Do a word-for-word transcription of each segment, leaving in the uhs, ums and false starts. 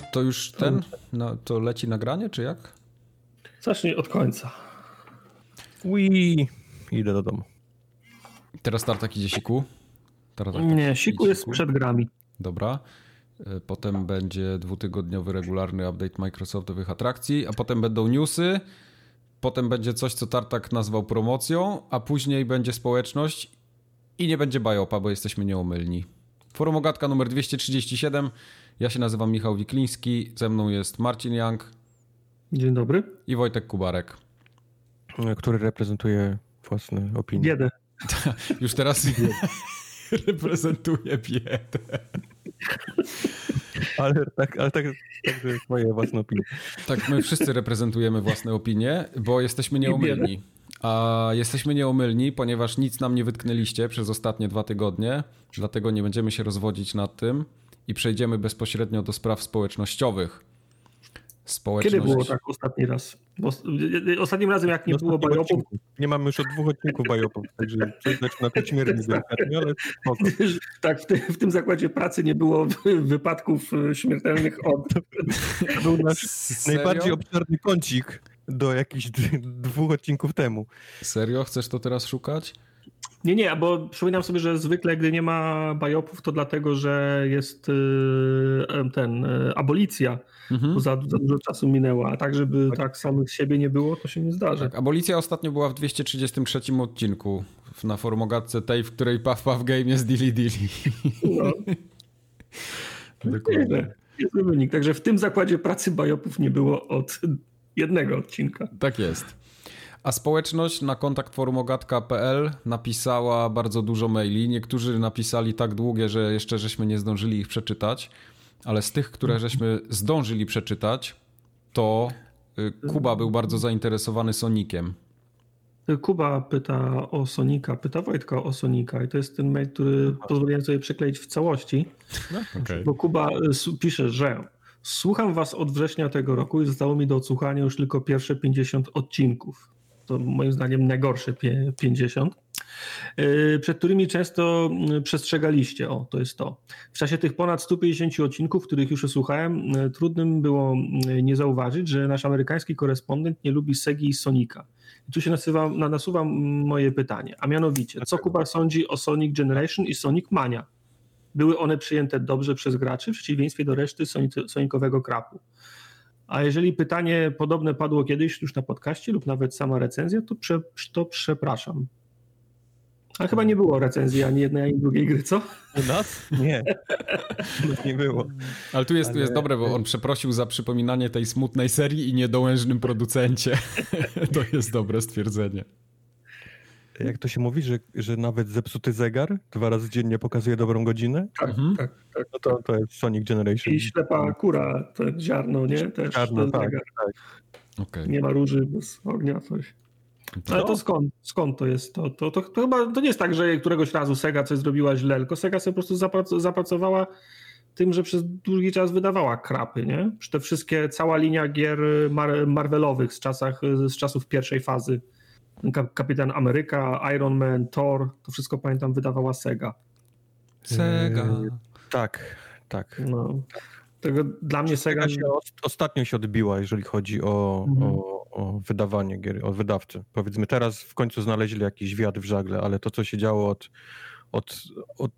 to już ten, no, to leci nagranie, czy jak? Zacznij od końca. Ui, idę do domu. Teraz Tartak idzie siku? Tartak Nie, siku jest siku. Przed grami. Dobra. Potem będzie dwutygodniowy regularny update Microsoftowych atrakcji, a potem będą newsy, potem będzie coś, co Tartak nazwał promocją, a później będzie społeczność i nie będzie bajopa, bo jesteśmy nieomylni. Forum Ogatka numer dwieście trzydzieści siedem. Ja się nazywam Michał Wikliński, ze mną jest Marcin Young. Dzień dobry. I Wojtek Kubarek. Który reprezentuje własne opinie. Biedę. Już teraz reprezentuje biedę. Ale tak, ale tak, tak że moje własne opinie. Tak, my wszyscy reprezentujemy własne opinie, bo jesteśmy nieomylni. A jesteśmy nieomylni, ponieważ nic nam nie wytknęliście przez ostatnie dwa tygodnie, dlatego nie będziemy się rozwodzić nad tym i przejdziemy bezpośrednio do spraw społecznościowych. Społeczność... Kiedy było tak ostatni raz? Bo ostatnim razem jak nie no, było bajopów... Nie mamy już od dwóch odcinków bajopów, także coś zaczyna to śmierć delikatnie, ale spoko. Tak, w, ty, w tym zakładzie pracy nie było wypadków śmiertelnych od... To był nasz Serio? najbardziej obszerny kącik do jakichś dwóch odcinków temu. Serio? Chcesz to teraz szukać? Nie, nie, bo przypominam sobie, że zwykle gdy nie ma bajopów, to dlatego, że jest ten, abolicja, mhm. bo za, za dużo czasu minęło, a tak, żeby tak. tak samych siebie nie było, to się nie zdarzy. Tak, abolicja ostatnio była w dwieście trzydziestym trzecim odcinku na Formogatce tej, w której Puff Puff Game jest Dilly Dilly. No. Dokładnie. Jest wynik. Także w tym zakładzie pracy bajopów nie było od jednego odcinka. Tak jest. A społeczność na kontakt forumogatka kropka pe el napisała bardzo dużo maili. Niektórzy napisali tak długie, że jeszcze żeśmy nie zdążyli ich przeczytać, ale z tych, które żeśmy zdążyli przeczytać, to Kuba był bardzo zainteresowany Soniciem. Kuba pyta o Sonika, pyta Wojtka o Sonika i to jest ten mail, który pozwoliłem sobie przekleić w całości, no, okay. Bo Kuba pisze, że słucham was od września tego roku i zostało mi do odsłuchania już tylko pierwsze pięćdziesiąt odcinków. To moim zdaniem najgorsze pięćdziesiąt, przed którymi często przestrzegaliście. O, to jest to. W czasie tych ponad stu pięćdziesięciu odcinków, których już słuchałem, trudnym było nie zauważyć, że nasz amerykański korespondent nie lubi Segi i Sonika. I tu się nasuwa, nasuwa moje pytanie, a mianowicie, co Kuba sądzi o Sonic Generation i Sonic Mania? Były one przyjęte dobrze przez graczy w przeciwieństwie do reszty sonikowego krapu? A jeżeli pytanie podobne padło kiedyś już na podcaście lub nawet sama recenzja, to, prze, to przepraszam. Ale chyba nie było recenzji ani jednej, ani drugiej gry, co? U nas? Nie. U nas nie było. Ale tu jest, Ale... tu jest dobre, bo on przeprosił za przypominanie tej smutnej serii i niedołężnym producencie. To jest dobre stwierdzenie. Jak to się mówi, że, że nawet zepsuty zegar dwa razy dziennie pokazuje dobrą godzinę? Tak, mhm. tak, tak. No to, to jest Sonic Generation. I ślepa kura, to ziarno, nie? Też ziarno, tak, zegar. tak. Okay. Nie ma róży bez ognia, coś. Ale to skąd, skąd to jest? To, to, to, to chyba to nie jest tak, że któregoś razu Sega coś zrobiła źle, tylko Sega sobie po prostu zaprac- zapracowała tym, że przez długi czas wydawała krapy, nie? Te wszystkie, cała linia gier mar- Marvelowych z, czasach, z czasów pierwszej fazy. Kapitan Ameryka, Iron Man, Thor, to wszystko pamiętam wydawała Sega. Sega. Yy, tak, tak. No. Tego dla mnie Sega... Sega się ostatnio się odbiła, jeżeli chodzi o, mhm. o, o wydawanie gier, o wydawcy. Powiedzmy teraz w końcu znaleźli jakiś wiatr w żagle, ale to, co się działo od, od, od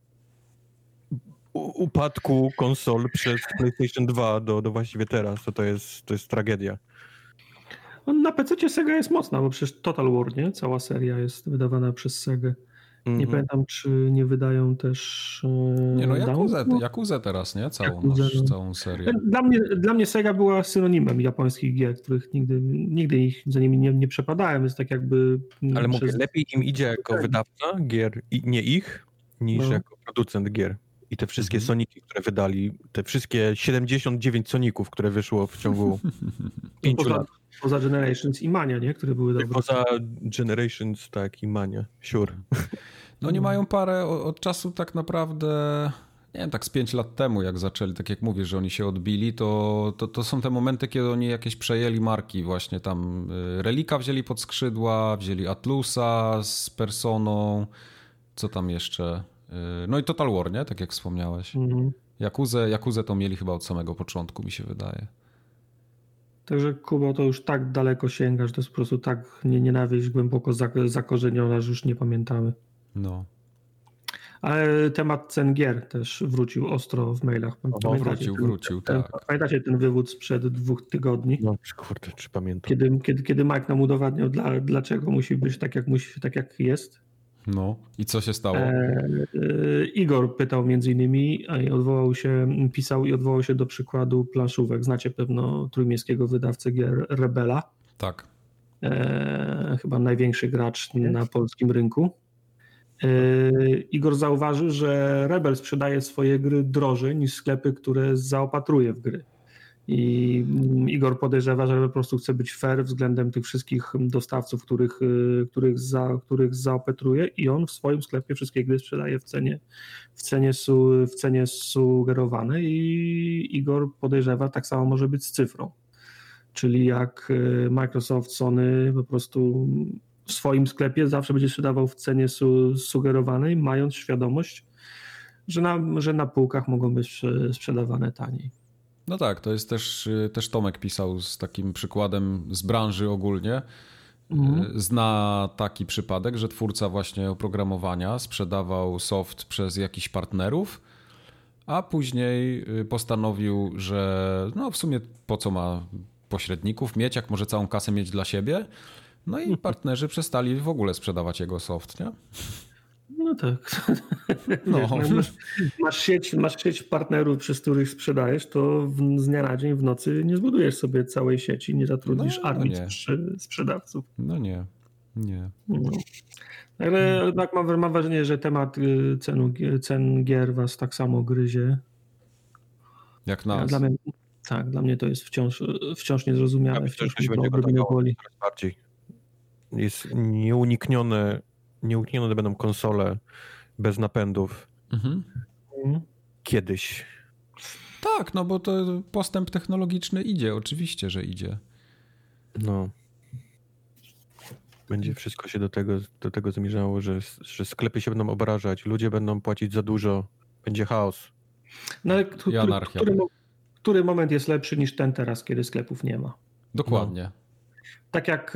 upadku konsol przez PlayStation dwa do, do właściwie teraz, to, to, jest, to jest tragedia. Na pececie Sega jest mocna, bo przecież Total War, nie? Cała seria jest wydawana przez Segę. Nie mm-hmm. pamiętam, czy nie wydają też... Nie no, Yakuzę, Yakuzę teraz, nie? Całą, Yakuzę, masz, całą serię. Dla mnie, dla mnie Sega była synonimem japońskich gier, których nigdy, nigdy ich za nimi nie, nie przepadałem. Jest tak jakby... Ale przez... mówię, lepiej im idzie jako wydawca gier, i nie ich, niż no. jako producent gier. I te wszystkie mhm. Soniki, które wydali, te wszystkie siedemdziesiąt dziewięć Soników, które wyszło w ciągu pięciu poza, lat. Poza Generations i Mania, nie? Które były dobre. Poza Generations, tak, i Mania, sure. No oni mają parę od czasu tak naprawdę, nie wiem, tak z pięć lat temu, jak zaczęli, tak jak mówisz, że oni się odbili, to, to, to są te momenty, kiedy oni jakieś przejęli marki, właśnie tam Relika wzięli pod skrzydła, wzięli Atlusa z Personą, co tam jeszcze... No i Total War, nie? Tak jak wspomniałeś. Mhm. Jakuzę, Jakuzę to mieli chyba od samego początku, mi się wydaje. Także Kubo, to już tak daleko sięgasz, to jest po prostu tak nie, nienawiść głęboko zakorzeniona, że już nie pamiętamy. No. Ale temat cen gier też wrócił ostro w mailach. O, wrócił, ten, wrócił, ten, tak. Pamiętacie ten wywód sprzed dwóch tygodni? No, kurde, czy pamiętam. Kiedy, kiedy, kiedy Mike nam udowadniał, dla, dlaczego musi być tak, jak musi, tak jak jest. No i co się stało? E, e, Igor pytał między innymi i odwołał się, pisał i odwołał się do przykładu planszówek. Znacie pewno trójmiejskiego wydawcę gier Rebela. Tak. E, chyba największy gracz na polskim rynku. E, Igor zauważył, że Rebel sprzedaje swoje gry drożej niż sklepy, które zaopatruje w gry. I Igor podejrzewa, że po prostu chce być fair względem tych wszystkich dostawców, których, których, za, których zaopatruje, i on w swoim sklepie wszystkie gry sprzedaje w cenie, w cenie, su, w cenie sugerowanej, i Igor podejrzewa, tak samo może być z cyfrą. Czyli jak Microsoft, Sony po prostu w swoim sklepie zawsze będzie sprzedawał w cenie su, sugerowanej, mając świadomość, że na, że na półkach mogą być sprzedawane taniej. No tak, to jest też, też Tomek pisał z takim przykładem z branży ogólnie. Mhm. Zna taki przypadek, że twórca właśnie oprogramowania sprzedawał soft przez jakichś partnerów, a później postanowił, że no w sumie po co ma pośredników mieć, jak może całą kasę mieć dla siebie. No i partnerzy przestali w ogóle sprzedawać jego soft, nie? No tak. No. Wiesz, masz, masz, sieć, masz sieć partnerów, przez których sprzedajesz, to w, z dnia na dzień w nocy nie zbudujesz sobie całej sieci, nie zatrudnisz no, armii no sprzedawców. No nie, nie. No. Ale tak mam, mam wrażenie, że temat cenu, cen gier was tak samo gryzie. Jak nas. Dla mnie, tak, dla mnie to jest wciąż, wciąż niezrozumiałe. Ja myślę, wciąż że będzie go boli. Bardziej. Jest nieuniknione Nieuniknione będą konsole bez napędów. Mhm. Kiedyś. Tak, no bo to postęp technologiczny idzie, oczywiście, że idzie. No. Będzie wszystko się do tego, do tego zmierzało, że, że sklepy się będą obrażać, ludzie będą płacić za dużo, będzie chaos. No ale który, który, który moment jest lepszy niż ten teraz, kiedy sklepów nie ma? Dokładnie. No. Tak jak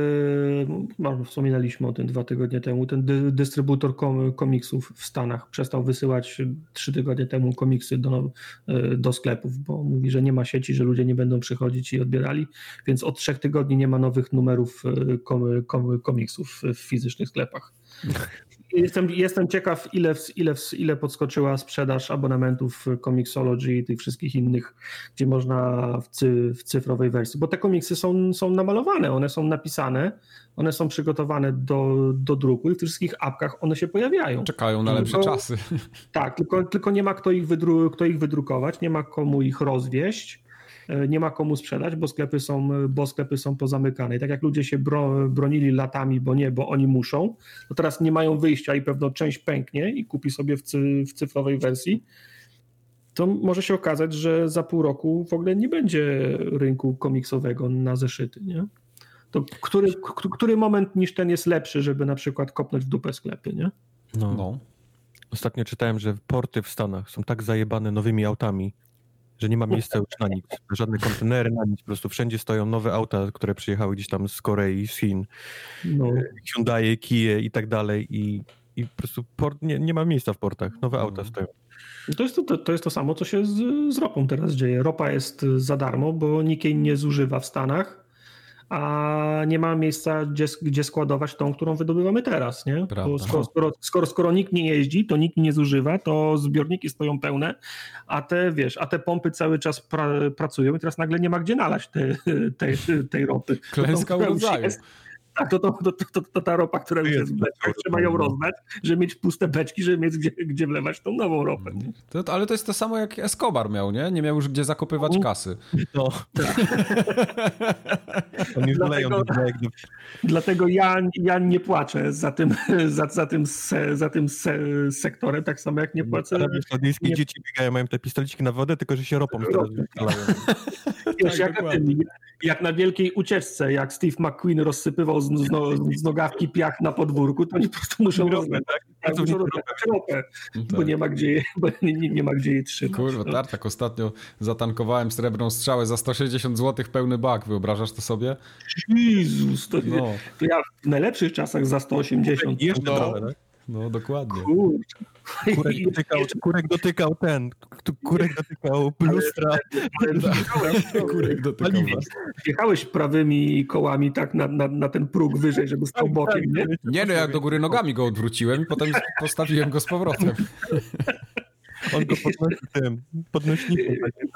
no, wspominaliśmy o tym dwa tygodnie temu, ten dy, dystrybutor kom, komiksów w Stanach przestał wysyłać trzy tygodnie temu komiksy do, do sklepów, bo mówi, że nie ma sieci, że ludzie nie będą przychodzić i odbierali, więc od trzech tygodni nie ma nowych numerów kom, kom, komiksów w fizycznych sklepach. Jestem, jestem ciekaw, ile, ile, ile podskoczyła sprzedaż abonamentów Comixology i tych wszystkich innych, gdzie można w, cy, w cyfrowej wersji, bo te komiksy są, są namalowane, one są napisane, one są przygotowane do, do druku i w tych wszystkich apkach one się pojawiają. Czekają na lepsze tylko, czasy. Tak, tylko, tylko nie ma kto ich, wydru, kto ich wydrukować, nie ma komu ich rozwieść, nie ma komu sprzedać, bo sklepy są, bo sklepy są pozamykane. I tak jak ludzie się bro, bronili latami, bo nie, bo oni muszą, to teraz nie mają wyjścia i pewno część pęknie i kupi sobie w, cy, w cyfrowej wersji, to może się okazać, że za pół roku w ogóle nie będzie rynku komiksowego na zeszyty, nie? To który, który moment niż ten jest lepszy, żeby na przykład kopnąć w dupę sklepy, nie? No. no. Ostatnio czytałem, że porty w Stanach są tak zajebane nowymi autami, że nie ma miejsca już na nic, żadne kontenery, na nic, po prostu wszędzie stoją nowe auta, które przyjechały gdzieś tam z Korei, z Chin, no. Hyundai, Kia i tak dalej i, i po prostu port, nie, nie ma miejsca w portach, nowe no. auta stoją. To jest to, to jest to samo, co się z, z ropą teraz dzieje. Ropa jest za darmo, bo nikt jej nie zużywa w Stanach, a nie ma miejsca, gdzie, gdzie składować tą, którą wydobywamy teraz, nie? Bo skoro, skoro, skoro, skoro nikt nie jeździ, to nikt nie zużywa, to zbiorniki stoją pełne, a te, wiesz, a te pompy cały czas pra, pracują i teraz nagle nie ma gdzie nalać te, tej, tej ropy. Klęska urodzaju. Tak, to, to, to, to, to ta ropa, która już jest w beczkach, trzeba ją rozdać, żeby mieć puste beczki, żeby mieć gdzie, gdzie wlewać tą nową ropę. To, ale to jest to samo jak Escobar miał, nie? Nie miał już gdzie zakopywać kasy. No. Tak. dlatego, dlatego ja, ja nie płaczę za tym, za, za tym, se, za tym se, sektorem, tak samo jak nie płacę. Arabie Saudyjskiej nie... dzieci biegają, mają te pistoliciki na wodę, tylko że się ropą teraz wypalają. Wiesz, jak, jak na wielkiej ucieczce, jak Steve McQueen rozsypywał z, z, z nogawki piach na podwórku, to oni po prostu muszą rozdać. Tak? Tak, muszą rozdawać ropę, bo tak. nie ma gdzie, bo nie, nie, nie ma gdzie jej trzymać. Kurwa, no. Tartak, ostatnio zatankowałem srebrną strzałę za sto sześćdziesiąt złotych pełny bak, wyobrażasz to sobie? Jezus, to, no. to ja w najlepszych czasach za sto osiemdziesiąt. Jeszcze no. dalej, tak? No, dokładnie. Kurczę. Kurek dotykał, kurek dotykał ten, kurek dotykał lustra. Kurek dotykał was. Wjechałeś prawymi kołami tak na, na, na ten próg wyżej, żeby stał bokiem, nie? Nie, no ja do góry nogami go odwróciłem i potem postawiłem go z powrotem. On go podnosi tym podnośnikiem.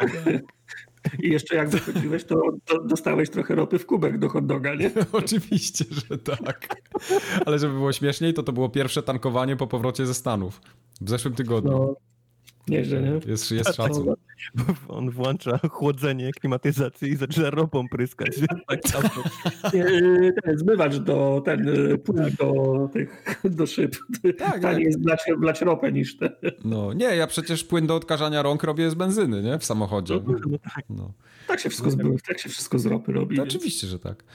I jeszcze jak wychodziłeś, to, to dostałeś trochę ropy w kubek do hot doga, nie? Oczywiście, że tak. Ale żeby było śmieszniej, to to było pierwsze tankowanie po powrocie ze Stanów. W zeszłym tygodniu. No, nieźle, nie? Jest, jest szacun. On włącza chłodzenie, klimatyzację i zaczyna ropą pryskać. Tak, ten zmywacz do, ten płyn do tych, do szyb. Tak, taniej jest wlać, wlać ropę niż te. No nie, ja przecież płyn do odkażania rąk robię z benzyny, nie? W samochodzie. No. Tak się wszystko z, tak się wszystko z ropy robi. To oczywiście, że tak.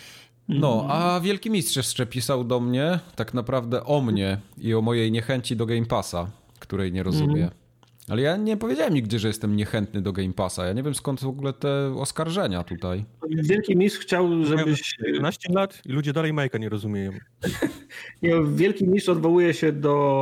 No, a Wielki Mistrz jeszcze pisał do mnie tak naprawdę o mnie i o mojej niechęci do Game Passa, której nie rozumie. Mm. Ale ja nie powiedziałem nigdy, że jestem niechętny do Game Passa. Ja nie wiem, skąd w ogóle te oskarżenia tutaj. Wielki Mistrz chciał, żebyś... jedenaście lat i ludzie dalej Majka nie rozumieją. Nie, Wielki Mistrz odwołuje się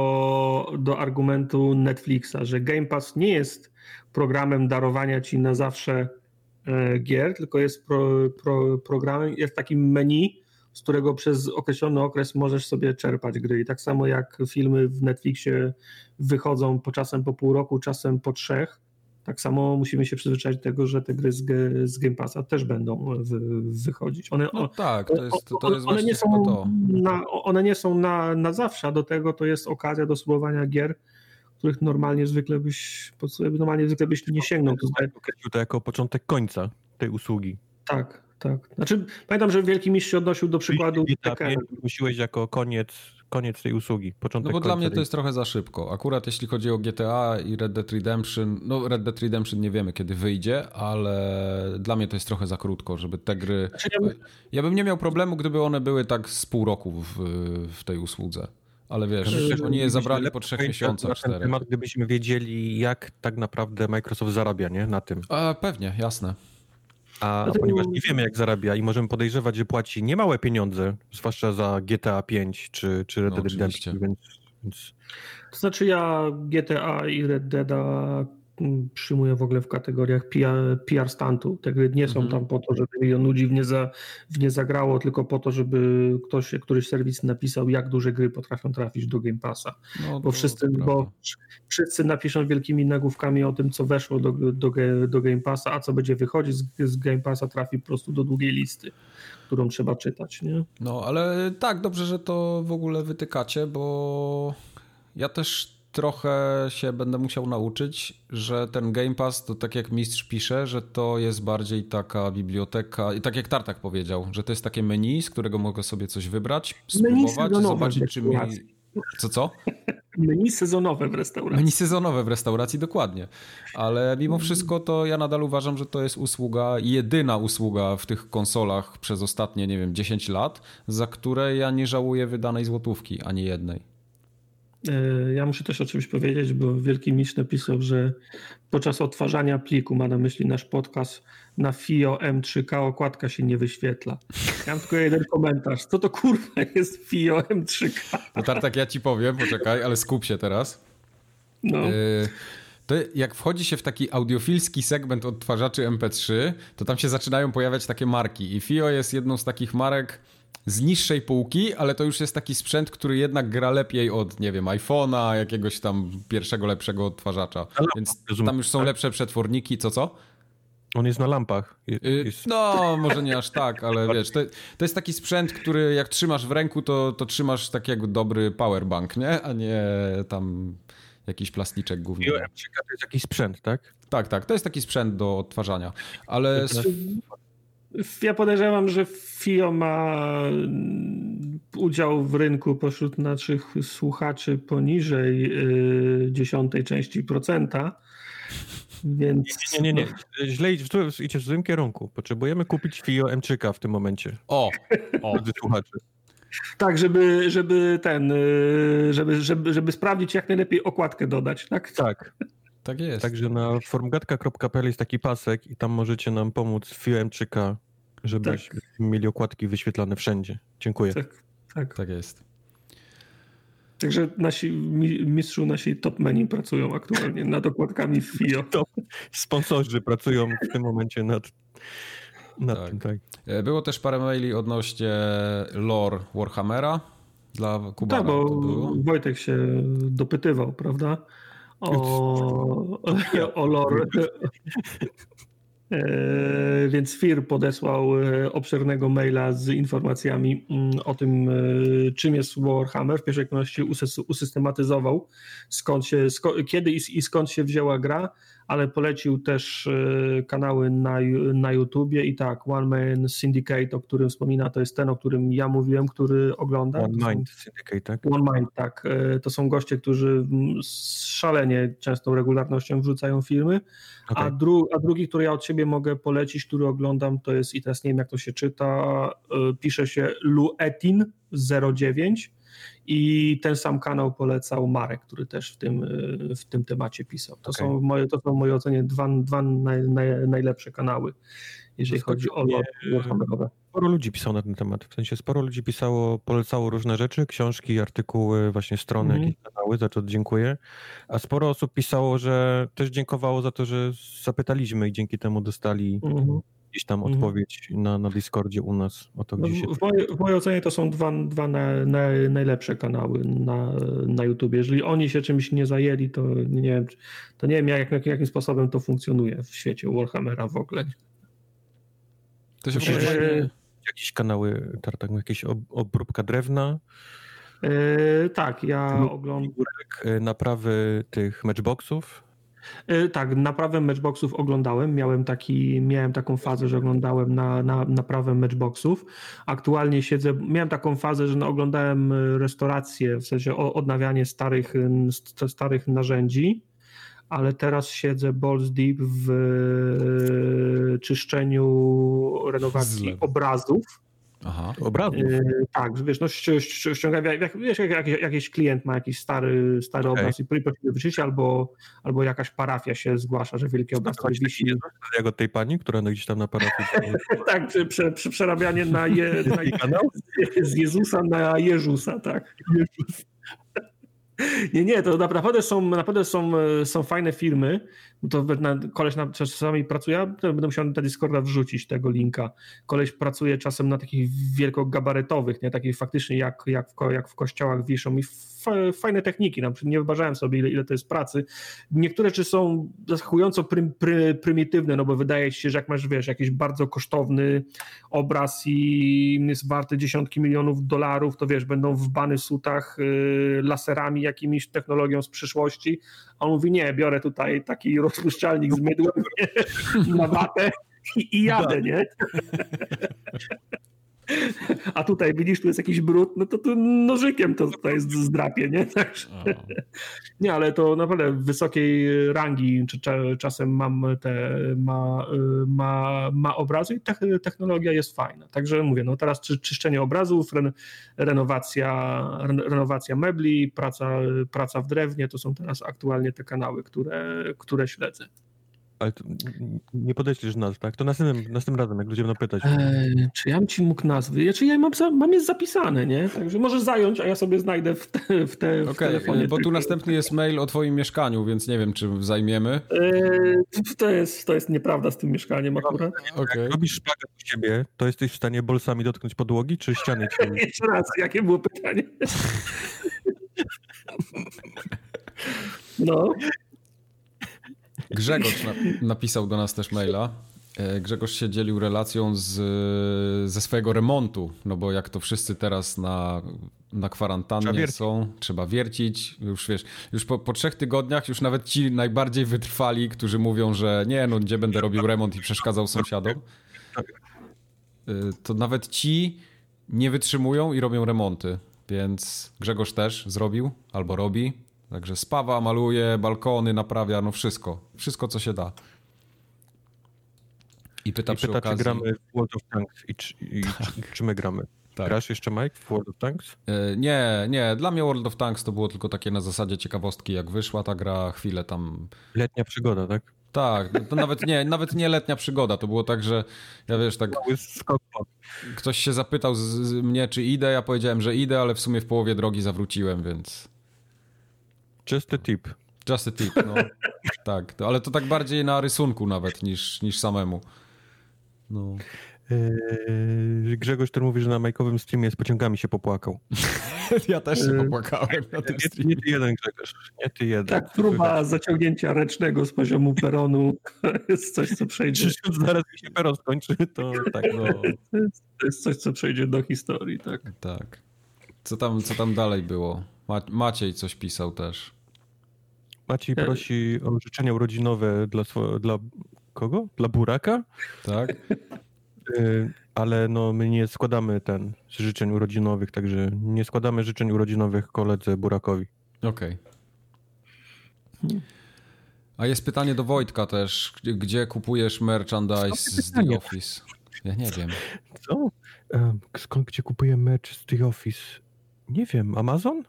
do, do argumentu Netflixa, że Game Pass nie jest programem darowania ci na zawsze e, gier, tylko jest pro, pro, programem, jest takim menu, z którego przez określony okres możesz sobie czerpać gry. I tak samo jak filmy w Netflixie wychodzą po czasem po pół roku, czasem po trzech, tak samo musimy się przyzwyczaić do tego, że te gry z, z Game Passa też będą wy, wychodzić. One, no tak, to jest, to jest one, właśnie nie są to. Na, one nie są na, na zawsze, a do tego to jest okazja do spróbowania gier, których normalnie zwykle byś, normalnie zwykle byś nie sięgnął. To, to jako początek końca tej usługi. Tak, tak. Znaczy, pamiętam, że Wielki Mistrz się odnosił do przykładu Tekken. Musiłeś jako koniec, koniec tej usługi. Początek no bo dla mnie tej... to jest trochę za szybko. Akurat jeśli chodzi o G T A i Red Dead Redemption, no Red Dead Redemption nie wiemy kiedy wyjdzie, ale dla mnie to jest trochę za krótko, żeby te gry... Znaczy, ja, by... ja bym nie miał problemu, gdyby one były tak z pół roku w, w tej usłudze. Ale wiesz, że oni je zabrali po trzech miesiącach, czterech. Temat, gdybyśmy wiedzieli, jak tak naprawdę Microsoft zarabia, nie? Na tym. A, pewnie, jasne. A, a ponieważ nie wiemy, jak zarabia i możemy podejrzewać, że płaci niemałe pieniądze, zwłaszcza za G T A pięć czy, czy Red Dead no, Redemption. Więc, więc... To znaczy ja G T A i Red Deada przyjmuję w ogóle w kategoriach P R, P R stuntu. Te gry nie są mhm. tam po to, żeby milion ludzi w nie, za, w nie zagrało, tylko po to, żeby ktoś, któryś serwis napisał, jak duże gry potrafią trafić do Game Passa. No, bo, wszyscy, bo wszyscy napiszą wielkimi nagłówkami o tym, co weszło do, do, do Game Passa, a co będzie wychodzić z, z Game Passa trafi po prostu do długiej listy, którą trzeba czytać. Nie? No, ale tak, dobrze, że to w ogóle wytykacie, bo ja też trochę się będę musiał nauczyć, że ten Game Pass to tak jak Mistrz pisze, że to jest bardziej taka biblioteka i tak jak Tartak powiedział, że to jest takie menu, z którego mogę sobie coś wybrać, spróbować, zobaczyć czy mi... Co, co? Menu sezonowe w restauracji. Menu sezonowe w restauracji, dokładnie. Ale mimo wszystko to ja nadal uważam, że to jest usługa, jedyna usługa w tych konsolach przez ostatnie, nie wiem, dziesięć lat, za które ja nie żałuję wydanej złotówki, ani jednej. Ja muszę też o czymś powiedzieć, bo Wielki Mistrz napisał, że podczas odtwarzania pliku, ma na myśli nasz podcast, na F I O M trzy K okładka się nie wyświetla. Ja mam tylko jeden komentarz. Co to kurwa jest F I O M trzy K? No Tartak, ja ci powiem, poczekaj, ale skup się teraz. No. To jak wchodzi się w taki audiofilski segment odtwarzaczy M P trzy, to tam się zaczynają pojawiać takie marki i F I O jest jedną z takich marek z niższej półki, ale to już jest taki sprzęt, który jednak gra lepiej od, nie wiem, iPhone'a, jakiegoś tam pierwszego, lepszego odtwarzacza. Więc tam już są lepsze przetworniki, co, co? On jest na lampach. Jest... No, może nie aż tak, ale wiesz, to, to jest taki sprzęt, który jak trzymasz w ręku, to, to trzymasz tak jak dobry powerbank, nie? A nie tam jakiś plasticzek gówniany. F I O M trzy K to jest jakiś sprzęt, tak? Tak, tak, to jest taki sprzęt do odtwarzania, ale... Ja podejrzewam, że F I O ma udział w rynku pośród naszych słuchaczy poniżej dziesiątej części procenta, więc... Nie, nie, nie, nie. Źle idziesz w złym kierunku. Potrzebujemy kupić F I O M trzy K w tym momencie. O, o. Słuchaczy. Tak, żeby, żeby ten, żeby, żeby, żeby sprawdzić, jak najlepiej okładkę dodać, tak? Tak. Tak jest. Także na formgatka kropka p l jest taki pasek i tam możecie nam pomóc Filmczyka, żebyśmy tak. mieli okładki wyświetlane wszędzie. Dziękuję. Tak, tak. Tak jest. Także nasi mistrzu, nasi top meni pracują aktualnie nad okładkami w F I O. To sponsorzy pracują w tym momencie nad, nad tak. tym. Tak. Było też parę maili odnośnie lore Warhammera dla Kubana. Tak, bo to było. Wojtek się dopytywał, prawda? O, o lore. E, więc F I R podesłał obszernego maila z informacjami o tym, czym jest Warhammer. W pierwszej kolejności usystematyzował, skąd się, skąd, kiedy i, i skąd się wzięła gra, ale polecił też kanały na, na YouTubie i tak, One Man Syndicate, o którym wspomina, to jest ten, o którym ja mówiłem, który ogląda. One Mind Syndicate, tak? One Mind, tak. To są goście, którzy z szalenie częstą regularnością wrzucają filmy, okay. a, dru, a drugi, który ja od siebie mogę polecić, który oglądam, to jest, i teraz nie wiem, jak to się czyta, pisze się Luetin zero dziewięć i ten sam kanał polecał Marek, który też w tym, w tym temacie pisał. To, okay. są moje, to są w mojej ocenie dwa, dwa naj, naj, najlepsze kanały, jeżeli chodzi o Warhammerowe. Sporo ludzi pisało na ten temat, w sensie sporo ludzi pisało, polecało różne rzeczy, książki, artykuły, właśnie strony, mm. jakieś kanały, za to dziękuję. A sporo osób pisało, że też dziękowało za to, że zapytaliśmy i dzięki temu dostali mm. gdzieś tam mm. odpowiedź na, na Discordzie u nas o to, gdzie no, się... W mojej, w mojej ocenie to są dwa, dwa na, na, najlepsze kanały na, na YouTubie. Jeżeli oni się czymś nie zajęli, to nie wiem, to nie wiem jak, jak, jakim sposobem to funkcjonuje w świecie Warhammera w ogóle. To się właśnie... Jakieś kanały, Tartak, jakieś obróbka drewna? Yy, tak, ja oglądam... Naprawy tych matchboxów? Yy, tak, naprawę matchboxów oglądałem. Miałem, taki, miałem taką fazę, że oglądałem na, na naprawę matchboxów. Aktualnie siedzę, miałem taką fazę, że no, oglądałem restaurację, w sensie odnawianie starych, starych narzędzi, ale teraz siedzę balls deep w czyszczeniu renowacji Zle. obrazów. Aha, obrazów? Yy, tak, wiesz, no ściągam, jak, wiesz, jak, jak, jakiś klient ma jakiś stary, stary okay. obraz i potrzebuje wyczyścić, albo, albo jakaś parafia się zgłasza, że wielki obraz który wisi. Jak od tej pani, która gdzieś tam na parafii... tak, przy, przy, przy przerabianie na, je, na z Jezusa na Jezusa, tak. Jezus. Nie, nie, to naprawdę są, naprawdę są, są fajne firmy. To na, koleś na, czasami pracuje, to będę musiał na Discorda wrzucić tego linka. Koleś pracuje czasem na takich wielkogabarytowych, nie takich faktycznie jak, jak, w, jak w kościołach wiszą i fajne techniki. Na przykład nie wyobrażałem sobie, ile, ile to jest pracy. Niektóre rzeczy są zaskakująco pry, pry, prymitywne, no bo wydaje ci się, że jak masz, wiesz, jakiś bardzo kosztowny obraz i jest warty dziesiątki milionów dolarów, to wiesz, będą w bany sutach y, laserami, jakimiś technologią z przyszłości. A on mówi, nie, biorę tutaj taki rozpuszczalnik z mydłem na watę i, i jadę, nie? A tutaj widzisz, tu jest jakiś brud, no to tu nożykiem to tutaj zdrapie, nie? Nie, ale to naprawdę wysokiej rangi czasem mam te, ma, ma, ma obrazy i technologia jest fajna. Także mówię, no teraz czy, czyszczenie obrazów, ren, renowacja, renowacja mebli, praca, praca w drewnie, to są teraz aktualnie te kanały, które, które śledzę. Ale nie podeślisz nazw, tak? To następnym, następnym razem, jak będziemy napytać. Eee, czy ja bym ci mógł nazwy? Ja, czy ja mam, mam jest zapisane, nie? Także możesz zająć, a ja sobie znajdę w, te, w, te, w okay, telefonie. Bo tu następny jest mail o twoim mieszkaniu, więc nie wiem, czy zajmiemy. Eee, to, jest, to jest nieprawda z tym mieszkaniem akurat. No, okay. Jak robisz szpagat u siebie, to jesteś w stanie bolsami dotknąć podłogi, czy ściany? Jeszcze raz, jakie było pytanie? No... Grzegorz na, napisał do nas też maila. Grzegorz się dzielił relacją z, ze swojego remontu, no bo jak to wszyscy teraz na, na kwarantannie są, trzeba wiercić. Już wiesz, już po, po trzech tygodniach już nawet ci najbardziej wytrwali, którzy mówią, że nie, no gdzie będę robił remont i przeszkadzał sąsiadom, to nawet ci nie wytrzymują i robią remonty, więc Grzegorz też zrobił albo robi. Także spawa, maluje, balkony, naprawia, no wszystko. Wszystko, co się da. I pyta, I pyta przy okazji... czy gramy w World of Tanks i, czy, i czy, czy my gramy. Tak. Grasz jeszcze, Mike, w World of Tanks? Yy, nie, nie. Dla mnie World of Tanks to było tylko takie na zasadzie ciekawostki, jak wyszła ta gra, chwilę tam... Letnia przygoda, tak? Tak, to nawet nie, nawet nie letnia przygoda, to było tak, że ja wiesz, tak ktoś się zapytał z, z mnie, czy idę, ja powiedziałem, że idę, ale w sumie w połowie drogi zawróciłem, więc... Just a tip. Just a tip, no. Tak, to, ale to tak bardziej na rysunku nawet niż, niż samemu. No. Eee, Grzegorz, który mówi, że na majkowym streamie z pociągami się popłakał. Ja też się popłakałem na tym streamie. Nie ty jeden, Grzegorz. Nie ty jeden. Tak, próba zaciągnięcia ręcznego z poziomu peronu jest coś, co przejdzie. Zaraz mi się peron skończy, to tak, no. To jest coś, co przejdzie do historii, tak. Tak. Co tam, co tam dalej było? Ma- Maciej coś pisał też. Maciej prosi o życzenia urodzinowe dla, swo- dla kogo? Dla Buraka? Tak. Y- ale no my nie składamy ten życzeń urodzinowych, także nie składamy życzeń urodzinowych koledze Burakowi. Okej. Okay. A jest pytanie do Wojtka też. Gdzie, gdzie kupujesz merchandise z The Office? Ja nie wiem. Co? Um, skąd, gdzie kupuję merch z The Office? Nie wiem. Amazon?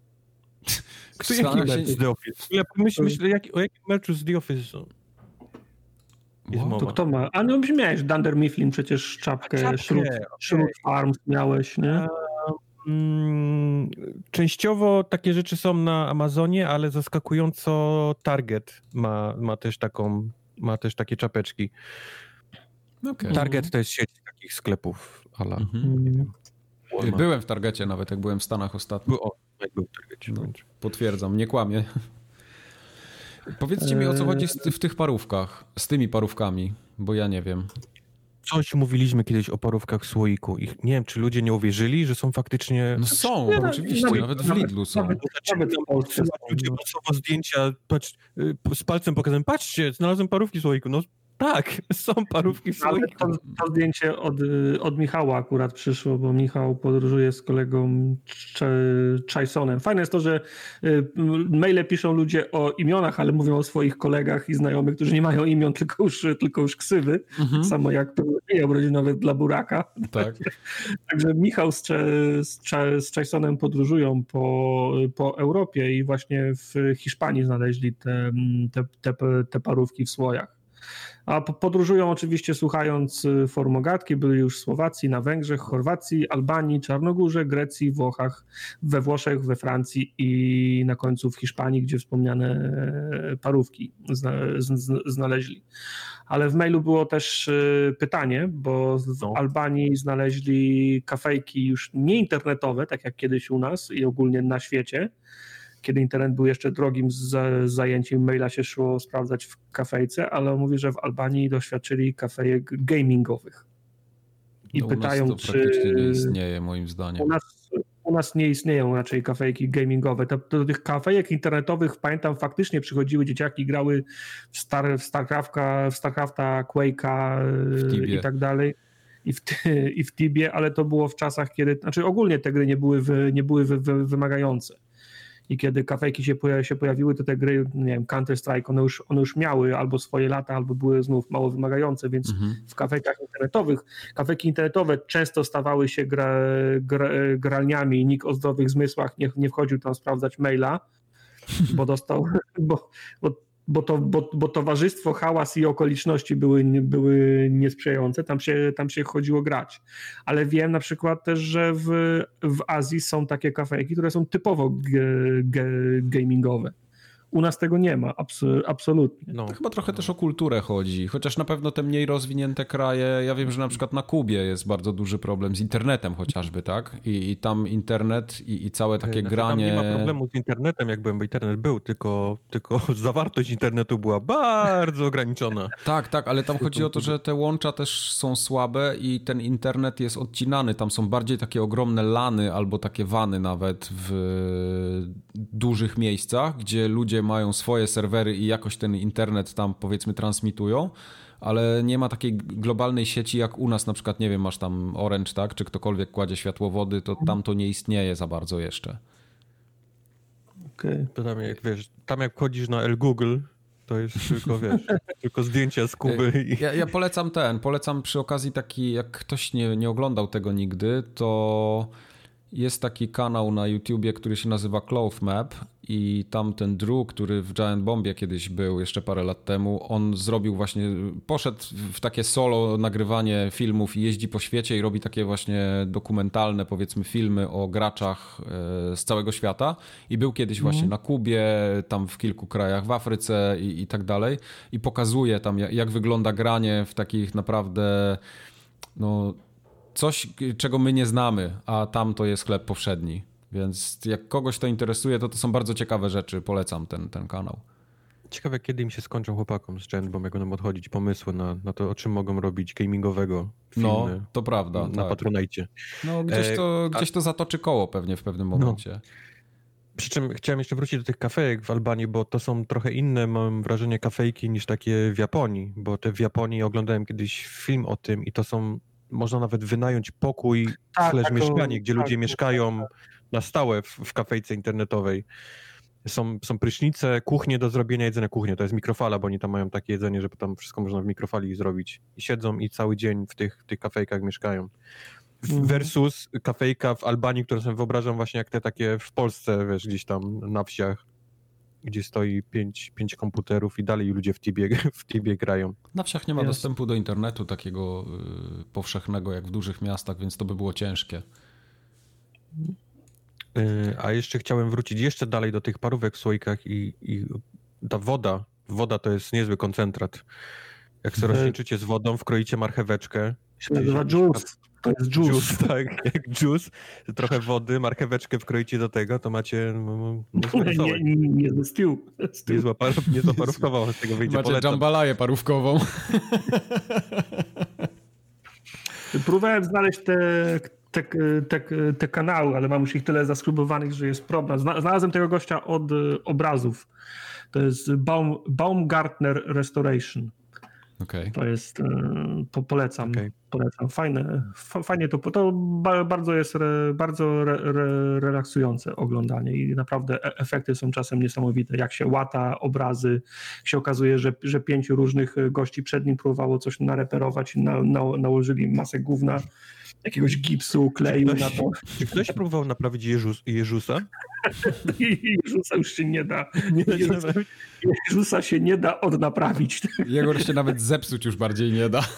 Kto jaki merch z The Office? Ja myślę, myśl, jak, o jakim merchu z The Office jest mowa? To kto ma? A no miałeś Dunder Mifflin przecież czapkę, Shrub okay. Farms miałeś, nie? Um, częściowo takie rzeczy są na Amazonie, ale zaskakująco Target ma, ma też taką, ma też takie czapeczki. Okay. Target to jest sieć takich sklepów, ale mhm. nie wiem. Byłem w Targecie nawet, jak byłem w Stanach ostatnio. O, jak był w Targecie. No, potwierdzam, nie kłamię. Powiedzcie mi, o co chodzi w tych parówkach, z tymi parówkami, bo ja nie wiem. Coś mówiliśmy kiedyś o parówkach w słoiku i nie wiem, czy ludzie nie uwierzyli, że są faktycznie... No są, no, oczywiście, nawet, nawet w Lidlu są. Nawet, nawet w Polsce. Ludzie masowo zdjęcia, patrz, z palcem pokazałem, patrzcie, znalazłem parówki w słoiku. No tak, są parówki w słoiku. Ale to, to zdjęcie od, od Michała akurat przyszło, bo Michał podróżuje z kolegą Chajsonem. Fajne jest to, że maile piszą ludzie o imionach, ale mówią o swoich kolegach i znajomych, którzy nie mają imion, tylko już, tylko już ksywy. Mhm. Samo jak pozdrowienia urodzinowe dla Buraka. Tak. Także Michał z, z, z Chajsonem podróżują po, po Europie i właśnie w Hiszpanii znaleźli te, te, te, te parówki w słojach. A podróżują oczywiście słuchając formogatki, byli już w Słowacji, na Węgrzech, Chorwacji, Albanii, Czarnogórze, Grecji, Włochach, we Włoszech, we Francji i na końcu w Hiszpanii, gdzie wspomniane parówki zna, z, znaleźli. Ale w mailu było też pytanie, bo w no. Albanii znaleźli kafejki już nie internetowe, tak jak kiedyś u nas i ogólnie na świecie, kiedy internet był jeszcze drogim z zajęciem, maila się szło sprawdzać w kafejce, ale on mówi, że w Albanii doświadczyli kafejek gamingowych. I no, pytają, u nas to czy... praktycznie nie istnieje, moim zdaniem. U nas, u nas nie istnieją raczej kafejki gamingowe. Do, do tych kafejek internetowych, pamiętam, faktycznie przychodziły dzieciaki, grały w, Star, w Starcrafta, w Starcrafta, Quake'a i tak dalej. I w, i w Tibie, ale to było w czasach, kiedy... Znaczy ogólnie te gry nie były, wy, nie były wy, wy, wymagające. I kiedy kafejki się, pojawi, się pojawiły, to te gry, nie wiem, Counter-Strike, one już, one już miały albo swoje lata, albo były znów mało wymagające, więc mhm. w kafejkach internetowych, kafejki internetowe często stawały się gra, gra, gralniami, nikt o zdrowych zmysłach nie, nie wchodził tam sprawdzać maila, bo dostał, bo, bo Bo, to, bo, bo towarzystwo, hałas i okoliczności były, były niesprzyjające, tam się, tam się chodziło grać. Ale wiem na przykład też, że w, w Azji są takie kafejki, które są typowo ge, ge, gamingowe. U nas tego nie ma, abs- absolutnie. No. To chyba trochę też o kulturę chodzi, chociaż na pewno te mniej rozwinięte kraje, ja wiem, że na przykład na Kubie jest bardzo duży problem z internetem chociażby, tak? I, i tam internet i, i całe takie znaczy, granie... Tam nie ma problemu z internetem, jakby internet był, tylko, tylko zawartość internetu była bardzo ograniczona. Tak, tak, ale tam chodzi o to, że te łącza też są słabe i ten internet jest odcinany, tam są bardziej takie ogromne lany albo takie wany nawet w dużych miejscach, gdzie ludzie mają swoje serwery i jakoś ten internet tam powiedzmy transmitują, ale nie ma takiej globalnej sieci jak u nas, na przykład nie wiem, masz tam Orange, tak, czy ktokolwiek kładzie światłowody, to tam to nie istnieje za bardzo jeszcze. Okej. Okay. Tam jak wiesz, tam jak wchodzisz na El Google To jest tylko, wiesz, tylko zdjęcia z Kuby. I... Ja, ja polecam ten, polecam przy okazji taki, jak ktoś nie, nie oglądał tego nigdy, to jest taki kanał na YouTubie, który się nazywa Cloth Map i tam ten Drew, który w Giant Bombie kiedyś był jeszcze parę lat temu, on zrobił właśnie, poszedł w takie solo nagrywanie filmów i jeździ po świecie i robi takie właśnie dokumentalne, powiedzmy, filmy o graczach z całego świata i był kiedyś mm. właśnie na Kubie, tam w kilku krajach, w Afryce i, i tak dalej i pokazuje tam, jak, jak wygląda granie w takich naprawdę, no... coś, czego my nie znamy, a tam to jest chleb powszedni. Więc jak kogoś to interesuje, to to są bardzo ciekawe rzeczy. Polecam ten, ten kanał. Ciekawe, kiedy im się skończą chłopakom z Giant Bomb, jak będą odchodzić pomysły na, na to, o czym mogą robić gamingowego filmy. No, to prawda. Na tak. Patronite. No, gdzieś to, e, gdzieś to zatoczy koło pewnie w pewnym momencie. No. Przy czym chciałem jeszcze wrócić do tych kafejek w Albanii, bo to są trochę inne, mam wrażenie, kafejki niż takie w Japonii, bo te w Japonii oglądałem kiedyś film o tym i to są można nawet wynająć pokój, tak, slash tak, mieszkanie, gdzie tak, ludzie tak, mieszkają tak. na stałe w, w kafejce internetowej. Są, są prysznice, kuchnie do zrobienia jedzenia. Kuchnie to jest mikrofala, bo oni tam mają takie jedzenie, że tam wszystko można w mikrofali zrobić. I siedzą i cały dzień w tych, w tych kafejkach mieszkają. Mhm. Versus kafejka w Albanii, które sobie wyobrażam właśnie jak te takie w Polsce, wiesz, gdzieś tam na wsiach, gdzie stoi pięć, pięć komputerów i dalej ludzie w Tibie, w Tibie grają. Na wsiach nie ma Jest. dostępu do internetu takiego y, powszechnego jak w dużych miastach, więc to by było ciężkie. Y, a jeszcze chciałem wrócić jeszcze dalej do tych parówek w słoikach i, i ta woda, woda to jest niezły koncentrat. Jak sobie rozliczycie z wodą, wkroicie marcheweczkę. Się nazywa juice. To jest juice. juice. Tak, jak juice. Trochę wody, marcheweczkę wkroicie do tego, to macie no, nie, nie, nie, nie stew. Niezła, parów, niezła parówkowa, z tego wyjdzie. Macie dżambalaję parówkową. Próbowałem znaleźć te, te, te, te kanały, ale mam już ich tyle zaskrubowanych, że jest problem. Znalazłem tego gościa od obrazów. To jest Baum, Baumgartner Restoration. Okay. To jest, po, polecam, okay. polecam. Fajne, fajnie to, to bardzo jest re, bardzo re, re, relaksujące oglądanie i naprawdę efekty są czasem niesamowite. Jak się łata obrazy, się okazuje, że, że pięciu różnych gości przed nim próbowało coś nareperować, na, na, nałożyli masę gówna, jakiegoś gipsu, kleju ktoś, na to. Czy ktoś próbował naprawić Jezus, Jezusa? Jezusa już się nie da. Nie da Jezusa, Jezusa się nie da odnaprawić. Jego się nawet zepsuć już bardziej nie da.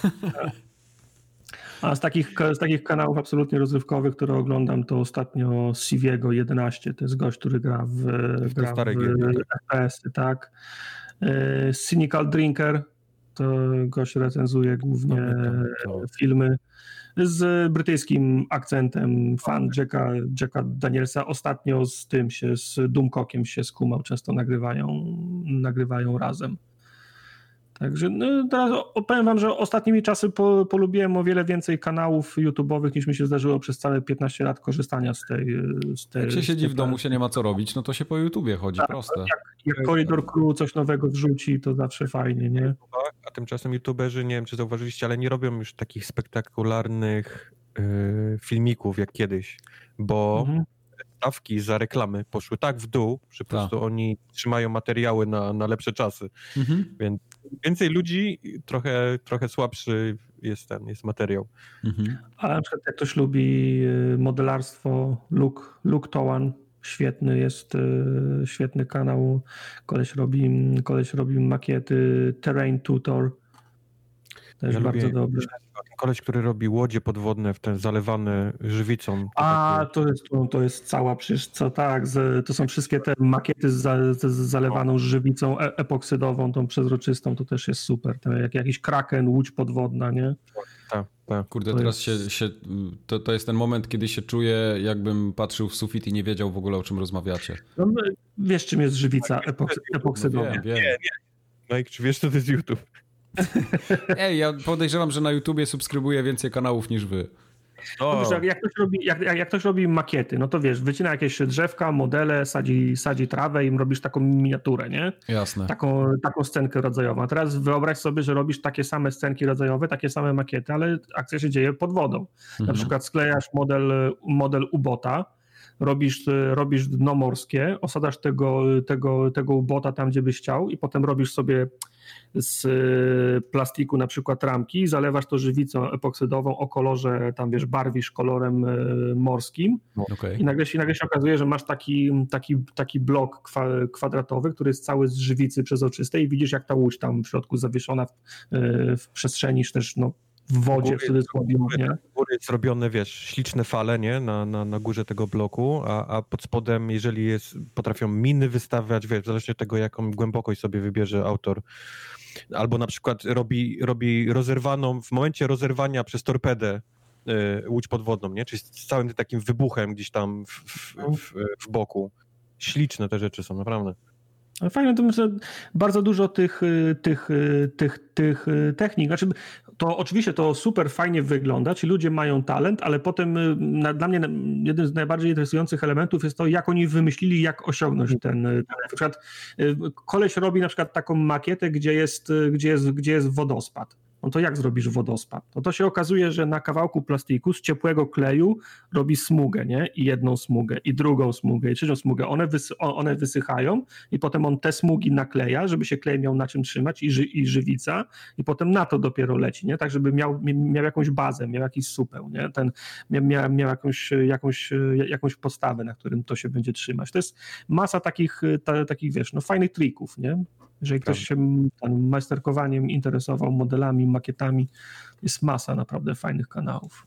A z takich, z takich kanałów absolutnie rozrywkowych, które oglądam, to ostatnio Siviego jedenaście. To jest gość, który gra w, w, gra w F P S-y, tak. Cynical Drinker, to gość recenzuje głównie no, filmy. Z brytyjskim akcentem, fan Jacka, Jacka Danielsa. Ostatnio z tym się, z Doomcockiem się skumał, często nagrywają, nagrywają razem. Także no, teraz powiem wam, że ostatnimi czasy po, polubiłem o wiele więcej kanałów YouTube'owych niż mi się zdarzyło przez całe piętnaście lat korzystania z tej... Z tej jak się siedzi tej, w domu, się nie ma co robić, no to się po YouTubie chodzi, tak, proste. Jak, jak Corridor Crew coś nowego wrzuci, to zawsze fajnie, nie? A tymczasem YouTuberzy, nie wiem czy zauważyliście, ale nie robią już takich spektakularnych yy, filmików jak kiedyś, bo mhm. stawki za reklamy poszły tak w dół, że po prostu oni trzymają materiały na, na lepsze czasy. Mhm. Więc więcej ludzi, trochę, trochę słabszy jest ten, jest materiał. Mhm. Ale na przykład jak ktoś lubi modelarstwo, Luke, Luke Towan, świetny jest, świetny kanał, koleś robi, koleś robi makiety, Terrain Tutor, też ja bardzo lubię, dobry. Koleś, który robi łodzie podwodne, w ten zalewane żywicą. To A, takie... to, jest, to jest cała, przecież co tak, z, to są wszystkie te makiety z, za, z zalewaną żywicą e, epoksydową, tą przezroczystą, to też jest super. To jak jakiś kraken, łódź podwodna, nie? Tak, tak. Kurde, to teraz jest... się, się to, to jest ten moment, kiedy się czuję, jakbym patrzył w sufit i nie wiedział w ogóle, o czym rozmawiacie. No, wiesz, czym jest żywica epoksy, epoksydowa? No, wiem, wiem. Nie, nie. Mike, czy wiesz, co to jest YouTube? Ej, ja podejrzewam, że na YouTubie subskrybuję więcej kanałów niż wy. No, wiesz, jak, jak, ktoś robi, jak, jak, jak ktoś robi makiety, no to wiesz, wycina jakieś drzewka, modele, sadzi, sadzi trawę i robisz taką miniaturę, nie? Jasne. Taką, taką scenkę rodzajową. A teraz wyobraź sobie, że robisz takie same scenki rodzajowe, takie same makiety, ale akcja się dzieje pod wodą. Mhm. Na przykład sklejasz model, model ubota, robisz, robisz dno morskie, osadzasz tego, tego, tego ubota tam, gdzie byś chciał i potem robisz sobie z plastiku na przykład ramki, zalewasz to żywicą epoksydową o kolorze, tam wiesz, barwisz kolorem morskim okay. i nagle się, nagle się okazuje, że masz taki, taki, taki blok kwadratowy, który jest cały z żywicy przezroczystej i widzisz, jak ta łódź tam w środku zawieszona w, w przestrzeni, czy też no, w wodzie, w cudzysłowie. W górę jest robione, wiesz, śliczne fale, nie? Na, na, na górze tego bloku, a, a pod spodem, jeżeli jest, potrafią miny wystawiać, wiesz, zależnie od tego, jaką głębokość sobie wybierze autor. Albo na przykład robi, robi rozerwaną, w momencie rozerwania przez torpedę y, łódź podwodną, nie? Czyli z całym takim wybuchem gdzieś tam w, w, w, w boku. Śliczne te rzeczy są, naprawdę. Fajne, to że bardzo dużo tych, tych, tych, tych technik. Znaczy, to oczywiście to super fajnie wygląda, ci ludzie mają talent, ale potem na, dla mnie jeden z najbardziej interesujących elementów jest to, jak oni wymyślili, jak osiągnąć ten talent. Na przykład koleś robi na przykład taką makietę, gdzie jest, gdzie jest, gdzie jest wodospad. No to jak zrobisz wodospad? No to się okazuje, że na kawałku plastiku z ciepłego kleju robi smugę, nie? I jedną smugę, i drugą smugę, i trzecią smugę. One, wysy- one wysychają i potem on te smugi nakleja, żeby się klej miał na czym trzymać i, ży- i żywica i potem na to dopiero leci, nie? Tak, żeby miał, miał jakąś bazę, miał jakiś supeł, nie? Ten, miał, miał jakąś, jakąś, jakąś podstawę, na którym to się będzie trzymać. To jest masa takich, ta, takich wiesz, no fajnych trików, nie? Jeżeli ktoś się tam majsterkowaniem interesował, modelami, makietami, jest masa naprawdę fajnych kanałów.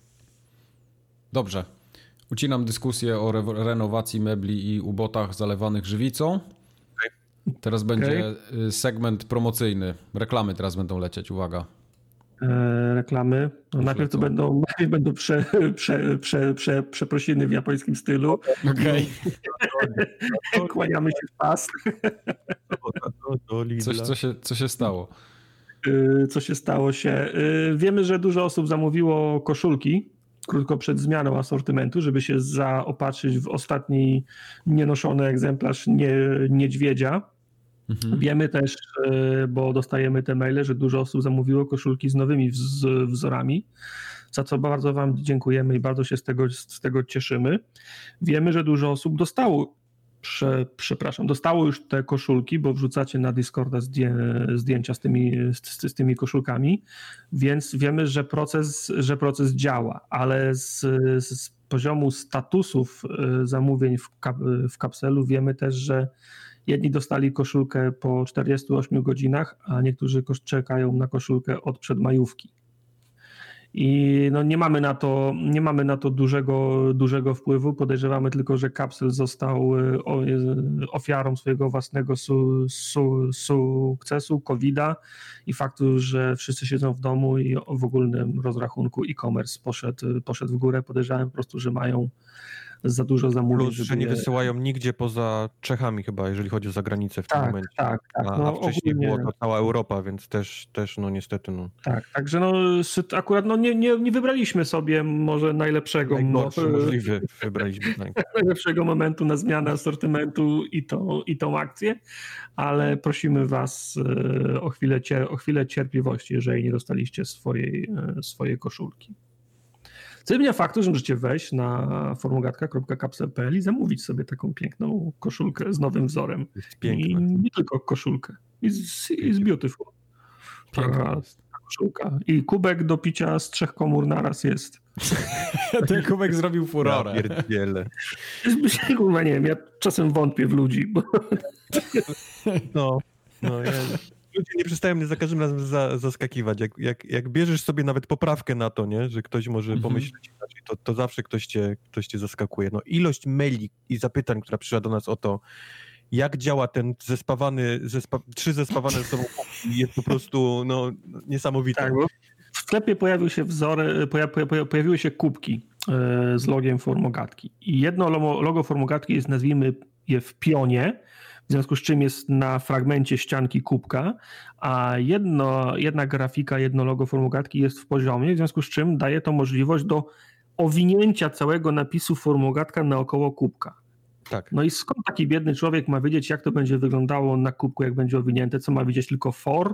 Dobrze. Ucinam dyskusję o re- renowacji mebli i ubotach zalewanych żywicą. Okay. Teraz okay. będzie segment promocyjny. Reklamy teraz będą lecieć, uwaga. E, reklamy. No najpierw to będą, najpierw będą prze, prze, prze, prze, przeprosiny w japońskim stylu. Okay. Kłaniamy się w pas. Coś, co się, co się stało? Co się stało się? Wiemy, że dużo osób zamówiło koszulki krótko przed zmianą asortymentu, żeby się zaopatrzyć w ostatni nienoszony egzemplarz nie, niedźwiedzia. Mhm. Wiemy też, bo dostajemy te maile, że dużo osób zamówiło koszulki z nowymi wz- wzorami, za co bardzo wam dziękujemy i bardzo się z tego, z tego cieszymy. Wiemy, że dużo osób dostało Prze, przepraszam, dostało już te koszulki, bo wrzucacie na Discorda zdję, zdjęcia z tymi, z, z tymi koszulkami, więc wiemy, że proces, że proces działa, ale z, z poziomu statusów zamówień w, kap, w kapselu wiemy też, że jedni dostali koszulkę po czterdziestu ośmiu godzinach, a niektórzy czekają na koszulkę od przedmajówki. I no nie mamy na to, nie mamy na to dużego, dużego wpływu. Podejrzewamy tylko, że Kapsel został ofiarą swojego własnego su, su, sukcesu, kowida i faktu, że wszyscy siedzą w domu i w ogólnym rozrachunku e-commerce poszedł, poszedł w górę. Podejrzewam po prostu, że mają za dużo zamówień. Plus, że nie je... wysyłają nigdzie poza Czechami chyba, jeżeli chodzi o zagranicę w tak, tym momencie. Tak, tak. A, no, a wcześniej ogólnie... było to cała Europa, więc też, też no niestety. No. Tak, także no akurat no, nie, nie, nie wybraliśmy sobie może najlepszego Najgorszy mo- możliwy wybraliśmy. Tak. najlepszego momentu na zmianę asortymentu i, to, i tą akcję, ale prosimy was o chwilę, o chwilę cierpliwości, jeżeli nie dostaliście swojej, swojej koszulki. Co nie zmienia faktu, że możecie wejść na formogatka kropka kapsel kropka p l i zamówić sobie taką piękną koszulkę z nowym wzorem. I nie tylko koszulkę. It's, it's beautiful. Piękna koszulka. I kubek do picia z trzech komór naraz jest. Ten kubek zrobił furorę. Ja pierdzielę. Kurwa, nie wiem, ja czasem wątpię w ludzi. Bo... No, no ja... Ludzie nie przestają mnie za każdym razem za, zaskakiwać. Jak, jak, jak bierzesz sobie nawet poprawkę na to, nie, że ktoś może mm-hmm. pomyśleć inaczej, to, to zawsze ktoś cię, ktoś cię zaskakuje. No, ilość maili i zapytań, która przyszła do nas o to, jak działa ten zespawany, zespa, trzy zespawane ze sobą kubki, jest po prostu no, niesamowite. Tak, bo w sklepie pojawiły się wzory, poja, poja, pojawiły się kubki z logiem Formogatki. I jedno logo Formogatki jest, nazwijmy je w pionie, w związku z czym jest na fragmencie ścianki kubka, a jedno, jedna grafika, jedno logo Formogatki jest w poziomie, w związku z czym daje to możliwość do owinięcia całego napisu Formogatka naokoło kubka. Tak. No i skąd taki biedny człowiek ma wiedzieć, jak to będzie wyglądało na kubku, jak będzie owinięte? Co ma widzieć tylko for?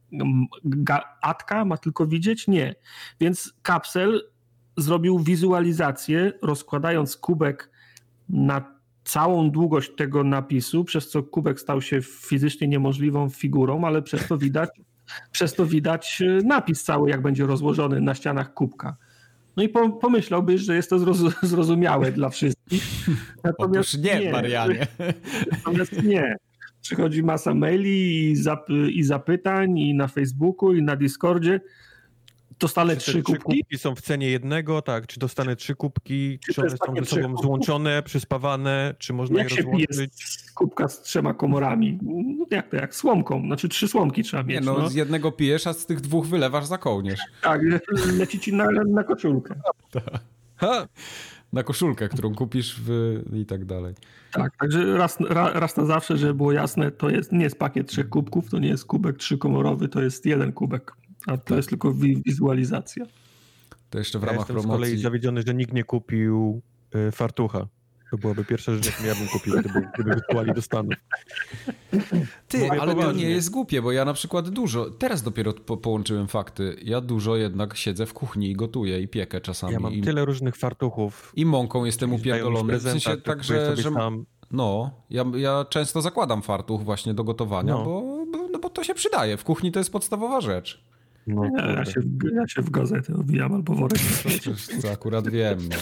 Atka ma tylko widzieć? Nie. Więc Kapsel zrobił wizualizację, rozkładając kubek na całą długość tego napisu, przez co kubek stał się fizycznie niemożliwą figurą, ale przez to widać, przez to widać napis cały, jak będzie rozłożony na ścianach kubka. No i pomyślałbyś, że jest to zrozumiałe dla wszystkich. Natomiast Otóż nie, nie, Marianie. Natomiast nie. Przychodzi masa maili i, zap- i zapytań i na Facebooku, i na Discordzie. Dostanę trzy kubki? Trzy kubki są w cenie jednego, tak. Czy dostanę trzy kubki? Czy, czy one są ze sobą kubki? Złączone, przyspawane? Czy można jak je rozłączyć? Jak się pije kubka z trzema komorami? No jak to, jak słomką. Znaczy trzy słomki trzeba mieć. Nie, no, no z jednego pijesz, a z tych dwóch wylewasz za kołnierz. Tak, leci ci na, na koszulkę. Ha. Na koszulkę, którą kupisz w... i tak dalej. Tak, także raz, raz na zawsze, żeby było jasne, to jest, nie jest pakiet trzech kubków, to nie jest kubek trzykomorowy, to jest jeden kubek. A to tak. jest tylko wizualizacja. To jeszcze w ja ramach jestem promocji. Z kolei zawiedziony, że nikt nie kupił y, fartucha. To byłaby pierwsza rzecz, jaką ja bym kupił, gdyby, gdyby wysłali do Stanów. Ty, Mówię ale poważnie. To nie jest głupie, bo ja na przykład dużo, teraz dopiero po, połączyłem fakty, ja dużo jednak siedzę w kuchni i gotuję i piekę czasami. Ja mam I, tyle różnych fartuchów. I mąką jestem upierdolony. W sensie tak, że, że tam... no, ja, ja często zakładam fartuch właśnie do gotowania, no. Bo, bo, no bo to się przydaje. W kuchni to jest podstawowa rzecz. No, ja, ja, się w, ja się w gazetę owijam albo worek. Co akurat wiem, no.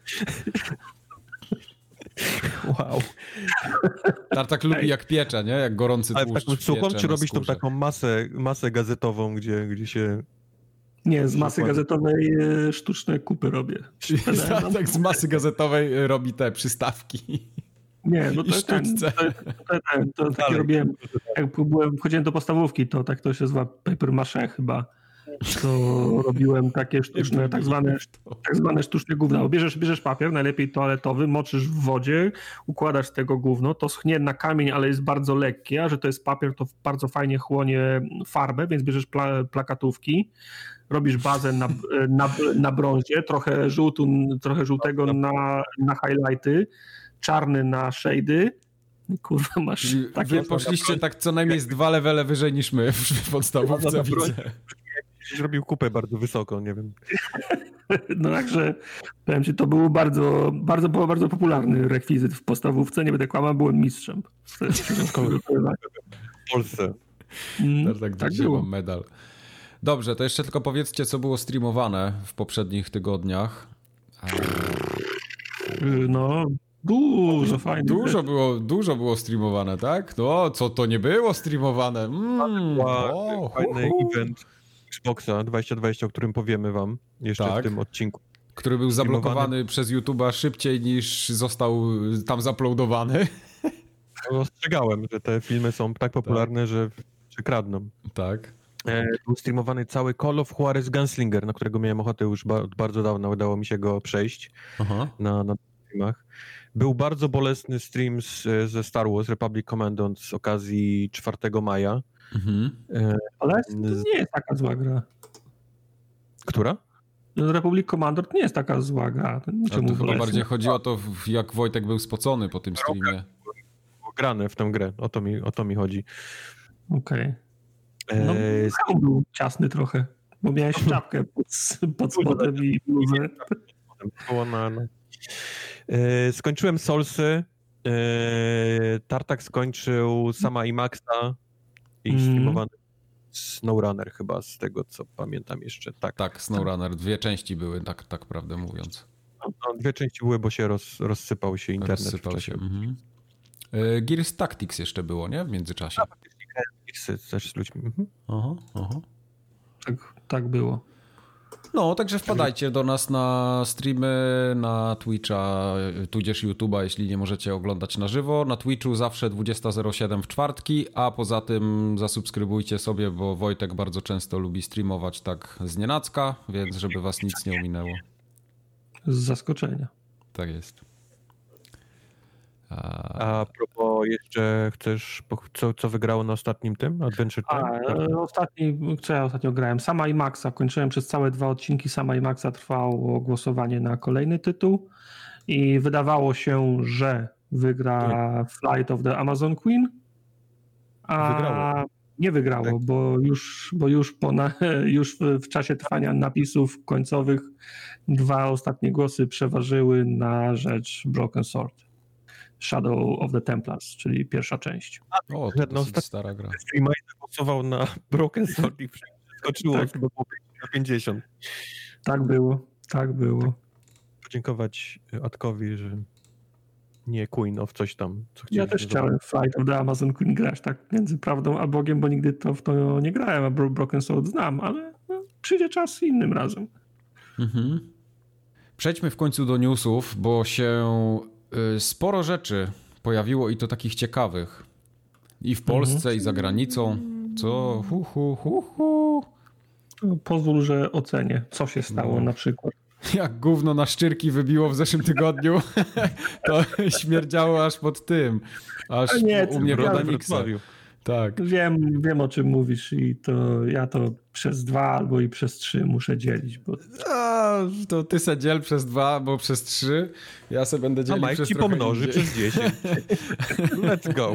Wow. Tartak lubi jak piecze, nie? Jak gorący tłuszcz. Ale taką suchą, czy robisz tą taką masę, masę gazetową, gdzie, gdzie się... Nie, z masy gazetowej sztuczne kupy robię. Tak, z masy gazetowej robi te przystawki. Nie, no to, ten, to, to, ten, to takie robiłem, jak byłem, wchodziłem do podstawówki, to tak to się nazywa paper mache chyba, to robiłem takie sztuczne, tak zwane, tak zwane sztuczne gówno. Bierzesz, bierzesz papier, najlepiej toaletowy, moczysz w wodzie, układasz z tego gówno, to schnie na kamień, ale jest bardzo lekkie, a że to jest papier, to bardzo fajnie chłonie farbę, więc bierzesz pla, plakatówki, robisz bazę na, na, na brązie, trochę, żółtu, trochę żółtego na, na highlighty, czarny na shade'y. Kurwa, masz... Takie wy poszliście tak co najmniej z dwa levele wyżej niż my w podstawówce, widzę. Zrobił kupę bardzo wysoko, nie wiem. No także, powiem ci, to był bardzo, bardzo, był bardzo popularny rekwizyt w podstawówce. Nie będę kłamał, byłem mistrzem. W Polsce. Mm, tak, tak było. Medal. Dobrze, to jeszcze tylko powiedzcie, co było streamowane w poprzednich tygodniach. No... Dużo fajnie. Dużo było, dużo było streamowane, tak? No, co to nie było streamowane? Mm, wow, fajny hu, hu. event Xboxa dwadzieścia dwadzieścia, o którym powiemy wam jeszcze tak, w tym odcinku. Który był zablokowany przez YouTube'a szybciej niż został tam zaploadowany. No, ostrzegałem, że te filmy są tak popularne, tak. że, że kradną. Tak. E, był streamowany cały Call of Juarez Gunslinger, na którego miałem ochotę już ba bardzo dawno, udało mi się go przejść. Aha. na, na streamach. Był bardzo bolesny stream z, ze Star Wars Republic Commando z okazji czwartego maja. Mhm. Ale to nie jest taka zła gra. Która? Republic Commando to nie jest taka zła gra. To, to chyba bardziej chodzi o to, jak Wojtek był spocony po tym streamie. Grane w tę grę, o to mi, o to mi chodzi. Okej. Okay. No, e... był ciasny trochę, bo miałeś czapkę pod, pod spodem i bluzę. Na, na. Skończyłem Soulsy, Tartak skończył Sama i Maxa i mm. streamowany SnowRunner chyba, z tego co pamiętam jeszcze. Tak, tak SnowRunner. Dwie części były, tak, tak prawdę mówiąc. No, dwie części były, bo się roz, rozsypał się internet. Rozsypał się. Mhm. Gears Tactics jeszcze było, nie? W międzyczasie. Gears też z ludźmi. Mhm. Aha, aha. Tak, tak było. No, także wpadajcie do nas na streamy, na Twitcha, tudzież YouTube'a, jeśli nie możecie oglądać na żywo. Na Twitchu zawsze dwudziesta zero siedem w czwartki, a poza tym zasubskrybujcie sobie, bo Wojtek bardzo często lubi streamować tak znienacka, więc żeby was nic nie ominęło. Z zaskoczenia. Tak jest. A, a propos jeszcze chcesz, co, co wygrało na ostatnim tym? Adventure Time? A, ostatni, co ja ostatnio grałem? Sama i Maxa. Kończyłem przez całe dwa odcinki Sama i Maxa. Trwało głosowanie na kolejny tytuł i wydawało się, że wygra Flight of the Amazon Queen, a wygrało. Nie wygrało, tak. bo już, bo już, po na, już w czasie trwania napisów końcowych dwa ostatnie głosy przeważyły na rzecz Broken Sword. Shadow of the Templars, czyli pierwsza część. O, to dosyć stara gra. Streama głosował na Broken Sword i przeskoczyło tak. chyba na pięćdziesiąt. Tak było, tak było. Podziękować Atkowi, że nie Queen of coś tam. Co ja też chciałem Flight of the Amazon Queen grać tak między prawdą a Bogiem, bo nigdy to w to nie grałem, a Broken Sword znam, ale no, przyjdzie czas innym razem. Mhm. Przejdźmy w końcu do newsów, bo się y, sporo rzeczy pojawiło i to takich ciekawych. I w Polsce, mhm. i za granicą. Co? Hu, hu, hu, hu. Pozwól, że ocenię, co się stało no. na przykład. Jak gówno na szczyrki wybiło w zeszłym tygodniu, to śmierdziało aż pod tym. Aż nie, u mnie pod Miksa. Tak. Wiem, wiem o czym mówisz i to ja to przez dwa albo i przez trzy muszę dzielić. Bo... A, to ty se dziel przez dwa albo przez trzy, ja se będę dzielił przez trochę pomnoży indziej. Przez dziesięć. Let's go.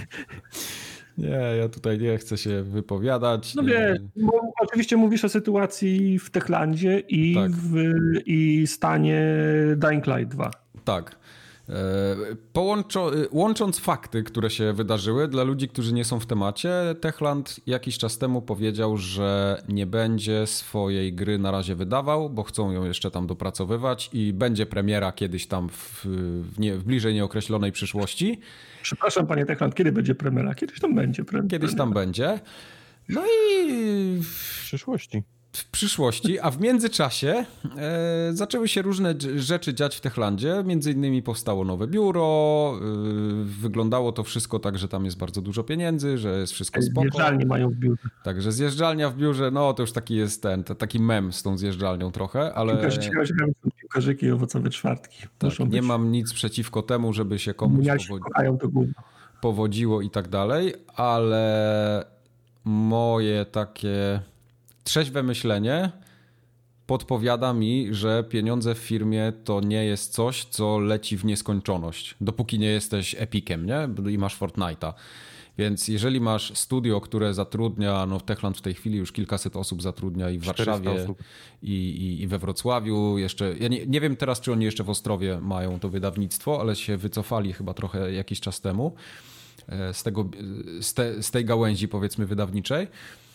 Nie, ja tutaj nie chcę się wypowiadać. No wiesz, oczywiście mówisz o sytuacji w Techlandzie i, tak. w, i stanie Dying Light dwa. Tak. Połączo, łącząc fakty, które się wydarzyły, dla ludzi, którzy nie są w temacie, Techland jakiś czas temu powiedział, że nie będzie swojej gry na razie wydawał, bo chcą ją jeszcze tam dopracowywać i będzie premiera kiedyś tam w, w, nie, w bliżej nieokreślonej przyszłości. Przepraszam, panie Techland, kiedy będzie premiera? Kiedyś tam będzie premiera. Kiedyś tam będzie. No i w przyszłości. W przyszłości, a w międzyczasie e, zaczęły się różne rzeczy dziać w Techlandzie. Między innymi powstało nowe biuro. E, wyglądało to wszystko tak, że tam jest bardzo dużo pieniędzy, że jest wszystko spoko. Zjeżdżalnie mają w biurze. Także zjeżdżalnia w biurze, no to już taki jest ten, taki mem z tą zjeżdżalnią trochę, ale... Piłkarzyki i owocowe czwartki. Tak, nie mam nic przeciwko temu, żeby się komuś powodzi... powodziło i tak dalej, ale moje takie... trzeźwe myślenie podpowiada mi, że pieniądze w firmie to nie jest coś, co leci w nieskończoność, dopóki nie jesteś Epiciem, nie? I masz Fortnite'a. Więc jeżeli masz studio, które zatrudnia, no Techland w tej chwili już kilkaset osób zatrudnia i w Warszawie i, i, i we Wrocławiu jeszcze, ja nie, nie wiem teraz, czy oni jeszcze w Ostrowie mają to wydawnictwo, ale się wycofali chyba trochę jakiś czas temu z, tego, z, te, z tej gałęzi, powiedzmy, wydawniczej.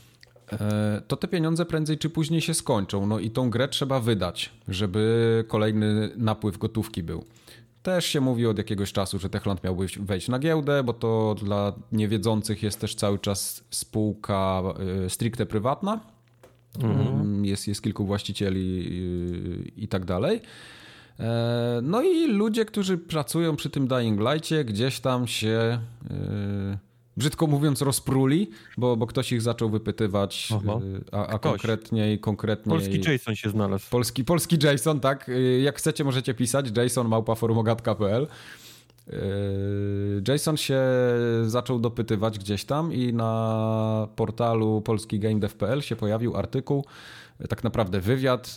To te pieniądze prędzej czy później się skończą. No i tą grę trzeba wydać, żeby kolejny napływ gotówki był. Też się mówi od jakiegoś czasu, że Techland miałby wejść na giełdę, bo to dla niewiedzących jest też cały czas spółka stricte prywatna. Mhm. Jest, jest kilku właścicieli i tak dalej. No i ludzie, którzy pracują przy tym Dying Light'cie, gdzieś tam się... brzydko mówiąc, rozpruli, bo, bo ktoś ich zaczął wypytywać, a, a konkretniej, konkretniej... Polski Jason się znalazł. Polski, polski Jason, tak. Jak chcecie, możecie pisać jason małpa forumogatka kropka p l. Jason się zaczął dopytywać gdzieś tam i na portalu polski game dev kropka p l się pojawił artykuł, tak naprawdę wywiad,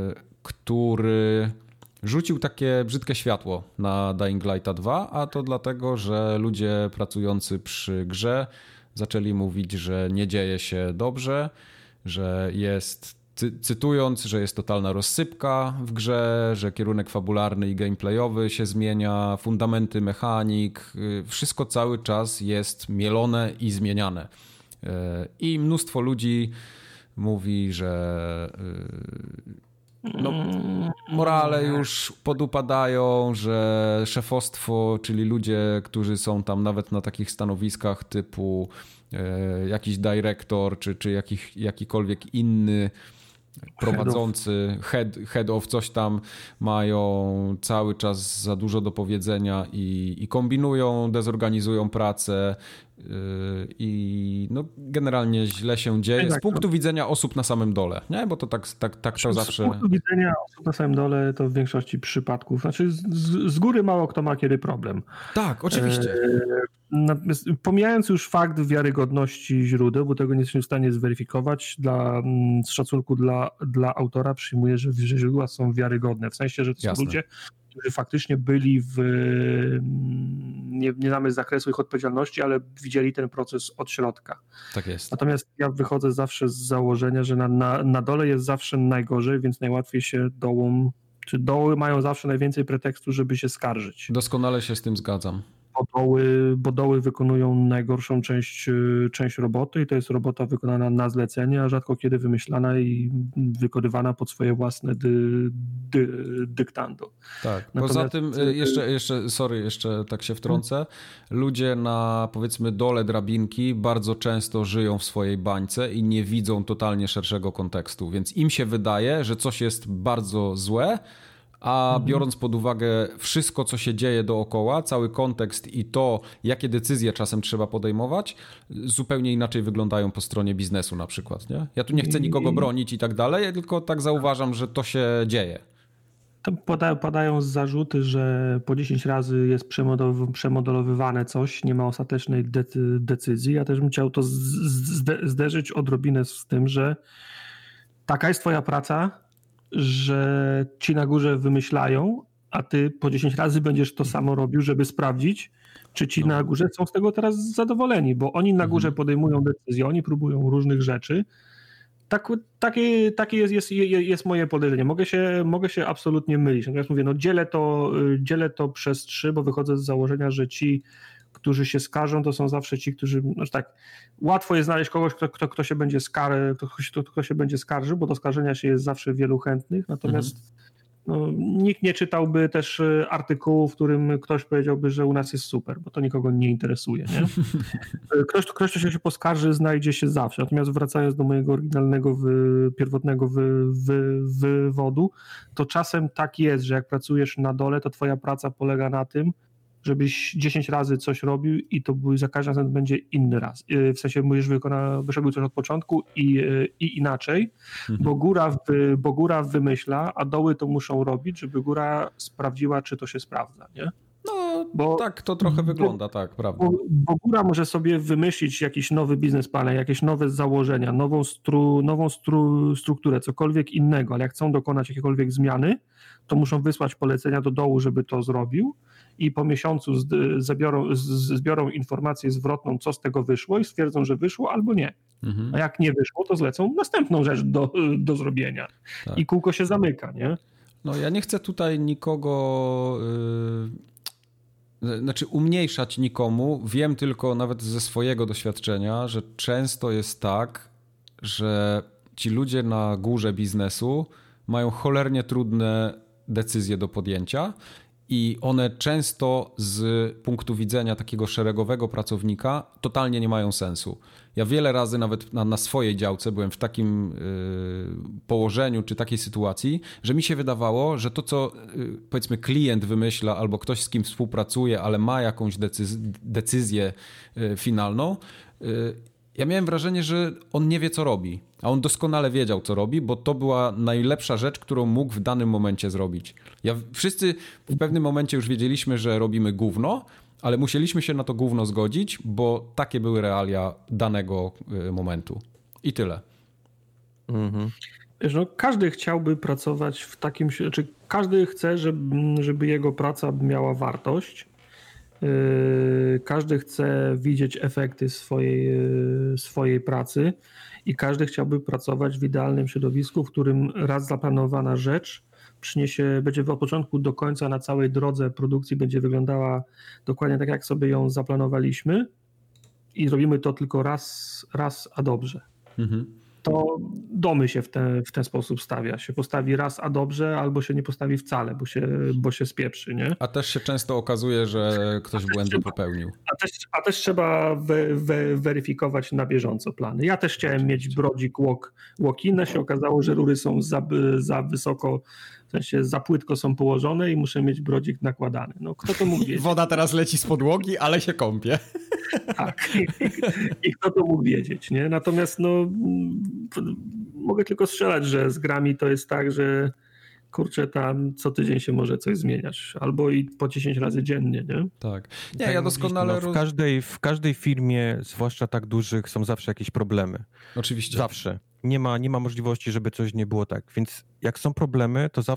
który... rzucił takie brzydkie światło na Dying Lighta dwa, a to dlatego, że ludzie pracujący przy grze zaczęli mówić, że nie dzieje się dobrze, że jest, cy- cytując, że jest totalna rozsypka w grze, że kierunek fabularny i gameplayowy się zmienia, fundamenty mechanik, wszystko cały czas jest mielone i zmieniane. I mnóstwo ludzi mówi, że... No, morale już podupadają, że szefostwo, czyli ludzie, którzy są tam nawet na takich stanowiskach typu e, jakiś dyrektor, czy, czy jakich, jakikolwiek inny prowadzący, head, head of coś tam, mają cały czas za dużo do powiedzenia i, i kombinują, dezorganizują pracę i no, generalnie źle się dzieje z punktu widzenia osób na samym dole, nie? Bo to tak, tak, tak to zawsze... Z punktu widzenia osób na samym dole to w większości przypadków, znaczy z, z góry mało kto ma kiedy problem. Tak, oczywiście. Natomiast pomijając już fakt wiarygodności źródeł, bo tego nie jesteśmy w stanie zweryfikować, dla, z szacunku dla, dla autora przyjmuję, że źródła są wiarygodne, w sensie, że to są Jasne. ludzie, którzy faktycznie byli w, nie, nie znamy zakresu ich odpowiedzialności, ale widzieli ten proces od środka. Tak jest. Natomiast ja wychodzę zawsze z założenia, że na, na, na dole jest zawsze najgorzej, więc najłatwiej się dołom Czy doły mają zawsze najwięcej pretekstu, żeby się skarżyć. Doskonale się z tym zgadzam. Bo doły, bo doły wykonują najgorszą część, część roboty i to jest robota wykonana na zlecenie, a rzadko kiedy wymyślana i wykonywana pod swoje własne dy, dy, dyktando. Tak, Natomiast... poza tym jeszcze, jeszcze, sorry, jeszcze tak się wtrącę, ludzie na powiedzmy dole drabinki bardzo często żyją w swojej bańce i nie widzą totalnie szerszego kontekstu, więc im się wydaje, że coś jest bardzo złe, a mhm. biorąc pod uwagę wszystko, co się dzieje dookoła, cały kontekst i to, jakie decyzje czasem trzeba podejmować, zupełnie inaczej wyglądają po stronie biznesu na przykład, nie? Ja tu nie chcę nikogo bronić i tak dalej, tylko tak zauważam, że to się dzieje. Tam padają, padają zarzuty, że po dziesięć razy jest przemodelowywane coś, nie ma ostatecznej de- decyzji. Ja też bym chciał to zde- zderzyć odrobinę z tym, że taka jest twoja praca, że ci na górze wymyślają, a ty po dziesięć razy będziesz to samo robił, żeby sprawdzić, czy ci no. na górze są z tego teraz zadowoleni, bo oni na górze podejmują decyzje, oni próbują różnych rzeczy. Tak, takie takie jest, jest, jest moje podejrzenie. Mogę się, mogę się absolutnie mylić. Natomiast mówię, no dzielę to, dzielę to przez trzy, bo wychodzę z założenia, że ci, którzy się skarżą, to są zawsze ci, którzy, znaczy tak, łatwo jest znaleźć kogoś, kto, kto, kto się będzie skar, kto, kto się będzie skarżył, bo do skarżenia się jest zawsze wielu chętnych, natomiast mhm. no, nikt nie czytałby też artykułu, w którym ktoś powiedziałby, że u nas jest super, bo to nikogo nie interesuje, nie? Ktoś, ktoś, kto się poskarży, znajdzie się zawsze, natomiast wracając do mojego oryginalnego, wy, pierwotnego wy, wy, wywodu, to czasem tak jest, że jak pracujesz na dole, to twoja praca polega na tym, żebyś dziesięć razy coś robił i to za każdym razem będzie inny raz. W sensie mówisz, wykona, byś robił coś od początku i, i inaczej, mhm. bo, góra w, bo góra wymyśla, a doły to muszą robić, żeby góra sprawdziła, czy to się sprawdza, nie? No bo, tak to trochę wygląda, bo, tak, prawda. Bo, bo góra może sobie wymyślić jakiś nowy biznesplan, jakieś nowe założenia, nową, stru, nową stru, strukturę, cokolwiek innego, ale jak chcą dokonać jakiejkolwiek zmiany, to muszą wysłać polecenia do dołu, żeby to zrobił i po miesiącu zbiorą, zbiorą informację zwrotną, co z tego wyszło i stwierdzą, że wyszło albo nie. Mhm. A jak nie wyszło, to zlecą następną rzecz do, do zrobienia. Tak. I kółko się zamyka, nie? No ja nie chcę tutaj nikogo... Yy... Znaczy umniejszać nikomu, wiem tylko nawet ze swojego doświadczenia, że często jest tak, że ci ludzie na górze biznesu mają cholernie trudne decyzje do podjęcia i one często z punktu widzenia takiego szeregowego pracownika totalnie nie mają sensu. Ja wiele razy nawet na, na swojej działce byłem w takim y, położeniu czy takiej sytuacji, że mi się wydawało, że to co y, powiedzmy klient wymyśla albo ktoś z kim współpracuje, ale ma jakąś decyz- decyzję y, finalną, y, ja miałem wrażenie, że on nie wie, co robi, a on doskonale wiedział, co robi, bo to była najlepsza rzecz, którą mógł w danym momencie zrobić. Ja, wszyscy w pewnym momencie już wiedzieliśmy, że robimy gówno, ale musieliśmy się na to gówno zgodzić, bo takie były realia danego momentu. I tyle. Mhm. Wiesz, no, każdy chciałby pracować w takim... Znaczy każdy chce, żeby, żeby jego praca miała wartość. Każdy chce widzieć efekty swojej, swojej pracy i każdy chciałby pracować w idealnym środowisku, w którym raz zaplanowana rzecz przyniesie, będzie od początku do końca na całej drodze produkcji będzie wyglądała dokładnie tak, jak sobie ją zaplanowaliśmy i robimy to tylko raz, raz a dobrze. Mhm. To domy się w, te, w ten sposób stawia. Się postawi raz a dobrze, albo się nie postawi wcale, bo się, bo się spieprzy, nie? A też się często okazuje, że ktoś błędy popełnił. A też, a też trzeba we, we, weryfikować na bieżąco plany. Ja też chciałem mieć brodzik walk, walk-in, się okazało, że rury są za, za wysoko, w sensie za płytko są położone i muszę mieć brodzik nakładany. No kto to mógł wiedzieć? Woda teraz leci z podłogi, ale się kąpie. Tak. I kto to mógł wiedzieć, nie? Natomiast no mogę tylko strzelać, że z grami to jest tak, że kurczę, tam co tydzień się może coś zmieniać. Albo i po dziesięć razy dziennie, nie? Tak. Nie, tak ja doskonale... No, w, każdej, w każdej firmie, zwłaszcza tak dużych, są zawsze jakieś problemy. Oczywiście. Zawsze. Nie ma, nie ma możliwości, żeby coś nie było tak. Więc jak są problemy, to zawsze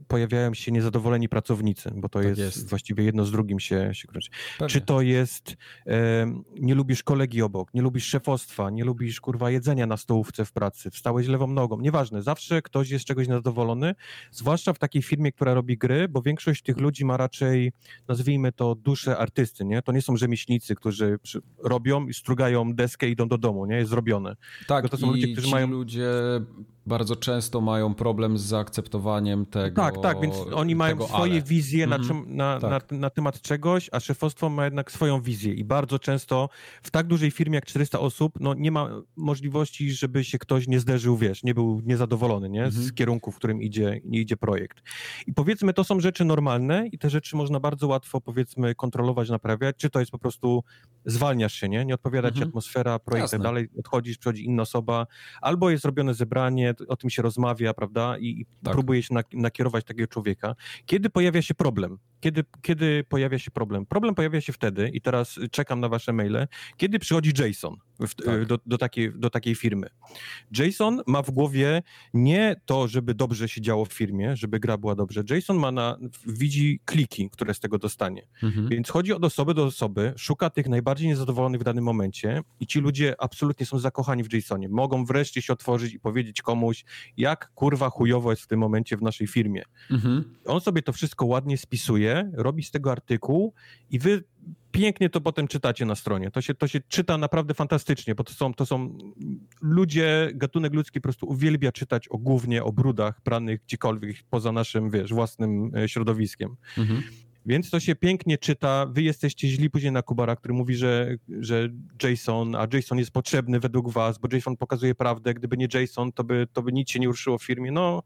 pojawiają się niezadowoleni pracownicy, bo to tak jest, jest właściwie jedno z drugim się, się kręci. Czy to jest e, nie lubisz kolegi obok, nie lubisz szefostwa, nie lubisz kurwa jedzenia na stołówce w pracy, wstałeś lewą nogą, nieważne, zawsze ktoś jest z czegoś niezadowolony, zwłaszcza w takiej firmie, która robi gry, bo większość tych ludzi ma raczej, nazwijmy to, duszę artysty, nie? To nie są rzemieślnicy, którzy przy, robią i strugają deskę i idą do domu, nie? Jest zrobione. Tak, to są i ludzie, którzy ci mają... ludzie bardzo często mają problem z zaakceptowaniem tego. Tak, tak, więc oni mają swoje ale. wizje na, Mhm, czym, na, tak. na, na temat czegoś, a szefostwo ma jednak swoją wizję i bardzo często w tak dużej firmie jak czterysta osób, no nie ma możliwości, żeby się ktoś nie zderzył, wiesz, nie był niezadowolony, nie? Z Mhm. kierunku, w którym idzie, nie idzie projekt. I powiedzmy, to są rzeczy normalne i te rzeczy można bardzo łatwo, powiedzmy, kontrolować, naprawiać, czy to jest po prostu zwalniasz się, nie? Nie odpowiada ci Mhm. atmosfera, projekt, Jasne. tak dalej, odchodzisz, przychodzi inna osoba, albo jest robione zebranie, o tym się rozmawia, prawda, i, i Tak. próbuje się nak- nakierować takiego człowieka. Kiedy pojawia się problem? Kiedy, kiedy pojawia się problem? Problem pojawia się wtedy, i teraz czekam na wasze maile, kiedy przychodzi Jason w, Tak. do, do, takiej, do takiej firmy. Jason ma w głowie nie to, żeby dobrze się działo w firmie, żeby gra była dobrze. Jason ma na, widzi kliki, które z tego dostanie. Mhm. Więc chodzi od osoby do osoby, szuka tych najbardziej niezadowolonych w danym momencie i ci ludzie absolutnie są zakochani w Jasonie. Mogą wreszcie się otworzyć i powiedzieć komuś, jak kurwa chujowo jest w tym momencie w naszej firmie. Mhm. On sobie to wszystko ładnie spisuje, robi z tego artykuł i wy pięknie to potem czytacie na stronie. To się, to się czyta naprawdę fantastycznie, bo to są, to są ludzie, gatunek ludzki po prostu uwielbia czytać o gównie, o brudach pranych gdziekolwiek poza naszym, wiesz, własnym środowiskiem. Mhm. Więc to się pięknie czyta. Wy jesteście źli później na Kubara, który mówi, że, że Jason, a Jason jest potrzebny według was, bo Jason pokazuje prawdę. Gdyby nie Jason, to by, to by nic się nie ruszyło w firmie. No,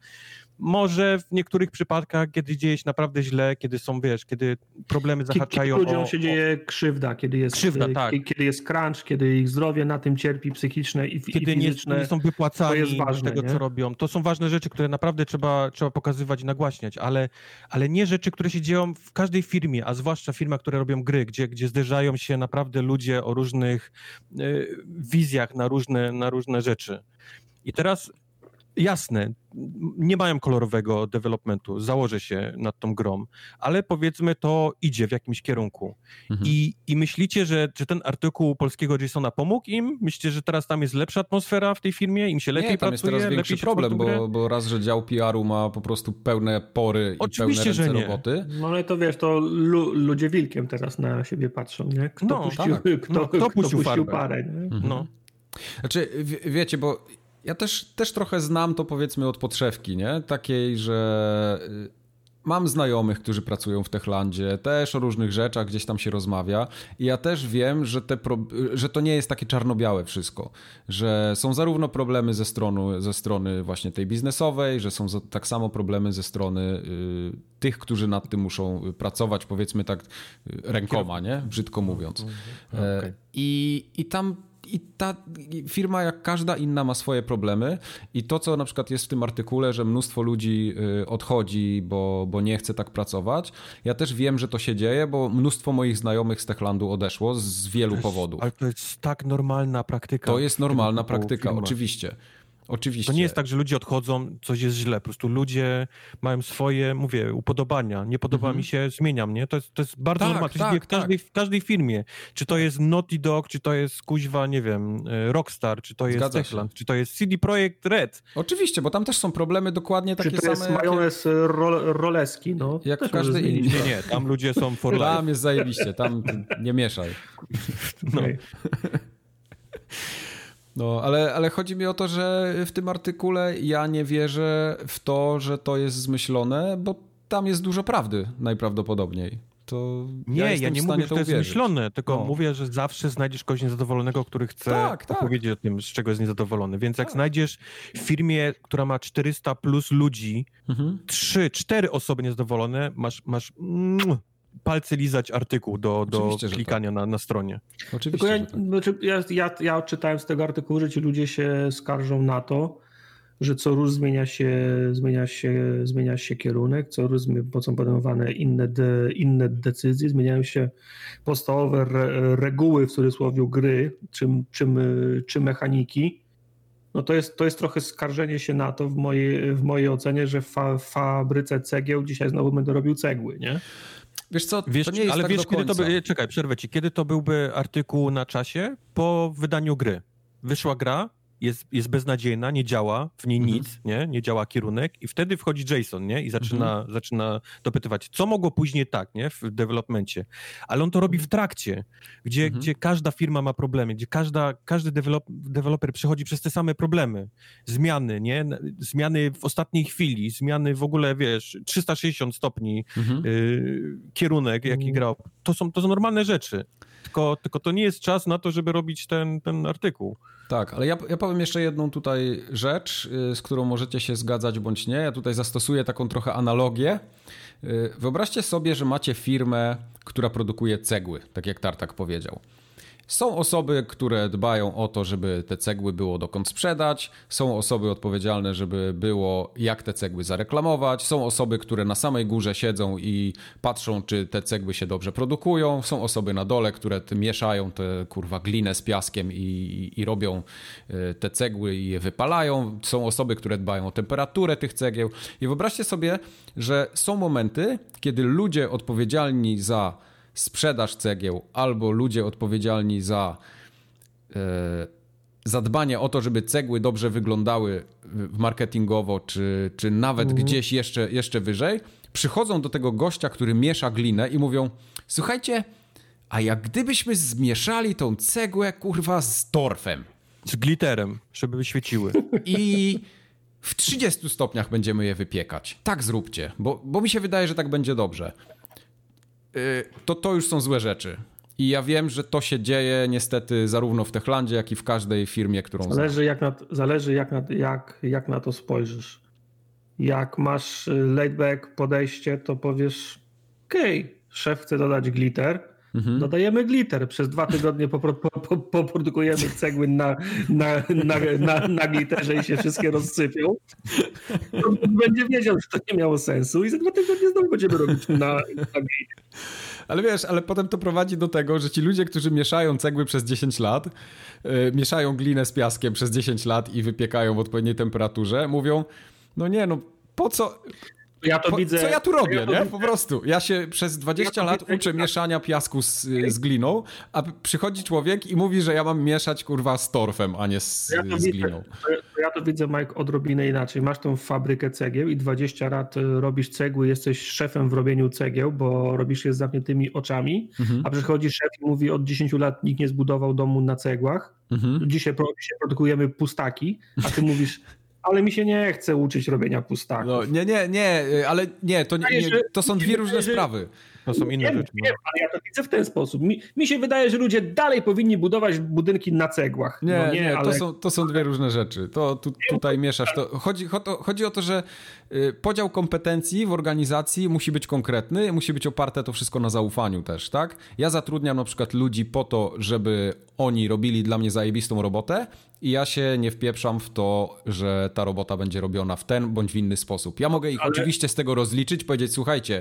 może w niektórych przypadkach, kiedy dzieje się naprawdę źle, kiedy są, wiesz, kiedy problemy zahaczają kiedy ludziom o... się dzieje krzywda, kiedy jest, Krzywda, tak. kiedy jest crunch, kiedy ich zdrowie na tym cierpi psychiczne i, Kiedy i fizyczne. nie, nie są wypłacani to jest ważne, z tego, nie? co robią. To są ważne rzeczy, które naprawdę trzeba, trzeba pokazywać i nagłaśniać, ale, ale nie rzeczy, które się dzieją w każdej firmie, a zwłaszcza firmach, które robią gry, gdzie, gdzie zderzają się naprawdę ludzie o różnych y, wizjach na różne, na różne rzeczy. I teraz jasne, nie mają kolorowego developmentu, założę się nad tą grą, ale powiedzmy to idzie w jakimś kierunku. Mhm. I, I myślicie, że, że ten artykuł polskiego Jasona pomógł im? Myślicie, że teraz tam jest lepsza atmosfera w tej firmie? Im się lepiej Nie, tam pracuje? jest teraz większy lepiej się problem, tworzy grę? bo, bo raz, że dział P R u ma po prostu pełne pory i Oczywiście, pełne że ręce nie. roboty. No ale to wiesz, to lu, ludzie wilkiem teraz na siebie patrzą, nie? Kto No, puścił, tak. kto, No, kto kto puścił puścił farbę? parę, nie? Mhm. No. Znaczy, wie, wiecie, bo ja też, też trochę znam to, powiedzmy, od podszewki, nie? Takiej, że y, mam znajomych, którzy pracują w Techlandzie, też o różnych rzeczach gdzieś tam się rozmawia i ja też wiem, że, te pro, że to nie jest takie czarno-białe wszystko, że są zarówno problemy ze strony, ze strony właśnie tej biznesowej, że są za, tak samo problemy ze strony y, tych, którzy nad tym muszą pracować, powiedzmy tak y, rękoma, nie? Brzydko mówiąc. E, Okay. I, i tam I ta firma, jak każda inna, ma swoje problemy i to, co na przykład jest w tym artykule, że mnóstwo ludzi odchodzi, bo, bo nie chce tak pracować, ja też wiem, że to się dzieje, bo mnóstwo moich znajomych z Techlandu odeszło z wielu To jest, powodów. ale to jest tak normalna praktyka. To jest normalna w tego typu praktyka, firmach. oczywiście. Oczywiście. To nie jest tak, że ludzie odchodzą, coś jest źle. Po prostu ludzie mają swoje, mówię, upodobania. Nie podoba Mhm. mi się, zmieniam, nie? To jest, to jest bardzo Tak, normalne. To się tak, dzieje w każdej, tak. w każdej firmie. Czy to jest Naughty Dog, czy to jest kuźwa, nie wiem, Rockstar, czy to jest Zgadza się. Techland, czy to jest C D Projekt Red. Oczywiście, bo tam też są problemy dokładnie takie Czy to same. jest jakie- majonez ro, roleski, no. Jak też w każdej może zmienić. innej. Nie, nie, tam ludzie są for life. Tam jest zajebiście, tam nie mieszaj. No. Okej. No, ale, ale chodzi mi o to, że w tym artykule ja nie wierzę w to, że to jest zmyślone, bo tam jest dużo prawdy najprawdopodobniej. To Nie, ja, ja, jestem nie w stanie mówię, że to jest uwierzyć. myślone, tylko No. mówię, że zawsze znajdziesz kogoś niezadowolonego, który chce Tak, tak. opowiedzieć o tym, z czego jest niezadowolony. Więc jak Tak. znajdziesz w firmie, która ma czterysta plus ludzi, Mhm. trzy, cztery osoby niezadowolone, masz, masz mm, palce lizać artykuł do, do Oczywiście, że klikania na, na stronie. Oczywiście, Tylko ja, że tak. znaczy ja, ja, ja odczytałem z tego artykułu, że ci ludzie się skarżą na to, że co rusz zmienia się, zmienia się, zmienia się kierunek, co rusz bo są podejmowane inne, de, inne decyzje, zmieniają się podstawowe re, reguły w cudzysłowie gry, czy, czy, czy mechaniki. no to jest, to jest trochę skarżenie się na to w mojej, w mojej ocenie, że w fa, fabryce cegieł dzisiaj znowu będę robił cegły, nie? Wiesz co, wiesz, to nie jest ale tak wiesz, do kiedy to końca. by, czekaj, przerwę ci. Kiedy to byłby artykuł na czasie? Po wydaniu gry. Wyszła gra, jest, jest beznadziejna, nie działa w niej Mhm. nic, nie? Nie działa kierunek i wtedy wchodzi Jason, nie? I zaczyna, Mhm. zaczyna dopytywać, co mogło później tak, nie? W developmencie. Ale on to robi w trakcie, gdzie, Mhm. gdzie każda firma ma problemy, gdzie każda, każdy dewelop, deweloper przechodzi przez te same problemy. Zmiany, nie? Zmiany w ostatniej chwili, zmiany w ogóle, wiesz, trzysta sześćdziesiąt stopni, Mhm. y, kierunek, jaki grał. To są, to są normalne rzeczy. Tylko, tylko to nie jest czas na to, żeby robić ten, ten artykuł. Tak, ale ja, ja powiem jeszcze jedną tutaj rzecz, y, z którą możecie się zgadzać bądź nie. Ja tutaj zastosuję taką trochę analogię. Y, Wyobraźcie sobie, że macie firmę, która produkuje cegły, tak jak Tartak powiedział. Są osoby, które dbają o to, żeby te cegły było dokąd sprzedać. Są osoby odpowiedzialne, żeby było jak te cegły zareklamować. Są osoby, które na samej górze siedzą i patrzą, czy te cegły się dobrze produkują. Są osoby na dole, które mieszają tę kurwa glinę z piaskiem i, i, i robią te cegły i je wypalają. Są osoby, które dbają o temperaturę tych cegieł. I wyobraźcie sobie, że są momenty, kiedy ludzie odpowiedzialni za sprzedaż cegieł albo ludzie odpowiedzialni za e, zadbanie o to, żeby cegły dobrze wyglądały marketingowo, czy, czy nawet mm. gdzieś jeszcze, jeszcze wyżej, przychodzą do tego gościa, który miesza glinę i mówią, słuchajcie, a jak gdybyśmy zmieszali tą cegłę, kurwa, z torfem. Z glitterem, żeby świeciły. I w trzydziestu stopniach będziemy je wypiekać. Tak zróbcie, bo, bo mi się wydaje, że tak będzie dobrze. To to już są złe rzeczy. I ja wiem, że to się dzieje niestety zarówno w Techlandzie, jak i w każdej firmie, którą zależy jak na, zależy jak na, jak, jak na to spojrzysz. Jak masz laid-back podejście, to powiesz okej, okay, szef chce dodać glitter, mhm. dodajemy glitter. Przez dwa tygodnie poprodukujemy po, po cegły na, na, na, na, na glitterze i się wszystkie rozsypią. To będzie wiedział, że to nie miało sensu i za dwa tygodnie znowu będziemy robić na, na glitter. Ale wiesz, ale potem to prowadzi do tego, że ci ludzie, którzy mieszają cegły przez dziesięć lat, yy, mieszają glinę z piaskiem przez dziesięć lat i wypiekają w odpowiedniej temperaturze, mówią, no nie, no po co... Ja to po, widzę, co ja tu robię, ja to nie? widzę. Po prostu. Ja się przez dwadzieścia ja lat widzę, uczę mieszania piasku z, z gliną, a przychodzi człowiek i mówi, że ja mam mieszać, kurwa, z torfem, a nie z, ja z widzę, gliną. Ja to widzę, Mike, odrobinę inaczej. Masz tą fabrykę cegieł i dwadzieścia lat robisz cegły, jesteś szefem w robieniu cegieł, bo robisz je z zamkniętymi oczami, mhm. a przychodzi szef i mówi, od dziesięciu lat nikt nie zbudował domu na cegłach, mhm. dzisiaj, dzisiaj produkujemy pustaki, a ty mówisz... Ale mi się nie chce uczyć robienia pustaków. No, nie, nie, nie, ale nie, to, nie, nie, to są dwie różne sprawy. To są inne wiem, rzeczy. Wiem, ale ja to widzę w ten sposób. Mi, mi się wydaje, że ludzie dalej powinni budować budynki na cegłach. Nie, no nie, nie ale... to, są, to są dwie różne rzeczy. To tu, tutaj mieszasz. To chodzi, chodzi o to, że podział kompetencji w organizacji musi być konkretny, musi być oparte to wszystko na zaufaniu też, tak? Ja zatrudniam na przykład ludzi po to, żeby oni robili dla mnie zajebistą robotę i ja się nie wpieprzam w to, że ta robota będzie robiona w ten bądź w inny sposób. Ja mogę ich ale... oczywiście z tego rozliczyć, powiedzieć, słuchajcie,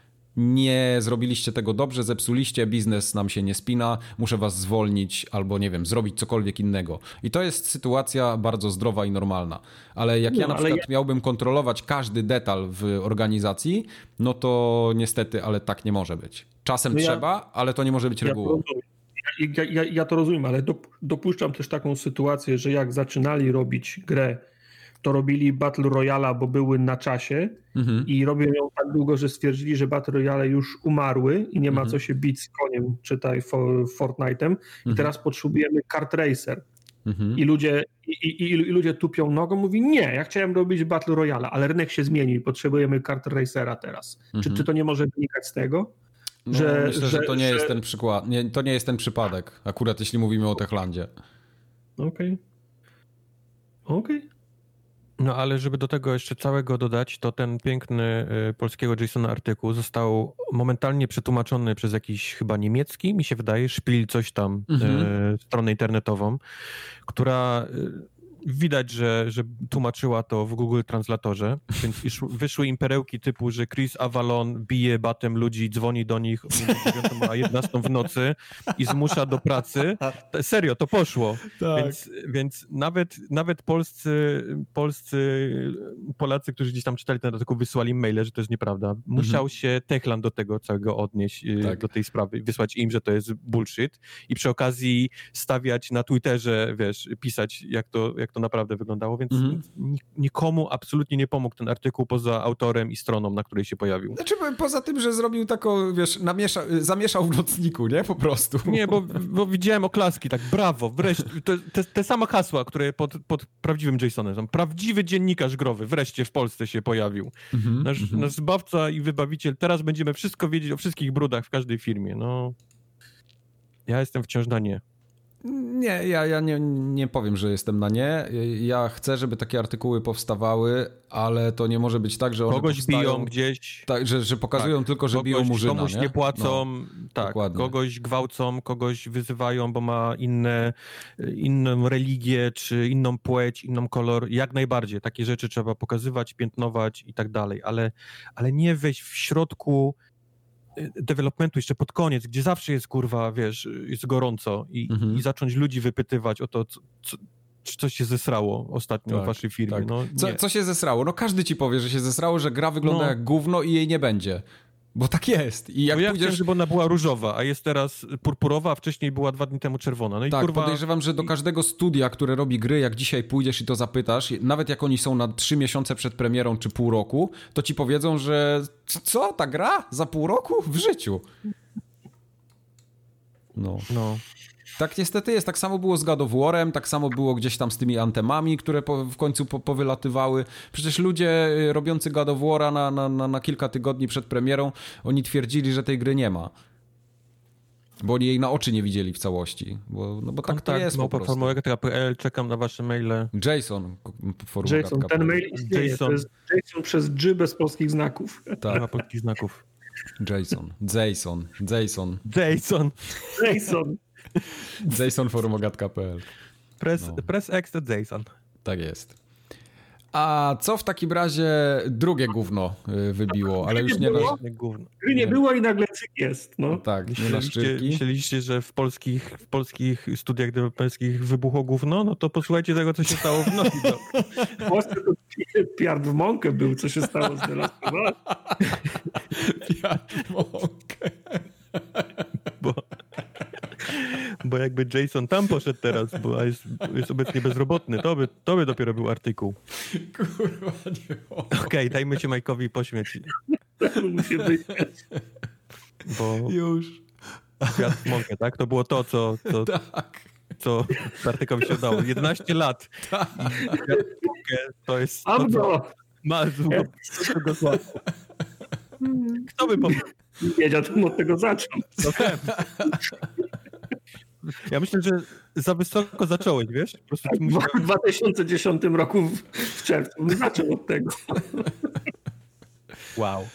nie zrobiliście tego dobrze, zepsuliście, biznes nam się nie spina, muszę was zwolnić albo, nie wiem, zrobić cokolwiek innego. I to jest sytuacja bardzo zdrowa i normalna. Ale jak no, ja na przykład ja... miałbym kontrolować każdy detal w organizacji, no to niestety, ale tak nie może być. Czasem no ja... trzeba, ale to nie może być ja regułą. Ja, ja, ja to rozumiem, ale dopuszczam też taką sytuację, że jak zaczynali robić grę, to robili Battle Royale, bo były na czasie mhm. i robią ją tak długo, że stwierdzili, że Battle Royale już umarły i nie ma mhm. co się bić z koniem, czytaj Fortnite'em mhm. i teraz potrzebujemy kart racer. Mhm. I, ludzie, i, i, i ludzie tupią nogą, mówi nie, ja chciałem robić Battle Royale, ale rynek się zmienił i potrzebujemy kart racera teraz. Mhm. Czy, czy to nie może wynikać z tego? No, że, myślę, że, że to nie że... jest ten przykład, nie, to nie jest ten przypadek, akurat jeśli mówimy o Techlandzie. Okej. Okay. Okej. Okay. No ale żeby do tego jeszcze całego dodać, to ten piękny y, polskiego Jasona artykuł został momentalnie przetłumaczony przez jakiś chyba niemiecki, mi się wydaje, szpil coś tam, mhm. y, stronę internetową, która y, widać, że, że tłumaczyła to w Google Translatorze, więc isz, wyszły im perełki typu, że Chris Avalon bije batem ludzi, dzwoni do nich o dziewiątej a jedenastej w nocy i zmusza do pracy. Serio, to poszło. Tak. Więc, więc nawet, nawet polscy, polscy Polacy, którzy gdzieś tam czytali ten artykuł, wysłali maile, że to jest nieprawda. Musiał mhm. się Techland do tego całego odnieść, tak. do tej sprawy, wysłać im, że to jest bullshit i przy okazji stawiać na Twitterze, wiesz, pisać, jak to, jak to naprawdę wyglądało, więc mm-hmm. nikomu absolutnie nie pomógł ten artykuł poza autorem i stroną, na której się pojawił. Znaczy, poza tym, że zrobił taką, wiesz, namiesza, zamieszał w nocniku, nie? Po prostu. Nie, bo, bo widziałem oklaski, tak, brawo, wreszcie, te, te, te same hasła, które pod, pod prawdziwym Jasonem są. Prawdziwy dziennikarz growy wreszcie w Polsce się pojawił. Mm-hmm, nasz, mm-hmm. nasz zbawca i wybawiciel, teraz będziemy wszystko wiedzieć o wszystkich brudach w każdej firmie, no. Ja jestem wciąż na nie. Nie, ja, ja nie, nie powiem, że jestem na nie. Ja chcę, żeby takie artykuły powstawały, ale to nie może być tak, że one kogoś powstają, biją gdzieś. Tak, że, że pokazują tak, tylko, że kogoś, biją murzyna. Komuś nie, nie płacą, no, tak, dokładnie. Kogoś gwałcą, kogoś wyzywają, bo ma inne, inną religię, czy inną płeć, inną kolor. Jak najbardziej. Takie rzeczy trzeba pokazywać, piętnować i tak dalej, ale, ale nie wejść w środku developmentu jeszcze pod koniec, gdzie zawsze jest, kurwa, wiesz, jest gorąco i, mhm. i zacząć ludzi wypytywać o to, co, co, czy coś się zesrało ostatnio tak, w waszej firmie. Tak. No, co, co się zesrało? No każdy ci powie, że się zesrało, że gra wygląda no. jak gówno i jej nie będzie. Bo tak jest. I jak Bo ja pójdziesz... chciałem, żeby ona była różowa, a jest teraz purpurowa, a wcześniej była dwa dni temu czerwona. No i tak, kurwa... podejrzewam, że do każdego studia, które robi gry, jak dzisiaj pójdziesz i to zapytasz, nawet jak oni są na trzy miesiące przed premierą czy pół roku, to ci powiedzą, że co, ta gra? Za pół roku? W życiu. No. No. Tak niestety jest. Tak samo było z God of War'em, tak samo było gdzieś tam z tymi antemami, które po, w końcu po, powylatywały. Przecież ludzie robiący God of War'a na, na, na, na kilka tygodni przed premierą, oni twierdzili, że tej gry nie ma. Bo oni jej na oczy nie widzieli w całości. Bo, no bo tak to jest po prostu. Formułek.pl, czekam na wasze maile. Jason. Jason, ten mail istnieje. Jason. To jest Jason przez G bez polskich znaków. Tak, ma polskich znaków. Jason. Jason. Jason. Jason. Jason. Jason forumogat kropka p l. Press, no. press X to Jason. Tak jest. A co w takim razie drugie gówno wybiło, ale już nie na... Gówno. Gry nie było i nagle cyk jest. No. No tak, nie na szczytki. Myśleliście, że w polskich, w polskich studiach deweloperskich wybuchło gówno? No to posłuchajcie tego, co się stało w Naughty Dog. W Polsce to piard w mąkę był, co się stało z The Last of Us. Piard w mąkę. Bo... Bo jakby Jason tam poszedł teraz, bo jest, jest obecnie bezrobotny, to by, to by dopiero był artykuł. Kurwa, nie Okej, okay, dajmy się Majkowi pośmieć. Musi być. Bo... Już. Kwiat w mąkę, tak? To było to, co, co, tak. co Bartekowi się udało. jedenaście lat. Tak. Kwiat w mąkę to jest... To, co ma długo, Kto by pomógł? Wiedziałbym od tego zacząć. No ja myślę, że za wysoko zacząłeś, wiesz? Po prostu tak, musiał... W dwa tysiące dziesiątym roku w, w czerwcu zaczął od tego. Wow.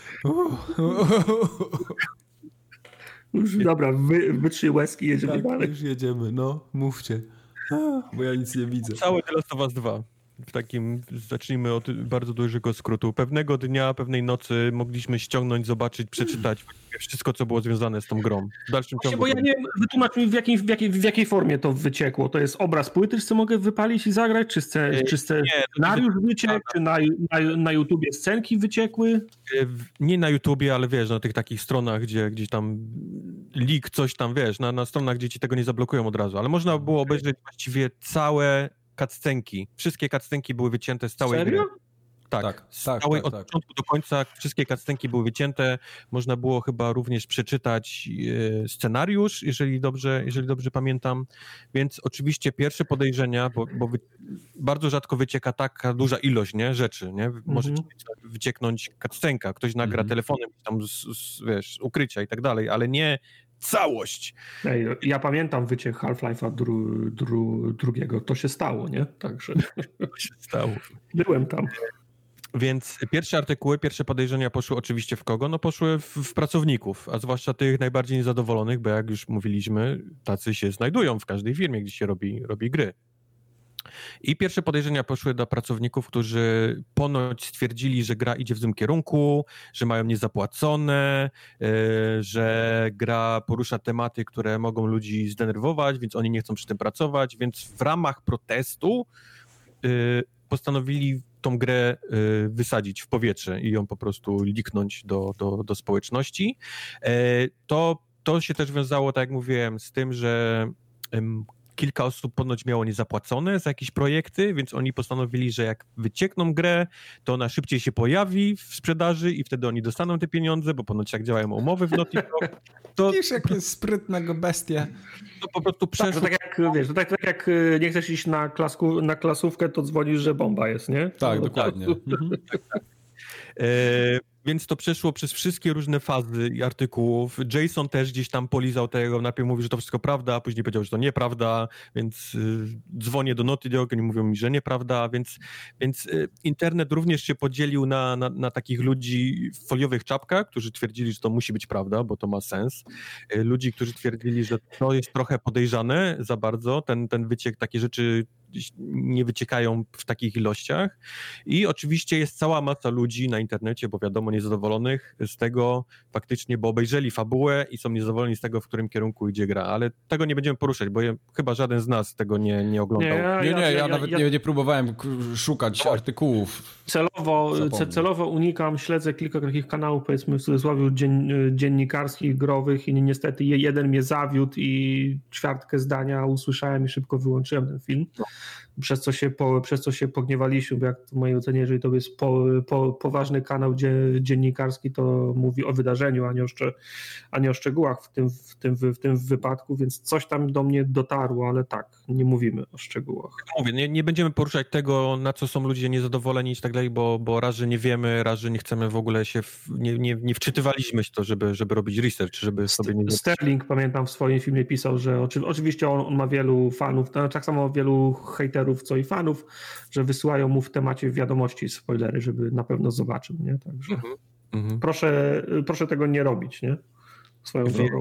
Już, dobra, wy, wytrzyj łezki, jedziemy tak, dalej. Już jedziemy, no, mówcie. Bo ja nic nie widzę. Całe The Last of Us dwa. W takim, zacznijmy od bardzo dużego skrótu. Pewnego dnia, pewnej nocy mogliśmy ściągnąć, zobaczyć, przeczytać wszystko, co było związane z tą grą. W dalszym ciągu... Bo ja nie wiem, wytłumacz mi, w jakiej, w, jakiej, w jakiej formie to wyciekło. To jest obraz płyty, co mogę wypalić i zagrać? Czy, sce, czy scenariusz wyciekł? Czy na, na, na YouTubie scenki wyciekły? Nie na YouTubie, ale wiesz, na tych takich stronach, gdzie gdzieś tam leak, coś tam, wiesz, na, na stronach, gdzie ci tego nie zablokują od razu. Ale można było obejrzeć właściwie całe cutscenki. Wszystkie cutscenki były wycięte z całej Serio? gry. Tak, tak, z tak, całej, tak, od tak. początku do końca wszystkie cutscenki były wycięte. Można było chyba również przeczytać e, scenariusz, jeżeli dobrze, jeżeli dobrze pamiętam. Więc oczywiście pierwsze podejrzenia, bo, bo wy, bardzo rzadko wycieka taka duża ilość, nie, rzeczy, nie? Może mm-hmm. wycieknąć cutscenka, ktoś nagra mm-hmm. telefonem tam z, z, wiesz, ukrycia i tak dalej, ale nie całość. Ej, ja pamiętam wyciek Half-Life'a dru, dru, drugiego. To się stało, nie? Także. To się stało. Byłem tam. Więc pierwsze artykuły, pierwsze podejrzenia poszły oczywiście w kogo? No poszły w, w pracowników, a zwłaszcza tych najbardziej niezadowolonych, bo jak już mówiliśmy, tacy się znajdują w każdej firmie, gdzie się robi, robi gry. I pierwsze podejrzenia poszły do pracowników, którzy ponoć stwierdzili, że gra idzie w złym kierunku, że mają niezapłacone, że gra porusza tematy, które mogą ludzi zdenerwować, więc oni nie chcą przy tym pracować, więc w ramach protestu postanowili tą grę wysadzić w powietrze i ją po prostu liknąć do, do, do społeczności. To, to się też wiązało, tak jak mówiłem, z tym, że kilka osób ponoć miało niezapłacone za jakieś projekty, więc oni postanowili, że jak wyciekną grę, to ona szybciej się pojawi w sprzedaży i wtedy oni dostaną te pieniądze, bo ponoć jak działają umowy w Naughty Dog, to... Widzisz, jak jest sprytnego bestia. To po prostu przeszło... Tak, tak jak, wiesz, to tak, tak jak nie chcesz iść na, klasku, na klasówkę, to dzwonisz, że bomba jest, nie? Tak, to, dokładnie. To... Mhm. E, więc to przeszło przez wszystkie różne fazy i artykułów. Jason też gdzieś tam polizał tego, najpierw mówił, że to wszystko prawda, a później powiedział, że to nieprawda, więc y, dzwonię do Naughty Dog, oni mówią mi, że nieprawda, więc, więc y, internet również się podzielił na, na, na takich ludzi w foliowych czapkach, którzy twierdzili, że to musi być prawda, bo to ma sens. Y, ludzi, którzy twierdzili, że to jest trochę podejrzane za bardzo, ten, ten wyciek, takie rzeczy nie wyciekają w takich ilościach i oczywiście jest cała masa ludzi na internecie, bo wiadomo, niezadowolonych z tego faktycznie, bo obejrzeli fabułę i są niezadowoleni z tego, w którym kierunku idzie gra, ale tego nie będziemy poruszać, bo je, chyba żaden z nas tego nie, nie oglądał. Nie, ja, nie, nie, ja, ja, ja nawet ja, nie, nie próbowałem szukać no, artykułów. Celowo, celowo unikam, śledzę kilka takich kanałów, powiedzmy w cudzysłowie dzien, dziennikarskich, growych i niestety jeden mnie zawiódł i ćwiartkę zdania usłyszałem i szybko wyłączyłem ten film. No. Przez co się, po, przez co się pogniewaliśmy, bo jak w mojej ocenie, jeżeli to jest po, po, poważny kanał dziennikarski, to mówi o wydarzeniu, a nie o, szcze, a nie o szczegółach w tym, w, tym, w tym wypadku, więc coś tam do mnie dotarło, ale tak, nie mówimy o szczegółach. Mówię, nie, nie będziemy poruszać tego, na co są ludzie niezadowoleni i tak dalej, bo, bo raz, że nie wiemy, raz, że nie chcemy w ogóle się, w, nie, nie, nie wczytywaliśmy się to, żeby, żeby robić research, żeby sobie nie... Sterling, pamiętam, w swoim filmie pisał, że oczy, oczywiście on, on ma wielu fanów, tak samo wielu hejterów, co i fanów, że wysyłają mu w temacie wiadomości spoilery, żeby na pewno zobaczył, nie? Także mm-hmm. proszę, proszę tego nie robić, nie? Swoją drogą.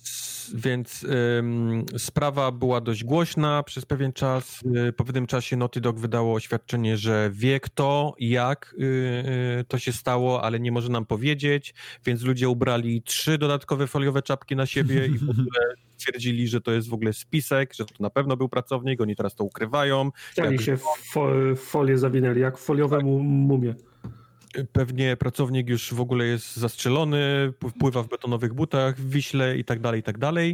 Więc ym, sprawa była dość głośna przez pewien czas. Yy, po pewnym czasie Naughty Dog wydało oświadczenie, że wie kto i jak yy, yy, to się stało, ale nie może nam powiedzieć, więc ludzie ubrali trzy dodatkowe foliowe czapki na siebie i w ogóle twierdzili, że to jest w ogóle spisek, że to na pewno był pracownik, oni teraz to ukrywają. Chcieli jak... się w fo- folię zawinęli, jak foliowe mumie. Pewnie pracownik już w ogóle jest zastrzelony, pływa w betonowych butach w Wiśle i tak dalej, i tak dalej.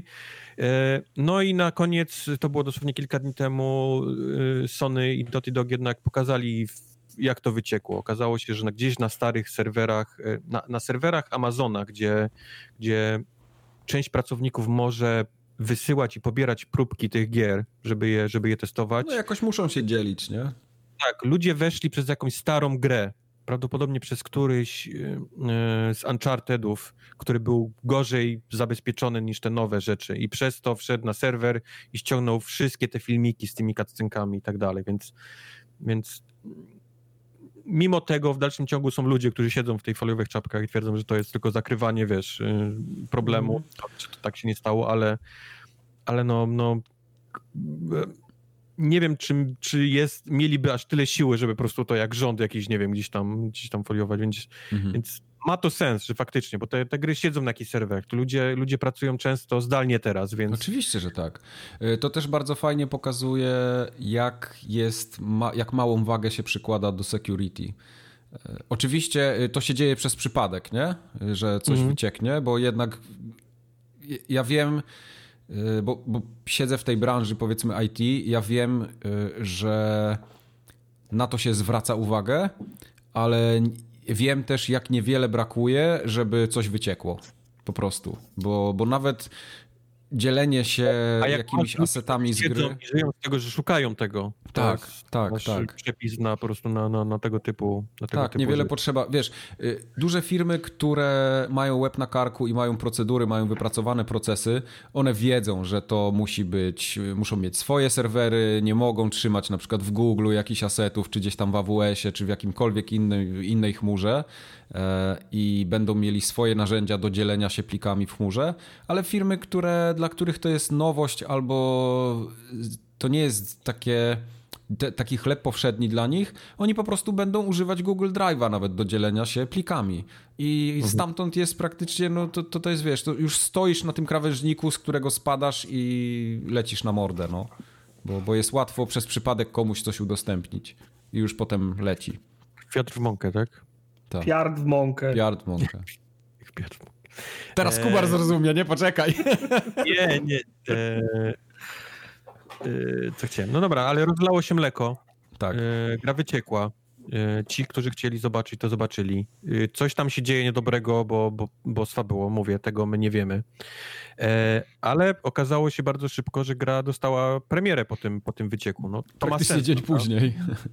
No i na koniec, to było dosłownie kilka dni temu, Sony i Naughty Dog jednak pokazali, jak to wyciekło. Okazało się, że na, gdzieś na starych serwerach, na, na serwerach Amazona, gdzie, gdzie część pracowników może wysyłać i pobierać próbki tych gier, żeby je, żeby je testować. No jakoś muszą się dzielić, nie? Tak, ludzie weszli przez jakąś starą grę, prawdopodobnie przez któryś z Unchartedów, który był gorzej zabezpieczony niż te nowe rzeczy i przez to wszedł na serwer i ściągnął wszystkie te filmiki z tymi cutscenkami i tak dalej, więc, więc mimo tego w dalszym ciągu są ludzie, którzy siedzą w tej foliowych czapkach i twierdzą, że to jest tylko zakrywanie, wiesz, problemu, mm. czy to tak się nie stało, ale, ale no, no nie wiem, czy, czy jest, mieliby aż tyle siły, żeby po prostu to jak rząd jakiś, nie wiem, gdzieś tam, gdzieś tam foliować, więc, mhm. więc ma to sens, że faktycznie, bo te, te gry siedzą na jakichś serwerach, to ludzie, ludzie pracują często zdalnie teraz, więc... Oczywiście, że tak. To też bardzo fajnie pokazuje, jak jest, ma, jak małą wagę się przykłada do security. Oczywiście to się dzieje przez przypadek, nie? Że coś mhm. wycieknie, bo jednak ja wiem... Bo, bo siedzę w tej branży, powiedzmy I T, ja wiem, że na to się zwraca uwagę, ale wiem też, jak niewiele brakuje, żeby coś wyciekło. Po prostu. Bo, bo nawet dzielenie się jak jakimiś asetami z gry... I żyją z tego, że szukają tego. Tak, tak, tak. Przepis na, po prostu na, na, na tego typu na tego Tak, typu niewiele rzeczy. potrzeba. Wiesz, duże firmy, które mają łeb na karku i mają procedury, mają wypracowane procesy, one wiedzą, że to musi być, muszą mieć swoje serwery, nie mogą trzymać na przykład w Google jakichś asetów, czy gdzieś tam w A W S-ie, czy w jakimkolwiek innej, innej chmurze i będą mieli swoje narzędzia do dzielenia się plikami w chmurze, ale firmy, które, dla których to jest nowość albo to nie jest takie te, taki chleb powszedni dla nich, oni po prostu będą używać Google Drive'a nawet do dzielenia się plikami. I mhm. stamtąd jest praktycznie, no to, to, to jest, wiesz, to już stoisz na tym krawężniku, z którego spadasz i lecisz na mordę, no. Bo, bo jest łatwo przez przypadek komuś coś udostępnić. I już potem leci. Kwiat w mąkę, tak? tak. Piard w mąkę. Piard w mąkę. Piard w mąkę. Teraz Kubar eee... zrozumie, nie? Poczekaj. Nie, nie. Eee... Eee, co chciałem? No dobra, ale rozlało się mleko. Tak. Eee, gra wyciekła. Eee, ci, którzy chcieli zobaczyć, to zobaczyli. Eee, coś tam się dzieje niedobrego, bo, bo, bo swabyło, mówię, tego my nie wiemy. Eee, ale okazało się bardzo szybko, że gra dostała premierę po tym, po tym wycieku. No, to ma sens. dzień później.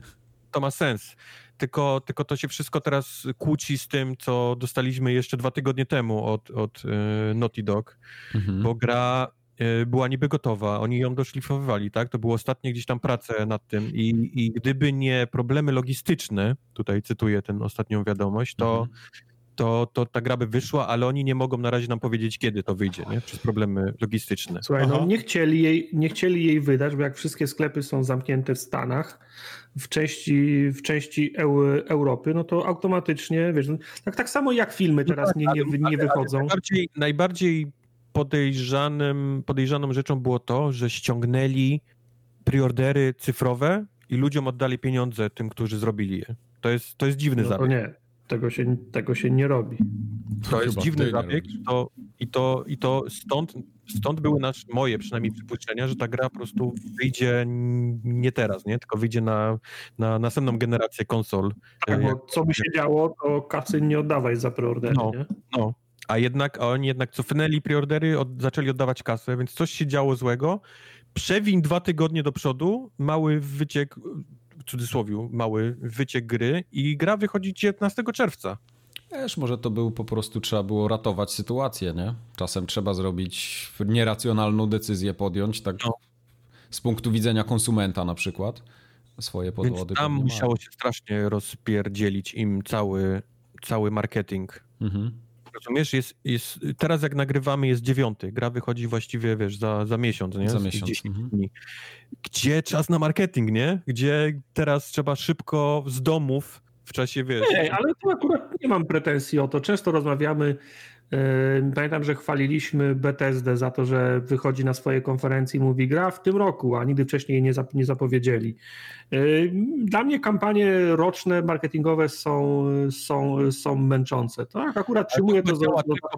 To ma sens. Tylko, tylko to się wszystko teraz kłóci z tym, co dostaliśmy jeszcze dwa tygodnie temu od, od y, Naughty Dog, mhm. bo gra y, była niby gotowa, oni ją doszlifowywali, tak? To były ostatnie gdzieś tam prace nad tym i, i gdyby nie problemy logistyczne, tutaj cytuję tę ostatnią wiadomość, to, mhm. to, to ta gra by wyszła, ale oni nie mogą na razie nam powiedzieć, kiedy to wyjdzie, nie? Przez problemy logistyczne. Słuchaj, Aha. no nie chcieli, jej, nie chcieli jej wydać, bo jak wszystkie sklepy są zamknięte w Stanach, w części, w części Eu, Europy, no to automatycznie, wiesz, tak, tak samo jak filmy teraz no tak, nie, nie, nie wychodzą. Ale najbardziej, najbardziej podejrzanym, podejrzaną rzeczą było to, że ściągnęli preordery cyfrowe i ludziom oddali pieniądze tym, którzy zrobili je. To jest, to jest dziwny no zabieg. To nie, tego się, tego się nie robi. To, to jest dziwny zabieg to, i, to, i to stąd, stąd były nasze, moje przynajmniej przypuszczenia, że ta gra po prostu wyjdzie nie teraz, nie? Tylko wyjdzie na, na następną generację konsol. Tak, bo jak, co by się działo, to kasy nie oddawaj za preordery, no, nie? No, a jednak a oni jednak cofnęli preordery, od, zaczęli oddawać kasę, więc coś się działo złego. Przewiń dwa tygodnie do przodu, mały wyciek, w cudzysłowie, mały wyciek gry i gra wychodzi dziewiętnastego czerwca. Wiesz, może to był po prostu, trzeba było ratować sytuację, nie? Czasem trzeba zrobić nieracjonalną decyzję podjąć, tak no. z punktu widzenia konsumenta na przykład, swoje podwody. Więc tam musiało się strasznie rozpierdzielić im cały, cały marketing. Mhm. Rozumiesz, jest, jest, teraz jak nagrywamy jest dziewiąty, gra wychodzi właściwie, wiesz, za, za miesiąc, nie? Za miesiąc. Mhm. dni. Gdzie czas na marketing, nie? Gdzie teraz trzeba szybko z domów w czasie, wiesz... Nie, ale tu akurat nie mam pretensji o to. Często rozmawiamy, yy, pamiętam, że chwaliliśmy Bethesdę za to, że wychodzi na swojej konferencji i mówi gra w tym roku, a nigdy wcześniej jej nie, zap- nie zapowiedzieli. Yy, dla mnie kampanie roczne, marketingowe są, są, są męczące. Tak, akurat przyjmuję to, to za...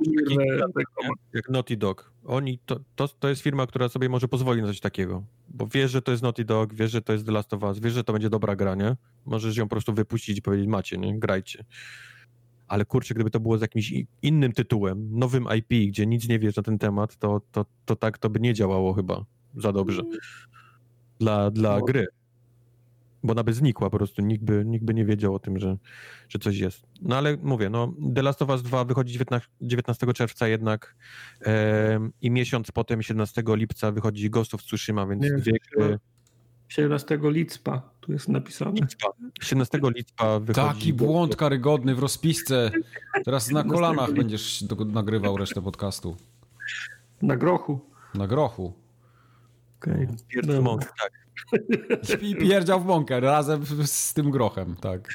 Jak Naughty Dog. Oni, to, to, to jest firma, która sobie może pozwolić na coś takiego, bo wiesz, że to jest Naughty Dog, wiesz, że to jest The Last of Us, wiesz, że to będzie dobra gra, nie? Możesz ją po prostu wypuścić i powiedzieć, macie, nie? Grajcie. Ale kurczę, gdyby to było z jakimś innym tytułem, nowym I P, gdzie nic nie wiesz na ten temat, to, to, to tak to by nie działało chyba za dobrze dla, dla gry. Bo ona by znikła po prostu, nikt by, nikt by nie wiedział o tym, że, że coś jest. No ale mówię, no The Last of Us dwa wychodzi dziewiętnastego czerwca jednak e, i miesiąc potem, siedemnastego lipca wychodzi Ghost of Tsushima, więc nie, dwie gry... siedemnastego lipca, tu jest napisane. Lipca. siedemnastego lipca wychodzi... Taki błąd karygodny w rozpisce. Teraz na kolanach będziesz do, nagrywał resztę podcastu. Na grochu. Na grochu. Okej. Okay. Pierdź mąk, tak. I pierdział w mąkę razem z tym grochem, tak.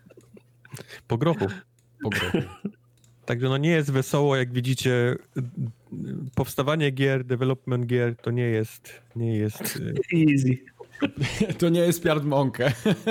Po grochu. Po grochu. Także no nie jest wesoło, jak widzicie. Powstawanie gier, development gier to nie jest... Nie jest easy. To nie jest piard mąkę.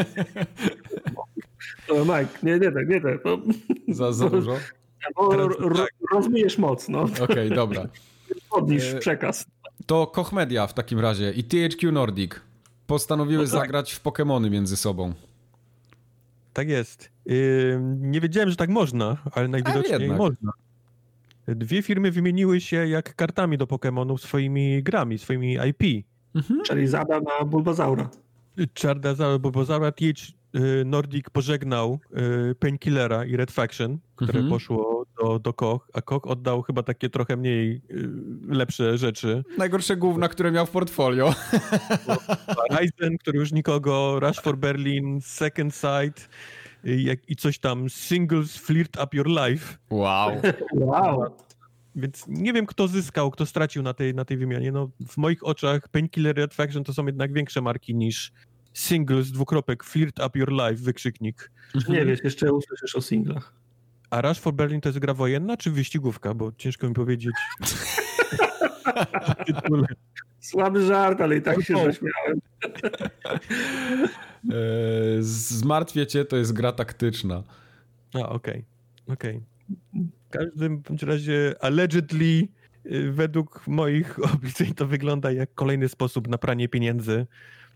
O, Mike, nie, nie tak, nie tak. No. Za, za dużo? Bo ro, ro, rozmyjesz mocno. Okej, okay, dobra. Podnisz przekaz. To Koch Media w takim razie i T H Q Nordic postanowiły no tak. zagrać w Pokemony między sobą. Tak jest. Yy, nie wiedziałem, że tak można, ale najwidoczniej można. Dwie firmy wymieniły się jak kartami do Pokemonów swoimi grami, swoimi I P. Mhm. Czyli Zada na Bulbazaura. Czarda za Bulbazaura. T H Nordic pożegnał y, Painkillera i Red Faction, które mhm. poszło do, do Koch, a Koch oddał chyba takie trochę mniej y, lepsze rzeczy. Najgorsze gówna, które miał w portfolio. Ryzen, który już nikogo, Rush for Berlin, Second Sight y, jak, i coś tam, Singles Flirt Up Your Life. Wow. Wow. Więc nie wiem, kto zyskał, kto stracił na tej, na tej wymianie. No, w moich oczach Painkiller i Red Faction to są jednak większe marki niż singles, dwukropek, flirt up your life, wykrzyknik. Nie wiesz, jeszcze usłyszysz o singlach. A Rush for Berlin to jest gra wojenna czy wyścigówka? Bo ciężko mi powiedzieć. Słaby żart, ale i tak się zaśmiałem. Zmartwię cię, to jest gra taktyczna. A, okej. Okay. okej. Okay. W każdym bądź razie allegedly według moich obliczeń to wygląda jak kolejny sposób na pranie pieniędzy.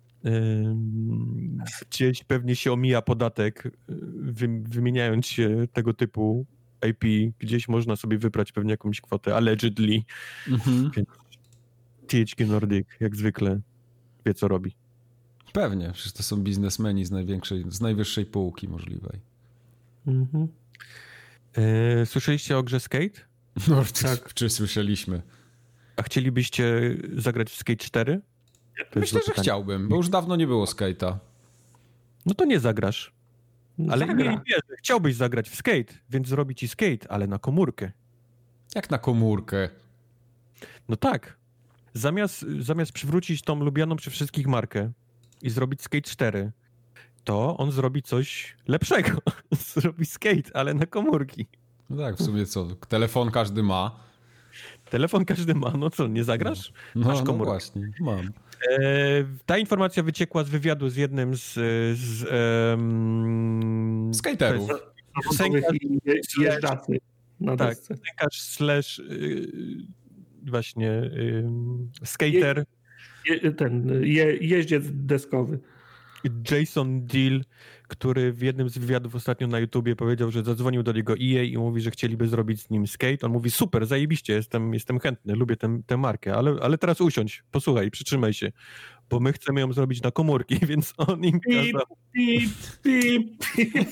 Gdzieś pewnie się omija podatek, wymieniając się tego typu I P. Gdzieś można sobie wybrać pewnie jakąś kwotę, allegedly. Mhm. T H Q Nordic, jak zwykle, wie co robi. Pewnie, przecież to są biznesmeni z największej, z najwyższej półki możliwej. Mhm. E, słyszeliście o grze Skate? No, tak. Czy słyszeliśmy? A chcielibyście zagrać w Skate cztery? Myślę, że chciałbym, bo już dawno nie było Skate'a. No to nie zagrasz. Ale Zagra. nie, nie, chciałbyś zagrać w Skate, więc zrobi ci Skate, ale na komórkę. Jak na komórkę? No tak. Zamiast, zamiast przywrócić tą lubianą przez wszystkich markę i zrobić Skate cztery, to on zrobi coś lepszego. Zrobi Skate, ale na komórki. No tak, w sumie co? Telefon każdy ma. Telefon każdy ma, no co, nie zagrasz? No, Masz no właśnie, mam. E, ta informacja wyciekła z wywiadu z jednym z... z um, skaterów. Jeżdżacy na tak, desce. skaterz slash y, właśnie y, skater. Je, je, ten je, jeździec deskowy. Jason Deal, który w jednym z wywiadów ostatnio na YouTubie powiedział, że zadzwonił do niego E A i mówi, że chcieliby zrobić z nim skate. On mówi, super, zajebiście, jestem, jestem chętny, lubię tę, tę markę, ale, ale teraz usiądź, posłuchaj, przytrzymaj się, bo my chcemy ją zrobić na komórki, więc on im kazał pip, pip, pip.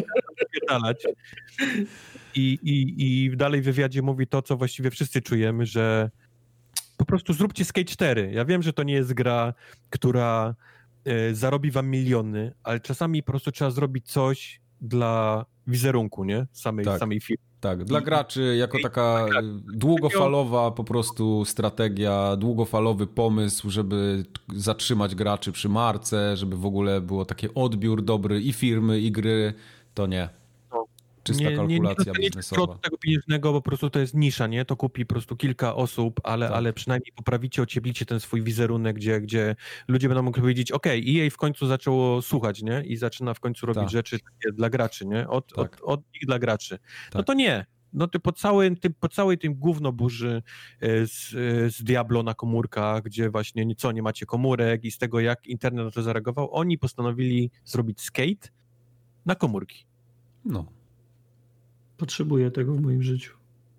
I, i, I dalej w wywiadzie mówi to, co właściwie wszyscy czujemy, że po prostu zróbcie Skate cztery. Ja wiem, że to nie jest gra, która zarobi wam miliony, ale czasami po prostu trzeba zrobić coś dla wizerunku, nie? Samej, tak, samej firmy. Tak, dla graczy jako taka długofalowa po prostu strategia, długofalowy pomysł, żeby zatrzymać graczy przy marce, żeby w ogóle było taki odbiór dobry i firmy, i gry, to nie. Czysta nie, kalkulacja nie, nie, biznesowa. Nie tego pieniężnego, bo po prostu to jest nisza, nie? To kupi po prostu kilka osób, ale, tak. ale przynajmniej poprawicie, ocieplicie ten swój wizerunek, gdzie, gdzie ludzie będą mogli powiedzieć, okej, okay, E A w końcu zaczęło słuchać, nie? I zaczyna w końcu robić tak. rzeczy takie dla graczy, nie? Od, tak. od, od nich dla graczy. Tak. No to nie. No to po, całym, tym, po całej tym gównoburzy z, z Diablo na komórkach, gdzie właśnie co, nie macie komórek i z tego, jak internet na to zareagował, oni postanowili zrobić skate na komórki. No. Potrzebuję tego w moim życiu.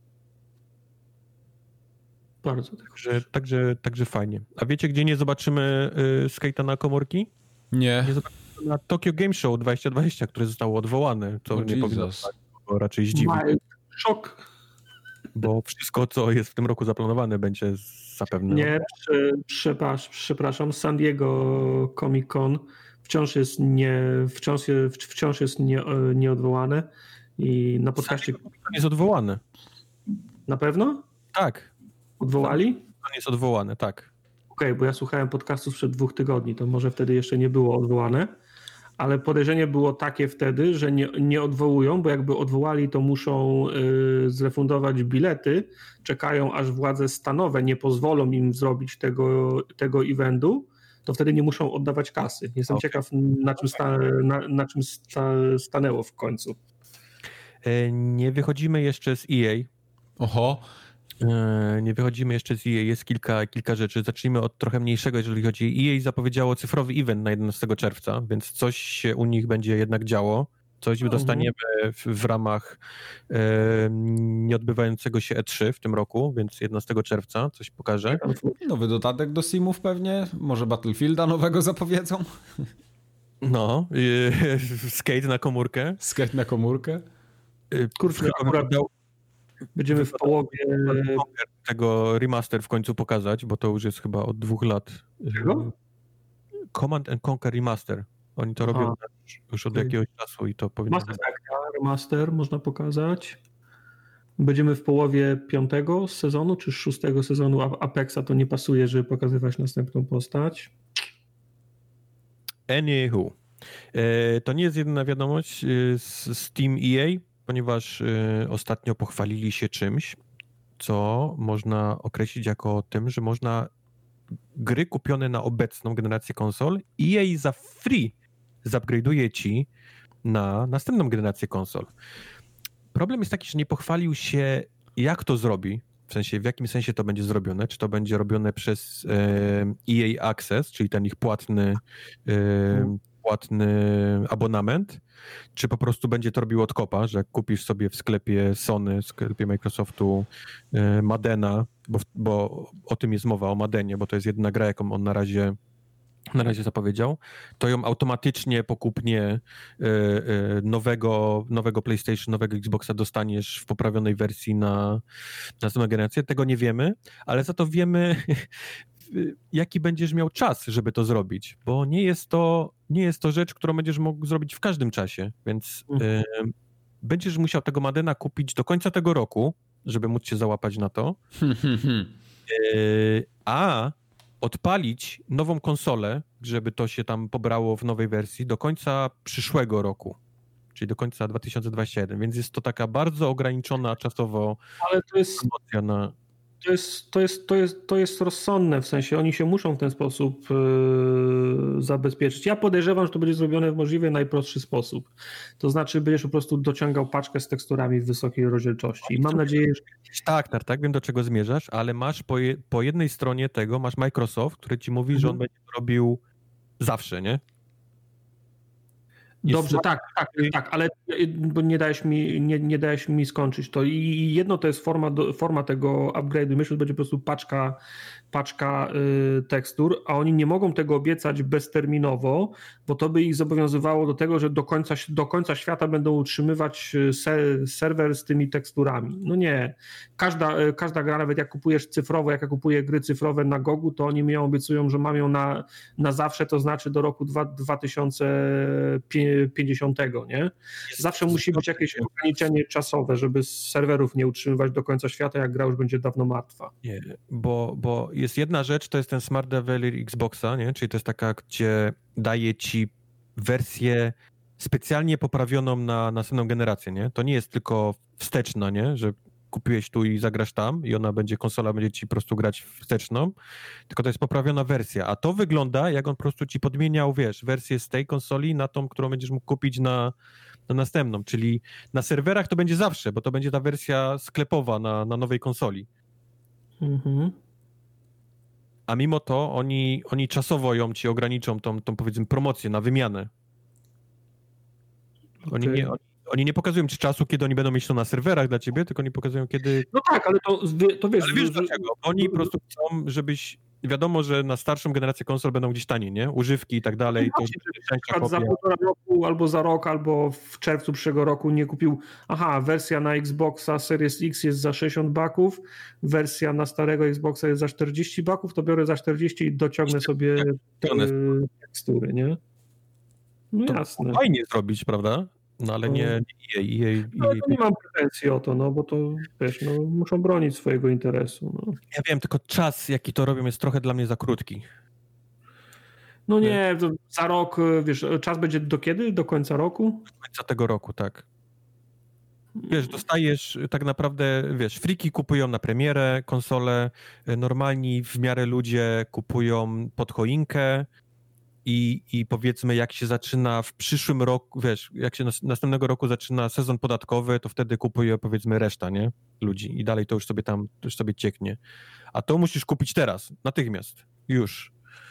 Bardzo tego. Także, także, także fajnie. A wiecie, gdzie nie zobaczymy y, skate'a na komórki? Nie. Nie zobaczymy na Tokyo Game Show dwadzieścia dwadzieścia, które zostało odwołane. To oh, nie powinno tak, bo raczej zdziwi. Szok. Bo wszystko, co jest w tym roku zaplanowane, będzie zapewne... Nie, prze, przepraszam, przepraszam, San Diego Comic Con wciąż jest, nie, wciąż, wciąż jest nie, nieodwołane. I na podcaście... On jest odwołany. Na pewno? Tak. Odwołali? On jest odwołany, tak. Okej, okay, bo ja słuchałem podcastu sprzed dwóch tygodni, to może wtedy jeszcze nie było odwołane, ale podejrzenie było takie wtedy, że nie, nie odwołują, bo jakby odwołali, to muszą y, zrefundować bilety, czekają aż władze stanowe nie pozwolą im zrobić tego, tego eventu, to wtedy nie muszą oddawać kasy. Jestem okay. ciekaw, na czym, sta, na, na czym sta, stanęło w końcu. Nie wychodzimy jeszcze z E A. Oho. Nie wychodzimy jeszcze z E A. Jest kilka, kilka rzeczy. Zacznijmy od trochę mniejszego, jeżeli chodzi o E A. Zapowiedziało cyfrowy event na jedenastego czerwca, więc coś się u nich będzie jednak działo. Coś uh-huh. dostaniemy w, w ramach e, nieodbywającego się E trzy w tym roku, więc jedenastego czerwca coś pokażę. Nowy dodatek do Simów pewnie. Może Battlefielda nowego zapowiedzą. No. E, skate na komórkę. Skate na komórkę. Kurczę, akurat będziemy w połowie tego remaster w końcu pokazać, bo to już jest chyba od dwóch lat. Czego? Command and Conquer Remaster. Oni to Aha. robią już od okay. jakiegoś czasu i to powinno być. Remaster można pokazać. Będziemy w połowie piątego sezonu, czy szóstego sezonu Apexa, to nie pasuje, żeby pokazywać następną postać. Anywho. To nie jest jedyna wiadomość z Steam E A, ponieważ ostatnio pochwalili się czymś, co można określić jako tym, że można gry kupione na obecną generację konsol E A za free zupgrade'uje ci na następną generację konsol. Problem jest taki, że nie pochwalił się, jak to zrobi, w sensie w jakim sensie to będzie zrobione, czy to będzie robione przez E A Access, czyli ten ich płatny płatny abonament, czy po prostu będzie to robił od kopa, że jak kupisz sobie w sklepie Sony, w sklepie Microsoftu Maddena, bo, bo o tym jest mowa, o Maddenie, bo to jest jedna gra, jaką on na razie na razie zapowiedział, to ją automatycznie po kupnie nowego, nowego PlayStation, nowego Xboxa dostaniesz w poprawionej wersji na następną generację. Tego nie wiemy, ale za to wiemy, jaki będziesz miał czas, żeby to zrobić, bo nie jest to, nie jest to rzecz, którą będziesz mógł zrobić w każdym czasie, więc mhm. y, będziesz musiał tego Maddena kupić do końca tego roku, żeby móc się załapać na to, y, a odpalić nową konsolę, żeby to się tam pobrało w nowej wersji do końca przyszłego roku, czyli do końca dwa tysiące dwudziestego pierwszego, więc jest to taka bardzo ograniczona czasowo ale to jest promocja na... To jest, to, jest, to, jest, to jest rozsądne, w sensie oni się muszą w ten sposób yy, zabezpieczyć. Ja podejrzewam, że to będzie zrobione w możliwie najprostszy sposób. To znaczy będziesz po prostu dociągał paczkę z teksturami w wysokiej rozdzielczości. I mam nadzieję, że... Tak, tak, tak, wiem do czego zmierzasz, ale masz po, je, po jednej stronie tego, masz Microsoft, który ci mówi, mhm. że on będzie to robił zawsze, nie? Jest Dobrze, tak, tak, tak, ale bo nie dałeś mi, nie, nie dałeś mi skończyć to. I jedno to jest forma, do, forma tego upgrade'u. Myślę, że będzie po prostu paczka, paczka y, tekstur, a oni nie mogą tego obiecać bezterminowo, bo to by ich zobowiązywało do tego, że do końca, do końca świata będą utrzymywać ser, serwer z tymi teksturami. No nie. Każda, każda gra, nawet jak kupujesz cyfrowo, jak ja kupuję gry cyfrowe na Gogu, to oni mi obiecują, że mam ją na, na zawsze, to znaczy do roku dwa tysiące pięćdziesiątego, nie? Zawsze musi być jakieś ograniczenie czasowe, żeby z serwerów nie utrzymywać do końca świata, jak gra już będzie dawno martwa. Nie, bo, bo jest jedna rzecz, to jest ten Smart Developer Xboxa, nie? Czyli to jest taka, gdzie daje ci wersję specjalnie poprawioną na następną generację, nie? To nie jest tylko wsteczna, nie? Że kupiłeś tu i zagrasz tam i ona będzie, konsola będzie ci po prostu grać wsteczną, tylko to jest poprawiona wersja, a to wygląda, jak on po prostu ci podmieniał, wiesz, wersję z tej konsoli na tą, którą będziesz mógł kupić na, na następną, czyli na serwerach to będzie zawsze, bo to będzie ta wersja sklepowa na, na nowej konsoli. Mhm. A mimo to oni, oni czasowo ją ci ograniczą, tą, tą powiedzmy promocję na wymianę. Oni Okay. nie... Oni Oni nie pokazują ci czasu, kiedy oni będą mieć to na serwerach dla ciebie, tylko oni pokazują, kiedy... No tak, ale to, to wiesz... Ale wiesz że... dlaczego? Oni po prostu chcą, żebyś... Wiadomo, że na starszą generację konsol będą gdzieś taniej, nie? Używki i tak dalej. No to na za półtora roku, albo za rok, albo w czerwcu przyszłego roku nie kupił... Aha, wersja na Xboxa Series X jest za sześćdziesiąt baków, wersja na starego Xboxa jest za czterdzieści baków, to biorę za czterdzieści i dociągnę sobie te tekstury, nie? No to jasne. Fajnie zrobić, prawda? No ale nie E A. E A, no, nie mam pretensji o to, no bo to wiesz, no, muszą bronić swojego interesu. No. Ja wiem, tylko czas, jaki to robią, jest trochę dla mnie za krótki. No nie, to za rok, wiesz, czas będzie do kiedy? Do końca roku? Do końca tego roku, tak. Wiesz, dostajesz tak naprawdę, wiesz, friki kupują na premierę konsole, normalni w miarę ludzie kupują pod choinkę, I, I powiedzmy, jak się zaczyna w przyszłym roku, wiesz, jak się nas, następnego roku zaczyna sezon podatkowy, to wtedy kupuje, powiedzmy, reszta, nie? Ludzi i dalej to już sobie tam, to już sobie cieknie. A to musisz kupić teraz, natychmiast, już.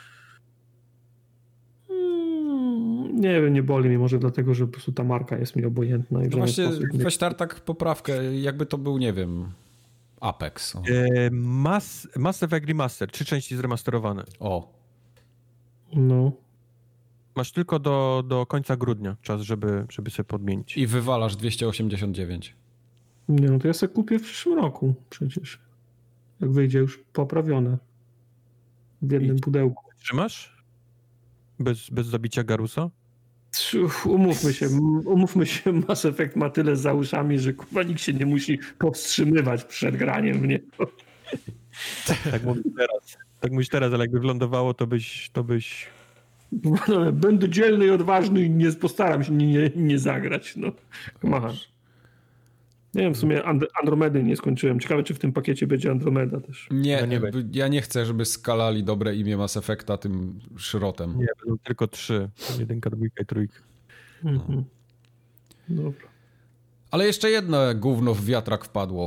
Hmm, nie wiem, nie boli mnie, może dlatego, że po prostu ta marka jest mi obojętna. I no właśnie, weź Tartak poprawkę, jakby to był, nie wiem, Apex. E, Mass, Mass Effect Remaster, trzy części zremasterowane. O. No. Masz tylko do, do końca grudnia czas, żeby, żeby sobie podmienić. I wywalasz dwieście osiemdziesiąt dziewięć. Nie, no to ja sobie kupię w przyszłym roku przecież. Jak wyjdzie już poprawione. W jednym I pudełku. Trzymasz? Bez, bez zabicia Garusa? Umówmy się, umówmy się, Mass Effect ma tyle za uszami, że kurwa nikt się nie musi powstrzymywać przed graniem w niego. Tak mówisz teraz. Tak mówisz teraz, ale jakby wlądowało, to byś, to byś Będę dzielny i odważny i nie postaram się nie, nie, nie zagrać. No. Macha. Nie wiem, w sumie And- Andromedy nie skończyłem. Ciekawe, czy w tym pakiecie będzie Andromeda też. Nie, no nie ja nie chcę, żeby skalali dobre imię Mass Effecta tym szrotem. Nie, będą tylko trzy. Jedynka, dwójka i trójka. Mhm. Dobra. Ale jeszcze jedno gówno w wiatrak wpadło.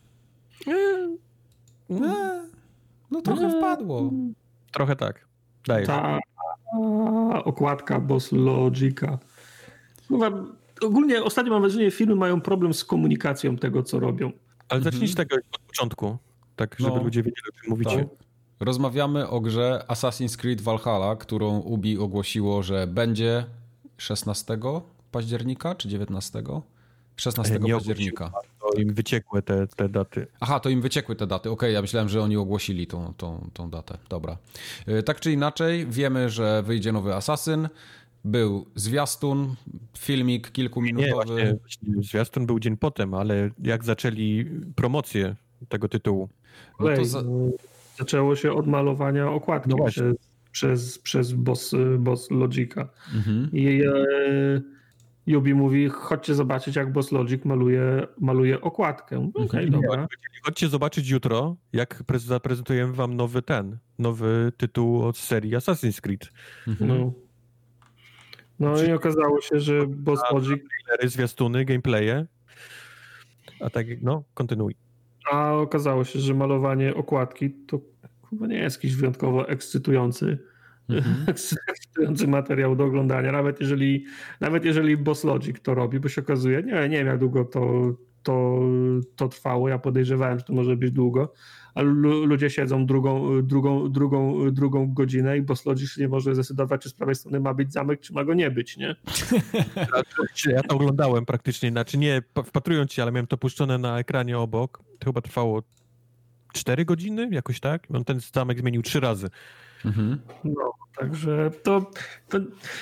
Nie, no trochę wpadło. Trochę tak. Dajesz. Ta okładka Boss Logica. Chyba, ogólnie ostatnio mam wrażenie, firmy mają problem z komunikacją tego, co robią. Ale zacznijcie mhm. tego od początku, tak żeby no, ludzie wiedzieli, o czym mówicie. Tak. Rozmawiamy o grze Assassin's Creed Valhalla, którą Ubi ogłosiło, że będzie szesnastego października czy dziewiętnastego? szesnastego nie października. To im wyciekły te, te daty. Aha, to im wyciekły te daty. Okej, okay, ja myślałem, że oni ogłosili tą, tą, tą datę. Dobra. Tak czy inaczej, wiemy, że wyjdzie nowy Assassin. Był zwiastun, filmik kilkuminutowy. Nie, właśnie, właśnie zwiastun był dzień potem, ale jak zaczęli promocję tego tytułu? No to za... Zaczęło się od malowania okładki no przez, przez, przez boss, boss Logica. Mhm. I e, Ubi mówi, chodźcie zobaczyć, jak Boss Logic maluje, maluje okładkę. Okej, okay, mhm. dobra. Chodźcie zobaczyć jutro, jak zaprezentujemy wam nowy ten, nowy tytuł od serii Assassin's Creed. Mhm. No. No Czyli... i okazało się, że Boss Logic... Trailery, zwiastuny, gameplaye. A tak, no, kontynuuj. A okazało się, że malowanie okładki to chyba nie jest jakiś wyjątkowo ekscytujący, mm-hmm. ekscytujący materiał do oglądania, nawet jeżeli, nawet jeżeli Boss Logic to robi, bo się okazuje, nie, nie wiem jak długo to, to, to trwało, ja podejrzewałem, że to może być długo, ale ludzie siedzą drugą, drugą, drugą, drugą godzinę i Boss Logic nie może zdecydować, czy z prawej strony ma być zamek, czy ma go nie być, nie? Ja to oglądałem praktycznie, znaczy nie wpatrując się, ale miałem to puszczone na ekranie obok. To chyba trwało cztery godziny, jakoś tak? On ten zamek zmienił trzy razy. Mhm. No, także to... to...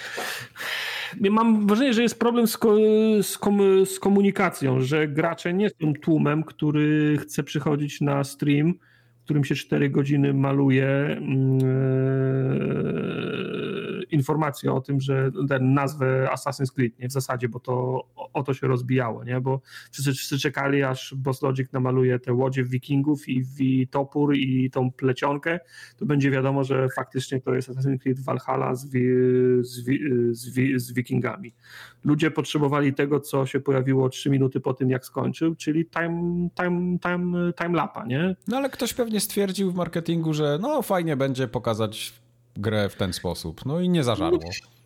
Mam wrażenie, że jest problem z, ko- z, kom- z komunikacją, że gracze nie są tłumem, który chce przychodzić na stream, w którym się cztery godziny maluje yy, informację o tym, że ten nazwę Assassin's Creed, nie w zasadzie, bo to o, o to się rozbijało, nie? Bo wszyscy, wszyscy czekali, aż Boss Logic namaluje te łodzie wikingów i, i topór i tą plecionkę, to będzie wiadomo, że faktycznie to jest Assassin's Creed Valhalla z, wi, z, wi, z, wi, z wikingami. Ludzie potrzebowali tego, co się pojawiło trzy minuty po tym, jak skończył, czyli time, time, time, time lapa, nie? No ale ktoś pewnie stwierdził w marketingu, że no fajnie będzie pokazać grę w ten sposób. No i nie zażarło.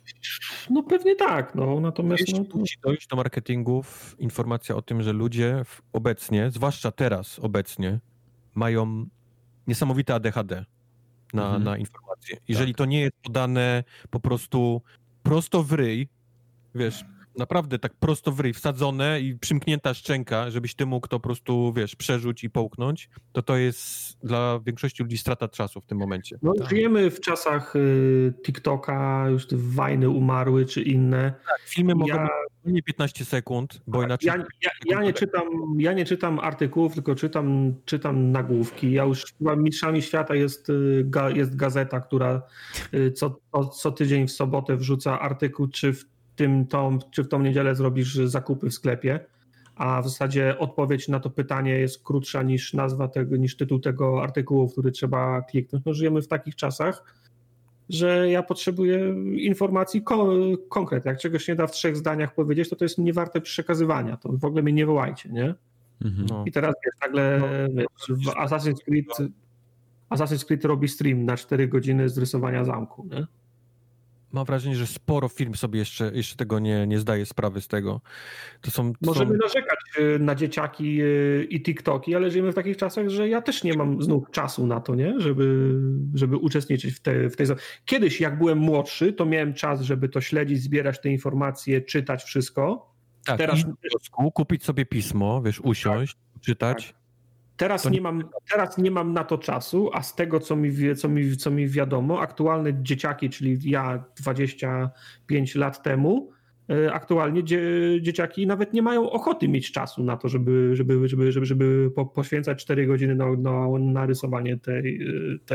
No pewnie tak, no natomiast... Jeśli no, musi dojść do marketingów informacja o tym, że ludzie obecnie, zwłaszcza teraz obecnie, mają niesamowite A D H D na, mhm. na informacje. Jeżeli tak. to nie jest podane po prostu prosto w ryj, wiesz, naprawdę tak prosto w ryj, wsadzone i przymknięta szczęka, żebyś ty mógł to po prostu, wiesz, przerzuć i połknąć, to to jest dla większości ludzi strata czasu w tym momencie. No tak. Żyjemy w czasach y, TikToka, już te wajny umarły czy inne. Tak, filmy ja... mogą być nie piętnaście sekund, bo tak, inaczej... Ja, ja, ja, nie czytam, ja nie czytam artykułów, tylko czytam, czytam nagłówki. Ja już chyba mistrzami świata jest, jest gazeta, która co, co tydzień w sobotę wrzuca artykuł, czy w tym tą, czy w tą niedzielę zrobisz zakupy w sklepie, a w zasadzie odpowiedź na to pytanie jest krótsza niż nazwa tego, niż tytuł tego artykułu, w który trzeba kliknąć. No, żyjemy w takich czasach, że ja potrzebuję informacji ko- konkret. Jak czegoś nie da w trzech zdaniach powiedzieć, to to jest niewarte przekazywania. To w ogóle mnie nie wołajcie, nie? Mhm. No. I teraz wiesz, nagle no, wiesz, w Assassin's Creed, Assassin's Creed robi stream na cztery godziny z rysowania zamku, nie? Mam wrażenie, że sporo firm sobie jeszcze, jeszcze tego nie, nie zdaje sprawy z tego. To są, to Możemy są... narzekać na dzieciaki i TikToki, ale żyjemy w takich czasach, że ja też nie mam znów czasu na to, nie? Żeby, żeby uczestniczyć w, te, w tej... Kiedyś, jak byłem młodszy, to miałem czas, żeby to śledzić, zbierać te informacje, czytać wszystko. Tak, teraz i kupić sobie pismo, wiesz, usiąść, tak, czytać. Tak. Teraz nie, mam, teraz nie mam na to czasu, a z tego, co mi, co mi, co mi wiadomo, aktualne dzieciaki, czyli ja dwadzieścia pięć lat temu, aktualnie dzie, dzieciaki nawet nie mają ochoty mieć czasu na to, żeby, żeby, żeby, żeby, żeby poświęcać cztery godziny na, na, na rysowanie tej, tej,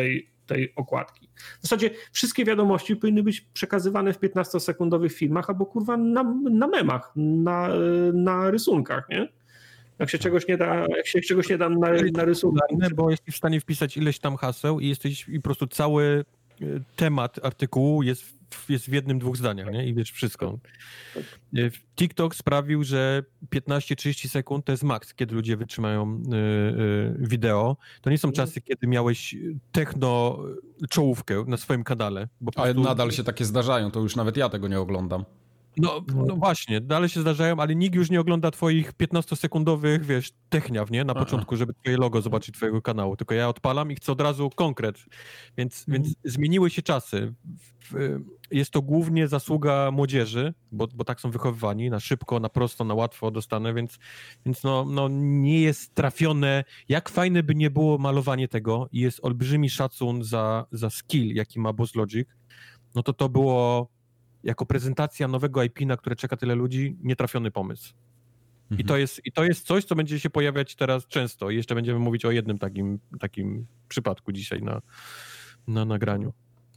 tej okładki. W zasadzie wszystkie wiadomości powinny być przekazywane w piętnastosekundowych filmach albo kurwa na, na memach, na, na rysunkach, nie? Jak się czegoś nie da, jak się czegoś nie da na, na rysunku. Bo jesteś w stanie wpisać ileś tam haseł i jesteś i po prostu cały temat artykułu jest w, jest w jednym, dwóch zdaniach, nie? I wiesz wszystko. TikTok sprawił, że piętnaście trzydzieści sekund to jest maks, kiedy ludzie wytrzymają y, y, wideo. To nie są czasy, kiedy miałeś techno czołówkę na swoim kanale. Bo Ale prostu... nadal się takie zdarzają, to już nawet ja tego nie oglądam. No, no właśnie, dalej się zdarzają, ale nikt już nie ogląda twoich piętnastosekundowych, wiesz, techniaw, nie? Na Aha. początku, żeby twoje logo zobaczyć twojego kanału. Tylko ja odpalam i chcę od razu konkret. Więc, mm. więc zmieniły się czasy. Jest to głównie zasługa młodzieży, bo, bo tak są wychowywani, na szybko, na prosto, na łatwo dostanę, więc, więc no, no nie jest trafione. Jak fajne by nie było malowanie tego i jest olbrzymi szacun za, za skill, jaki ma Boss Logic, no to to było... jako prezentacja nowego I P, na które czeka tyle ludzi, nietrafiony pomysł. Mhm. I, to jest, I to jest coś, co będzie się pojawiać teraz często. I jeszcze będziemy mówić o jednym takim, takim przypadku dzisiaj na, na nagraniu.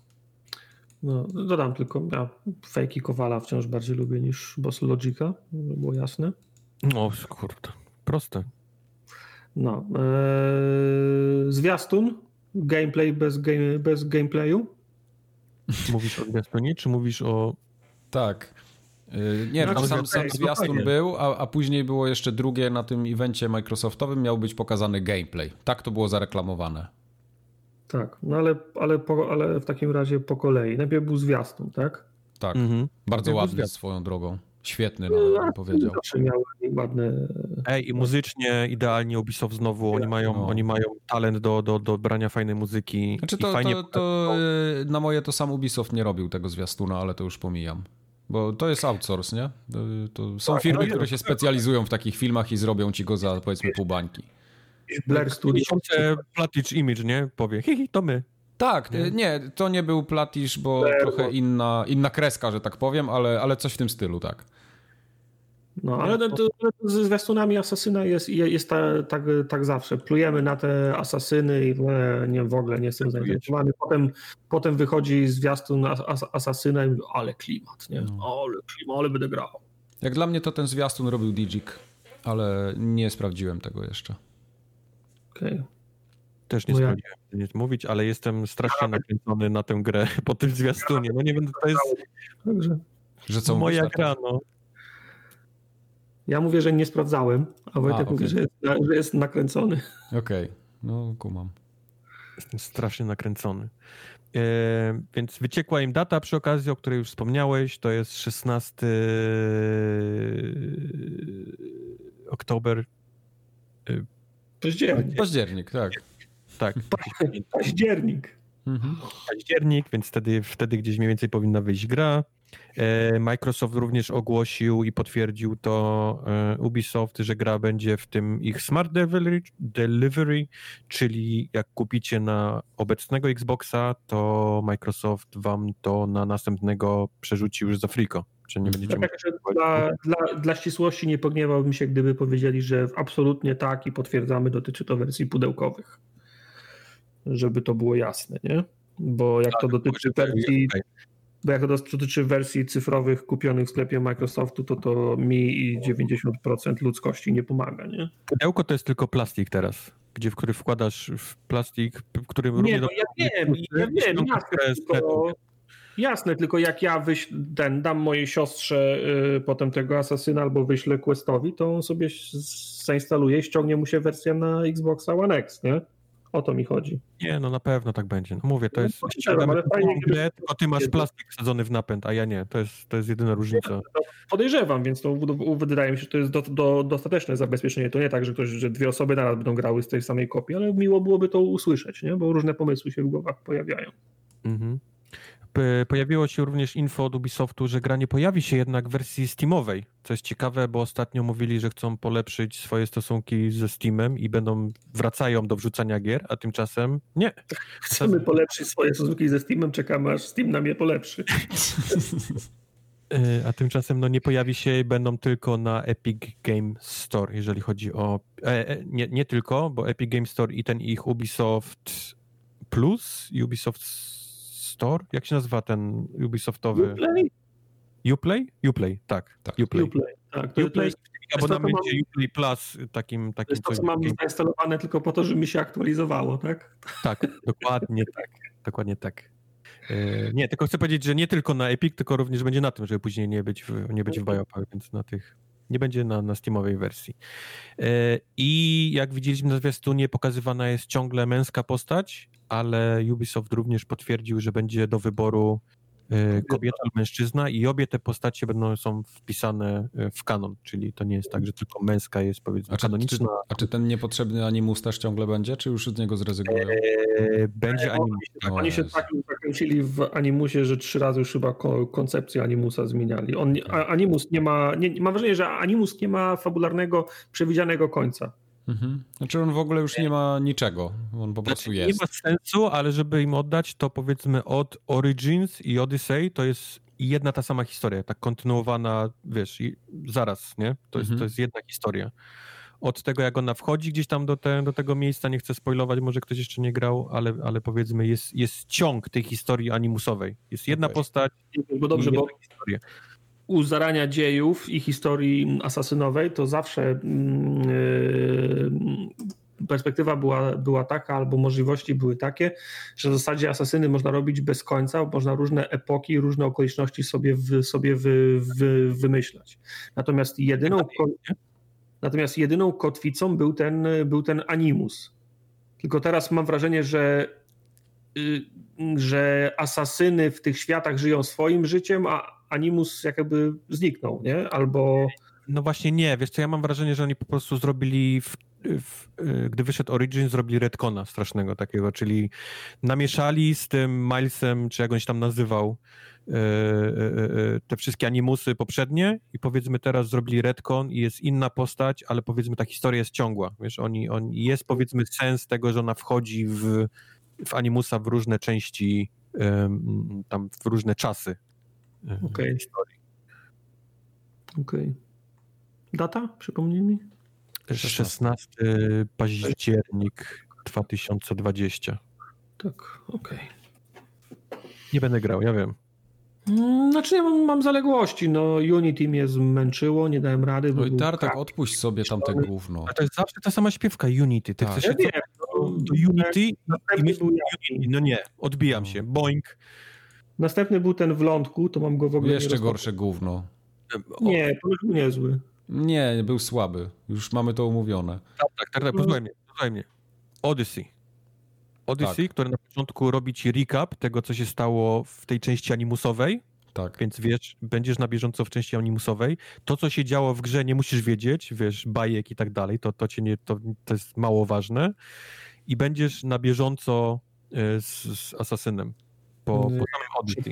No, dodam tylko, ja fejki Kowala wciąż bardziej lubię niż Boss Logica, żeby było jasne. No, kurde, proste. No. Ee, zwiastun, gameplay bez, game, bez gameplayu. Mówisz o zwiastunie, czy mówisz o... Tak. Yy, nie, no, sam, sam zwiastun był, a, a później było jeszcze drugie na tym evencie Microsoftowym, miał być pokazany gameplay. Tak to było zareklamowane. Tak, no ale, ale, po, ale w takim razie po kolei. Najpierw był zwiastun, tak? Tak, mhm. bardzo ładny zwiastun. Swoją drogą. Świetny, nawet bym powiedział. Miały ładne... Ej, i muzycznie idealnie Ubisoft znowu, oni mają, no. oni mają talent do, do, do brania fajnej muzyki. Znaczy to, fajnie to, to na moje to sam Ubisoft nie robił tego zwiastuna, ale to już pomijam. Bo to jest outsource, nie? To, to są tak, firmy, no które się specjalizują w takich filmach i zrobią ci go za, powiedzmy, pół bańki. Black Studio. Plattitch Image, nie? Powie, hi, hi, to my. Tak, nie? nie, to nie był Plattitch, bo Blair, trochę inna, inna kreska, że tak powiem, ale, ale coś w tym stylu, tak. No, ale to, to, to ze zwiastunami Asasyna jest, jest ta, tak, tak zawsze. Plujemy na te Asasyny i nie, w ogóle nie jestem zainteresowany. Potem, potem wychodzi zwiastun as, Asasyna i mówi, ale klimat, nie? No. Ale klimat, ale będę grał. Jak dla mnie to ten zwiastun robił Digik, ale nie sprawdziłem tego jeszcze. Okej. Okay. Też nie Moja... sprawdziłem, nie mówić, ale jestem strasznie nakręcony na tę grę po tym zwiastunie. No nie wiem, to jest Także. Że co moja gra, no. Ja mówię, że nie sprawdzałem, a Wojtek a, okay. mówi, że jest, że jest nakręcony. Okej, okay. No kumam. Jestem strasznie nakręcony. E, więc wyciekła im data przy okazji, o której już wspomniałeś, to jest szesnastego oktober. Październik. Październik, tak. Tak. Październik. Mhm. Październik, więc wtedy, wtedy gdzieś mniej więcej powinna wyjść gra. Microsoft również ogłosił i potwierdził to Ubisoft, że gra będzie w tym ich Smart Delivery, delivery, czyli jak kupicie na obecnego Xboxa, to Microsoft wam to na następnego przerzuci już za friko. Czy nie będziecie tak, dla, dla, dla ścisłości nie pogniewałbym się, gdyby powiedzieli, że absolutnie tak i potwierdzamy, dotyczy to wersji pudełkowych. Żeby to było jasne, nie? Bo jak tak, to dotyczy wersji... Okay. Bo jak to dotyczy wersji cyfrowych kupionych w sklepie Microsoftu, to to mi i dziewięćdziesiąt procent ludzkości nie pomaga, nie? Pudełko to jest tylko plastik teraz, gdzie w który wkładasz w plastik, w którym... Nie, no ja wiem, ja wiem, jasne, tylko, jasne, tylko jak ja wyś, ten, dam mojej siostrze y, potem tego Asasyna albo wyślę Questowi, to on sobie zainstaluje i ściągnie mu się wersja na Xboxa One X, nie? O to mi chodzi. Nie, no na pewno tak będzie. No mówię, to jest... No, ale fajnie, grę, tylko ty masz plastik wsadzony w napęd, a ja nie. To jest, to jest jedyna różnica. Ja, podejrzewam, więc to wydaje mi się, że to jest do, do, dostateczne zabezpieczenie. To nie tak, że, ktoś, że dwie osoby naraz będą grały z tej samej kopii, ale miło byłoby to usłyszeć, nie? Bo różne pomysły się w głowach pojawiają. Mhm. Pojawiło się również info od Ubisoftu, że gra nie pojawi się jednak w wersji Steamowej, co jest ciekawe, bo ostatnio mówili, że chcą polepszyć swoje stosunki ze Steamem i będą wracają do wrzucania gier, a tymczasem nie. Chcemy polepszyć swoje stosunki ze Steamem, czekamy aż Steam nam je polepszy. A tymczasem no nie pojawi się, będą tylko na Epic Game Store, jeżeli chodzi o... E, nie, nie tylko, bo Epic Game Store i ten ich Ubisoft Plus, Ubisoft Store, jak się nazywa ten Ubisoftowy? Uplay? Uplay? Uplay, tak. tak. Uplay. Uplay, tak. To, Uplay, to w abonamencie Uplay Plus takim... takim to jest to, co mam zainstalowane tylko po to, żeby mi się aktualizowało, tak? Tak, dokładnie tak. Dokładnie tak. E, nie, tylko chcę powiedzieć, że nie tylko na Epic, tylko również będzie na tym, żeby później nie być w, nie być w BioPach, więc na tych... Nie będzie na, na Steamowej wersji. E, I jak widzieliśmy na zwiastunie, pokazywana jest ciągle męska postać, ale Ubisoft również potwierdził, że będzie do wyboru e, kobieta lub mężczyzna i obie te postacie będą są wpisane w kanon, czyli to nie jest tak, że tylko męska jest powiedzmy a czy, kanoniczna. Czy, a czy ten niepotrzebny Animus też ciągle będzie, czy już z niego zrezygnują? E, będzie Animus. Tak, oni się tak zakręcili w Animusie, że trzy razy już chyba ko- koncepcję Animusa zmieniali. On, a, Animus nie ma, nie, mam wrażenie, że Animus nie ma fabularnego, przewidzianego końca. Mhm. Znaczy on w ogóle już nie ma niczego, on po prostu znaczy, jest. Nie ma sensu, ale żeby im oddać, to powiedzmy od Origins i Odyssey to jest jedna ta sama historia, tak kontynuowana, wiesz, i zaraz, nie? To jest, mhm. to jest jedna historia. Od tego, jak ona wchodzi gdzieś tam do, te, do tego miejsca, nie chcę spoilować, może ktoś jeszcze nie grał, ale, ale powiedzmy jest, jest ciąg tej historii animusowej. Jest jedna okay. postać bo dobrze, i bo historia. U zarania dziejów i historii asasynowej to zawsze yy, perspektywa była, była taka, albo możliwości były takie, że w zasadzie asasyny można robić bez końca, można różne epoki, różne okoliczności sobie, w, sobie wy, wy, wymyślać. Natomiast jedyną, natomiast jedyną kotwicą był ten, był ten Animus. Tylko teraz mam wrażenie, że że asasyny w tych światach żyją swoim życiem, a Animus jakby zniknął, nie? Albo... No właśnie nie, wiesz co, ja mam wrażenie, że oni po prostu zrobili, w, w, gdy wyszedł Origin, zrobili retcona strasznego takiego, czyli namieszali z tym Milesem, czy jak on się tam nazywał, te wszystkie Animusy poprzednie i powiedzmy teraz zrobili retcon i jest inna postać, ale powiedzmy ta historia jest ciągła, wiesz, oni, on, jest powiedzmy sens tego, że ona wchodzi w w Animusa w różne części, um, tam w różne czasy okay. historii. Okej. Okay. Data? Przypomnij mi? szesnastego października dwa tysiące dwudziestego. Tak, okej. Okay. Nie będę grał, ja wiem. Znaczy ja mam, mam zaległości, no Unity mnie zmęczyło, nie dałem rady. No i Tartak, odpuść sobie tamte gówno. A to jest zawsze ta sama śpiewka, Unity. Ty tak. chcesz ja się wiem, co... do, do Unity i myśl, Unity. No nie, odbijam się, boing. Następny był ten w lądku, to mam go w ogóle Jeszcze nie gorsze gówno. Nie, to był niezły. Nie, był słaby. Już mamy to umówione. Tak, tak, tak, tak. Posłuchaj mnie, posłuchaj mnie. Odyssey. Odyssey, tak. który na początku robi ci recap tego, co się stało w tej części animusowej. Tak. Więc wiesz, będziesz na bieżąco w części animusowej. To, co się działo w grze, nie musisz wiedzieć, wiesz, bajek i tak dalej, to, to, cię nie, to, to jest mało ważne. I będziesz na bieżąco z, z Asasynem po, po samym Odyssey.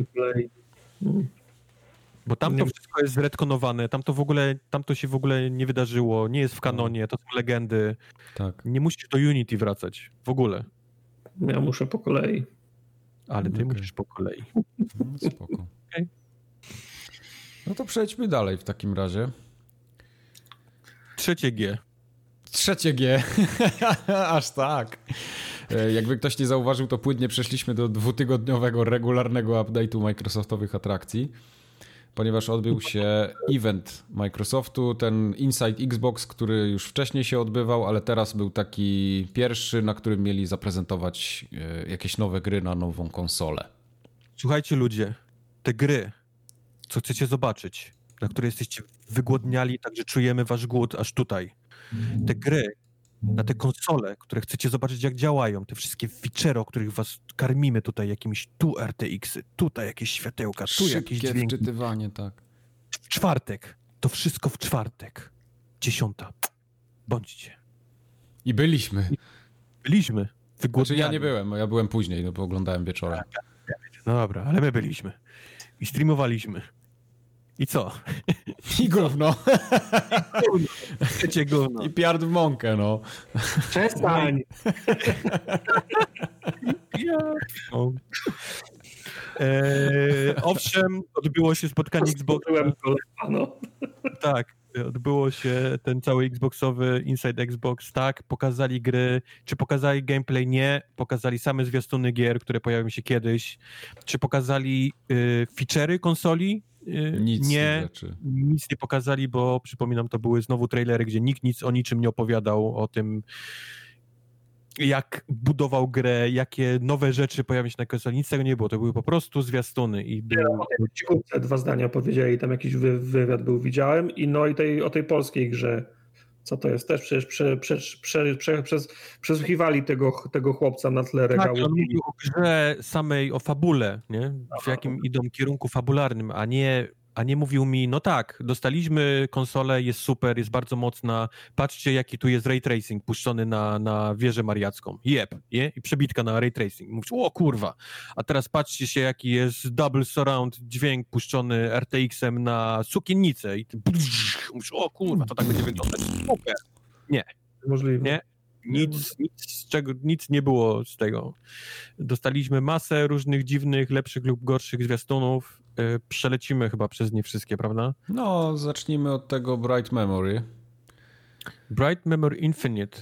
Bo tam to wszystko jest zretkonowane, tam to w ogóle, tam to się w ogóle nie wydarzyło, nie jest w kanonie, to są legendy. Tak. Nie musisz do Unity wracać, w ogóle. Ja muszę po kolei. Ale ty okay. musisz po kolei. No, spoko. Okay. No to przejdźmy dalej w takim razie. Trzecie G. Trzecie G. Aż tak. Jakby ktoś nie zauważył, to płynnie przeszliśmy do dwutygodniowego, regularnego update'u Microsoftowych atrakcji, ponieważ odbył się event Microsoftu, ten Inside Xbox, który już wcześniej się odbywał, ale teraz był taki pierwszy, na którym mieli zaprezentować jakieś nowe gry na nową konsolę. Słuchajcie ludzie, te gry, co chcecie zobaczyć, na które jesteście wygłodniali, także czujemy wasz głód aż tutaj. Te gry, na te konsole, które chcecie zobaczyć jak działają, te wszystkie feature, o których was karmimy tutaj, jakimiś tu R T X-y, tutaj jakieś światełka, tu Szybkie jakieś dźwięki. wczytywanie, tak. W czwartek. To wszystko w czwartek. Dziesiąta. Bądźcie. I byliśmy. Byliśmy. Wygłodniali. Znaczy ja nie byłem, ja byłem później, no bo oglądałem wieczorem. No dobra, ale my byliśmy. I streamowaliśmy. I co? I gówno. Chcecie gówno. I piard w mąkę, no. Przestań. Ja. No. Eee, owszem, odbyło się spotkanie Xboxa. No. Tak. odbyło się ten cały Xboxowy Inside Xbox, tak, pokazali gry, czy pokazali gameplay? Nie, pokazali same zwiastuny gier, które pojawią się kiedyś, czy pokazali y, feature'y konsoli? Y, nic nie, rzeczy. nic nie pokazali, bo przypominam, to były znowu trailery, gdzie nikt nic o niczym nie opowiadał, o tym, jak budował grę, jakie nowe rzeczy pojawią się na konsoli. Nic tego nie było, to były po prostu zwiastuny. I był... Ja, o tej ciekówce dwa zdania powiedzieli, tam jakiś wy, wywiad był, widziałem, i no i tej, o tej polskiej grze, co to jest, też przecież prze, prze, prze, prze, przez, przesłuchiwali tego, tego chłopca na tle regału. Tak, on mówił o grze samej, o fabule, nie? W jakim idą kierunku fabularnym, a nie... A nie mówił mi, no tak, dostaliśmy konsolę, jest super, jest bardzo mocna, patrzcie jaki tu jest ray tracing puszczony na, na wieżę mariacką. Jeb, nie? I przebitka na ray tracing. Mówisz, o kurwa, a teraz patrzcie się jaki jest double surround dźwięk puszczony R T X-em na sukiennicę i ty brrr, mówisz, o kurwa, to tak będzie wyglądać. Super. Nie. Możliwe. Nie. Nic, nic, z czego, nic nie było z tego. Dostaliśmy masę różnych dziwnych, lepszych lub gorszych zwiastunów. Yy, przelecimy chyba przez nie wszystkie, prawda? No, zacznijmy od tego Bright Memory. Bright Memory Infinite,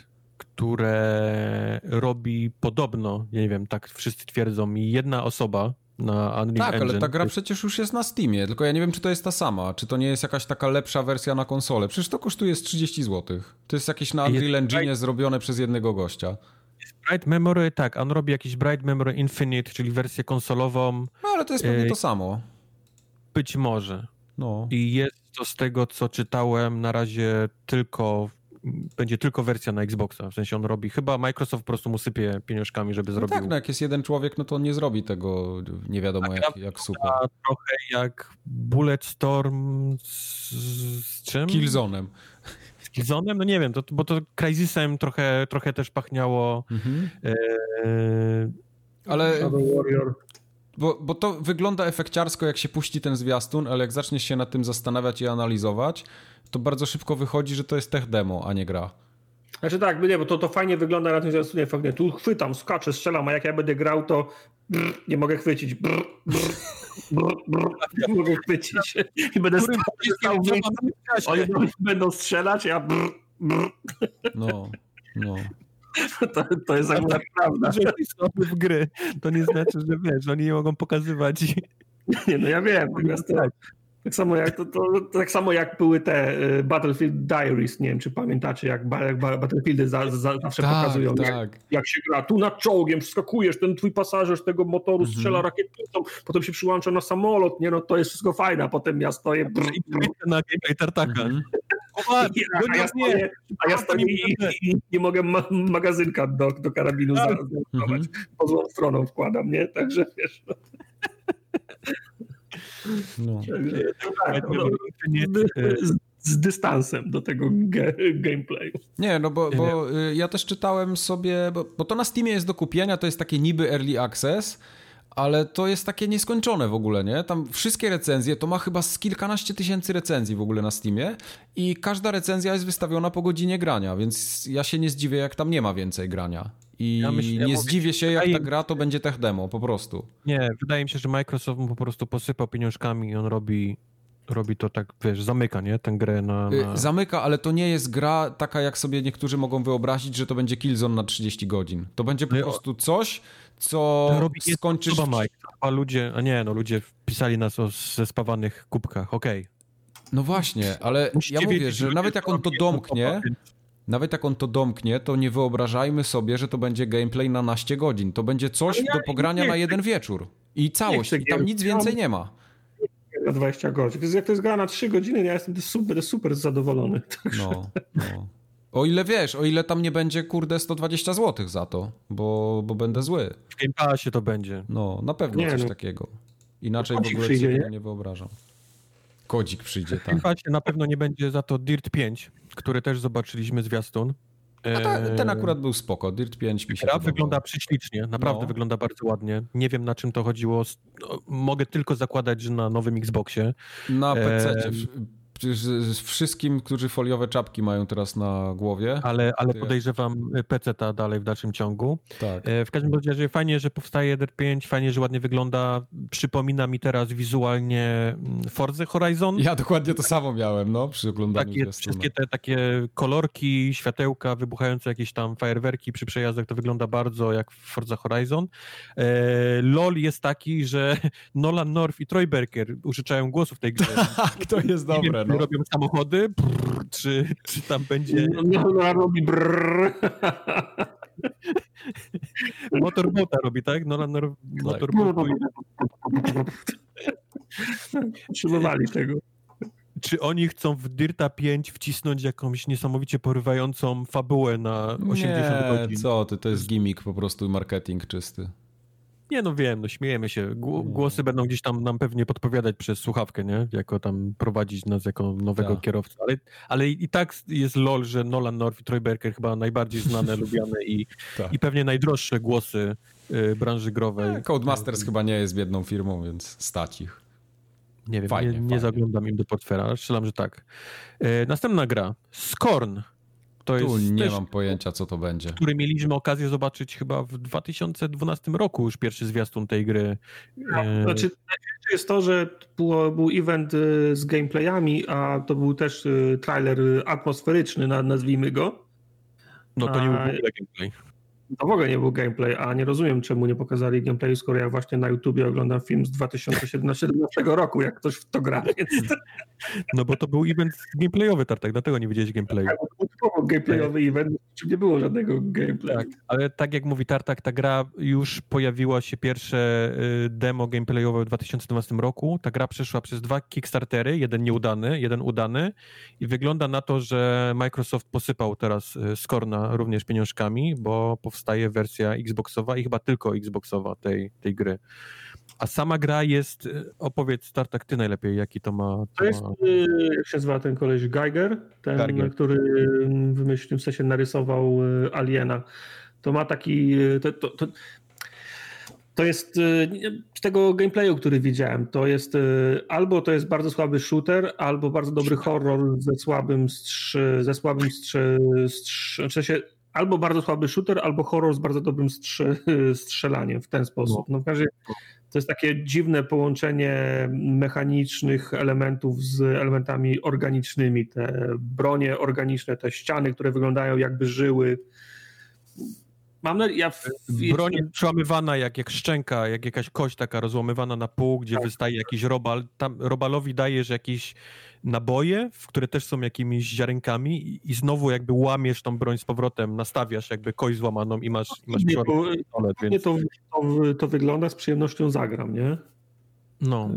które robi podobno, nie wiem, tak wszyscy twierdzą, mi jedna osoba na Unreal Tak, Engine. ale ta gra przecież już jest na Steamie, tylko ja nie wiem, czy to jest ta sama, czy to nie jest jakaś taka lepsza wersja na konsolę. Przecież to kosztuje z trzydzieści złotych. To jest jakieś na Unreal Engine Bright... zrobione przez jednego gościa. Bright Memory, tak, on robi jakiś Bright Memory Infinite, czyli wersję konsolową. No, ale to jest pewnie to samo. Być może. No. I jest to z tego, co czytałem, na razie tylko, będzie tylko wersja na Xboxa. W sensie on robi, chyba Microsoft po prostu mu sypie pieniążkami, żeby no zrobił. Tak, no jak jest jeden człowiek, no to on nie zrobi tego nie wiadomo jak, jak super. Trochę jak Bulletstorm z, z czym? Killzone'em. Z Killzone'em? No nie wiem, to, bo to Crysisem trochę, trochę też pachniało. Mhm. E, ale... Shadow Warrior. Bo, bo to wygląda efekciarsko, jak się puści ten zwiastun, ale jak zaczniesz się nad tym zastanawiać i analizować, to bardzo szybko wychodzi, że to jest tech demo, a nie gra. Znaczy tak, nie, bo to, to fajnie wygląda na tym zwiastunie, faktycznie. Tu chwytam, skaczę, strzelam, a jak ja będę grał, to brr, nie mogę chwycić. Brr, brr, brr, brr, nie mogę chwycić. I będę stał, oni będą strzelać, a ja brr, brr. No, no. To, to jest akurat prawda. Że są w gry, to nie znaczy, że wiesz, oni nie mogą pokazywać. Nie, no ja wiem. To, tak. Tak samo jak, to, to, tak samo jak były te y, Battlefield Diaries, nie wiem, czy pamiętacie, jak, jak Battlefieldy za, za, zawsze tak, pokazują, tak. Jak, jak się gra, tu nad czołgiem skakujesz, ten twój pasażer z tego motoru mm-hmm. strzela rakietnicą, potem się przyłącza na samolot, nie, no to jest wszystko fajne, a potem ja stoję... Brr, I brr, na gameplay tartaka. Mm-hmm. A, a ja stoję, a ja stoję i, i, i nie mogę ma, magazynka do, do karabinu załadować, mm-hmm. po złą stroną wkładam, nie, także wiesz... No. No. Tak, no, z, z dystansem do tego ge, gameplayu. Nie, no bo, bo ja też czytałem sobie, bo, bo to na Steamie jest do kupienia, to jest takie niby early access, ale to jest takie nieskończone w ogóle, nie? Tam wszystkie recenzje, to ma chyba z kilkanaście tysięcy recenzji w ogóle na Steamie i każda recenzja jest wystawiona po godzinie grania, więc ja się nie zdziwię, jak tam nie ma więcej grania. I ja myślę, nie ja zdziwię się, jak ta gra to będzie tech demo, po prostu. Nie, wydaje mi się, że Microsoft mu po prostu posypał pieniążkami i on robi, robi to tak, wiesz, zamyka, nie? Tę grę na, na... Zamyka, ale to nie jest gra taka, jak sobie niektórzy mogą wyobrazić, że to będzie Killzone na trzydzieści godzin. To będzie po no prostu coś, co robi skończysz... W... A ludzie, a nie, no ludzie pisali nas o zespawanych kubkach, okej. Okay. No właśnie, ale Musicie ja mówię, wiedzieć, że nawet jak on to domknie... Nawet jak on to domknie, to nie wyobrażajmy sobie, że to będzie gameplay na naście godzin. To będzie coś ja do pogrania nie, na jeden wieczór. I całość. I tam nic więcej nie ma. Na dwadzieścia godzin. Jak to jest gra na trzy godziny, ja jestem super, super zadowolony. No, no. O ile wiesz, o ile tam nie będzie, kurde, sto dwadzieścia złotych za to, bo, bo będę zły. W Game Passie to będzie. No, na pewno nie, coś no. takiego. Inaczej w ogóle przyjdzie, sobie nie? nie wyobrażam. Kodzik przyjdzie, tak. W Game Passie na pewno nie będzie za to Dirt pięć, który też zobaczyliśmy zwiastun. A ta, ten akurat był spoko. Dirt pięć mi się podobał. Wygląda prześlicznie, naprawdę no. wygląda bardzo ładnie. Nie wiem, na czym to chodziło. Mogę tylko zakładać, że na nowym Xboxie. Na P C. z wszystkim, którzy foliowe czapki mają teraz na głowie. Ale, ale podejrzewam peceta dalej w dalszym ciągu. Tak. W każdym razie fajnie, że powstaje Eder pięć, fajnie, że ładnie wygląda. Przypomina mi teraz wizualnie Forza Horizon. Ja dokładnie to samo miałem, no, przy oglądaniu takie, wszystkie te takie kolorki, światełka, wybuchające jakieś tam fajerwerki przy przejazdach, to wygląda bardzo jak Forza Horizon. E, LOL jest taki, że Nolan North i Troy Baker użyczają głosów tej gry. Tak, to jest dobre, no. Robią samochody, brrr, czy, czy tam będzie... No, no robi brrr. Motorbota robi, tak? Nolan North Motorbota. Potrzebowali tego. Czy oni chcą w Dirta pięć wcisnąć jakąś niesamowicie porywającą fabułę na osiemdziesiąt nie, godzin? Co ty, to jest gimmick, po prostu marketing czysty. Nie, no wiem, no śmiejemy się. Głosy będą gdzieś tam nam pewnie podpowiadać przez słuchawkę, nie? Jako tam prowadzić nas jako nowego tak. kierowcę. Ale, ale i tak jest lol, że Nolan North i Troy Baker chyba najbardziej znane, lubiane i, tak. i pewnie najdroższe głosy y, branży growej. Codemasters chyba nie jest biedną firmą, więc stać ich. Nie wiem, fajnie, nie, nie fajnie. zaglądam im do portfela, ale strzelam, że tak. E, następna gra. Scorn. To tu jest nie też, mam pojęcia, co to będzie. który mieliśmy okazję zobaczyć chyba w dwa tysiące dwunastym roku już pierwszy zwiastun tej gry. No, znaczy, najważniejsze jest to, że było, był event z gameplayami, a to był też trailer atmosferyczny, nazwijmy go. No to nie był w ogóle gameplay. To w ogóle nie był gameplay, a nie rozumiem, czemu nie pokazali gameplayu, skoro ja właśnie na YouTubie oglądam film z dwa tysiące siedemnastego roku, jak ktoś w to gra, więc... No bo to był event gameplayowy, Tartak, dlatego nie widziałeś gameplayu. Tak, to był gameplayowy event, czym nie było żadnego gameplayu. Tak, ale tak jak mówi Tartak, ta gra już pojawiła się pierwsze demo gameplayowe w dwa tysiące dwunastym roku. Ta gra przeszła przez dwa Kickstartery, jeden nieudany, jeden udany i wygląda na to, że Microsoft posypał teraz Scorna również pieniążkami, bo powstaje wersja Xboxowa i chyba tylko Xboxowa tej, tej gry. A sama gra jest, opowiedz Tartak, ty najlepiej, jaki to ma... To, to jest, ma... jak się nazywa ten koleś, Geiger, ten, Geiger. który wymyślił, w sensie narysował Aliena. To ma taki... To, to, to, to jest z tego gameplayu, który widziałem, to jest albo to jest bardzo słaby shooter, albo bardzo dobry horror ze słabym strzy, ze słabym strzy, strzy, w sensie albo bardzo słaby shooter, albo horror z bardzo dobrym strzy, strzelaniem w ten sposób. No, w każdym razie to jest takie dziwne połączenie mechanicznych elementów z elementami organicznymi. Te bronie organiczne, te ściany, które wyglądają jakby żyły. Mam na... ja w... Broń przełamywana jak, jak szczęka, jak jakaś kość taka rozłamywana na pół, gdzie tak. wystaje jakiś robal. Tam robalowi dajesz jakieś naboje, w które też są jakimiś ziarenkami i, i znowu jakby łamiesz tą broń z powrotem, nastawiasz jakby kość złamaną i masz, i masz nie, to, pistolet, więc... nie to, to, to wygląda, z przyjemnością zagram, nie? No.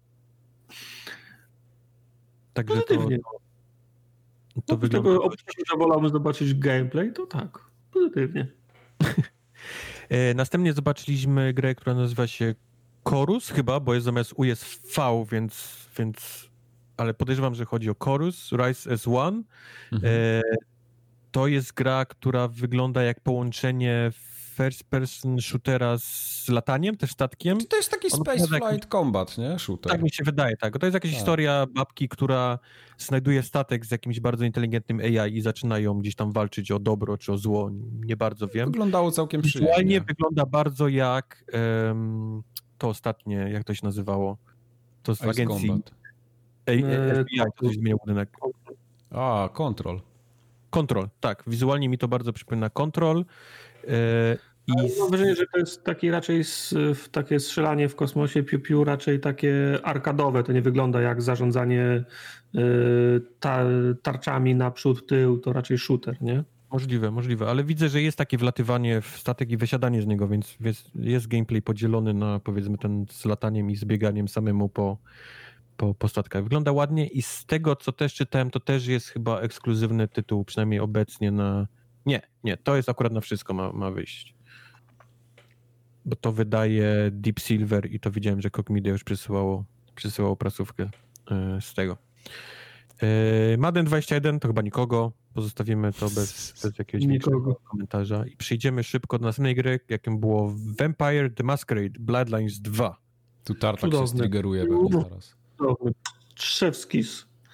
Także pozytywnie. to, to, to no, wygląda... Tego, oprócz tego, że wolałbym zobaczyć gameplay, to tak, pozytywnie. Następnie zobaczyliśmy grę, która nazywa się Chorus chyba, bo jest zamiast U jest V, więc, więc ale podejrzewam, że chodzi o Chorus, Rise as One. Mhm. E, to jest gra, która wygląda jak połączenie first person shootera z lataniem, też statkiem. To jest taki Space Flight jakiś... Combat, nie? Shooter. Tak mi się wydaje, tak. To jest jakaś tak. historia babki, która znajduje statek z jakimś bardzo inteligentnym A I i zaczyna ją gdzieś tam walczyć o dobro czy o zło, nie bardzo wiem. Wyglądało całkiem przyjemnie. Wizualnie wygląda bardzo jak um, to ostatnie, jak to się nazywało? To z Ice agencji F B I, to coś zmienił budynek. A, Control. Control, tak. Wizualnie mi to bardzo przypomina Control. I mam wrażenie, że to jest takie raczej takie strzelanie w kosmosie piu-piu, raczej takie arkadowe. To nie wygląda jak zarządzanie ta, tarczami naprzód, tył, to raczej shooter, nie? Możliwe, możliwe, ale widzę, że jest takie wlatywanie w statek i wysiadanie z niego, więc jest, jest gameplay podzielony na powiedzmy ten z lataniem i z bieganiem samemu po, po, po statkach. Wygląda ładnie i z tego, co też czytałem, to też jest chyba ekskluzywny tytuł, przynajmniej obecnie na... Nie, nie, to jest akurat na wszystko ma, ma wyjść. Bo to wydaje Deep Silver i to widziałem, że Koch Media już przysyłało, przysyłało prasówkę yy, z tego. Yy, Madden dwadzieścia jeden to chyba nikogo. Pozostawimy to bez, bez jakiegoś większego komentarza i przejdziemy szybko do następnej gry, jakim było Vampire the Masquerade Bloodlines dwa. Tu Tartak się striggeruje pewnie zaraz. Trzewskis.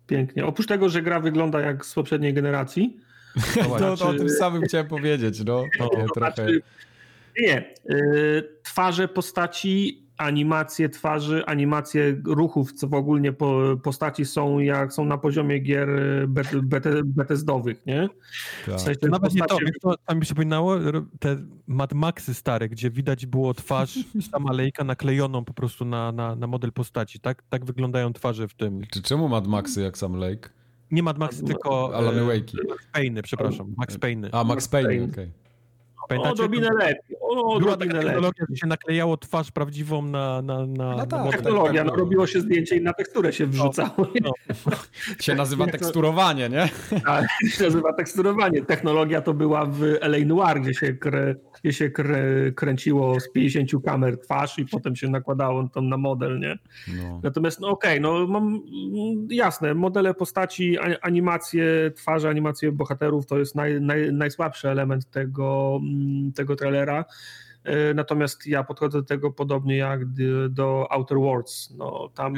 pięknie. Oprócz tego, że gra wygląda jak z poprzedniej generacji. To, to, to znaczy... o tym samym chciałem powiedzieć. No, no, to trochę... znaczy... Nie. Yy, twarze postaci, animacje twarzy, animacje ruchów, co w ogóle po, postaci są jak są na poziomie gier bet, bet, Bethesdowych, nie? Tak. W sensie nawet postacie... nie to, to mi przypominało te Mad Maxy stare, gdzie widać było twarz sama Lejka naklejoną po prostu na, na, na model postaci. Tak, tak wyglądają twarze w tym. Czy czemu Mad Maxy jak sam Lake? Nie Mad Maxy, tylko Alan Wake'i. Max Payne, przepraszam. Max Payne. A, Max Payne, okej. Okay. Pamiętacie? Odrobinę lepiej. Była taka technologia, że się naklejało twarz prawdziwą na... na, na, no tak, na technologia, no robiło się zdjęcie i na teksturę się wrzucało. No, no. Się nazywa teksturowanie, nie? Tak, się nazywa teksturowanie. Technologia to była w L A Noire, gdzie się, krę, gdzie się krę, kręciło z pięćdziesięciu kamer twarz i potem się nakładało to na model, nie? No. Natomiast, no okej, okay, no mam jasne, modele postaci, animacje twarzy, animacje bohaterów to jest naj, naj, najsłabszy element tego tego trailera. Natomiast ja podchodzę do tego podobnie jak do Outer Worlds. No tam...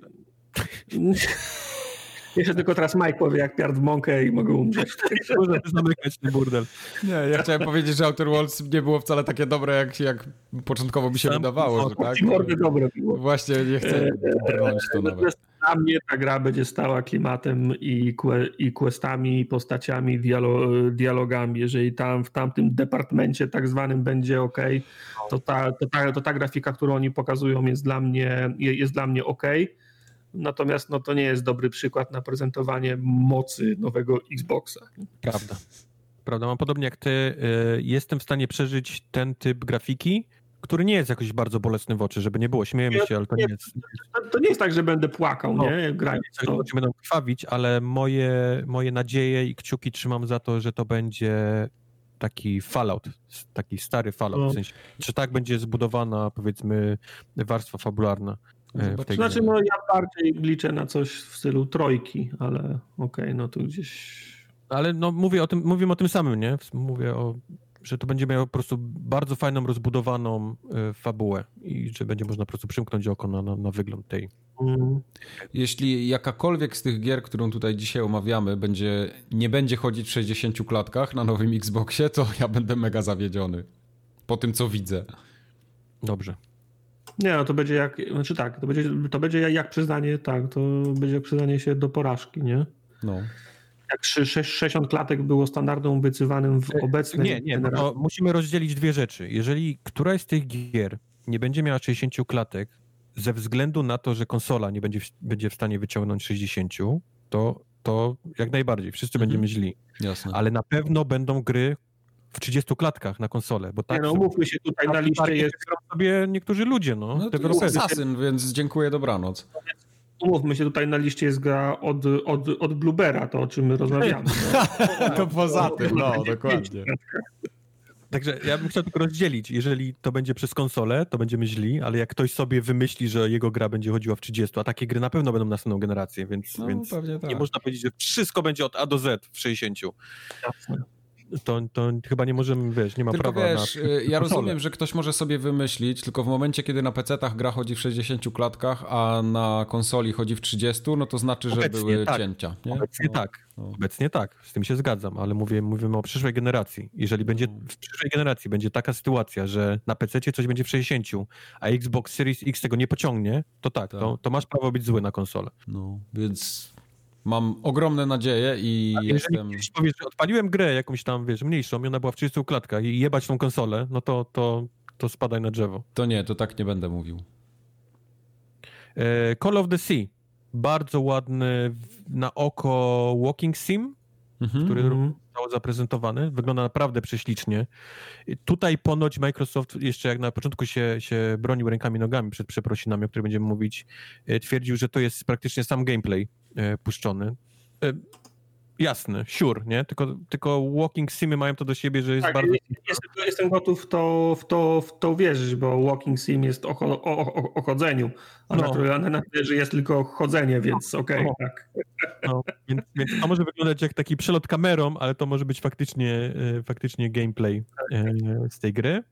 Jeszcze tylko teraz Mike powie, jak piard w mąkę i mogę umrzeć. Może zamykać ten burdel. Nie, ja chciałem powiedzieć, że Outer Worlds nie było wcale takie dobre, jak, jak początkowo mi się Sam, wydawało, że tak. Mordy dobre było. Właśnie nie chcę brnąć to nawet. Dla mnie ta gra będzie stała klimatem i, que, i questami, i postaciami, dialogami. Jeżeli tam w tamtym departamencie tak zwanym będzie ok, to ta, to, ta, to ta grafika, którą oni pokazują jest dla mnie, jest dla mnie ok. Natomiast no, to nie jest dobry przykład na prezentowanie mocy nowego Xboxa. Prawda. Prawda. Mam podobnie jak ty. Y, jestem w stanie przeżyć ten typ grafiki, który nie jest jakoś bardzo bolesny w oczy, żeby nie było. Śmiejemy się, ale to nie, nie jest... To nie jest tak, że będę płakał, no, nie? Grając to. Oczy będą krwawić, ale moje, moje nadzieje i kciuki trzymam za to, że to będzie taki Fallout, taki stary Fallout. No. W sensie, że tak będzie zbudowana, powiedzmy, warstwa fabularna. To znaczy, no ja bardziej liczę na coś w stylu trójki, ale okej, okay, no tu gdzieś... Ale no mówię o tym, mówimy o tym samym, nie? Mówię o, że to będzie miało po prostu bardzo fajną, rozbudowaną y, fabułę i że będzie można po prostu przymknąć oko na, na, na wygląd tej. Mm. Jeśli jakakolwiek z tych gier, którą tutaj dzisiaj omawiamy, będzie, nie będzie chodzić w sześćdziesięciu klatkach na nowym Xboxie, to ja będę mega zawiedziony po tym, co widzę. Dobrze. Nie, no to będzie jak, znaczy tak, to będzie, to będzie jak przyznanie, tak, to będzie jak przyznanie się do porażki, nie? No. Jak sześćdziesiąt klatek było standardem obiecywanym w obecnej Nie, nie, no to musimy rozdzielić dwie rzeczy. Jeżeli któraś z tych gier nie będzie miała sześćdziesięciu klatek ze względu na to, że konsola nie będzie w, będzie w stanie wyciągnąć sześćdziesięciu, to, to jak najbardziej, wszyscy mhm. będziemy źli. Jasne. Ale na pewno będą gry w trzydziestu klatkach na konsolę, bo tak... Nie no, umówmy się, tutaj na liście jest... sobie niektórzy ludzie, no. No to jest Assassin, więc dziękuję, dobranoc. Umówmy się, tutaj na liście jest gra od, od, od Bluebera, to o czym my rozmawiamy. No. To poza tym, no, dokładnie. Także ja bym chciał tylko rozdzielić. Jeżeli to będzie przez konsolę, to będziemy źli, ale jak ktoś sobie wymyśli, że jego gra będzie chodziła w trzydziestu, a takie gry na pewno będą na następną generację, więc, no, więc tak. nie można powiedzieć, że wszystko będzie od A do Z w sześćdziesięciu. Jasne. To, to chyba nie możemy, wiesz, nie ma tylko prawa wiesz, na... ja rozumiem, że ktoś może sobie wymyślić, tylko w momencie, kiedy na pecetach gra chodzi w sześćdziesięciu klatkach, a na konsoli chodzi w trzydziestu, no to znaczy, że Obecnie były tak. cięcia. Nie? Obecnie no. tak. No. Obecnie tak, z tym się zgadzam, ale mówię, mówimy o przyszłej generacji. Jeżeli będzie w przyszłej generacji będzie taka sytuacja, że na pececie coś będzie w sześćdziesięciu, a Xbox Series X tego nie pociągnie, to tak, tak. To, to masz prawo być zły na konsolę. No, więc... Mam ogromne nadzieje i a jestem... Jeżeli powiesz, że odpaliłem grę jakąś tam, wiesz, mniejszą i ona była w trzydziestu klatkach i jebać tą konsolę, no to, to, to spadaj na drzewo. To nie, to tak nie będę mówił. Call of the Sea. Bardzo ładny na oko walking sim, mhm, który mhm. został zaprezentowany. Wygląda naprawdę prześlicznie. Tutaj ponoć Microsoft jeszcze jak na początku się, się bronił rękami nogami przed przeprosinami, o których będziemy mówić, twierdził, że to jest praktycznie sam gameplay puszczony. Jasne, sure, nie? Tylko, tylko walking simy mają to do siebie, że jest tak, bardzo... Jestem, jestem gotów w to, w, to, w to wierzyć, bo walking sim jest o, o, o, o chodzeniu, a no. na tyle, że jest tylko chodzenie, więc okej, okay, tak. No, więc, więc to może wyglądać jak taki przelot kamerą, ale to może być faktycznie, faktycznie gameplay z tej gry.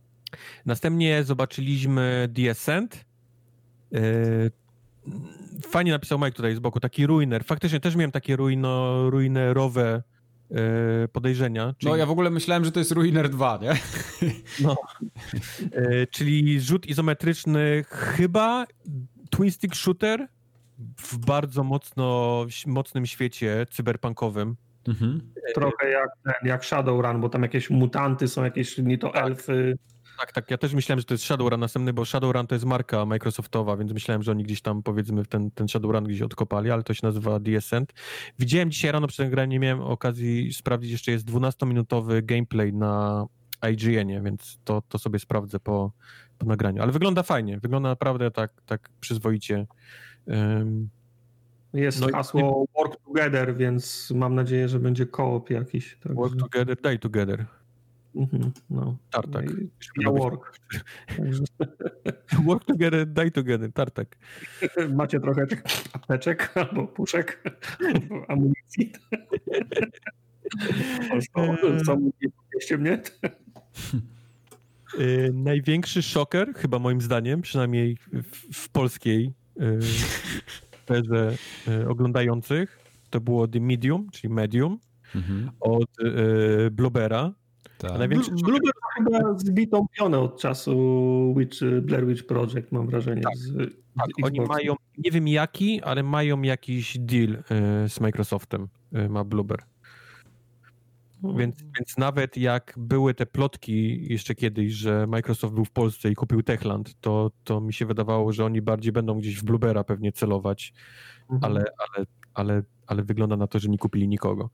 Następnie zobaczyliśmy The Ascent. fajnie napisał Mike tutaj z boku, taki ruiner. Faktycznie też miałem takie ruino, ruinerowe e, podejrzenia. Czyli... No ja w ogóle myślałem, że to jest Ruiner dwa, nie? No. E, czyli rzut izometryczny, chyba twin stick shooter w bardzo mocno, mocnym świecie cyberpunkowym. Mhm. Trochę jak, jak Shadowrun, bo tam jakieś mutanty są, jakieś nie to tak. elfy. Tak, tak, ja też myślałem, że to jest Shadowrun następny, bo Shadowrun to jest marka Microsoftowa, więc myślałem, że oni gdzieś tam, powiedzmy, ten, ten Shadowrun gdzieś odkopali, ale to się nazywa The Ascent. Widziałem dzisiaj rano przed grę, nie miałem okazji sprawdzić, jeszcze jest dwunastominutowy gameplay na I G N-ie, więc to, to sobie sprawdzę po, po nagraniu. Ale wygląda fajnie, wygląda naprawdę tak, tak przyzwoicie. Um, Jest no hasło i... work together, więc mam nadzieję, że będzie co-op jakiś. Tak, work że... together, die together. Mm-hmm, no. Tartak. Ja work. Work together, die together, tartak. Macie trochę apteczek albo puszek, albo amunicji. Są mnie? Największy szoker, chyba moim zdaniem, przynajmniej w, w polskiej sferze oglądających, to było The Medium, czyli Medium, mm-hmm. od y, Bluebera. Tak. Największy Blueber chyba zbitą pionę od czasu Witch, Blair Witch Project, mam wrażenie. Tak, z, tak. z Oni mają, nie wiem jaki, ale mają jakiś deal y, z Microsoftem, y, ma Blueber. Hmm. Więc, więc nawet jak były te plotki jeszcze kiedyś, że Microsoft był w Polsce i kupił Techland, to, to mi się wydawało, że oni bardziej będą gdzieś w Bluebera pewnie celować, hmm. ale, ale, ale, ale wygląda na to, że nie kupili nikogo.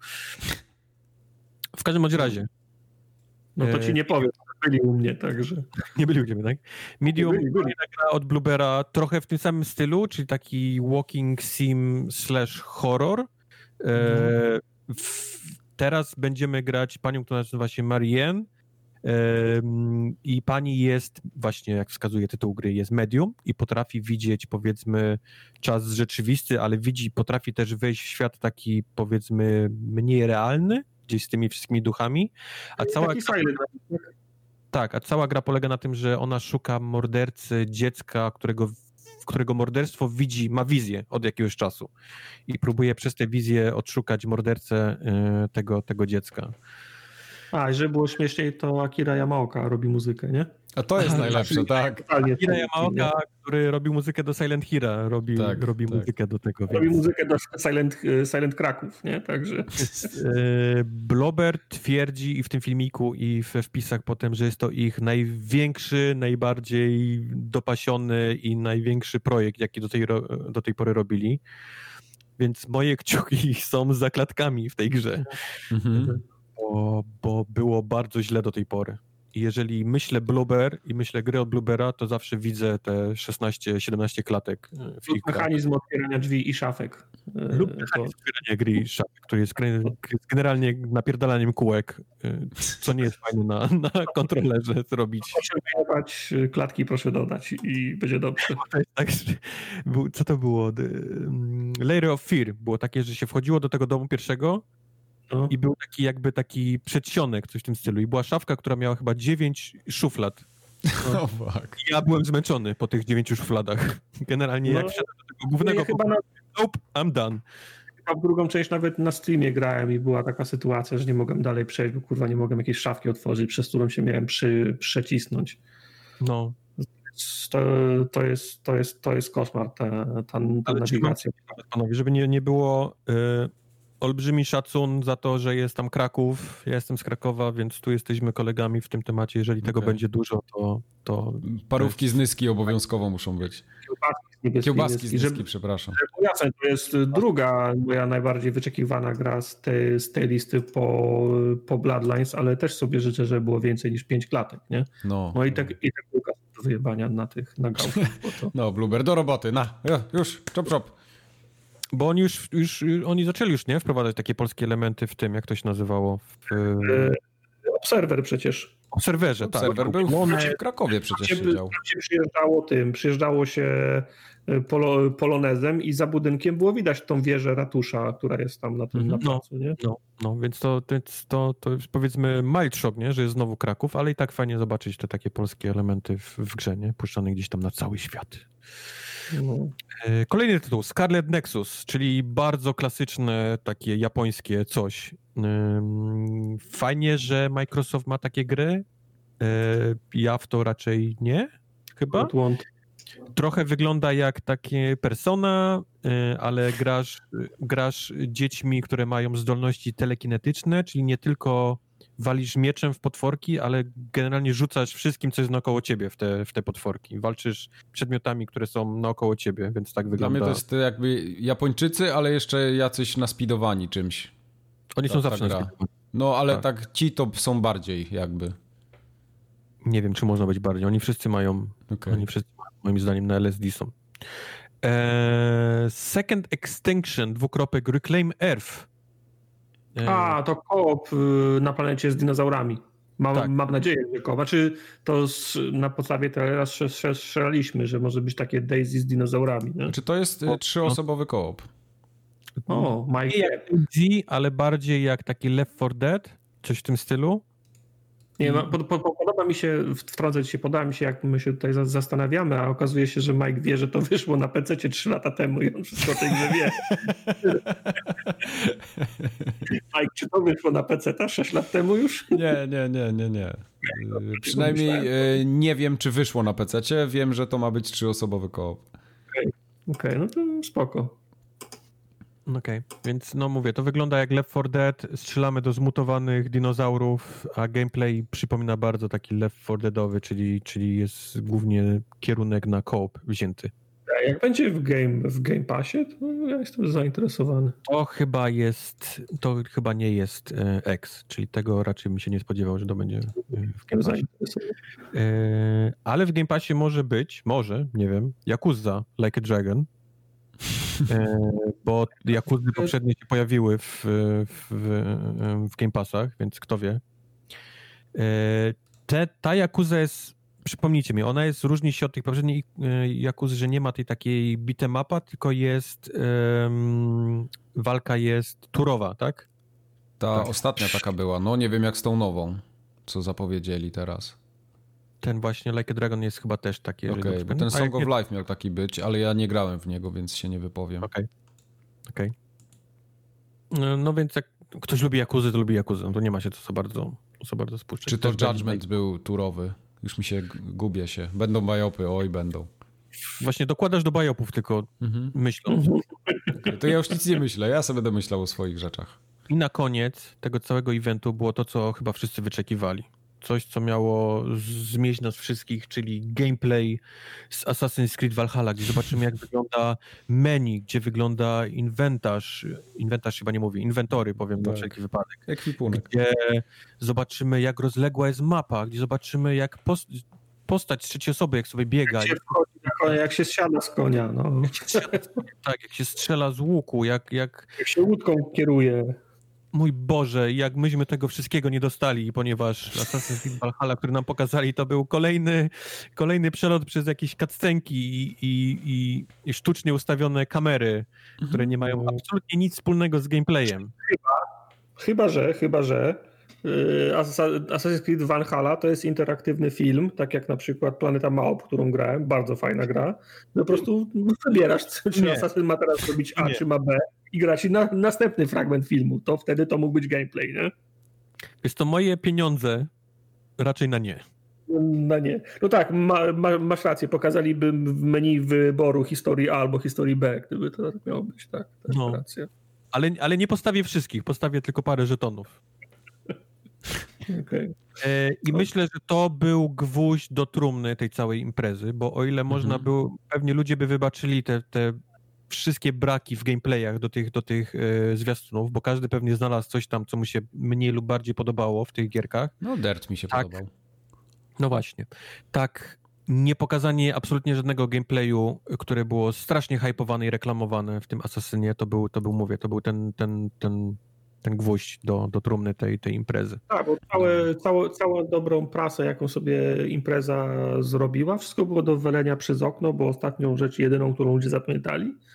W każdym bądź razie. No to ci nie powiem, byli u mnie, także... Nie byli u ciebie, tak? Medium byli, byli. Gra od Bluebera trochę w tym samym stylu, czyli taki walking sim slash horror. Mhm. E, w, teraz będziemy grać panią, która nazywa się Marianne e, i pani jest, właśnie jak wskazuje tytuł gry, jest medium i potrafi widzieć, powiedzmy, czas rzeczywisty, ale widzi, potrafi też wejść w świat taki, powiedzmy, mniej realny, gdzieś z tymi wszystkimi duchami, a cała gra, tak, a cała gra polega na tym, że ona szuka mordercy dziecka, którego, którego morderstwo widzi, ma wizję od jakiegoś czasu i próbuje przez tę wizję odszukać mordercę y, tego, tego dziecka. A, i żeby było śmieszniej, to Akira Yamaoka robi muzykę, nie? A to jest najlepsze, tak. Akira Yamaoka, który robi muzykę do Silent Hero, robi, tak, robi tak. muzykę do tego. Robi więc... muzykę do Silent, Silent Kraków, nie? Także... Bluebird twierdzi i w tym filmiku, i we wpisach potem, że jest to ich największy, najbardziej dopasiony i największy projekt, jaki do tej, do tej pory robili. Więc moje kciuki są za klatkami w tej grze. Mhm. Bo, bo było bardzo źle do tej pory. I jeżeli myślę Blueber i myślę gry od Bluebera, to zawsze widzę te szesnaście siedemnaście klatek w ich mechanizm otwierania drzwi i szafek. Lub mechanizm otwierania gry i szafek, który jest generalnie napierdalaniem kółek, co nie jest fajne na, na kontrolerze zrobić. Proszę wyjebać klatki, proszę dodać i będzie dobrze. To jest tak, co to było? Layer of Fear było takie, że się wchodziło do tego domu pierwszego, no. I był taki jakby taki przedsionek, coś w tym stylu. I była szafka, która miała chyba dziewięć szuflad. No. Oh, fuck. I ja byłem zmęczony po tych dziewięciu szufladach. Generalnie no, jak wszedłem do tego głównego... Chyba na... Nope, I'm done. Chyba w drugą część nawet na streamie grałem i była taka sytuacja, że nie mogłem dalej przejść, bo kurwa nie mogłem jakiejś szafki otworzyć, przez którą się miałem przy, przecisnąć. No. To, to, jest, to, jest, to jest koszmar, ta, ta, ta nawigacja. Panowie, żeby nie, nie było... Yy... Olbrzymi szacun za to, że jest tam Kraków. Ja jestem z Krakowa, więc tu jesteśmy kolegami w tym temacie. Jeżeli tego okay. będzie dużo, to... to Parówki jest... z Nyski obowiązkowo muszą być. Kiełbaski, Kiełbaski z Nyski, żeby, przepraszam. Jasne, to jest druga moja najbardziej wyczekiwana gra z tej, z tej listy po, po Bloodlines, ale też sobie życzę, żeby było więcej niż pięć klatek, nie? No, no i tak i tak druga do wyjebania na tych nagałkach. To... No, Bluebird, do roboty, na, już, czop, czop. Bo oni już, już, oni zaczęli już, nie? Wprowadzać takie polskie elementy w tym, jak to się nazywało? W... Obserwer przecież. Obserwerze, tak. Obserwer był w, w Krakowie przecież się siedział. Się przyjeżdżało tym, przyjeżdżało się polo, polonezem i za budynkiem było widać tą wieżę ratusza, która jest tam na tym mm-hmm. na placu, nie? No, no, więc to, to, to jest powiedzmy mild shock, nie? Że jest znowu Kraków, ale i tak fajnie zobaczyć te takie polskie elementy w, w grze, nie? Puszczone gdzieś tam na cały świat. No. Kolejny tytuł, Scarlet Nexus, czyli bardzo klasyczne, takie japońskie coś. Fajnie, że Microsoft ma takie gry. Ja w to raczej nie, chyba. Trochę wygląda jak takie Persona, ale grasz, grasz dziećmi, które mają zdolności telekinetyczne, czyli nie tylko walisz mieczem w potworki, ale generalnie rzucasz wszystkim, co jest naokoło ciebie w te, w te potworki. Walczysz przedmiotami, które są naokoło ciebie, więc tak wygląda. Dla mnie to jest jakby Japończycy, ale jeszcze jacyś naspidowani czymś. Oni ta, są zawsze naspidowani. No, ale tak. tak ci to są bardziej jakby. Nie wiem, czy można być bardziej. Oni wszyscy mają, okay. oni wszyscy moim zdaniem na L S D są. Eee, Second Extinction, dwukropek, Reclaim Earth. Eee. A, to koop na planecie z dinozaurami. Mam, tak. mam nadzieję, że koop. Znaczy, to z, na podstawie teraz strzelaliśmy, że może być takie Daisy z dinozaurami. Nie? Znaczy, to jest o, trzyosobowy koop. O, Mike. Nie jak Daisy, ale bardziej jak taki Left four Dead, coś w tym stylu. Nie, no, po, po, podoba mi się, wtrącę ci się, podoba mi się, jak my się tutaj zastanawiamy, a okazuje się, że Mike wie, że to wyszło na pececie trzy lata temu i on wszystko o tej grze wie. Mike, czy to wyszło na peceta sześć lat temu już? Nie, nie, nie, nie, nie. Przynajmniej nie wiem, czy wyszło na pececie, wiem, że to ma być trzyosobowy koop. Okej, okay. okay, no to spoko. Okej, okay. Więc no mówię, to wygląda jak Left four Dead, strzelamy do zmutowanych dinozaurów, a gameplay przypomina bardzo taki Left four Deadowy, czyli, czyli jest głównie kierunek na co-op wzięty. A jak będzie w Game, w Game Passie, to ja jestem zainteresowany. To chyba jest, to chyba nie jest e, X, czyli tego raczej mi się nie spodziewał, że to będzie w Game Passie. E, ale w Game Passie może być, może, nie wiem, Yakuza Like a Dragon. E, bo Yakuzy poprzednie się pojawiły w, w, w Game Passach, więc kto wie. E, te, ta Yakuza jest, przypomnijcie mi, ona jest, różni się od tych poprzednich Yakuzy, że nie ma tej takiej beat'em upa, tylko jest um, walka jest turowa, tak? Ta tak. ostatnia taka była, no nie wiem jak z tą nową, co zapowiedzieli teraz. Ten właśnie Like a Dragon jest chyba też taki. Okej, okay, bo ten Song of nie... Life miał taki być, ale ja nie grałem w niego, więc się nie wypowiem. Okej, okay. okej. Okay. No więc jak ktoś lubi Yakuzy, to lubi Yakuzy. No to nie ma się to co bardzo, co bardzo spuszczać. Czy to też Judgment był turowy? Już mi się, gubię się. Będą bajopy, oj będą. Właśnie dokładasz do bajopów tylko mhm. myśląc. Okay, to ja już nic nie myślę, ja sobie będę myślał o swoich rzeczach. I na koniec tego całego eventu było to, co chyba wszyscy wyczekiwali. Coś, co miało zmieść nas wszystkich, czyli gameplay z Assassin's Creed Valhalla, gdzie zobaczymy, jak wygląda menu, gdzie wygląda inwentarz, inwentarz chyba nie mówię, inwentory, powiem tak. na wszelki wypadek. Ekwipunek. Gdzie zobaczymy, jak rozległa jest mapa, gdzie zobaczymy, jak post postać z trzeciej osoby, jak sobie biega. Jak się, wchodzi na konia, jak się zsiada z konia. No. Jak się zsiada z konia, tak, jak się strzela z łuku, jak... Jak, jak się łódką kieruje. Mój Boże, jak myśmy tego wszystkiego nie dostali, ponieważ Assassin's Creed Valhalla, który nam pokazali, to był kolejny, kolejny przelot przez jakieś cutscenki i, i, i, i sztucznie ustawione kamery, które nie mają absolutnie nic wspólnego z gameplayem. Chyba, chyba że, chyba że Assassin's Creed Valhalla to jest interaktywny film, tak jak na przykład Planeta Małp, którą grałem, bardzo fajna gra. No po prostu wybierasz, czy nie. Assassin ma teraz robić A, nie. czy ma B i grać na następny fragment filmu. To wtedy to mógł być gameplay, nie? Jest to moje pieniądze, raczej na nie. Na nie. No tak, ma, ma, masz rację, pokazaliby w menu wyboru historii A albo historii B, gdyby to tak miało być, tak. tak no. rację. Ale, ale nie postawię wszystkich, postawię tylko parę żetonów. Okay. I myślę, że to był gwóźdź do trumny tej całej imprezy, bo o ile można mhm. było, pewnie ludzie by wybaczyli te, te wszystkie braki w gameplayach do tych, do tych e, zwiastunów, bo każdy pewnie znalazł coś tam, co mu się mniej lub bardziej podobało w tych gierkach. No Dirt mi się tak, podobał. No właśnie. Tak, nie pokazanie absolutnie żadnego gameplayu, które było strasznie hypowane i reklamowane w tym Assassinie, to był, to był mówię, to był ten, ten, ten ten gwóźdź do, do trumny tej, tej imprezy. Tak, bo całe, całe, całą dobrą prasę, jaką sobie impreza zrobiła, wszystko było do wywalenia przez okno, bo ostatnią rzecz, jedyną, którą ludzie zapamiętali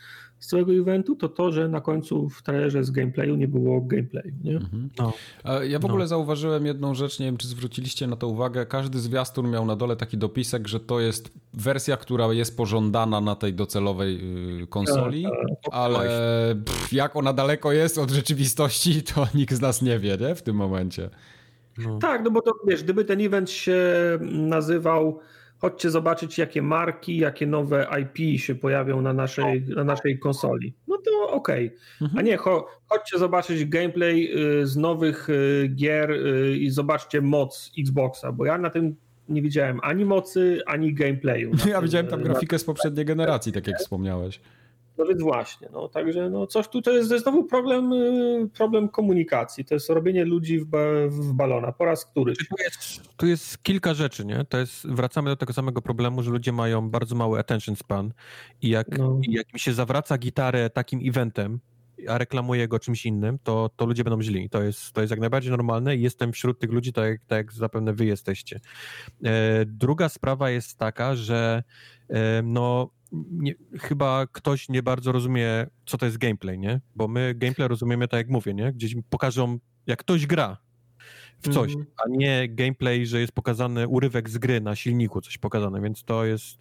z całego eventu, to to, że na końcu w trailerze z gameplayu nie było gameplayu. Nie? Mhm. No. Ja w ogóle no. zauważyłem jedną rzecz, nie wiem, czy zwróciliście na to uwagę, każdy zwiastun miał na dole taki dopisek, że to jest wersja, która jest pożądana na tej docelowej konsoli, tak, tak. ale pff, jak ona daleko jest od rzeczywistości, to nikt z nas nie wie, nie? W tym momencie. No. Tak, no bo to wiesz, gdyby ten event się nazywał chodźcie zobaczyć, jakie marki, jakie nowe I P się pojawią na naszej, na naszej konsoli. No to okej. Okay. Mhm. A nie, cho, chodźcie zobaczyć gameplay z nowych gier i zobaczcie moc Xboxa, bo ja na tym nie widziałem ani mocy, ani gameplayu. Ja tym, widziałem tam grafikę z poprzedniej generacji, tak jak wspomniałeś. No więc właśnie, no także no coś tu to jest, to jest znowu problem, problem komunikacji, to jest robienie ludzi w, ba, w balona po raz któryś. Tu jest, tu jest kilka rzeczy, nie? To jest, wracamy do tego samego problemu, że ludzie mają bardzo mały attention span i jak, no. i jak mi się zawraca gitarę takim eventem, a reklamuje go czymś innym, to, to ludzie będą źli. To jest, to jest jak najbardziej normalne i jestem wśród tych ludzi, tak jak, tak jak zapewne wy jesteście. E, druga sprawa jest taka, że e, no Nie, chyba ktoś nie bardzo rozumie, co to jest gameplay, nie? Bo my gameplay rozumiemy tak jak mówię, nie? Gdzieś mi pokażą, jak ktoś gra w coś, mm. a nie gameplay, że jest pokazany urywek z gry na silniku, coś pokazane, więc to jest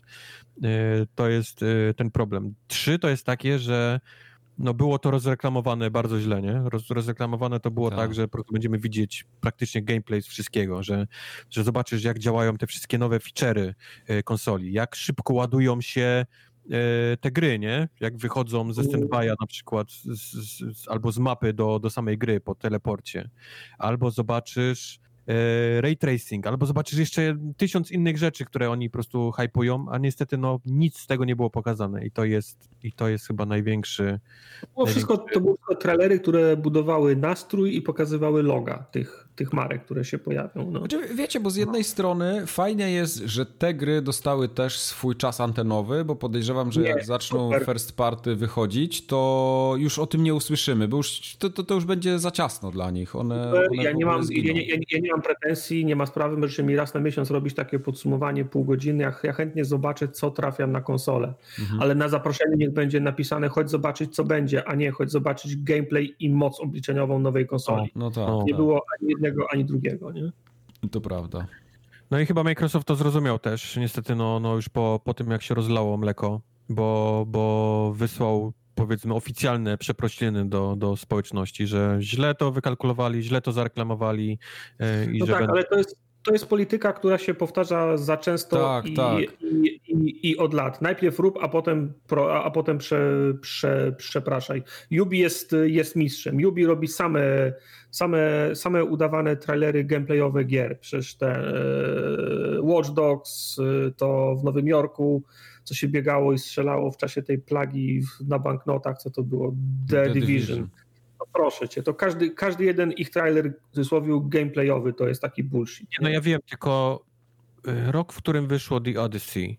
to jest ten problem. Trzy to jest takie, że no było to rozreklamowane bardzo źle, nie? Roz, rozreklamowane to było tak, tak że po prostu będziemy widzieć praktycznie gameplay z wszystkiego, że, że zobaczysz, jak działają te wszystkie nowe feature'y konsoli, jak szybko ładują się te gry, nie? Jak wychodzą ze stand-by'a na przykład z, z, albo z mapy do, do samej gry po teleporcie. Albo zobaczysz e, ray tracing, albo zobaczysz jeszcze tysiąc innych rzeczy, które oni po prostu hypują, a niestety no nic z tego nie było pokazane i to jest, i to jest chyba największy... To było wszystko, to były trailery, które budowały nastrój i pokazywały loga tych, tych marek, które się pojawią. No. Znaczy, wiecie, bo z jednej strony fajnie jest, że te gry dostały też swój czas antenowy, bo podejrzewam, że nie, jak zaczną super. first party wychodzić, to już o tym nie usłyszymy, bo już to, to, to już będzie za ciasno dla nich. One, one ja, nie mam, ja, nie, ja nie mam pretensji, nie ma sprawy, możecie mi raz na miesiąc robić takie podsumowanie pół godziny, ja, ja chętnie zobaczę, co trafia na konsolę, mhm. ale na zaproszenie niech będzie napisane, chodź zobaczyć, co będzie, a nie chodź zobaczyć gameplay i moc obliczeniową nowej konsoli. O, no tak, nie tak. było ani jednego, ani drugiego, nie? To prawda. No i chyba Microsoft to zrozumiał też, niestety no, no już po, po tym, jak się rozlało mleko, bo, bo wysłał, powiedzmy, oficjalne przeprosiny do, do społeczności, że źle to wykalkulowali, źle to zareklamowali. Yy, i no że tak, będą... ale to jest To jest polityka, która się powtarza za często tak, i, tak. I, i, i od lat. Najpierw rób, a potem, pro, a potem prze, prze, przepraszaj. Yubi jest, jest mistrzem. Yubi robi same, same, same udawane trailery gameplayowe gier. Przecież te Watch Dogs, to w Nowym Jorku, co się biegało i strzelało w czasie tej plagi na banknotach, co to było? The, The Division. Division. No proszę cię, to każdy, każdy jeden ich trailer w cudzysłowie gameplayowy to jest taki bullshit. Nie? No ja wiem, tylko rok, w którym wyszło The Odyssey,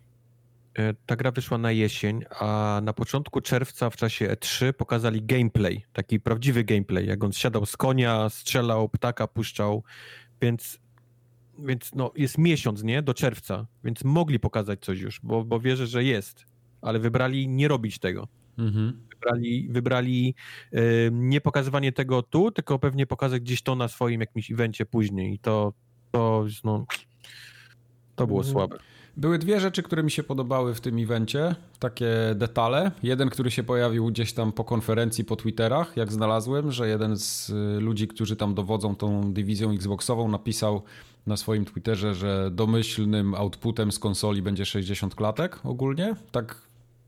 ta gra wyszła na jesień, a na początku czerwca w czasie E trzy pokazali gameplay, taki prawdziwy gameplay, jak on siadał z konia, strzelał, ptaka puszczał, więc, więc no jest miesiąc, nie, do czerwca, więc mogli pokazać coś już, bo, bo wierzę, że jest, ale wybrali nie robić tego. Mhm. Wybrali, wybrali yy, nie pokazywanie tego tu, tylko pewnie pokazać gdzieś to na swoim jakimś evencie później i to, to, no, to było mhm. słabe. Były dwie rzeczy, które mi się podobały w tym evencie, takie detale. Jeden, który się pojawił gdzieś tam po konferencji, po Twitterach, jak znalazłem, że jeden z ludzi, którzy tam dowodzą tą dywizją Xboxową, napisał na swoim Twitterze, że domyślnym outputem z konsoli będzie sześćdziesiąt klatek ogólnie, tak.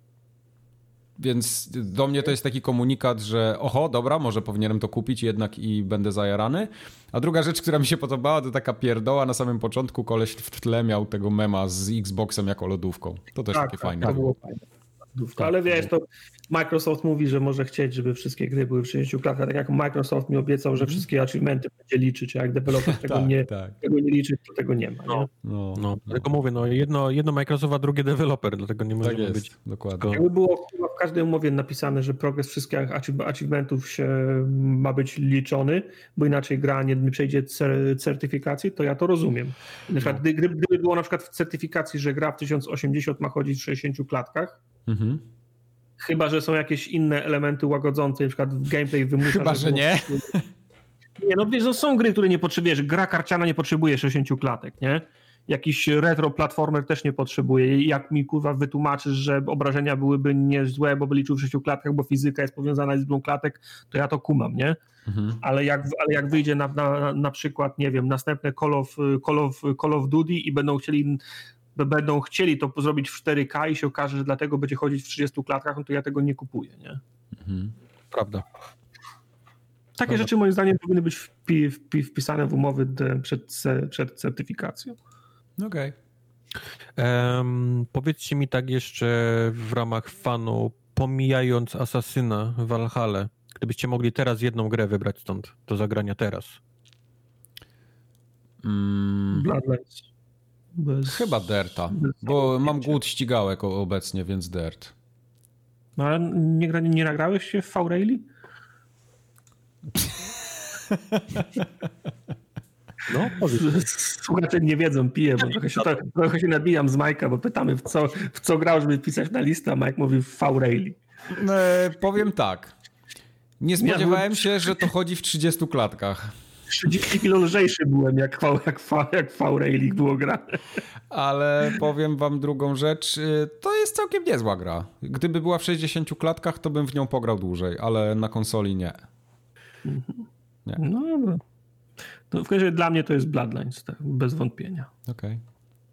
Więc do mnie to jest taki komunikat, że oho, dobra, może powinienem to kupić jednak i będę zajarany. A druga rzecz, która mi się podobała, to taka pierdoła. Na samym początku koleś w tle miał tego mema z Xboxem jako lodówką. To też tak, takie tak, fajne. To było fajne. Tak, ale wiesz, to Microsoft mówi, że może chcieć, żeby wszystkie gry były w sześćdziesięciu klatkach, tak jak Microsoft mi obiecał, że mm. wszystkie achievementy będzie liczyć, a jak deweloper tego, tak, nie, tak. tego nie liczy, to tego nie ma. No, nie? no, no. Dlatego mówię, no jedno, jedno Microsoft, a drugie deweloper, dlatego nie może tak być. Dokładnie. Jakby było w każdej umowie napisane, że progres wszystkich achievementów się ma być liczony, bo inaczej gra nie przejdzie certyfikacji, to ja to rozumiem. Na przykład, no. gdyby, gdyby było na przykład w certyfikacji, że gra w tysiąc osiemdziesiąt ma chodzić w sześćdziesięciu klatkach, mhm. Chyba, że są jakieś inne elementy łagodzące, na przykład gameplay wymusza... Chyba, że nie. Nie, no wiesz, no są gry, które nie potrzebujesz. Gra karciana nie potrzebuje sześćdziesięciu klatek, nie? Jakiś retro platformer też nie potrzebuje. Jak mi kurwa wytłumaczysz, że obrażenia byłyby niezłe, bo by liczył w sześciu klatkach, bo fizyka jest powiązana z liczbą klatek, to ja to kumam, nie? Mhm. Ale, jak, ale jak wyjdzie na, na, na przykład, nie wiem, następne Call of, Call of, Call of Duty i będą chcieli, będą chcieli to zrobić w cztery K i się okaże, że dlatego będzie chodzić w trzydziestu klatkach, no to ja tego nie kupuję, nie? Mhm. Prawda. Takie Prawda. rzeczy moim zdaniem powinny być wpi, wpi, wpisane w umowy de, przed, przed certyfikacją. Okej. Okay. Um, powiedzcie mi tak jeszcze w ramach fanu, pomijając Asasyna w Valhalla, gdybyście mogli teraz jedną grę wybrać stąd, do zagrania teraz. Mm. Bloodlines. Bez... Chyba Dirta, bo mam głód ścigałek obecnie, więc Dirt. No ale nie, nie nagrałeś się w V-Raili? No, słuchacze nie wiedzą, piję, bo trochę się, to, trochę się nabijam z Majka, bo pytamy w co, w co grał, żeby pisać na listę, a Mike mówi w V-Raili. E, powiem tak. Nie spodziewałem ja się, że to chodzi w trzydziestu klatkach. trzydzieści kilo lżejszy byłem, jak V, jak V, jak V-Railing było grane. Ale powiem wam drugą rzecz, to jest całkiem niezła gra. Gdyby była w sześćdziesięciu klatkach, to bym w nią pograł dłużej, ale na konsoli nie. nie. No dobra. No, w każdym razie dla mnie to jest Bloodlines, tak, bez wątpienia. Okej. Okay.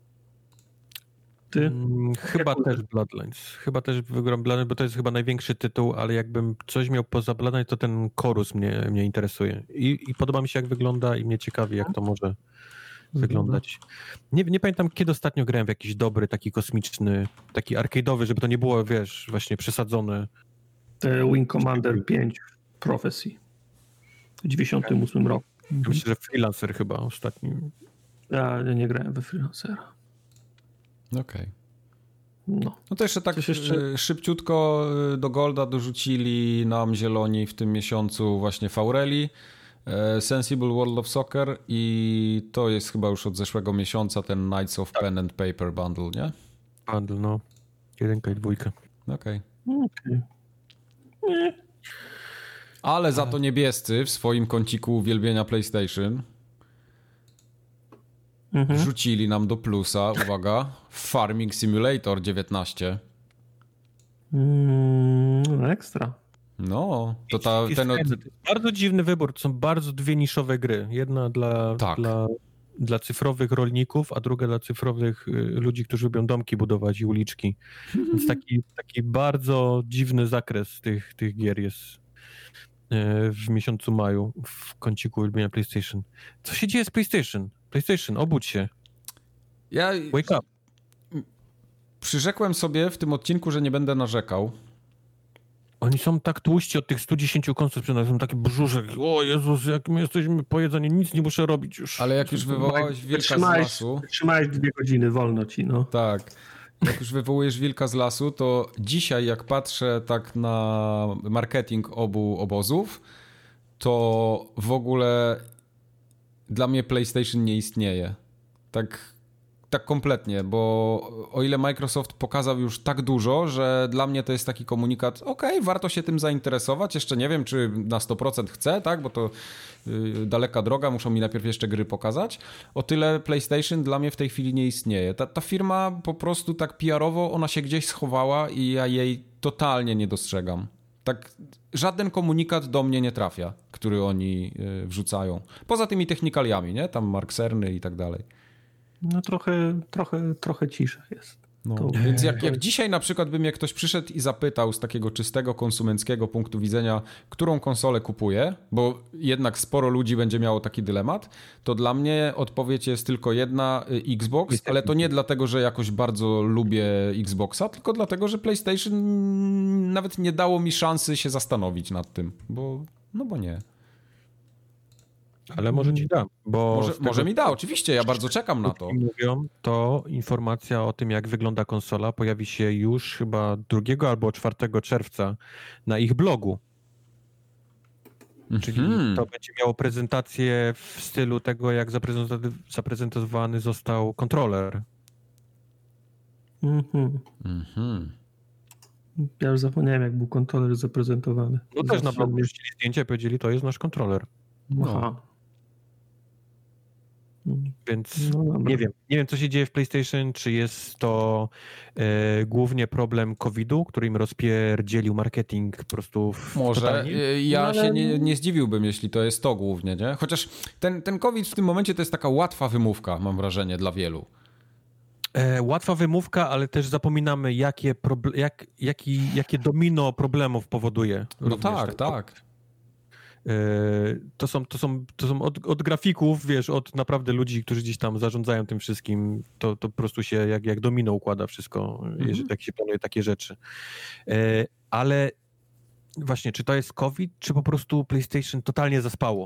Ty? Hmm, chyba też Bloodlines. Chyba też wygram Bloodlines, bo to jest chyba największy tytuł, ale jakbym coś miał poza Bloodlines, to ten chorus mnie, mnie interesuje. I, I podoba mi się, jak wygląda i mnie ciekawi, jak to może wyglądać. Nie, nie pamiętam, kiedy ostatnio grałem w jakiś dobry, taki kosmiczny, taki arcade'owy, żeby to nie było, wiesz, właśnie przesadzone. The Wing Commander pięć Prophecy w dziewięćdziesiątym ósmym roku. Myślę, że Freelancer chyba ostatni. Ja nie grałem we Freelancera. Okej. Okay. No. no to jeszcze tak jeszcze... szybciutko do Golda dorzucili nam zieloni w tym miesiącu właśnie Faureli, Sensible World of Soccer i to jest chyba już od zeszłego miesiąca ten Knights of tak. Pen and Paper Bundle, nie? Bundle, no. Jedynka i dwójka. Okej. Okay. Okay. Ale za to niebiescy w swoim kąciku uwielbienia PlayStation mhm. wrzucili nam do plusa, uwaga, Farming Simulator dziewiętnaście. Mm, ekstra. No, to ta, ten... Od... Bardzo dziwny wybór, to są bardzo dwie niszowe gry. Jedna dla, tak. dla, dla cyfrowych rolników, a druga dla cyfrowych ludzi, którzy lubią domki budować i uliczki. Więc taki, taki bardzo dziwny zakres tych, tych gier jest w miesiącu maju w kąciku uwielbienia PlayStation. Co się dzieje z PlayStation? PlayStation, obudź się. Ja Wake up. Przyrzekłem sobie w tym odcinku, że nie będę narzekał. Oni są tak tłuści od tych stu dziesięciu konsol, są takie brzuszek. O Jezus, jak my jesteśmy pojedzeni, nic nie muszę robić już. Ale jak już wywołałeś wilka z lasu... Trzymałeś dwie godziny, wolno ci, no. Tak. Jak już wywołujesz wilka z lasu, to dzisiaj jak patrzę tak na marketing obu obozów, to w ogóle dla mnie PlayStation nie istnieje. Tak, tak kompletnie, bo o ile Microsoft pokazał już tak dużo, że dla mnie to jest taki komunikat, okej, okay, warto się tym zainteresować, jeszcze nie wiem, czy na sto procent chcę, tak, bo to yy, daleka droga, muszą mi najpierw jeszcze gry pokazać. O tyle PlayStation dla mnie w tej chwili nie istnieje. Ta, ta firma po prostu tak P R-owo, ona się gdzieś schowała i ja jej totalnie nie dostrzegam. Tak żaden komunikat do mnie nie trafia, który oni yy, wrzucają. Poza tymi technikaliami, nie? Tam Mark Cerny i tak dalej. No trochę, trochę, trochę cisza jest. No, to... Więc jak, jak dzisiaj na przykład by mnie ktoś przyszedł i zapytał z takiego czystego konsumenckiego punktu widzenia, którą konsolę kupuję, bo jednak sporo ludzi będzie miało taki dylemat, to dla mnie odpowiedź jest tylko jedna, Xbox, ale to nie dlatego, że jakoś bardzo lubię Xboxa, tylko dlatego, że PlayStation nawet nie dało mi szansy się zastanowić nad tym, bo no bo nie. Ale może ci da, bo... Może, tego, może mi da, oczywiście, ja bardzo czekam na to. Mówią, to informacja o tym, jak wygląda konsola, pojawi się już chyba drugiego albo czwartego czerwca na ich blogu. Mm-hmm. Czyli to będzie miało prezentację w stylu tego, jak zaprezentowany został kontroler. Mhm. Mhm. Ja już zapomniałem, jak był kontroler zaprezentowany. No też na blogu wrzucili zdjęcie i powiedzieli, to jest nasz kontroler. Aha. Więc no nie wiem, nie wiem, co się dzieje w PlayStation, czy jest to e, głównie problem kowida, który im rozpierdzielił marketing po prostu w Może. Totalnie. Ja no, ale... się nie, nie zdziwiłbym, jeśli to jest to głównie, nie? Chociaż ten, ten COVID w tym momencie to jest taka łatwa wymówka, mam wrażenie, dla wielu. E, łatwa wymówka, ale też zapominamy, jakie, proble- jak, jaki, jakie domino problemów powoduje. No tak, tak. To są, to są, to są od, od grafików, wiesz, od naprawdę ludzi, którzy gdzieś tam zarządzają tym wszystkim, to, to po prostu się jak, jak domino układa wszystko, mm-hmm. jeżeli, jak się planuje takie rzeczy. Ale właśnie, czy to jest COVID, czy po prostu PlayStation totalnie zaspało?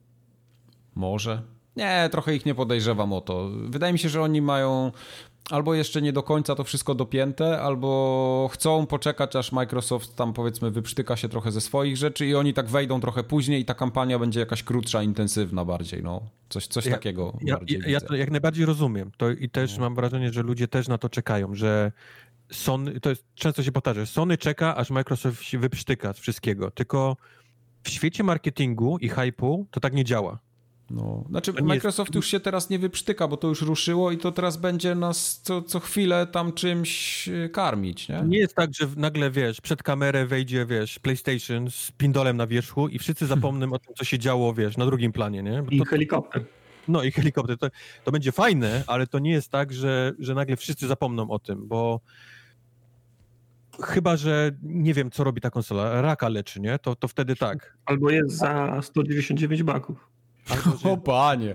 Może. Nie, trochę ich nie podejrzewam o to. Wydaje mi się, że oni mają albo jeszcze nie do końca to wszystko dopięte, albo chcą poczekać, aż Microsoft tam powiedzmy wyprztyka się trochę ze swoich rzeczy i oni tak wejdą trochę później i ta kampania będzie jakaś krótsza, intensywna bardziej, no. Coś, coś ja, takiego ja, bardziej ja, ja to jak najbardziej rozumiem to i też no. mam wrażenie, że ludzie też na to czekają, że Sony, to jest, często się powtarza, Sony czeka, aż Microsoft się wyprztyka z wszystkiego, tylko w świecie marketingu i hype'u to tak nie działa. No, znaczy Microsoft jest... już się teraz nie wyprztyka, bo to już ruszyło i to teraz będzie nas co, co chwilę tam czymś karmić, nie? Nie jest tak, że nagle, wiesz, przed kamerę wejdzie, wiesz, PlayStation z pindolem na wierzchu i wszyscy zapomną o tym, co się działo, wiesz, na drugim planie, nie? Bo I to, helikopter. No i helikopter. To, to będzie fajne, ale to nie jest tak, że, że nagle wszyscy zapomną o tym, bo chyba, że nie wiem, co robi ta konsola, raka leczy, nie? To, to wtedy tak. Albo jest za sto dziewięćdziesiąt dziewięć baków. O panie.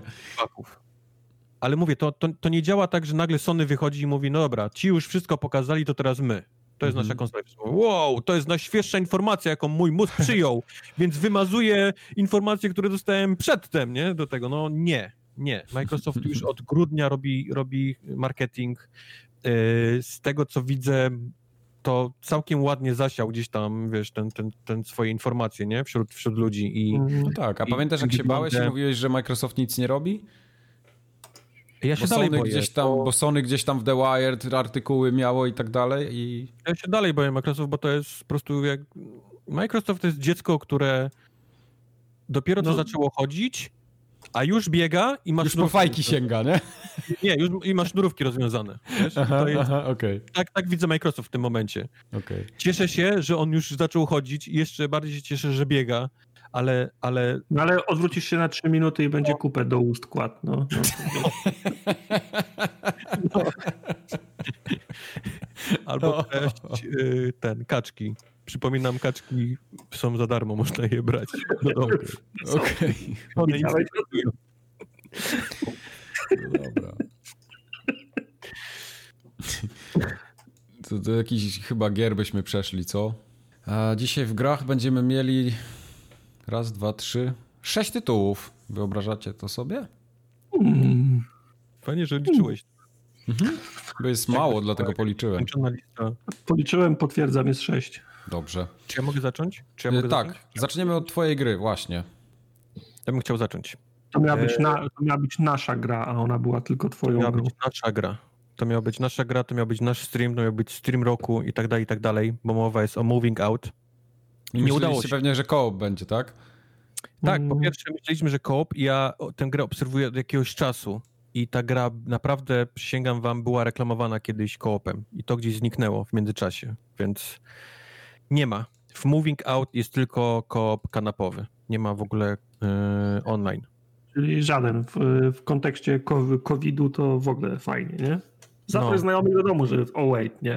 Ale mówię, to, to, to nie działa tak, że nagle Sony wychodzi i mówi, no dobra, ci już wszystko pokazali, to teraz my. To jest mm-hmm. nasza konsola. Wow, to jest najświeższa informacja, jaką mój mózg przyjął, więc wymazuję informacje, które dostałem przedtem, nie? Do tego, no nie, nie. Microsoft już od grudnia robi, robi marketing. Yy, z tego, co widzę, to całkiem ładnie zasiał gdzieś tam, wiesz, ten, ten, ten swoje informacje, nie? Wśród, wśród ludzi. I, no tak, a i, pamiętasz, jak się bałeś i mówiłeś, że Microsoft nic nie robi? Ja się bo dalej Sony boję. Gdzieś tam, bo... bo Sony gdzieś tam w The Wired artykuły miało i tak dalej. I... Ja się dalej boję Microsoft, bo to jest po prostu jak... Microsoft to jest dziecko, które dopiero co no. zaczęło chodzić, a już biega i ma już po fajki sięga, nie? Nie, już i ma sznurówki rozwiązane. Wiesz? Aha, to jest, aha, okay. tak, tak widzę Microsoft w tym momencie. Okay. Cieszę się, że on już zaczął chodzić i jeszcze bardziej się cieszę, że biega, ale... Ale, no ale odwrócisz się na trzy minuty i będzie no. kupę do ust kładł. No, no. no. Albo treść, y, ten, kaczki. Przypominam, kaczki są za darmo, można je brać do domu. Okej. One no dobra. To, to jakiś chyba gier byśmy przeszli, co? A dzisiaj w grach będziemy mieli raz, dwa, trzy, sześć tytułów. Wyobrażacie to sobie? Mm. Fajnie, że liczyłeś. Mhm. Bo jest Jak mało, dlatego policzyłem. Policzyłem, potwierdzam, jest sześć. Dobrze. Czy ja mogę zacząć? Czy ja mogę tak, zacząć? Zaczniemy od twojej gry, właśnie. Ja bym chciał zacząć. To miała być, na, to miała być nasza gra, a ona była tylko twoją miała grą. Być nasza gra. To miała być nasza gra, to miał być nasz stream, to miał być stream roku i tak dalej, i tak dalej, bo mowa jest o Moving Out. I nie udało się. Pewnie, że co-op będzie, tak? Tak, po pierwsze myśleliśmy, że co-op i ja tę grę obserwuję od jakiegoś czasu i ta gra naprawdę, przysięgam wam, była reklamowana kiedyś co-opem i to gdzieś zniknęło w międzyczasie, więc nie ma. W Moving Out jest tylko co-op kanapowy. Nie ma w ogóle yy, online. Czyli żaden. W, w kontekście kowida to w ogóle fajnie, nie? Zawsze no. znajomych do domu, że oh wait, nie.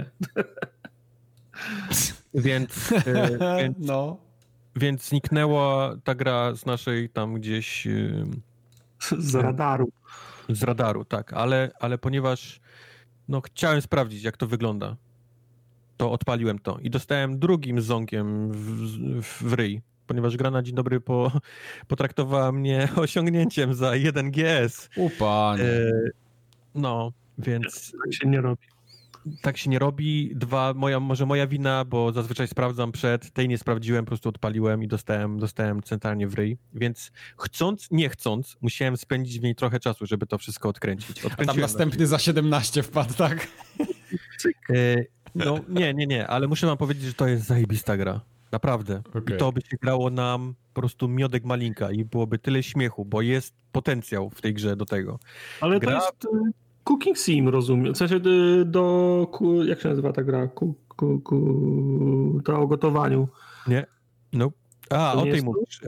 więc, yy, więc, no. więc zniknęła ta gra z naszej tam gdzieś... Yy, z radaru. Z radaru, tak. Ale, ale ponieważ no, chciałem sprawdzić, jak to wygląda, to odpaliłem to i dostałem drugim ząkiem w, w, w ryj, ponieważ gra na dzień dobry po, potraktowała mnie osiągnięciem za jeden G S. U panie. E, no, więc... Tak się nie robi. Tak się nie robi. Dwa, moja, może moja wina, bo zazwyczaj sprawdzam przed, tej nie sprawdziłem, po prostu odpaliłem i dostałem, dostałem centralnie w ryj, więc chcąc, nie chcąc, musiałem spędzić w niej trochę czasu, żeby to wszystko odkręcić. A tam następny za siedemnaście wpadł, tak? E, No nie, nie, nie, ale muszę wam powiedzieć, że to jest zajebista gra. Naprawdę. Okay. I to by się grało nam po prostu miodek malinka i byłoby tyle śmiechu, bo jest potencjał w tej grze do tego. Ale gra... to jest Cooking Sim, rozumiem. W sensie do... Jak się nazywa ta gra? Ku, ku, ku, to o gotowaniu. Nie. No. A, to o tej mówisz.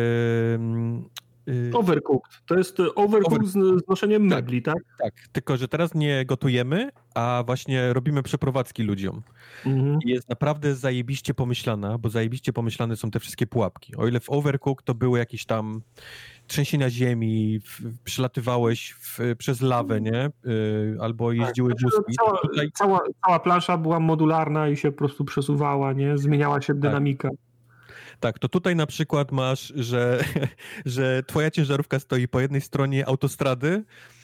Yy... Overcooked. To jest Overcooked z znoszeniem mebli, tak? Tak, tak. Tylko że teraz nie gotujemy, a właśnie robimy przeprowadzki ludziom. Mhm. I jest naprawdę zajebiście pomyślana, bo zajebiście pomyślane są te wszystkie pułapki. O ile w Overcooked to były jakieś tam trzęsienia ziemi, w, przelatywałeś w, przez lawę, nie? Yy, albo jeździły tak, wózki. Cała, tutaj... cała, cała plansza była modularna i się po prostu przesuwała, nie? Zmieniała się dynamika. Tak. Tak, to tutaj na przykład masz, że, że twoja ciężarówka stoi po jednej stronie autostrady,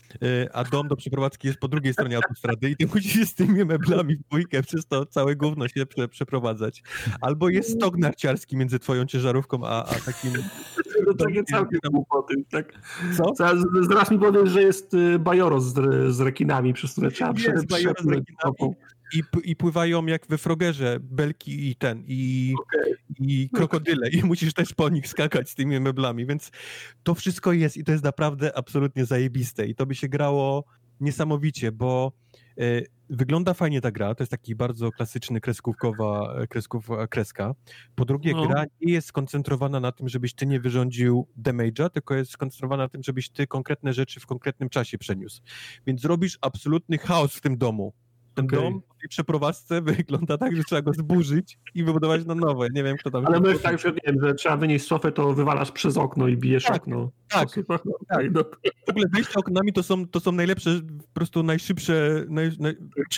a dom do przeprowadzki jest po drugiej stronie autostrady i ty musisz się z tymi meblami w dwójkę przez to całe gówno się prze, przeprowadzać. Albo jest stok narciarski między twoją ciężarówką a, a takim... To takie całkiem głupoty, tak? Co? Zaraz mi powiesz, że jest bajoros z, z rekinami, przez które trzeba przejść. Bajoros z rekinami. I, I pływają jak we Frogerze belki i ten, i, okay. i krokodyle i musisz też po nich skakać z tymi meblami, więc to wszystko jest i to jest naprawdę absolutnie zajebiste i to by się grało niesamowicie, bo y, wygląda fajnie ta gra, to jest taki bardzo klasyczny kreskówkowa, kreskówkowa kreska. Po drugie, no. gra nie jest skoncentrowana na tym, żebyś ty nie wyrządził damage'a, tylko jest skoncentrowana na tym, żebyś ty konkretne rzeczy w konkretnym czasie przeniósł. Więc zrobisz absolutny chaos w tym domu. Ten okay. dom w tej przeprowadzce wygląda tak, że trzeba go zburzyć i wybudować na nowo. Nie wiem, kto tam... Ale my tak, że wiem, że trzeba wynieść sofę, to wywalasz przez okno i bijesz tak, okno. Tak, tak. tak. W ogóle wejścia oknami to są, to są najlepsze, po prostu najszybsze... Naj, naj...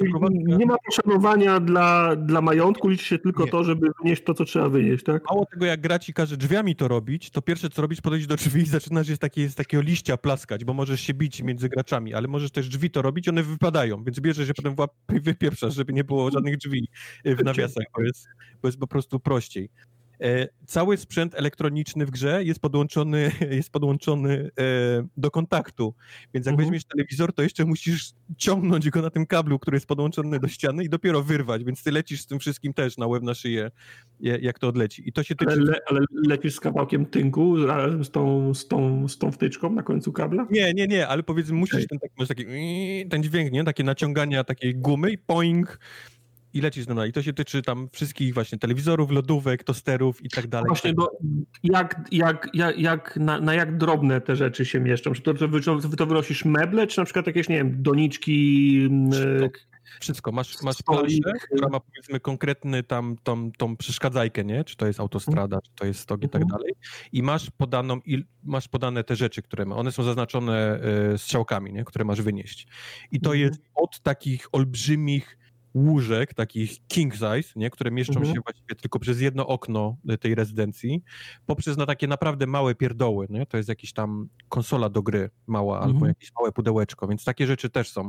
Nie ma poszanowania dla, dla majątku, liczy się tylko nie. to, żeby wynieść to, co trzeba wynieść, tak? Mało tego, jak gra ci każe drzwiami to robić, to pierwsze, co robisz, podejść do drzwi i zaczynasz jest takie, z takiego liścia plaskać, bo możesz się bić między graczami, ale możesz też drzwi to robić, one wypadają, więc bierzesz się potem w łapy i wypieprzasz, żeby nie było żadnych drzwi w nawiasach, bo jest, bo jest po prostu prościej. E, cały sprzęt elektroniczny w grze jest podłączony, jest podłączony e, do kontaktu, więc jak uh-huh. weźmiesz telewizor, to jeszcze musisz ciągnąć go na tym kablu, który jest podłączony do ściany i dopiero wyrwać, więc ty lecisz z tym wszystkim też na łeb, na szyję, jak to odleci. I to się tyczy... ale, le, ale lecisz z kawałkiem tynku razem z tą, z, tą, z tą wtyczką na końcu kabla? Nie, nie, nie, ale powiedzmy musisz okay. ten, tak, masz taki ten dźwięk, nie? Takie naciągania takiej gumy i poing i lecisz z I to się tyczy tam wszystkich właśnie telewizorów, lodówek, tosterów i tak dalej. Właśnie, bo jak, jak, jak, jak na, na jak drobne te rzeczy się mieszczą? Czy to, to, to wynosisz meble, czy na przykład jakieś, nie wiem, doniczki... Wszystko. Wszystko. Masz, masz planszę, która ma powiedzmy konkretny tam tą, tą przeszkadzajkę, nie? Czy to jest autostrada, czy to jest stok i tak dalej. I masz podaną, i masz podane te rzeczy, które ma. One są zaznaczone y, strzałkami, nie? Które masz wynieść. I to jest od takich olbrzymich łóżek, takich king size, nie? Które mieszczą mhm. się właściwie tylko przez jedno okno tej rezydencji, poprzez na takie naprawdę małe pierdoły, nie? To jest jakiś tam konsola do gry mała, mhm. albo jakieś małe pudełeczko, więc takie rzeczy też są.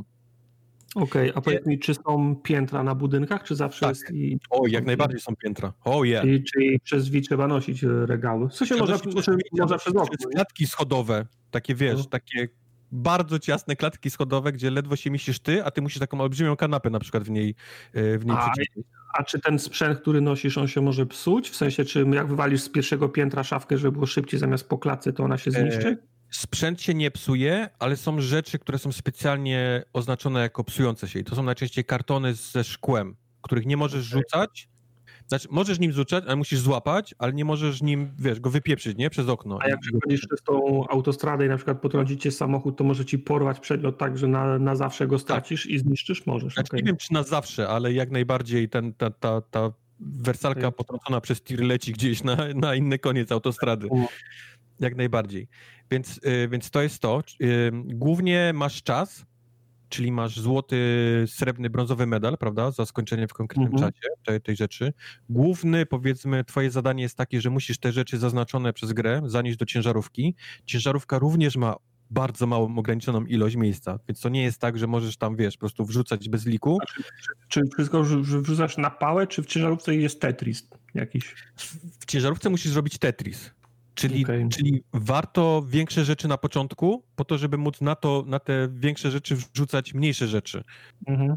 Okej, okay, a powiedz mi, czy są piętra na budynkach, czy zawsze tak. jest... I... O, jak najbardziej są piętra. O, oh, yeah. Czyli, czyli przez drzwi trzeba nosić regały. Co się może, może, może przez okno? Klatki schodowe, takie wiesz, no. takie bardzo ciasne klatki schodowe, gdzie ledwo się mieścisz ty, a ty musisz taką olbrzymią kanapę na przykład w niej, w niej a, a czy ten sprzęt, który nosisz, on się może psuć? W sensie, czy jak wywalisz z pierwszego piętra szafkę, żeby było szybciej zamiast po klatce, to ona się zniszczy? E, sprzęt się nie psuje, ale są rzeczy, które są specjalnie oznaczone jako psujące się. I to są najczęściej kartony ze szkłem, których nie możesz okay. rzucać. Znaczy, możesz nim rzucać, ale musisz złapać, ale nie możesz nim, wiesz, go wypieprzyć, nie? Przez okno. A jak przechodzisz przez tą autostradę i na przykład potrąci cię samochód, to może ci porwać przedmiot tak, że na, na zawsze go stracisz tak. i zniszczysz? Możesz. Znaczy, okay. Nie wiem, czy na zawsze, ale jak najbardziej ten, ta, ta, ta wersalka okay. potrącona przez tir leci gdzieś na, na inny koniec autostrady. Uh. Jak najbardziej. Więc, yy, więc to jest to. Yy, głównie masz czas, czyli masz złoty, srebrny, brązowy medal, prawda, za skończenie w konkretnym mhm. czasie tej, tej rzeczy. Główny, powiedzmy, twoje zadanie jest takie, że musisz te rzeczy zaznaczone przez grę zanieść do ciężarówki. Ciężarówka również ma bardzo małą, ograniczoną ilość miejsca, więc to nie jest tak, że możesz tam, wiesz, po prostu wrzucać bez liku. Czy, czy, czy wszystko wrzucasz na pałę, czy w ciężarówce jest Tetris jakiś? W, w ciężarówce musisz zrobić Tetris. Czyli, okay. czyli warto większe rzeczy na początku, po to, żeby móc na to, na te większe rzeczy wrzucać mniejsze rzeczy. Mhm.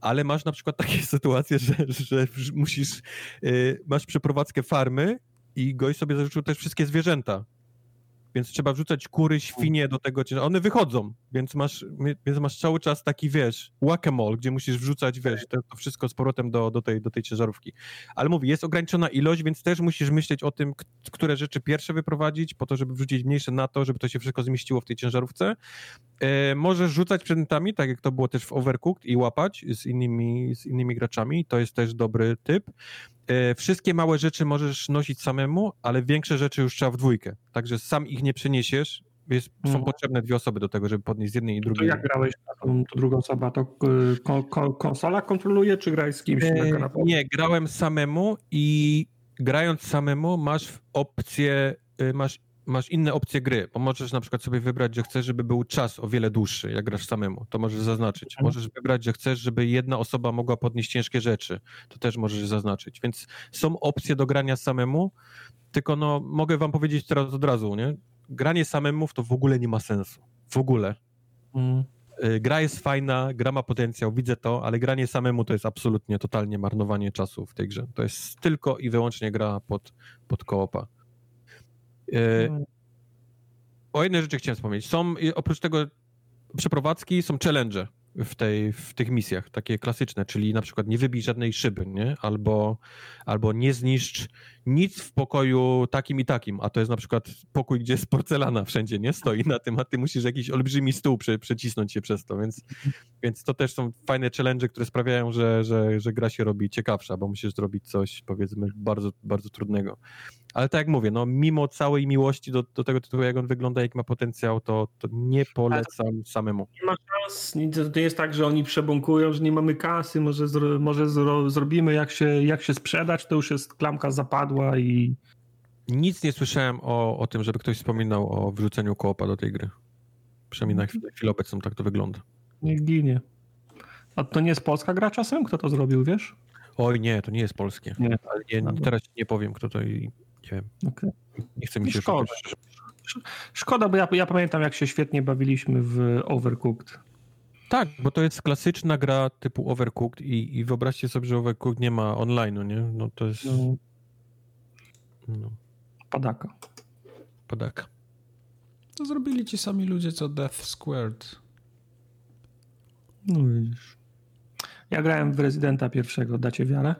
ale masz na przykład takie sytuacje, że, że musisz, yy, masz przeprowadzkę farmy i gość sobie zarzucił też wszystkie zwierzęta. Więc trzeba wrzucać kury, świnie do tego ciężaru. One wychodzą, więc masz, więc masz cały czas taki, wiesz, whack-a-mole, gdzie musisz wrzucać, wiesz, to, to wszystko z powrotem do, do, tej, do tej ciężarówki. Ale mówię, jest ograniczona ilość, więc też musisz myśleć o tym, które rzeczy pierwsze wyprowadzić, po to, żeby wrzucić mniejsze na to, żeby to się wszystko zmieściło w tej ciężarówce. E, możesz rzucać przedmiotami, tak jak to było też w Overcooked i łapać z innymi, z innymi graczami. To jest też dobry typ. E, wszystkie małe rzeczy możesz nosić samemu, ale większe rzeczy już trzeba w dwójkę. Także sam ich nie przeniesiesz. Jest, są hmm. potrzebne dwie osoby do tego, żeby podnieść z jednej i drugiej. To jak grałeś na tą, tą drugą osobę? To ko, ko, konsola kontroluje, czy grałeś z kimś e, na kanapie? Nie, grałem samemu i grając samemu masz opcję, masz masz inne opcje gry, bo możesz na przykład sobie wybrać, że chcesz, żeby był czas o wiele dłuższy, jak grasz samemu. To możesz zaznaczyć. Możesz wybrać, że chcesz, żeby jedna osoba mogła podnieść ciężkie rzeczy. To też możesz zaznaczyć. Więc są opcje do grania samemu, tylko no mogę wam powiedzieć teraz od razu, nie? Granie samemu to w ogóle nie ma sensu. W ogóle. Mm. Gra jest fajna, gra ma potencjał, widzę to, ale granie samemu to jest absolutnie, totalnie marnowanie czasu w tej grze. To jest tylko i wyłącznie gra pod, pod koopa. O jednej rzeczy chciałem wspomnieć. Są, oprócz tego przeprowadzki, są challenge w, tej, w tych misjach, takie klasyczne, czyli na przykład nie wybij żadnej szyby, nie? Albo, albo nie zniszcz nic w pokoju takim i takim, a to jest na przykład pokój, gdzie jest porcelana wszędzie, nie? Stoi na tym, a ty musisz jakiś olbrzymi stół prze, przecisnąć się przez to, więc, więc to też są fajne challenge, które sprawiają, że, że, że gra się robi ciekawsza, bo musisz zrobić coś, powiedzmy, bardzo, bardzo trudnego. Ale tak jak mówię, no mimo całej miłości do, do tego tytułu, jak on wygląda, jak ma potencjał, to, to nie polecam samemu. Nie ma szans, to nie jest tak, że oni przebąkują, że nie mamy kasy, może, zro, może zro, zrobimy jak się, jak się sprzedać, to już jest klamka zapadła i... Nic nie słyszałem o, o tym, żeby ktoś wspominał o wrzuceniu koopa do tej gry. Przynajmniej na chwilę, chwilę obecną tak to wygląda. Niech ginie. A to nie jest polska gra czasem? Kto to zrobił, wiesz? Oj nie, to nie jest polskie. Nie. Ale ja teraz nie powiem, kto to i nie wiem. Okay. Nie chce mi się Szkoda. Szukać. Szkoda, bo ja, ja pamiętam, jak się świetnie bawiliśmy w Overcooked. Tak, bo to jest klasyczna gra typu Overcooked i, i wyobraźcie sobie, że Overcooked nie ma online'u, nie? No to jest... No. No. Padaka. Padaka. To zrobili ci sami ludzie, co Death Squared. No widzisz. Ja grałem w Residenta pierwszego, dacie wiarę?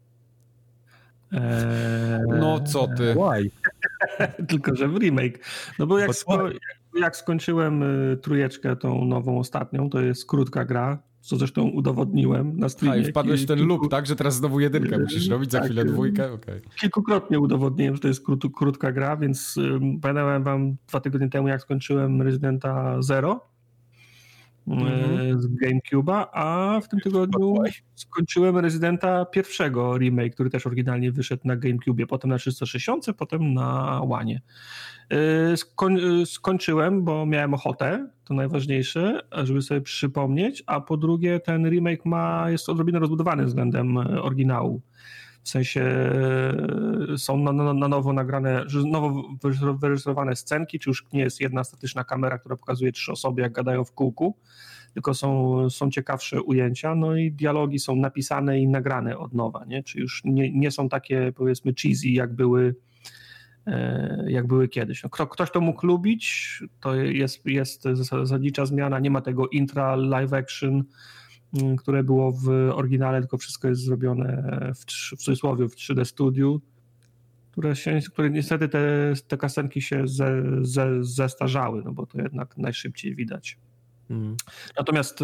Eee... No co ty? Why? Tylko, że w remake. No bo jak, sko- jak skończyłem y, trójeczkę, tą nową ostatnią, to jest krótka gra, co zresztą udowodniłem na streamie. A i wpadłeś w ten kilku... loop, tak? Że teraz znowu jedynkę musisz robić, za tak, chwilę dwójkę? Okay. Kilkukrotnie udowodniłem, że to jest krót, krótka gra, więc y, pamiętałem wam dwa tygodnie temu, jak skończyłem Residenta Zero mm-hmm. z GameCube'a, a w tym tygodniu skończyłem Residenta pierwszego remake, który też oryginalnie wyszedł na GameCube'ie, potem na trzysta sześćdziesiąt, potem na Łanie. Skoń, skończyłem, bo miałem ochotę, to najważniejsze, żeby sobie przypomnieć, a po drugie ten remake ma, jest odrobinę rozbudowany względem oryginału. W sensie są na, na, na nowo nagrane, nowo wyrejestrowane scenki, czy już nie jest jedna statyczna kamera, która pokazuje trzy osoby, jak gadają w kółku, tylko są, są ciekawsze ujęcia, no i dialogi są napisane i nagrane od nowa, nie? Czy już nie, nie są takie, powiedzmy, cheesy, jak były, jak były kiedyś. No, kto, ktoś to mógł lubić, to jest, jest zasadnicza zmiana, nie ma tego intra live action, które było w oryginale, tylko wszystko jest zrobione w, w cudzysłowie w trzy D Studio, które, się, które niestety te, te kasenki się ze, ze, zestarzały, no bo to jednak najszybciej widać. Hmm. Natomiast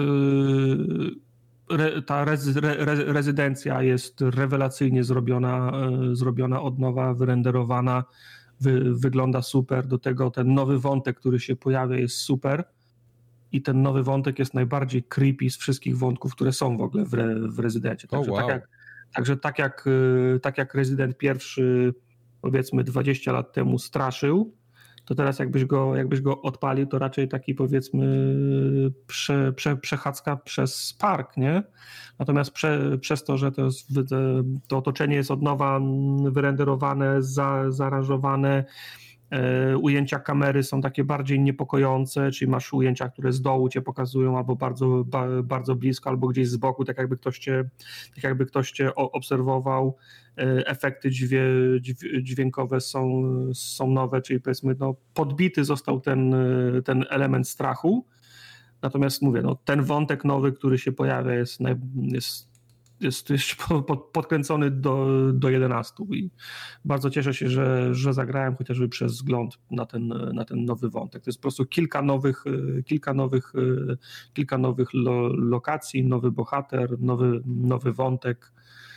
re, ta rez, re, rezydencja jest rewelacyjnie zrobiona, zrobiona od nowa, wyrenderowana, wy, wygląda super, do tego ten nowy wątek, który się pojawia, jest super. I ten nowy wątek jest najbardziej creepy z wszystkich wątków, które są w ogóle w, re, w Rezydencie. Także, oh, wow. tak, jak, także tak, jak, tak jak Rezydent pierwszy, powiedzmy dwadzieścia lat temu straszył, to teraz jakbyś go, jakbyś go odpalił, to raczej taki, powiedzmy, prze, prze, przechadzka przez park, nie? Natomiast prze, przez to, że to, jest, to otoczenie jest od nowa wyrenderowane, za, zaaranżowane, Ujęcia kamery są takie bardziej niepokojące, czyli masz ujęcia, które z dołu cię pokazują albo bardzo, ba, bardzo blisko, albo gdzieś z boku, tak jakby ktoś cię, tak jakby ktoś cię obserwował. Efekty dźwiękowe są, są nowe, czyli powiedzmy no, podbity został ten, ten element strachu. Natomiast mówię, no, ten wątek nowy, który się pojawia jest, naj, jest jest, jest podkręcony do, do jedenastu i bardzo cieszę się, że, że zagrałem chociażby przez wzgląd na ten, na ten nowy wątek. To jest po prostu kilka nowych, kilka nowych, kilka nowych lo, lokacji, nowy bohater, nowy, nowy wątek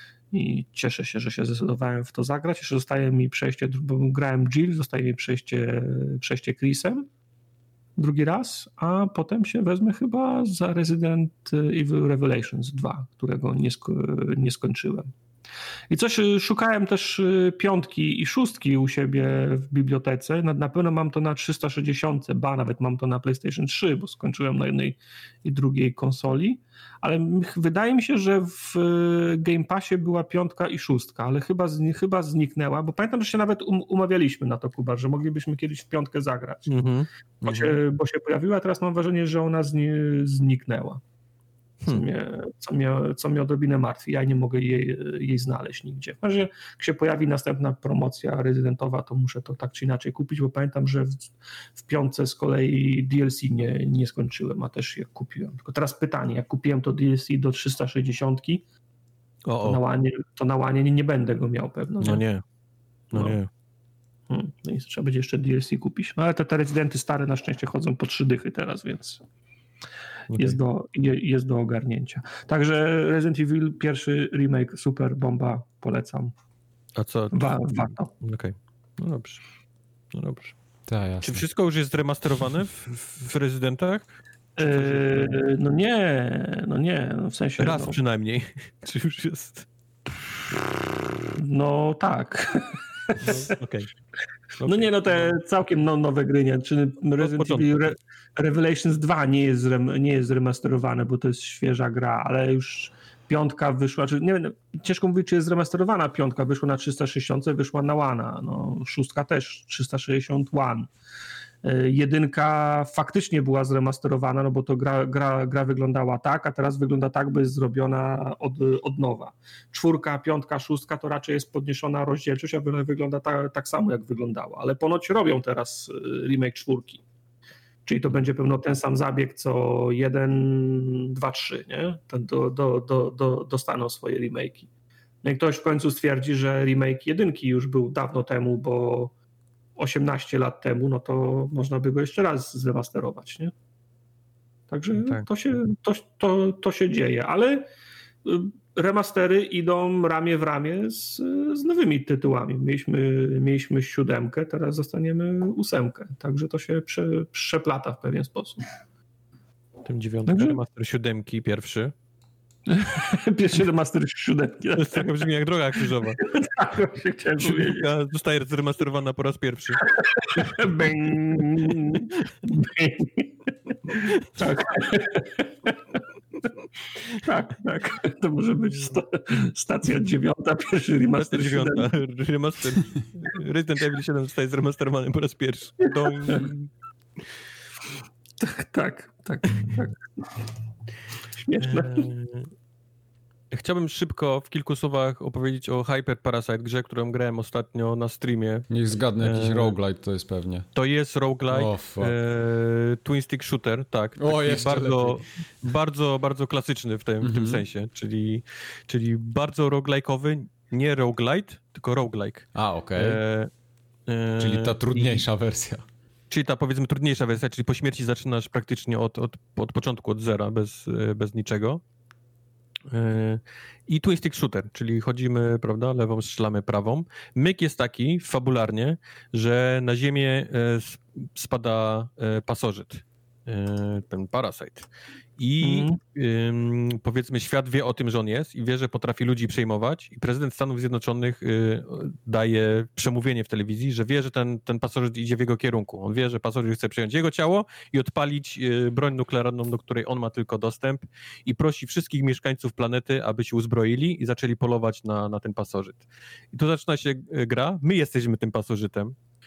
i cieszę się, że się zdecydowałem w to zagrać. Jeszcze zostaje mi przejście, bo grałem Jill, zostaje mi przejście, przejście Chrisem drugi raz, a potem się wezmę chyba za Resident Evil Revelations dwa, którego nie, sko- nie skończyłem. I coś szukałem też piątki i szóstki u siebie w bibliotece. Na, na pewno mam to na trzysta sześćdziesiąt, ba nawet mam to na PlayStation trzy, bo skończyłem na jednej i drugiej konsoli, ale wydaje mi się, że w Game Passie była piątka i szóstka, ale chyba, chyba zniknęła, bo pamiętam, że się nawet um, umawialiśmy na to, Kuba, że moglibyśmy kiedyś w piątkę zagrać, mm-hmm. bo, się, bo się pojawiła, a teraz mam wrażenie, że ona zni, zniknęła. Co, hmm. mnie, co, mnie, co mnie odrobinę martwi. Ja nie mogę jej, jej znaleźć nigdzie. W razie, jak się pojawi następna promocja rezydentowa, to muszę to tak czy inaczej kupić, bo pamiętam, że w, w piątce z kolei D L C nie, nie skończyłem, a też je kupiłem. Tylko teraz pytanie, jak kupiłem to D L C do trzysta sześćdziesiąt, o, o. to na łanie, to na łanie nie, nie będę go miał pewno. No nie, no, no nie. Hmm. No i trzeba będzie jeszcze D L C kupić. No ale te, te rezydenty stare na szczęście chodzą po trzy dychy teraz, więc... Okay. Jest, do, jest do ogarnięcia. Także Resident Evil pierwszy remake, super bomba, polecam. A co? Wa- warto. Okej, okay. No dobrze. No dobrze. Ta, jasne. Czy wszystko już jest zremasterowane w, w Residentach? Yy, no nie, no nie, no w sensie... Raz no, przynajmniej. Czy już jest? No tak. No, okay. Okay. No nie, no te całkiem no, nowe gry, nie? Czy Resident Evil Re- Revelations dwa nie jest, rem- nie jest zremasterowane, bo to jest świeża gra, ale już piątka wyszła, czy nie wiem, ciężko mówić, czy jest zremasterowana piątka, wyszła na trzysta sześćdziesiąt, wyszła na Łana, no szóstka też trzysta sześćdziesiąt One. Jedynka faktycznie była zremasterowana, no bo to gra, gra, gra wyglądała tak, a teraz wygląda tak, by jest zrobiona od, od nowa. Czwórka, piątka, szóstka to raczej jest podniesiona rozdzielczość, a wygląda tak, tak samo, jak wyglądała. Ale ponoć robią teraz remake czwórki. Czyli to będzie pewno ten sam zabieg, co jeden, dwa, trzy, nie? Ten do, do, do, do, dostaną swoje remake'i. No i ktoś w końcu stwierdzi, że remake jedynki już był dawno temu, bo osiemnaście lat temu, no to można by go jeszcze raz zremasterować, nie? Także tak. to, się, to, to, to się dzieje, ale remastery idą ramię w ramię z, z nowymi tytułami. Mieliśmy, mieliśmy siódemkę, teraz zostaniemy ósemkę, także to się prze, przeplata w pewien sposób. Tym dziewiątym remaster siódemki pierwszy. Pierwszy remaster siódemki. To jest trochę brzmi jak Droga Krzyżowa. Tak, właśnie chciałem powiedzieć. Zostaje zremasterowana po raz pierwszy. Bing. Bing. Tak. Tak, tak. To może być sta- stacja dziewiąta, pierwszy remaster dziewiąta. Remaster. Resident Evil siedem zostaje zremasterowany po raz pierwszy. Tak, tak, tak, tak. Śmieszne. Chciałbym szybko w kilku słowach opowiedzieć o Hyper Parasite, grze, którą grałem ostatnio na streamie. Niech zgadnę, jakiś e... roguelite to jest pewnie. To jest roguelite, oh, e... twin stick shooter, tak. O, jeszcze bardzo, lepiej. bardzo, bardzo klasyczny w tym, mm-hmm. w tym sensie, czyli, czyli bardzo roguelike'owy, nie roguelite, tylko roguelike. A, okej. Okay. E... E... Czyli ta trudniejsza I... wersja. Czyli ta, powiedzmy, trudniejsza wersja, czyli po śmierci zaczynasz praktycznie od, od, od początku, od zera, bez, bez niczego. I twin stick shooter, czyli chodzimy, prawda, lewą strzelamy prawą. Myk jest taki, fabularnie, że na ziemię spada pasożyt, ten Parasite. I mm. ym, powiedzmy świat wie o tym, że on jest i wie, że potrafi ludzi przejmować i prezydent Stanów Zjednoczonych y, daje przemówienie w telewizji, że wie, że ten, ten pasożyt idzie w jego kierunku. On wie, że pasożyt chce przejąć jego ciało i odpalić y, broń nuklearną, do której on ma tylko dostęp i prosi wszystkich mieszkańców planety, aby się uzbroili i zaczęli polować na, na ten pasożyt. I tu zaczyna się gra. My jesteśmy tym pasożytem.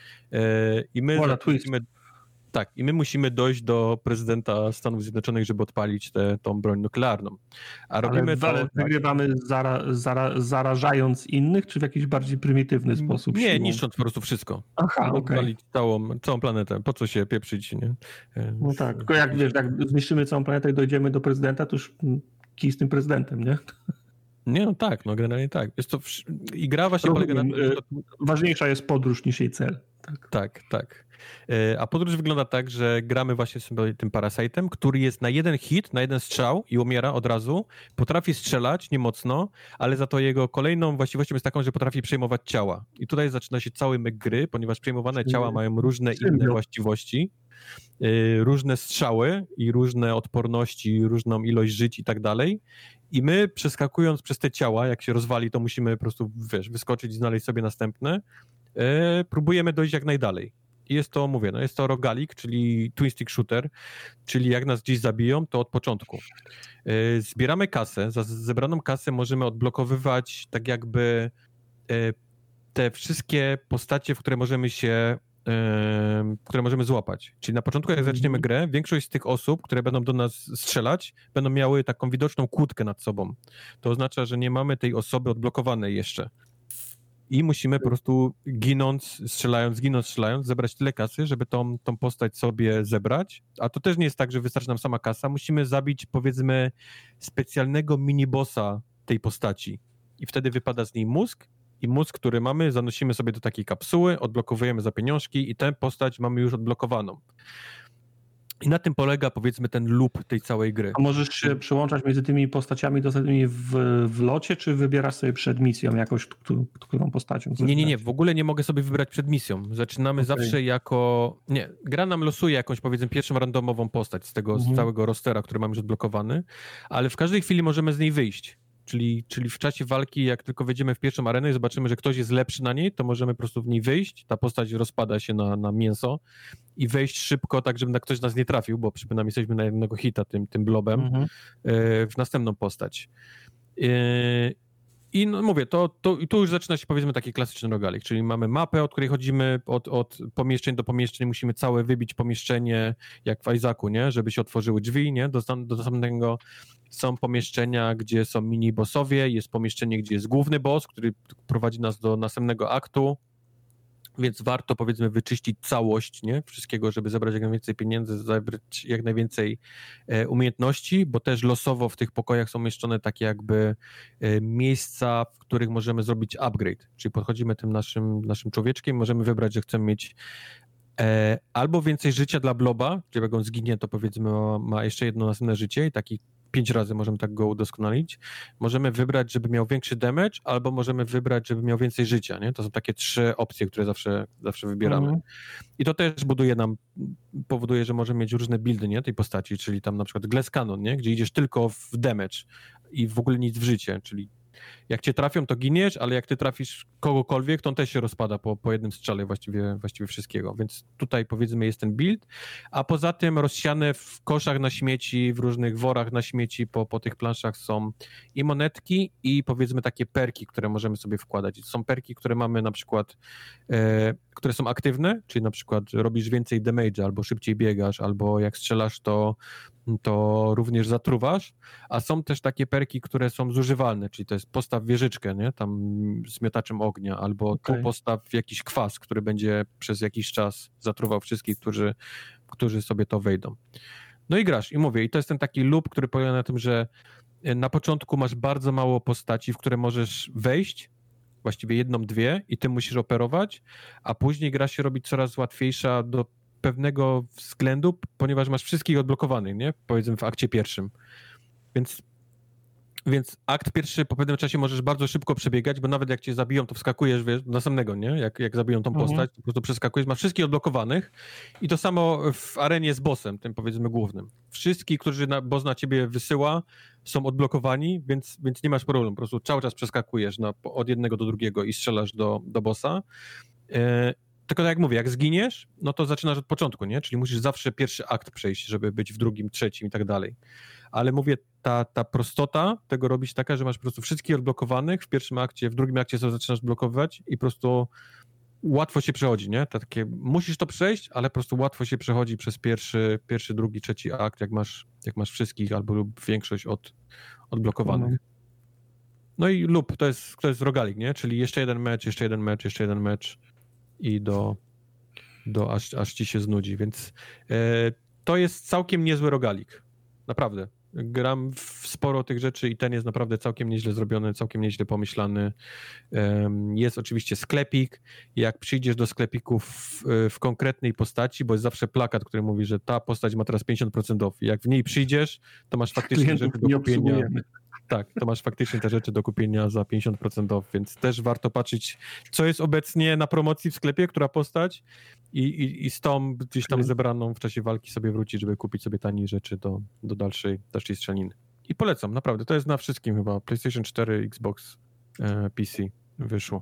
I my musimy, tak, i my musimy dojść do prezydenta Stanów Zjednoczonych, żeby odpalić tę tą broń nuklearną. A robimy ale, to... Ale wygrywamy zara, zara, zarażając innych, czy w jakiś bardziej prymitywny sposób? Nie, siłą? niszcząc po prostu wszystko. Aha, okej. Okay. Całą, całą planetę. Po co się pieprzyć, nie? No tak, tylko jak wiesz, jak zniszczymy całą planetę i dojdziemy do prezydenta, to już kij z tym prezydentem, nie? Nie, no tak, no generalnie tak. Jest to w... I gra właśnie Rozumiem, polega na tym, że... Ważniejsza jest podróż niż jej cel. Tak, tak. tak. A podróż wygląda tak, że gramy właśnie sobie tym Parasite'em, który jest na jeden hit, na jeden strzał i umiera od razu. Potrafi strzelać, nie mocno, ale za to jego kolejną właściwością jest taką, że potrafi przejmować ciała. I tutaj zaczyna się cały myk gry, ponieważ przejmowane Czyli... ciała mają różne inne właściwości, różne strzały i różne odporności, różną ilość żyć i tak dalej. I my przeskakując przez te ciała, jak się rozwali, to musimy po prostu, wiesz, wyskoczyć i znaleźć sobie następne. E, próbujemy dojść jak najdalej. I jest to, mówię, no jest to rogalik, czyli twin stick shooter, czyli jak nas gdzieś zabiją, to od początku. E, zbieramy kasę, za zebraną kasę możemy odblokowywać tak jakby e, te wszystkie postacie, w które możemy się które możemy złapać. Czyli na początku, jak zaczniemy grę, większość z tych osób, które będą do nas strzelać, będą miały taką widoczną kłódkę nad sobą. To oznacza, że nie mamy tej osoby odblokowanej jeszcze. I musimy po prostu ginąc, strzelając, ginąc, strzelając, zebrać tyle kasy, żeby tą, tą postać sobie zebrać. A to też nie jest tak, że wystarczy nam sama kasa. Musimy zabić, powiedzmy, specjalnego minibossa tej postaci. I wtedy wypada z niej mózg. I mózg, który mamy, zanosimy sobie do takiej kapsuły, odblokowujemy za pieniążki i tę postać mamy już odblokowaną. I na tym polega, powiedzmy, ten loop tej całej gry. A możesz się przyłączać między tymi postaciami dostępnymi w, w locie, czy wybierasz sobie przed misją jakąś, którą, którą postacią? Nie, nie, nie. W ogóle nie mogę sobie wybrać przed misją. Zaczynamy okay. zawsze jako... Nie, gra nam losuje jakąś, powiedzmy, pierwszą randomową postać z tego mhm. z całego rostera, który mam już odblokowany, ale w każdej chwili możemy z niej wyjść. Czyli, czyli w czasie walki, jak tylko wejdziemy w pierwszą arenę i zobaczymy, że ktoś jest lepszy na niej, to możemy po prostu w niej wyjść, ta postać rozpada się na, na mięso i wejść szybko, tak żeby ktoś nas nie trafił, bo przypominam, jesteśmy na jednego hita tym, tym blobem, mhm. w następną postać. I no mówię, to, to, tu już zaczyna się, powiedzmy, taki klasyczny rogalik, czyli mamy mapę, od której chodzimy od, od pomieszczeń do pomieszczeń, musimy całe wybić pomieszczenie, jak w Isaacu, nie? Żeby się otworzyły drzwi, nie? Do, do następnego. Są pomieszczenia, gdzie są mini-bossowie, jest pomieszczenie, gdzie jest główny boss, który prowadzi nas do następnego aktu, więc warto, powiedzmy, wyczyścić całość, nie? Wszystkiego, żeby zebrać jak najwięcej pieniędzy, zebrać jak najwięcej e, umiejętności, bo też losowo w tych pokojach są umieszczone takie jakby e, miejsca, w których możemy zrobić upgrade, czyli podchodzimy tym naszym, naszym człowieczkiem, możemy wybrać, że chcemy mieć e, albo więcej życia dla bloba, gdzie jak on zginie, to powiedzmy ma, ma jeszcze jedno następne życie i taki pięć razy możemy tak go udoskonalić. Możemy wybrać, żeby miał większy damage, albo możemy wybrać, żeby miał więcej życia, nie? To są takie trzy opcje, które zawsze, zawsze wybieramy. Mhm. I to też buduje nam, powoduje, że możemy mieć różne buildy, nie? Tej postaci, czyli tam na przykład Glass Cannon, nie? Gdzie idziesz tylko w damage i w ogóle nic w życie, czyli jak cię trafią, to giniesz, ale jak ty trafisz kogokolwiek, to on też się rozpada po, po jednym strzale właściwie, właściwie wszystkiego. Więc tutaj, powiedzmy, jest ten build, a poza tym rozsiane w koszach na śmieci, w różnych worach na śmieci po, po tych planszach są i monetki i, powiedzmy, takie perki, które możemy sobie wkładać. Są perki, które mamy na przykład, e, które są aktywne, czyli na przykład robisz więcej damage, albo szybciej biegasz, albo jak strzelasz, to to również zatruwasz, a są też takie perki, które są zużywalne, czyli to jest postaw wieżyczkę, nie? Tam z miotaczem ognia, albo okay. tu postaw jakiś kwas, który będzie przez jakiś czas zatruwał wszystkich, którzy, którzy sobie to wejdą. No i grasz, i mówię, i to jest ten taki loop, który polega na tym, że na początku masz bardzo mało postaci, w które możesz wejść, właściwie jedną, dwie, i ty musisz operować, a później gra się robi coraz łatwiejsza do pewnego względu, ponieważ masz wszystkich odblokowanych, nie? Powiedzmy w akcie pierwszym. Więc, więc akt pierwszy po pewnym czasie możesz bardzo szybko przebiegać, bo nawet jak cię zabiją, to wskakujesz, wiesz, do następnego, nie? Jak, jak zabiją tą postać, mhm. to po prostu przeskakujesz, masz wszystkich odblokowanych i to samo w arenie z bossem, tym powiedzmy głównym. Wszystkich, którzy na, boss na ciebie wysyła, są odblokowani, więc, więc nie masz problemu. Po prostu cały czas przeskakujesz na, od jednego do drugiego i strzelasz do, do bossa. Yy, Tylko tak jak mówię, jak zginiesz, no to zaczynasz od początku, nie? Czyli musisz zawsze pierwszy akt przejść, żeby być w drugim, trzecim i tak dalej. Ale mówię, ta, ta prostota tego robić taka, że masz po prostu wszystkich odblokowanych w pierwszym akcie, w drugim akcie sobie zaczynasz blokować i po prostu łatwo się przechodzi, nie? To takie, musisz to przejść, ale po prostu łatwo się przechodzi przez pierwszy, pierwszy drugi, trzeci akt, jak masz, jak masz wszystkich albo lub większość od, odblokowanych. No i lub to jest, to jest rogalik, nie? Czyli jeszcze jeden mecz, jeszcze jeden mecz, jeszcze jeden mecz i do, do aż, aż ci się znudzi, więc e, to jest całkiem niezły rogalik. Naprawdę. Gram w sporo tych rzeczy i ten jest naprawdę całkiem nieźle zrobiony, całkiem nieźle pomyślany. Jest oczywiście sklepik. Jak przyjdziesz do sklepiku w, w konkretnej postaci, bo jest zawsze plakat, który mówi, że ta postać ma teraz pięćdziesiąt procent off. Jak w niej przyjdziesz, to masz faktycznie rzeczy do kupienia. Tak, to masz faktycznie te rzeczy do kupienia za pięćdziesiąt procent off, więc też warto patrzeć, co jest obecnie na promocji w sklepie, która postać i, i, i z tą gdzieś tam zebraną w czasie walki sobie wrócić, żeby kupić sobie taniej rzeczy do, do dalszej, dalszej strzelaniny. I polecam, naprawdę, to jest na wszystkim chyba. PlayStation cztery, Xbox, e, P C wyszło.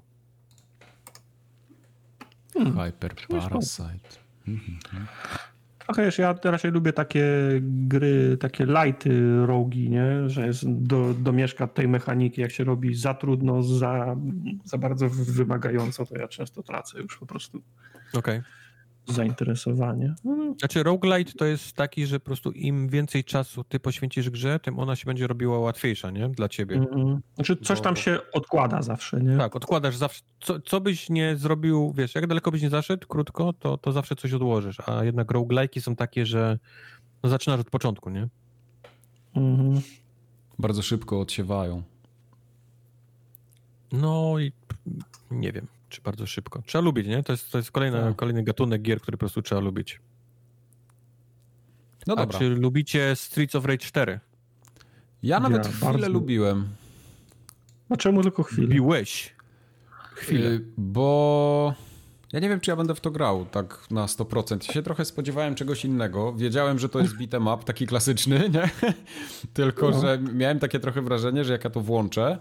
Hmm. Hyper Parasite. Mhm. Ach, wiesz, ja raczej lubię takie gry, takie lighty rogi, nie? Że jest do, domieszka tej mechaniki, jak się robi za trudno, za, za bardzo wymagająco, to ja często tracę już po prostu okay. zainteresowanie. No. Znaczy roguelite to jest taki, że po prostu im więcej czasu ty poświęcisz grze, tym ona się będzie robiła łatwiejsza, nie? Dla ciebie. Mm-hmm. Znaczy coś tam się odkłada zawsze, nie? Tak, odkładasz zawsze. Co, co byś nie zrobił, wiesz, jak daleko byś nie zaszedł, krótko, to, to zawsze coś odłożysz, a jednak roguelike'i są takie, że no, zaczynasz od początku, nie? Mm-hmm. Bardzo szybko odsiewają. No i nie wiem, czy bardzo szybko. Trzeba lubić, nie? To jest, to jest kolejny, tak. kolejny gatunek gier, który po prostu trzeba lubić. No A dobra. czy lubicie Streets of Rage cztery? Ja nawet ja chwilę bardzo... lubiłem. A czemu tylko chwilę? Lubiłeś chwilę. Yy, bo ja nie wiem, czy ja będę w to grał tak na sto procent. Ja się trochę spodziewałem czegoś innego. Wiedziałem, że to jest beat'em up, taki klasyczny, nie? Tylko, no. że miałem takie trochę wrażenie, że jak ja to włączę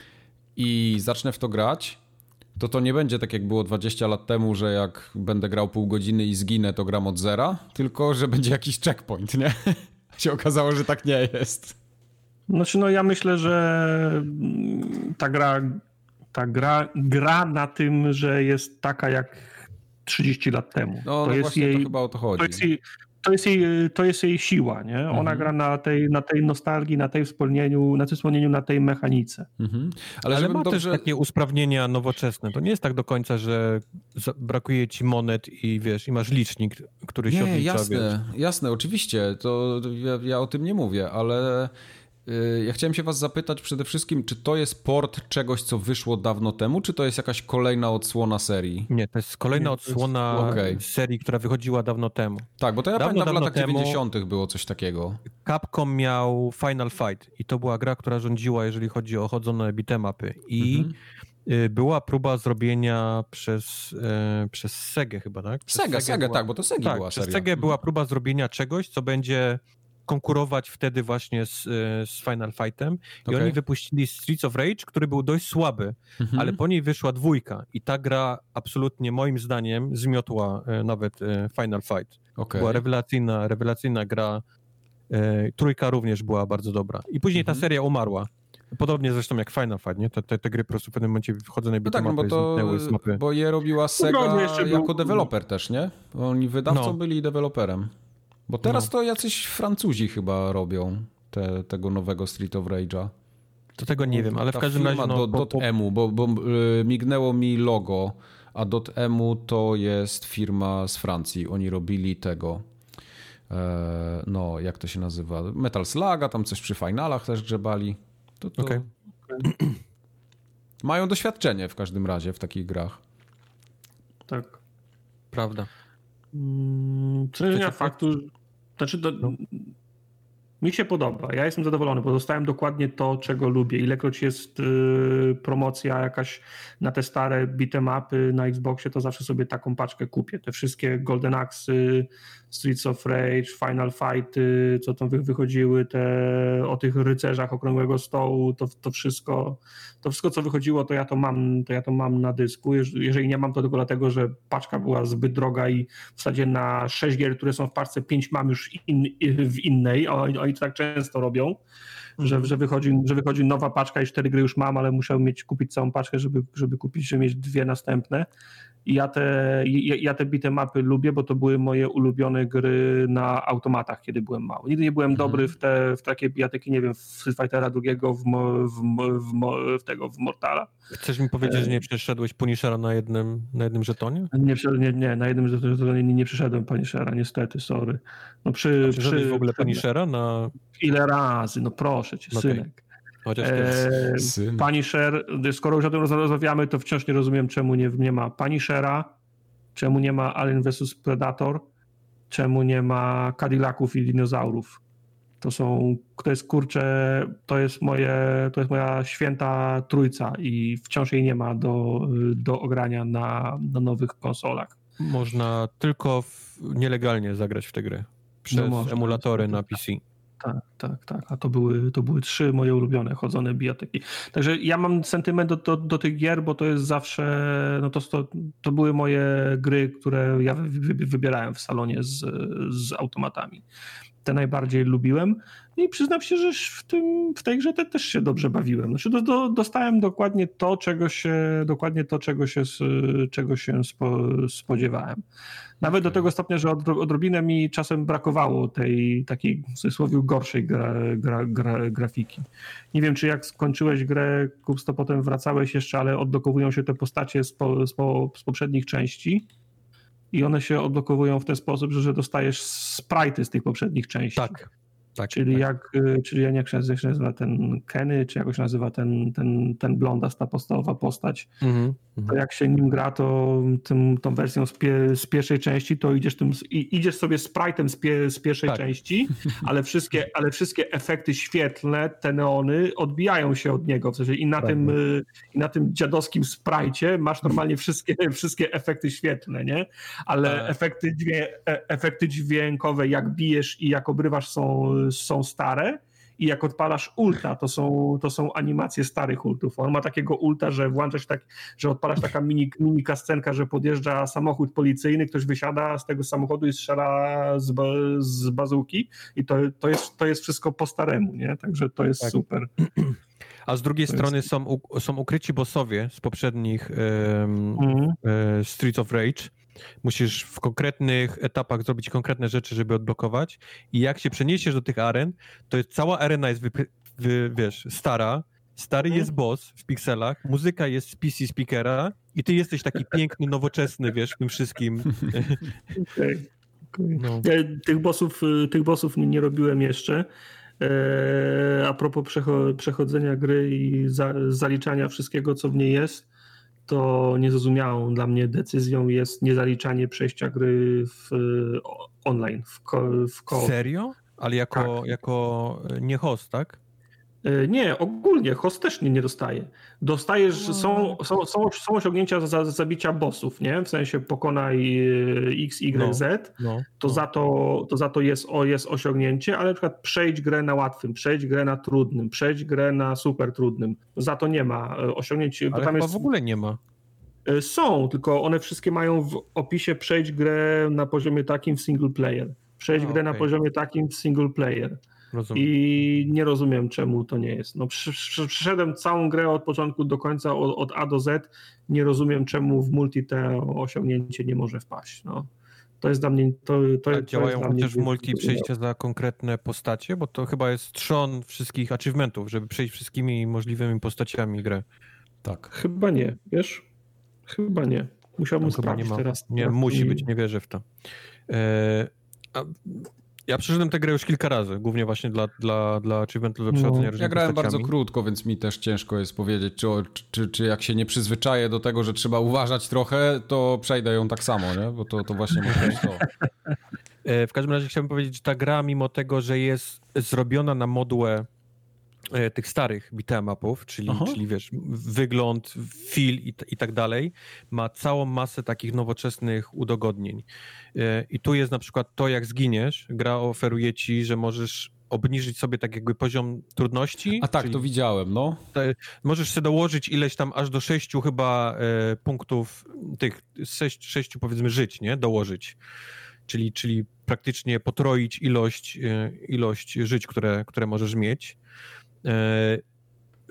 i zacznę w to grać, to to nie będzie tak, jak było dwadzieścia lat temu, że jak będę grał pół godziny i zginę, to gram od zera, tylko, że będzie jakiś checkpoint, nie? się okazało, że tak nie jest. Znaczy, no ja myślę, że ta gra, ta gra gra na tym, że jest taka jak trzydzieści lat temu. No, to no jest właśnie jej, to chyba o to chodzi. To jest jej, to jest jej, to jest jej siła, nie? Ona mhm. gra na tej, na tej nostalgii, na tej wspomnieniu, na tym wspomnieniu, na tej mechanice. Mhm. Ale, Ale ma dobrze... też takie usprawnienia nowoczesne. To nie jest tak do końca, że brakuje ci monet i wiesz, i masz licznik, który nie, się odlicza. Jasne, wiesz. jasne, oczywiście. To ja, ja o tym nie mówię, ale ja chciałem się was zapytać przede wszystkim, czy to jest port czegoś, co wyszło dawno temu, czy to jest jakaś kolejna odsłona serii? Nie, to jest kolejna Nie, odsłona jest... okay. serii, która wychodziła dawno temu. Tak, bo to ja dawno, pamiętam w latach temu dziewięćdziesiątych było coś takiego. Capcom miał Final Fight i to była gra, która rządziła, jeżeli chodzi o chodzone beat'em-upy. I mhm. była próba zrobienia przez, e, przez Segę chyba, tak? Przez Sega, Sega, tak, bo to Segi tak, była przez seria. Segę mhm. była próba zrobienia czegoś, co będzie konkurować wtedy właśnie z, z Final Fightem i okay. oni wypuścili Streets of Rage, który był dość słaby, mhm. ale po niej wyszła dwójka i ta gra absolutnie moim zdaniem zmiotła e, nawet e, Final Fight. Okay. Była rewelacyjna, rewelacyjna gra. E, trójka również była bardzo dobra. I później mhm. ta seria umarła. Podobnie zresztą jak Final Fight, nie? Te, te, te gry po prostu w pewnym momencie wchodzone no tak, no bo to, z mapy. Bo je robiła Sega no, jako był... deweloper też, nie? Oni wydawcą no. byli deweloperem. Bo teraz no. to jacyś Francuzi chyba robią te, tego nowego Street of Rage'a. To tego nie wiem, ale w każdym razie... No, do, bo, .emu, bo, bo yy, mignęło mi logo, a .emu to jest firma z Francji. Oni robili tego, e, no jak to się nazywa, Metal Sluga, tam coś przy finalach też grzebali. To, to... Okay. Mają doświadczenie w każdym razie w takich grach. Tak. Prawda. Co nie zmienia faktu, znaczy to, no. mi się podoba, ja jestem zadowolony, bo dostałem dokładnie to, czego lubię. Ilekroć jest y, promocja jakaś na te stare beat'em upy na Xboxie, to zawsze sobie taką paczkę kupię. Te wszystkie Golden Axe, Streets of Rage, Final Fighty, co tam wychodziły, te o tych rycerzach okrągłego stołu, to, to wszystko, to wszystko, co wychodziło, to ja to mam, to ja to mam na dysku. Jeżeli nie mam, to tylko dlatego, że paczka była zbyt droga i w zasadzie na sześć gier, które są w paczce, pięć mam już in, w innej, a oni, oni to tak często robią, mm. że, że, wychodzi, że wychodzi nowa paczka i cztery gry już mam, ale musiałem mieć, kupić całą paczkę, żeby, żeby kupić, żeby mieć dwie następne. I ja te, ja, ja te beat'em-upy lubię, bo to były moje ulubione gry na automatach, kiedy byłem mały. Nigdy nie byłem mhm. dobry w, te, w takie bijatyki, nie wiem, w Street Fightera drugiego, w, mo, w, mo, w, mo, w tego, w Mortala. Chcesz mi powiedzieć, e... że nie przeszedłeś Punishera na jednym, na jednym żetonie? Nie, nie, nie, na jednym żetonie nie, nie przeszedłem Punishera, niestety, sorry. No przy, A przy, w ogóle przy... Punishera na... Ile razy, no proszę cię, okay. synek. Chociaż to jest e, syn. Punisher, skoro już o tym rozmawiamy, to wciąż nie rozumiem, czemu nie, nie ma Punishera, czemu nie ma Alien versus Predator, czemu nie ma Cadillaców i dinozaurów. To są, to jest kurczę, to jest moje, to jest moja święta trójca i wciąż jej nie ma do, do ogrania na, na nowych konsolach. Można tylko w, nielegalnie zagrać w tę grę przez no można, emulatory na P C. Tak, tak, tak. A to były, to były trzy moje ulubione chodzone bijatyki. Także ja mam sentyment do, do, do tych gier, bo to jest zawsze, no to, to, to były moje gry, które ja wy, wy, wybierałem w salonie z, z automatami. Te najbardziej lubiłem i przyznam się, że w, tym, w tej grze te, też się dobrze bawiłem. Znaczy do, do, dostałem dokładnie to, czego się, dokładnie to, czego się, czego się spo, spodziewałem. Nawet okay. do tego stopnia, że odrobinę mi czasem brakowało tej takiej, w cudzysłowie, gorszej gra, gra, gra, grafiki. Nie wiem, czy jak skończyłeś grę, Kups, to potem wracałeś jeszcze, ale odblokowują się te postacie z, po, z, po, z poprzednich części i one się odblokowują w ten sposób, że, że dostajesz sprite'y z tych poprzednich części. Tak. Tak, czyli, tak. Jak, czyli jak się nazywa ten Kenny, czy jakoś nazywa ten, ten, ten blondas, ta podstawowa postać, mm-hmm. to jak się nim gra, to tym, tą wersją z, pie, z pierwszej części, to idziesz, tym, idziesz sobie sprite'em z, pie, z pierwszej tak. części, ale wszystkie, ale wszystkie efekty świetlne, te neony odbijają się od niego. W sensie i na, tak. tym, i na tym dziadowskim sprite'cie masz normalnie wszystkie, wszystkie efekty świetlne, nie? Ale tak. efekty, dźwię, efekty dźwiękowe, jak bijesz i jak obrywasz, są są stare i jak odpalasz ulta, to są, to są animacje starych ultów. On ma takiego ulta, że włączasz tak, że odpalasz taka mini, mini kascenka, że podjeżdża samochód policyjny, ktoś wysiada z tego samochodu i strzela z, ba, z bazuki i to, to, jest, to jest wszystko po staremu, nie? Także to jest tak. super. A z drugiej to strony jest... są, u, są ukryci bossowie z poprzednich um, mm. e, Streets of Rage. Musisz w konkretnych etapach zrobić konkretne rzeczy, żeby odblokować i jak się przeniesiesz do tych aren, to jest, cała arena jest, wy, wy, wiesz, stara, stary jest boss w pikselach, muzyka jest z P C speakera i ty jesteś taki piękny, nowoczesny, wiesz, w tym wszystkim. Okay. Okay. No. Ja tych bossów, tych bossów nie, nie robiłem jeszcze. Eee, a propos przecho- przechodzenia gry i za, zaliczania wszystkiego, co w niej jest, to niezrozumiałą dla mnie decyzją jest niezaliczanie przejścia gry w online, w, ko, w co-op. Serio? Ale jako, tak. jako nie host, tak? Nie, ogólnie host też nie, nie dostaje. Dostajesz, no. są, są, są, są osiągnięcia za, za zabicia bossów, nie? W sensie pokonaj X, Y, no. Z, no. To, no. Za to, to za to jest, o, jest osiągnięcie, ale na przykład przejdź grę na łatwym, przejdź grę na trudnym, przejdź grę na super trudnym. Za to nie ma osiągnięć. Ale bo tam chyba jest, w ogóle nie ma. Są, tylko one wszystkie mają w opisie przejdź grę na poziomie takim w single player. Przejdź A, grę okay. na poziomie takim w single player. Rozumiem. I nie rozumiem, czemu to nie jest. No, przeszedłem całą grę od początku do końca, od, od A do Z. Nie rozumiem, czemu w multi to osiągnięcie nie może wpaść. No. To jest dla mnie... To, to, A to działają jest chociaż w multi przejście za konkretne postacie? Bo to chyba jest trzon wszystkich achievementów, żeby przejść wszystkimi możliwymi postaciami grę. Tak. Chyba nie, wiesz? Chyba nie. Musiałbym Tam sprawdzić nie teraz. Nie, teraz musi nie... być, nie wierzę w to. Eee, a... Ja przeszedłem tę grę już kilka razy, głównie właśnie dla, dla, dla achievementów do przechodzenia no, różnymi Ja grałem postaciami. bardzo krótko, więc mi też ciężko jest powiedzieć, czy, czy, czy jak się nie przyzwyczaję do tego, że trzeba uważać trochę, to przejdę ją tak samo, nie? Bo to, to właśnie może być to. W każdym razie chciałbym powiedzieć, że ta gra, mimo tego, że jest zrobiona na modłę tych starych beat'em upów, czyli, czyli wiesz, wygląd, feel i, i tak dalej, ma całą masę takich nowoczesnych udogodnień. I tu jest na przykład to, jak zginiesz, gra oferuje ci, że możesz obniżyć sobie tak jakby poziom trudności. A tak, to widziałem, no. Te, możesz sobie dołożyć ileś tam aż do sześciu chyba e, punktów, tych sześć, sześciu powiedzmy żyć, nie? Dołożyć. Czyli, czyli praktycznie potroić ilość, e, ilość żyć, które, które możesz mieć.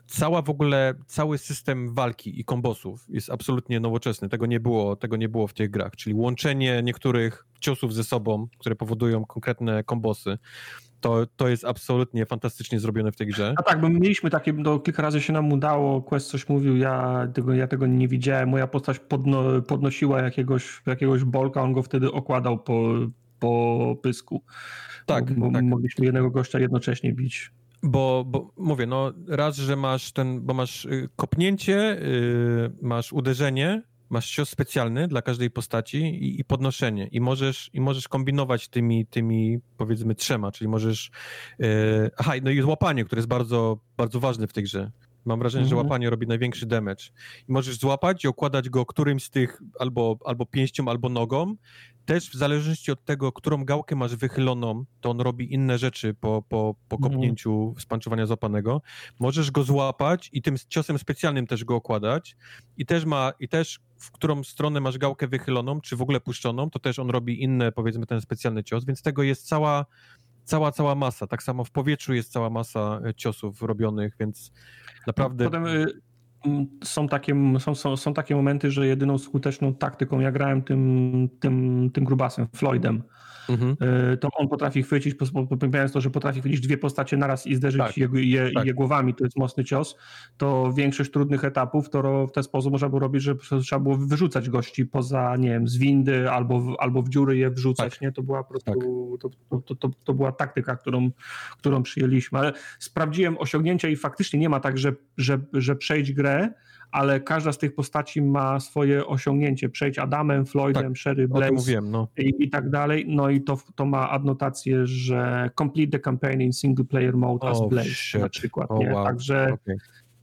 cała w ogóle, cały system walki i kombosów jest absolutnie nowoczesny. Tego nie było, tego nie było w tych grach, czyli łączenie niektórych ciosów ze sobą, które powodują konkretne kombosy. To, to jest absolutnie fantastycznie zrobione w tej grze. A tak, bo mieliśmy takie, no, kilka razy się nam udało, Quest coś mówił, ja tego, ja tego nie widziałem, moja postać podno, podnosiła jakiegoś, jakiegoś bolka, on go wtedy okładał po, po pysku. Tak, bo, tak. Mogliśmy jednego gościa jednocześnie bić. Bo, bo mówię, no raz, że masz ten, bo masz y, kopnięcie, y, masz uderzenie, masz cios specjalny dla każdej postaci i, i podnoszenie. I możesz, i możesz kombinować tymi, tymi, powiedzmy, trzema, czyli możesz... Yy, aha, no i złapanie, które jest bardzo, bardzo ważne w tej grze. Mam wrażenie, mhm. że łapanie robi największy damage. I możesz złapać i okładać go którymś z tych albo, albo pięścią, albo nogą. Też w zależności od tego, którą gałkę masz wychyloną, to on robi inne rzeczy po, po, po kopnięciu mhm. spanczowania złapanego. Możesz go złapać i tym ciosem specjalnym też go okładać. I też ma, i też w którą stronę masz gałkę wychyloną, czy w ogóle puszczoną, to też on robi inne, powiedzmy, ten specjalny cios, więc tego jest cała, cała, cała masa. Tak samo w powietrzu jest cała masa ciosów robionych, więc naprawdę... Potem y, są, takie, są, są, są takie momenty, że jedyną skuteczną taktyką, ja grałem tym, tym, tym grubasem, Floydem, mhm. to on potrafi chwycić, pomijając to, że potrafi chwycić dwie postacie naraz i zderzyć tak, je, je, tak. je głowami, to jest mocny cios, to większość trudnych etapów to w ten sposób można było robić, że trzeba było wyrzucać gości poza, nie wiem, z windy albo w, albo w dziury je wrzucać, tak. nie? To była po prostu, tak. to, to, to, to była taktyka, którą, którą przyjęliśmy, ale sprawdziłem osiągnięcia i faktycznie nie ma tak, że, że, że przejść grę, ale każda z tych postaci ma swoje osiągnięcie. Przejdź Adamem, Floydem, tak, Sherry, Blaze mówiłem, no. i, i tak dalej. No i to, to ma adnotację, że complete the campaign in single player mode as oh, Blaze shit. na przykład. Oh, nie? wow. Także okay.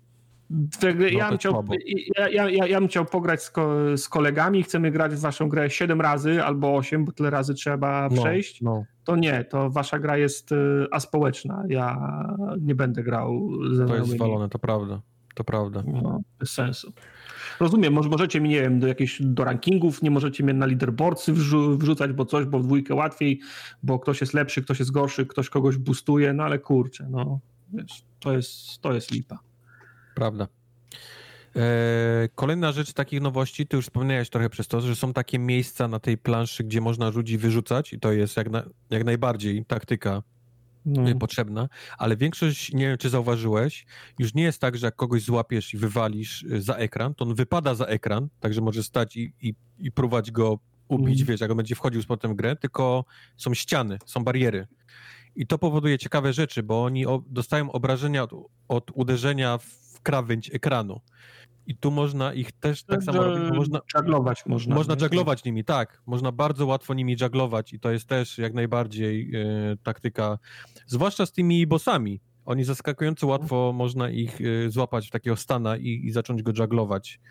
no ja, bym chciał, ja, ja, ja, ja bym chciał pograć z, ko, z kolegami, chcemy grać w waszą grę siedem razy albo osiem, bo tyle razy trzeba no, przejść. No. To nie, to wasza gra jest aspołeczna. Ja nie będę grał ze To jest zwalone, to prawda. To prawda. No, bez sensu. Rozumiem, może możecie mi, nie wiem, do jakichś do rankingów, nie możecie mnie na leaderboardsy wrzu- wrzucać, bo coś, bo w dwójkę łatwiej, bo ktoś jest lepszy, ktoś jest gorszy, ktoś kogoś boostuje, no ale kurczę, no wiesz, to jest, to jest lipa. Prawda. Eee, kolejna rzecz takich nowości, ty już wspomniałeś trochę przez to, że są takie miejsca na tej planszy, gdzie można ludzi wyrzucać i to jest jak, na, jak najbardziej taktyka no. potrzebna, ale większość, nie wiem czy zauważyłeś, już nie jest tak, że jak kogoś złapiesz i wywalisz za ekran, to on wypada za ekran, także możesz stać i, i, i próbować go ubić, mm. wiesz, jak on będzie wchodził z potem w grę, tylko są ściany, są bariery. I to powoduje ciekawe rzeczy, bo oni o, dostają obrażenia od, od uderzenia w krawędź ekranu. I tu można ich też tak samo robić, bo można... Żaglować można. Można żaglować nimi, tak. Można bardzo łatwo nimi żaglować i to jest też jak najbardziej e, taktyka, zwłaszcza z tymi bossami. Oni zaskakująco łatwo można ich e, złapać w takiego stana i, i zacząć go żaglować.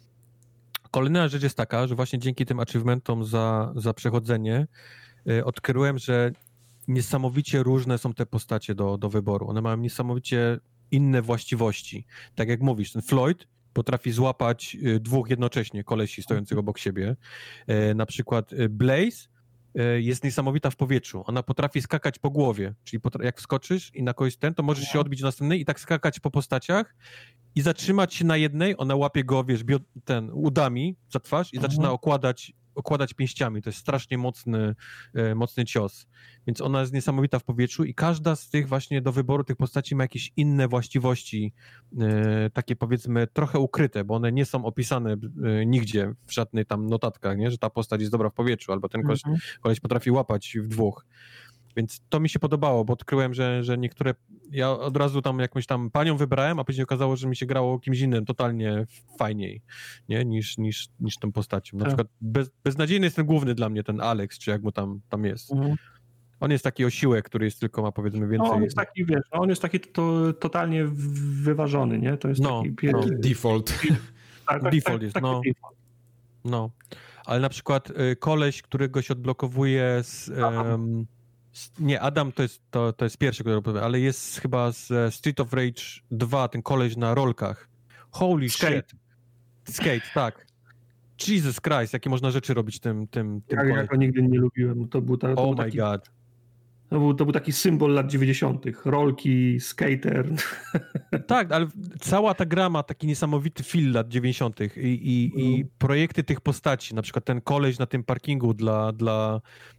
Kolejna rzecz jest taka, że właśnie dzięki tym achievementom za, za przechodzenie e, odkryłem, że niesamowicie różne są te postacie do, do wyboru. One mają niesamowicie inne właściwości. Tak jak mówisz, ten Floyd potrafi złapać dwóch jednocześnie kolesi stojących obok siebie. E, na przykład Blaze e, jest niesamowita w powietrzu. Ona potrafi skakać po głowie, czyli potra- jak wskoczysz i na kogoś ten, to możesz się odbić do następnej i tak skakać po postaciach i zatrzymać się na jednej, ona łapie go, wiesz, bio- ten, udami za twarz i mhm. zaczyna okładać, okładać pięściami. To jest strasznie mocny, e, mocny cios. Więc ona jest niesamowita w powietrzu i każda z tych właśnie do wyboru tych postaci ma jakieś inne właściwości, e, takie powiedzmy trochę ukryte, bo one nie są opisane e, nigdzie w żadnej tam notatkach, nie? Że ta postać jest dobra w powietrzu, albo ten koleś, mhm. koleś potrafi łapać w dwóch. Więc to mi się podobało, bo odkryłem, że, że niektóre... Ja od razu tam jakąś tam panią wybrałem, a później okazało, że mi się grało kimś innym totalnie fajniej, nie? Niż, niż, niż tą postacią. Na tak. przykład bez, beznadziejny jest ten główny dla mnie, ten Alex, czy jak mu tam, tam jest. Mhm. On jest taki osiłek, który jest tylko ma powiedzmy więcej... No on jest taki, wiesz, no on jest taki to, totalnie wyważony, nie? To jest no, taki... No. Default. Tak, tak, default tak, jest, taki no. default. No. Ale na przykład y, koleś, którego się odblokowuje z... Um, z nie, Adam to jest, to, to jest pierwszy, który opowiada, ale jest chyba z Street of Rage dwa, ten koleś na rolkach. Holy Skate. shit. Skate, tak. Jesus Christ, jakie można rzeczy robić tym, tym, tym ja, ja go nigdy nie lubiłem. To był, ta, to oh był my taki... god. To był, to był taki symbol lat dziewięćdziesiątych. Rolki, skater. Tak, ale cała ta gra ma taki niesamowity feel lat dziewięćdziesiątych. I, i, mm. i projekty tych postaci, na przykład ten koleś na tym parkingu dla, dla,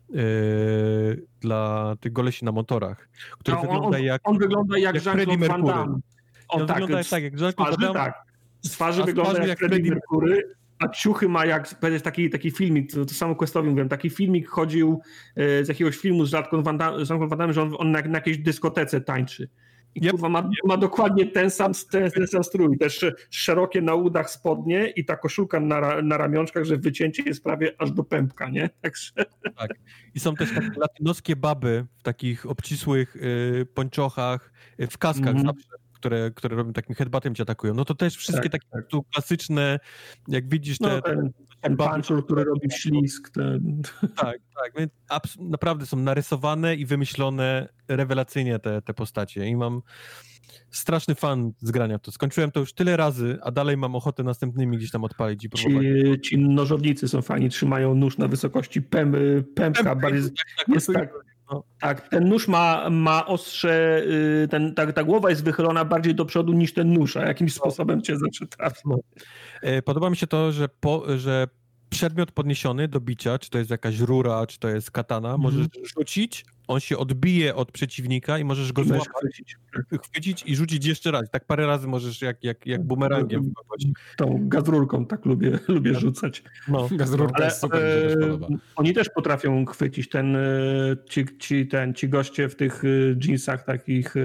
yy, dla tych golesi na motorach, który no, wygląda on, jak on wygląda jak, jak Jean-Claude Van Damme. On, on tak, wygląda tak, jak Jean-Claude Van Damme. Tak. Z twarzy wygląda jak, jak Freddie Mercury, a ciuchy ma jak, taki, taki filmik, to, to samo Questowi mówiłem, taki filmik chodził e, z jakiegoś filmu z Jean-Claude Van Damme, że on, on na, na jakiejś dyskotece tańczy. I yep. kurwa ma, ma dokładnie ten sam, ten, ten sam strój, też szerokie na udach spodnie i ta koszulka na, na ramionczkach, że wycięcie jest prawie aż do pępka, nie? Także... Tak. I są też takie latynoskie baby w takich obcisłych y, pończochach, y, w kaskach mm-hmm. zawsze. Które, które robią takim headbuttem cię atakują. No to też wszystkie tak, takie tak. Tu klasyczne, jak widzisz te... No, ten, ten puncher, który robi ślizg. Ten... Tak, tak. Więc abs- naprawdę są narysowane i wymyślone rewelacyjnie te, te postacie i mam straszny fan z grania w to. Skończyłem to już tyle razy, a dalej mam ochotę następnymi gdzieś tam odpalić i próbować. Ci, ci nożownicy są fajni, trzymają nóż na wysokości pęp, pępka. Pępka, bardziej, tak, jest tak, no. Tak, ten nóż ma, ma ostrze, ten, ta, ta głowa jest wychylona bardziej do przodu niż ten nóż, a jakimś no. sposobem cię zawsze trafi. No. Podoba mi się to, że, po, że przedmiot podniesiony do bicia, czy to jest jakaś rura, czy to jest katana, mm. możesz rzucić, on się odbije od przeciwnika i możesz go I złapać, chwycić. chwycić i rzucić jeszcze raz. Tak parę razy możesz jak, jak, jak bumerangiem. Tą gazrurką tak lubię, lubię rzucać. No, gazrurka ale, jest super, e, mi się też podoba. Oni też potrafią chwycić. Ten, ci, ci, ten, ci goście w tych jeansach takich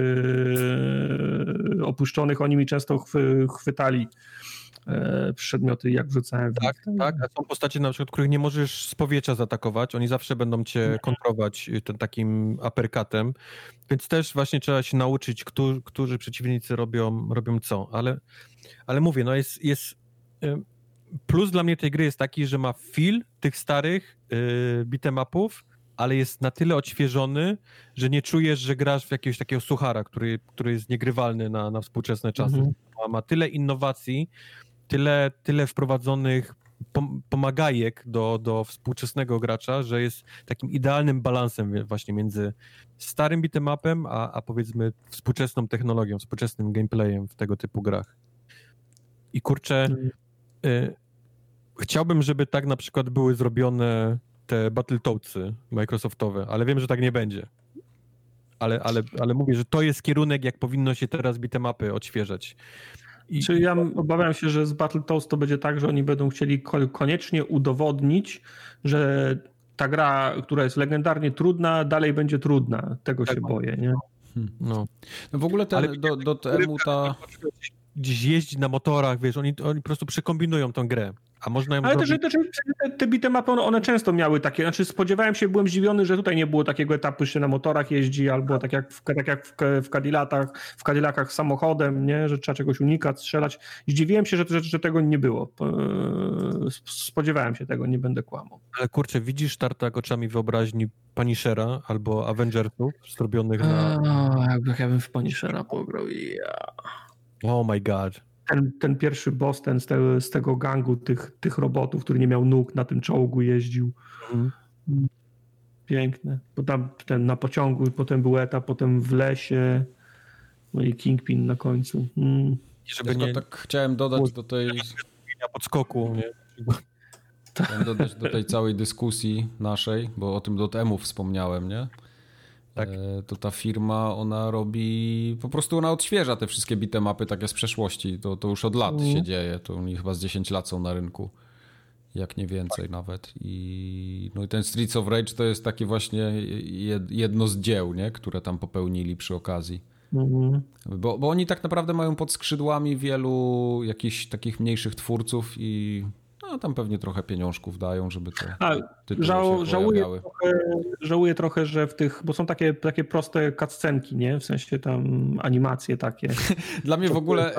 e, opuszczonych, oni mi często chwy, chwytali przedmioty, jak wrzucałem w Tak, nich. tak, a są postacie, na przykład, których nie możesz z powietrza zaatakować, oni zawsze będą cię kontrować ten takim uppercutem, więc też właśnie trzeba się nauczyć, którzy, którzy przeciwnicy robią, robią co, ale, ale mówię, no jest, jest plus dla mnie tej gry jest taki, że ma feel tych starych yy, beat'em upów, ale jest na tyle odświeżony, że nie czujesz, że grasz w jakiegoś takiego suchara, który, który jest niegrywalny na, na współczesne czasy. Mhm. Ma, ma tyle innowacji, Tyle, tyle wprowadzonych pomagajek do, do współczesnego gracza, że jest takim idealnym balansem właśnie między starym beat'em upem, a, a powiedzmy współczesną technologią, współczesnym gameplayem w tego typu grach. I kurczę, mm. y, chciałbym, żeby tak na przykład były zrobione te Battletoadsy Microsoftowe, ale wiem, że tak nie będzie. Ale, ale, ale mówię, że to jest kierunek, jak powinno się teraz beat'em upy odświeżać. I... Czy ja obawiam się, że z Battletoads to będzie tak, że oni będą chcieli koniecznie udowodnić, że ta gra, która jest legendarnie trudna, dalej będzie trudna. Tego tak, się boję, nie? Hmm. No. no w ogóle ten, Ale do, do temu ta... Gdzieś jeździć na motorach, wiesz, oni, oni po prostu przekombinują tę grę. A można ją Ale zrobić... też, też te, te beat'em upy, one często miały takie, znaczy spodziewałem się, byłem zdziwiony, że tutaj nie było takiego etapu, że się na motorach jeździ, albo tak jak w, tak jak w, w Cadillacach, w Cadillacach samochodem, nie, że trzeba czegoś unikać, strzelać. Zdziwiłem się, że, że, że tego nie było. Spodziewałem się tego, nie będę kłamał. Ale kurczę, widzisz tartak oczami wyobraźni Punishera albo Avengersów zrobionych na... A, jakby ja bym w Punishera pograł, ja... Oh my god. Ten, ten pierwszy boss, ten z, te, z tego gangu tych, tych robotów, który nie miał nóg, na tym czołgu jeździł. Mm. Piękne. Bo tam ten na pociągu, potem był etap, potem w lesie, no i Kingpin na końcu. Mm. Żeby nie... tak chciałem dodać do tej... podskoku, nie? Chciałem dodać do tej całej dyskusji naszej, bo o tym dotemu wspomniałem, nie? Tak. To ta firma, ona robi, po prostu ona odświeża te wszystkie beat'em upy takie z przeszłości, to, to już od lat mm. się dzieje, to oni chyba z dziesięć lat są na rynku, jak nie więcej tak. nawet. I, no i ten Streets of Rage to jest takie właśnie jedno z dzieł, nie? Które tam popełnili przy okazji. Mm. Bo, bo oni tak naprawdę mają pod skrzydłami wielu jakichś takich mniejszych twórców i no, tam pewnie trochę pieniążków dają, żeby te A, tytuły żał, się żałuję trochę, żałuję trochę, że w tych, bo są takie, takie proste cutscenki, nie? W sensie tam animacje takie. Dla mnie w ogóle...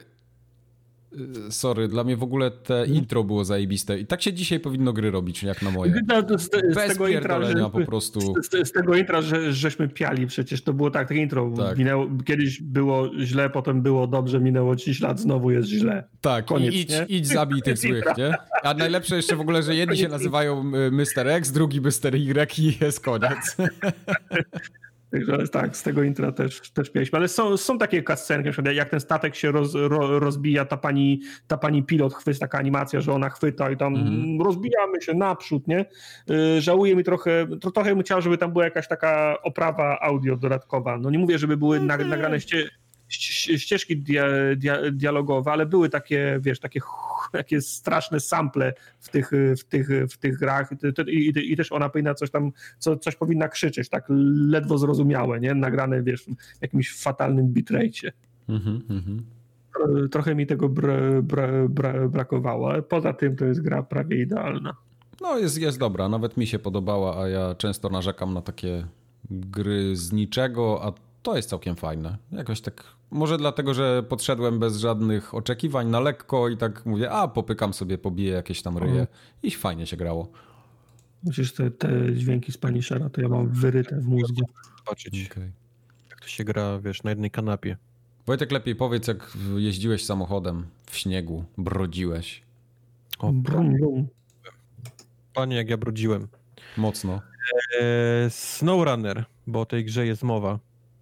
Sorry, dla mnie w ogóle te hmm. intro było zajebiste i tak się dzisiaj powinno gry robić, jak na moje. Z, z, z Bez tego intra, że, po prostu. Z, z tego intra, że, żeśmy piali przecież, to było tak, takie intro. Tak. Minęło, kiedyś było źle, potem było dobrze, minęło dziesięć lat, znowu jest źle. Tak, Koniec, i idź, idź zabij tych złych, nie? A najlepsze jeszcze w ogóle, że jedni się nazywają mister X, drugi mister Y i jest koniec. Także tak, z tego intra też, też mieliśmy. Ale są, są takie cutscenki, jak ten statek się roz, ro, rozbija, ta pani, ta pani pilot chwyta, taka animacja, że ona chwyta i tam mhm. rozbijamy się naprzód, nie? Yy, żałuję mi trochę, to, trochę bym chciał, żeby tam była jakaś taka oprawa audio dodatkowa. No nie mówię, żeby były okay. nag, nagrane ście, ścieżki dia, dia, dialogowe, ale były takie, wiesz, takie, takie straszne sample w tych, w tych, w tych grach i, i, i też ona powinna coś tam, co, coś powinna krzyczeć, tak ledwo zrozumiałe, nie? Nagrane, wiesz, w jakimś fatalnym bitrate'cie. Mm-hmm, mm-hmm. Trochę mi tego bra, bra, bra, brakowało, ale poza tym to jest gra prawie idealna. No jest, jest dobra, nawet mi się podobała, a ja często narzekam na takie gry z niczego, a to jest całkiem fajne. Jakoś tak, może dlatego, że podszedłem bez żadnych oczekiwań na lekko i tak mówię, a popykam sobie, pobiję jakieś tam ryje i fajnie się grało. Musisz te, te dźwięki z Punishera, to ja mam wyryte w mózgu. Zobaczyć, okay. jak to się gra, wiesz, na jednej kanapie. Wojtek, lepiej powiedz, jak jeździłeś samochodem w śniegu, brodziłeś. O, brum, brum. Panie, jak ja brodziłem. Mocno. E, SnowRunner, bo o tej grze jest mowa.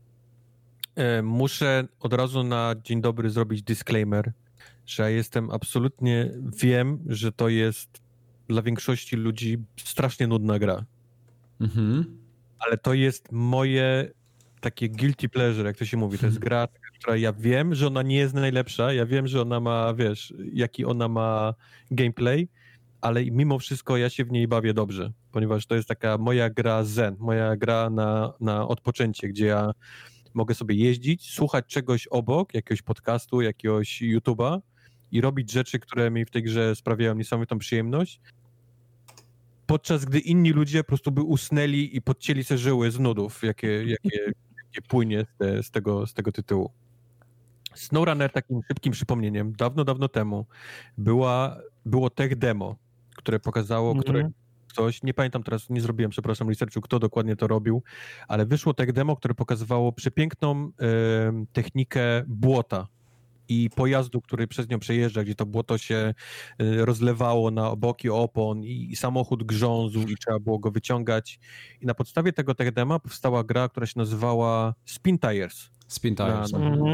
E, muszę od razu na dzień dobry zrobić disclaimer, że ja jestem absolutnie, wiem, że to jest dla większości ludzi strasznie nudna gra. Mhm. Ale to jest moje takie guilty pleasure, jak to się mówi. To jest gra, która ja wiem, że ona nie jest najlepsza, ja wiem, że ona ma, wiesz, jaki ona ma gameplay, ale mimo wszystko ja się w niej bawię dobrze, ponieważ to jest taka moja gra zen, moja gra na, na odpoczęcie, gdzie ja mogę sobie jeździć, słuchać czegoś obok, jakiegoś podcastu, jakiegoś YouTube'a i robić rzeczy, które mi w tej grze sprawiają niesamowitą przyjemność, podczas gdy inni ludzie po prostu by usnęli i podcięli se żyły z nudów, jakie, jakie, jakie płynie z, te, z, tego, z tego tytułu. SnowRunner, takim szybkim przypomnieniem, dawno, dawno temu była, było tech demo, które pokazało, mm-hmm. które ktoś, nie pamiętam teraz, nie zrobiłem, przepraszam, researchu, kto dokładnie to robił, ale wyszło tech demo, które pokazywało przepiękną y, technikę błota i pojazdu, który przez nią przejeżdża, gdzie to błoto się y, rozlewało na boki opon i, i samochód grzązł i trzeba było go wyciągać. I na podstawie tego tech dema powstała gra, która się nazywała Spin Tires. Spin Tires. Na, na, mm-hmm.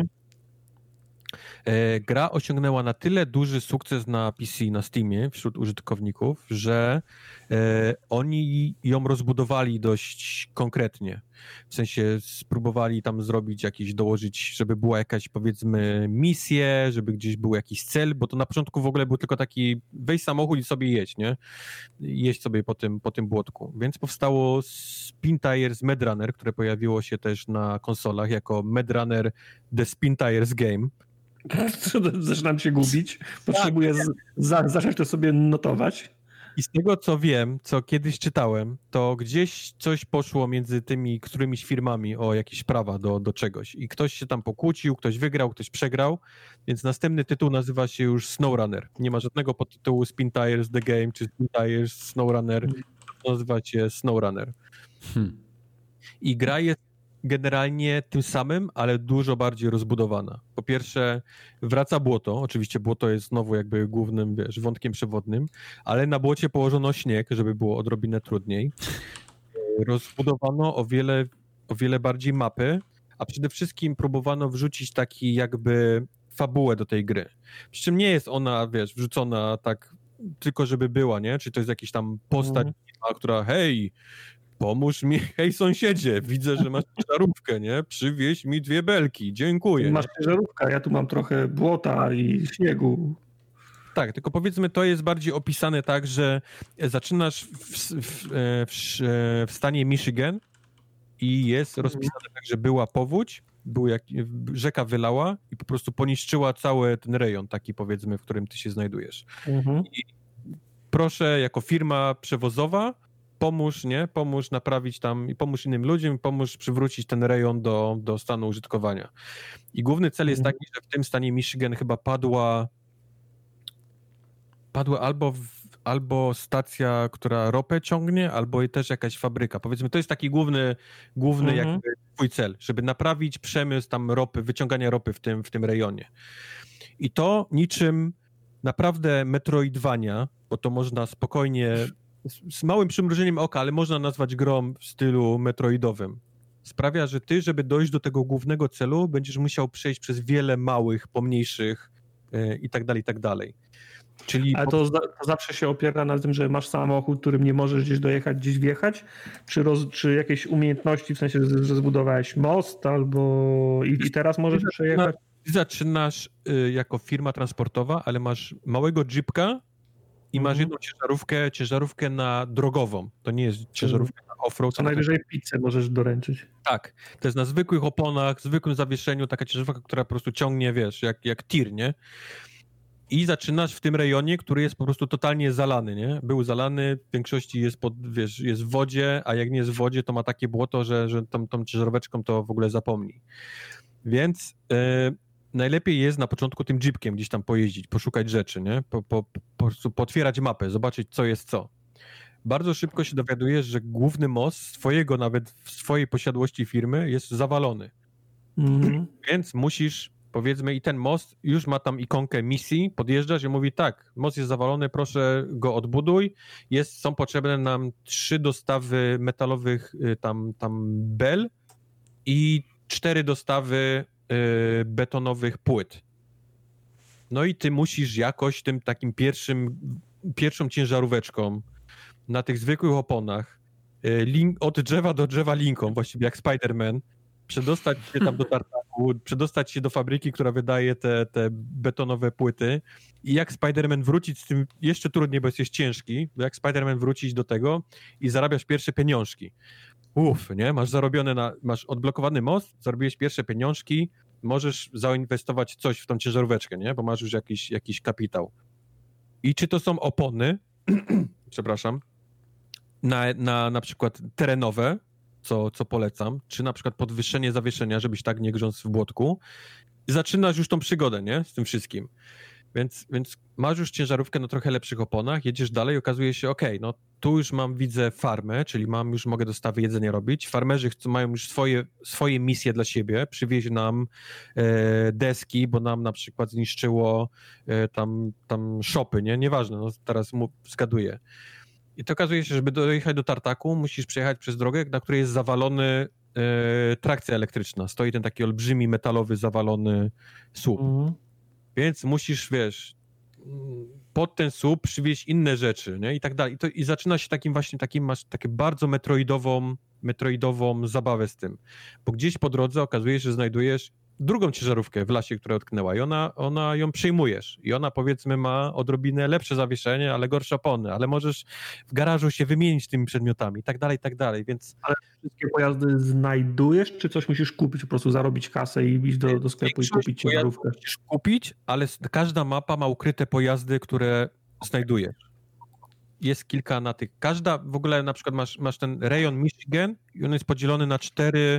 Gra osiągnęła na tyle duży sukces na P C, na Steamie wśród użytkowników, że e, oni ją rozbudowali dość konkretnie. W sensie spróbowali tam zrobić jakiś, dołożyć, żeby była jakaś, powiedzmy, misja, żeby gdzieś był jakiś cel, bo to na początku w ogóle był tylko taki weź samochód i sobie jedź, nie? Jeźdź sobie po tym, po tym błotku. Więc powstało Spin Tires Medrunner, które pojawiło się też na konsolach jako Medrunner The Spin Tires Game. Zaczynam się gubić. Potrzebuję z, za, zacząć to sobie notować. I z tego, co wiem, co kiedyś czytałem, to gdzieś coś poszło między tymi którymiś firmami o jakieś prawa do, do czegoś. I ktoś się tam pokłócił, ktoś wygrał, ktoś przegrał, więc następny tytuł nazywa się już SnowRunner. Nie ma żadnego podtytułu Spin Tires The Game czy Spin Tires SnowRunner. Hmm. Nazywa się SnowRunner. Hmm. I gra jest generalnie tym samym, ale dużo bardziej rozbudowana. Po pierwsze, wraca błoto. Oczywiście błoto jest znowu jakby głównym, wiesz, wątkiem przewodnim, ale na błocie położono śnieg, żeby było odrobinę trudniej. Rozbudowano o wiele, o wiele bardziej mapy, a przede wszystkim próbowano wrzucić taki jakby fabułę do tej gry. Przy czym nie jest ona, wiesz, wrzucona tak tylko żeby była, nie? Czy to jest jakaś tam postać, mm. która hej, pomóż mi, hej sąsiedzie, widzę, że masz ciężarówkę, nie? Przywieź mi dwie belki, dziękuję. Masz ciężarówkę, ja tu mam trochę błota i śniegu. Tak, tylko powiedzmy, to jest bardziej opisane tak, że zaczynasz w, w, w, w stanie Michigan i jest rozpisane tak, że była powódź, był jak, rzeka wylała i po prostu poniszczyła cały ten rejon, taki powiedzmy, w którym ty się znajdujesz. Mhm. I proszę, jako firma przewozowa, pomóż, nie? Pomóż naprawić tam i pomóż innym ludziom, pomóż przywrócić ten rejon do, do stanu użytkowania. I główny cel jest taki, że w tym stanie Michigan chyba padła padła albo, w, albo stacja, która ropę ciągnie, albo też jakaś fabryka. Powiedzmy, to jest taki główny, główny mhm. jakby twój cel, żeby naprawić przemysł tam ropy, wyciągania ropy w tym, w tym rejonie. I to niczym naprawdę Metroidvania, bo to można spokojnie z małym przymrużeniem oka, ale można nazwać grą w stylu metroidowym. sprawia, że ty, żeby dojść do tego głównego celu, będziesz musiał przejść przez wiele małych, pomniejszych yy, i tak dalej, i tak dalej. Czyli Ale to, to zawsze się opiera na tym, że masz samochód, którym nie możesz gdzieś dojechać, gdzieś wjechać? Czy, roz, czy jakieś umiejętności, w sensie, że, że zbudowałeś most albo i, i teraz możesz ty przejechać? Ty zaczynasz y, jako firma transportowa, ale masz małego jeepka i masz jedną ciężarówkę, ciężarówkę na drogową. To nie jest ciężarówka na off-road. Co najwyżej pizzę możesz doręczyć. Tak. To jest na zwykłych oponach, zwykłym zawieszeniu, taka ciężarówka, która po prostu ciągnie, wiesz, jak, jak tir, nie? I zaczynasz w tym rejonie, który jest po prostu totalnie zalany, nie? Był zalany, w większości jest, pod, wiesz, jest w wodzie, a jak nie jest w wodzie, to ma takie błoto, że, że tą, tą ciężaróweczką to w ogóle zapomnij. Więc yy, najlepiej jest na początku tym jeepkiem gdzieś tam pojeździć, poszukać rzeczy, nie? Po, po, po prostu potwierać mapę, zobaczyć, co jest co. Bardzo szybko się dowiadujesz, że główny most swojego, nawet w swojej posiadłości firmy jest zawalony. Mm. Więc musisz, powiedzmy, i ten most już ma tam ikonkę misji, podjeżdżasz i mówi tak, most jest zawalony, proszę go odbuduj. Jest, są potrzebne nam trzy dostawy metalowych tam, tam bel i cztery dostawy y, betonowych płyt. No i ty musisz jakoś tym takim pierwszym, pierwszą ciężaróweczką na tych zwykłych oponach y, link, od drzewa do drzewa linką, właściwie jak Spider-Man, przedostać się tam do tartaku, przedostać się do fabryki, która wydaje te, te betonowe płyty i jak Spider-Man wrócić z tym, jeszcze trudniej, bo jest ciężki, jak Spider-Man wrócić do tego i zarabiasz pierwsze pieniążki. Uff, nie? Masz zarobione, na, masz odblokowany most, zarobiłeś pierwsze pieniążki, możesz zainwestować coś w tą ciężaróweczkę, nie? Bo masz już jakiś, jakiś kapitał. I czy to są opony, przepraszam, na, na, na przykład terenowe, co, co polecam, czy na przykład podwyższenie zawieszenia, żebyś tak nie grząc w błotku, i zaczynasz już tą przygodę, nie? Z tym wszystkim. Więc, więc masz już ciężarówkę na trochę lepszych oponach, jedziesz dalej, okazuje się, okej, okay, no tu już mam, widzę farmę, czyli mam już, mogę dostawy jedzenia robić. Farmerzy chcą, mają już swoje, swoje misje dla siebie, przywieźć nam e, deski, bo nam na przykład zniszczyło e, tam, tam shopy, nie? Nieważne, no teraz mu zgaduję. I to okazuje się, żeby dojechać do tartaku, musisz przejechać przez drogę, na której jest zawalony e, trakcja elektryczna. Stoi ten taki olbrzymi, metalowy, zawalony słup. Mhm. Więc musisz, wiesz, pod ten słup przywieźć inne rzeczy, nie? I tak dalej. I, to, i zaczyna się takim właśnie, takim, masz takie bardzo metroidową, metroidową zabawę z tym. Bo gdzieś po drodze okazuje się, że znajdujesz drugą ciężarówkę w lasie, która utknęła i ona, ona ją przejmujesz. I ona, powiedzmy, ma odrobinę lepsze zawieszenie, ale gorsze opony, ale możesz w garażu się wymienić tymi przedmiotami i tak dalej, i tak dalej, więc... Ale wszystkie pojazdy znajdujesz, czy coś musisz kupić, po prostu zarobić kasę i iść do, do sklepu i kupić ciężarówkę? Musisz kupić, ale każda mapa ma ukryte pojazdy, które znajdujesz. Jest kilka na tych... Każda, w ogóle na przykład masz, masz ten rejon Michigan i on jest podzielony na cztery...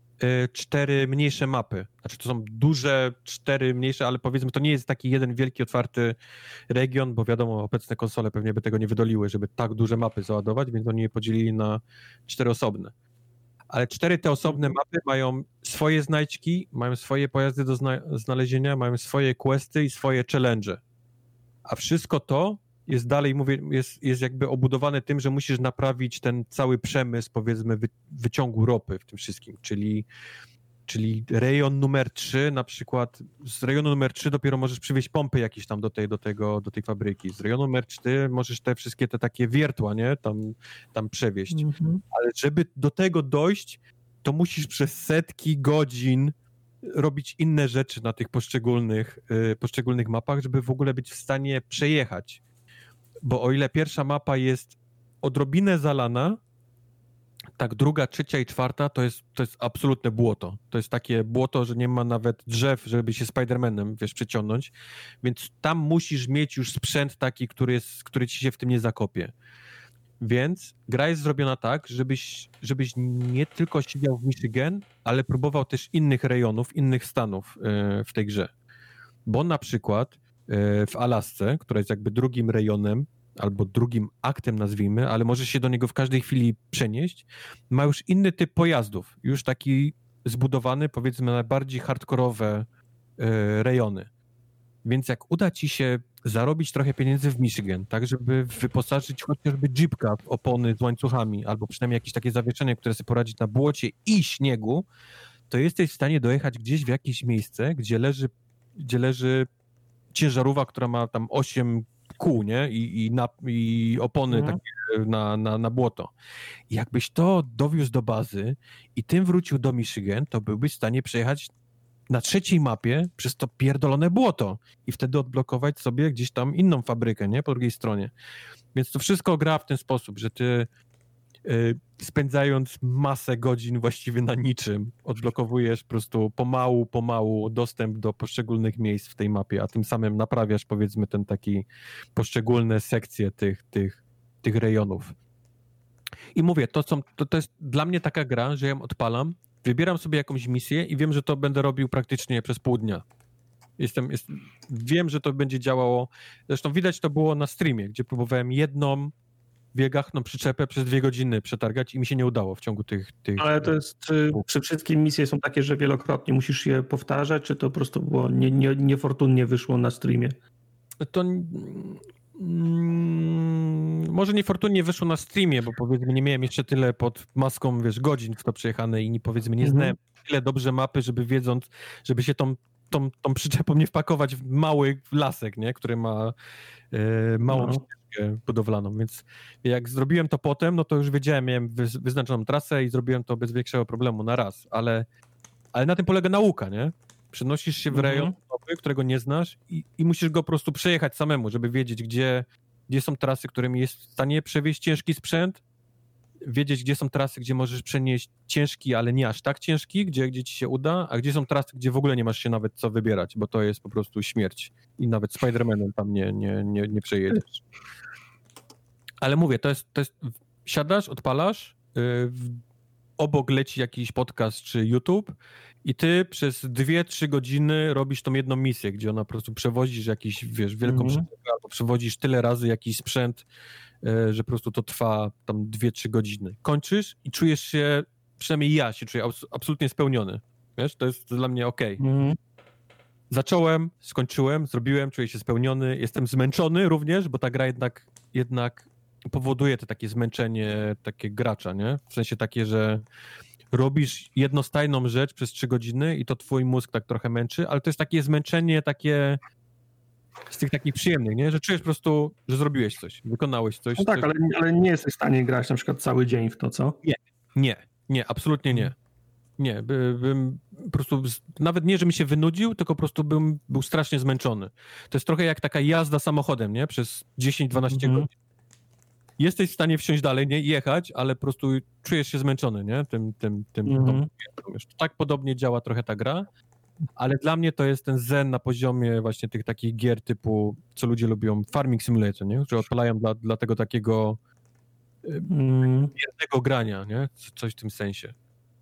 cztery mniejsze mapy. Znaczy to są duże, cztery mniejsze, ale powiedzmy to nie jest taki jeden wielki, otwarty region, bo wiadomo, obecne konsole pewnie by tego nie wydoliły, żeby tak duże mapy załadować, więc oni je podzielili na cztery osobne. Ale cztery te osobne mapy mają swoje znajdźki, mają swoje pojazdy do zna- znalezienia, mają swoje questy i swoje challenge. A wszystko to jest dalej, mówię, jest, jest jakby obudowane tym, że musisz naprawić ten cały przemysł, powiedzmy, wy, wyciągu ropy w tym wszystkim, czyli, czyli rejon numer trzy na przykład, z rejonu numer trzy dopiero możesz przywieźć pompy jakieś tam do tej, do tego, do tej fabryki, z rejonu numer cztery możesz te wszystkie te takie wiertła, nie, tam, tam przewieźć, mm-hmm. ale żeby do tego dojść, to musisz przez setki godzin robić inne rzeczy na tych poszczególnych, yy, poszczególnych mapach, żeby w ogóle być w stanie przejechać. Bo o ile pierwsza mapa jest odrobinę zalana, tak druga, trzecia i czwarta to jest, to jest absolutne błoto. To jest takie błoto, że nie ma nawet drzew, żeby się Spider-Manem, wiesz, przeciągnąć. Więc tam musisz mieć już sprzęt taki, który, jest, który ci się w tym nie zakopie. Więc gra jest zrobiona tak, żebyś, żebyś nie tylko siedział w Michigan, ale próbował też innych rejonów, innych stanów yy, w tej grze. Bo na przykład w Alasce, która jest jakby drugim rejonem, albo drugim aktem nazwijmy, ale możesz się do niego w każdej chwili przenieść, ma już inny typ pojazdów, już taki zbudowany, powiedzmy, na bardziej hardkorowe rejony. Więc jak uda ci się zarobić trochę pieniędzy w Michigan, tak, żeby wyposażyć chociażby jeepka w opony z łańcuchami, albo przynajmniej jakieś takie zawieszenie, które sobie poradzić na błocie i śniegu, to jesteś w stanie dojechać gdzieś w jakieś miejsce, gdzie leży, gdzie leży ciężarówka, która ma tam osiem kół, nie? I, i, na, i opony mhm. takie na, na, na błoto. I jakbyś to dowiózł do bazy i tym wrócił do Michigan, to byłbyś w stanie przejechać na trzeciej mapie przez to pierdolone błoto i wtedy odblokować sobie gdzieś tam inną fabrykę, nie? Po drugiej stronie. Więc to wszystko gra w ten sposób, że ty y, spędzając masę godzin właściwie na niczym, odblokowujesz po prostu pomału, pomału dostęp do poszczególnych miejsc w tej mapie, a tym samym naprawiasz, powiedzmy, ten taki poszczególne sekcje tych, tych, tych rejonów. I mówię, to, są, to, to jest dla mnie taka gra, że ja ją odpalam, wybieram sobie jakąś misję i wiem, że to będę robił praktycznie przez pół dnia. Jestem, jest, wiem, że to będzie działało. Zresztą widać to było na streamie, gdzie próbowałem jedną biegachną przyczepę przez dwie godziny przetargać i mi się nie udało w ciągu tych... tych Ale to jest, czy przy wszystkim misje są takie, że wielokrotnie musisz je powtarzać, czy to po prostu było nie, nie, niefortunnie wyszło na streamie? To mm, może niefortunnie wyszło na streamie, bo powiedzmy nie miałem jeszcze tyle pod maską, wiesz, godzin w to przejechane i nie, powiedzmy nie znałem mm-hmm. tyle dobrze mapy, żeby wiedząc, żeby się tą, tą, tą przyczepą nie wpakować w mały lasek, nie, który ma e, małą no. ścieżkę budowlaną, więc jak zrobiłem to potem, no to już wiedziałem, miałem wyznaczoną trasę i zrobiłem to bez większego problemu na raz, ale, ale na tym polega nauka, nie? Przenosisz się w rejon, mm-hmm. którego nie znasz i, i musisz go po prostu przejechać samemu, żeby wiedzieć, gdzie, gdzie są trasy, którymi jest w stanie przewieźć ciężki sprzęt, wiedzieć, gdzie są trasy, gdzie możesz przenieść ciężki, ale nie aż tak ciężki, gdzie, gdzie ci się uda, a gdzie są trasy, gdzie w ogóle nie masz się nawet co wybierać, bo to jest po prostu śmierć i nawet Spider-Manem tam nie, nie, nie, nie przejedziesz. Ale mówię, to jest, to jest siadasz, odpalasz, yy, obok leci jakiś podcast czy YouTube i ty przez dwie, trzy godziny robisz tą jedną misję, gdzie ona po prostu przewozisz jakiś, wiesz, wielką mm-hmm. przyczepę, albo przewozisz tyle razy jakiś sprzęt, e, że po prostu to trwa tam dwie, trzy godziny. Kończysz i czujesz się, przynajmniej ja się czuję abs- absolutnie spełniony. Wiesz, to jest dla mnie okej. Okay. Mm-hmm. Zacząłem, skończyłem, zrobiłem, czuję się spełniony, jestem zmęczony również, bo ta gra jednak, jednak powoduje to takie zmęczenie takie gracza, nie? W sensie takie, że robisz jednostajną rzecz przez trzy godziny i to twój mózg tak trochę męczy, ale to jest takie zmęczenie takie z tych takich przyjemnych, nie? Że czujesz po prostu, że zrobiłeś coś, wykonałeś coś. No tak, coś... Ale, ale nie jesteś w stanie grać na przykład cały dzień w to, co? Nie, nie, nie, absolutnie nie. Nie, by, bym po prostu, nawet nie, że mi się wynudził, tylko po prostu bym był strasznie zmęczony. To jest trochę jak taka jazda samochodem, nie? Przez dziesięć dwanaście mm-hmm. godzin. Jesteś w stanie wsiąść dalej, nie? Jechać, ale po prostu czujesz się zmęczony, nie? Tym, tym, tym. Mm-hmm. Tak podobnie działa trochę ta gra, ale dla mnie to jest ten zen na poziomie właśnie tych takich gier typu, co ludzie lubią, Farming Simulator, nie? Że odpalają dla, dla tego takiego mm. biernego grania, nie? Coś w tym sensie.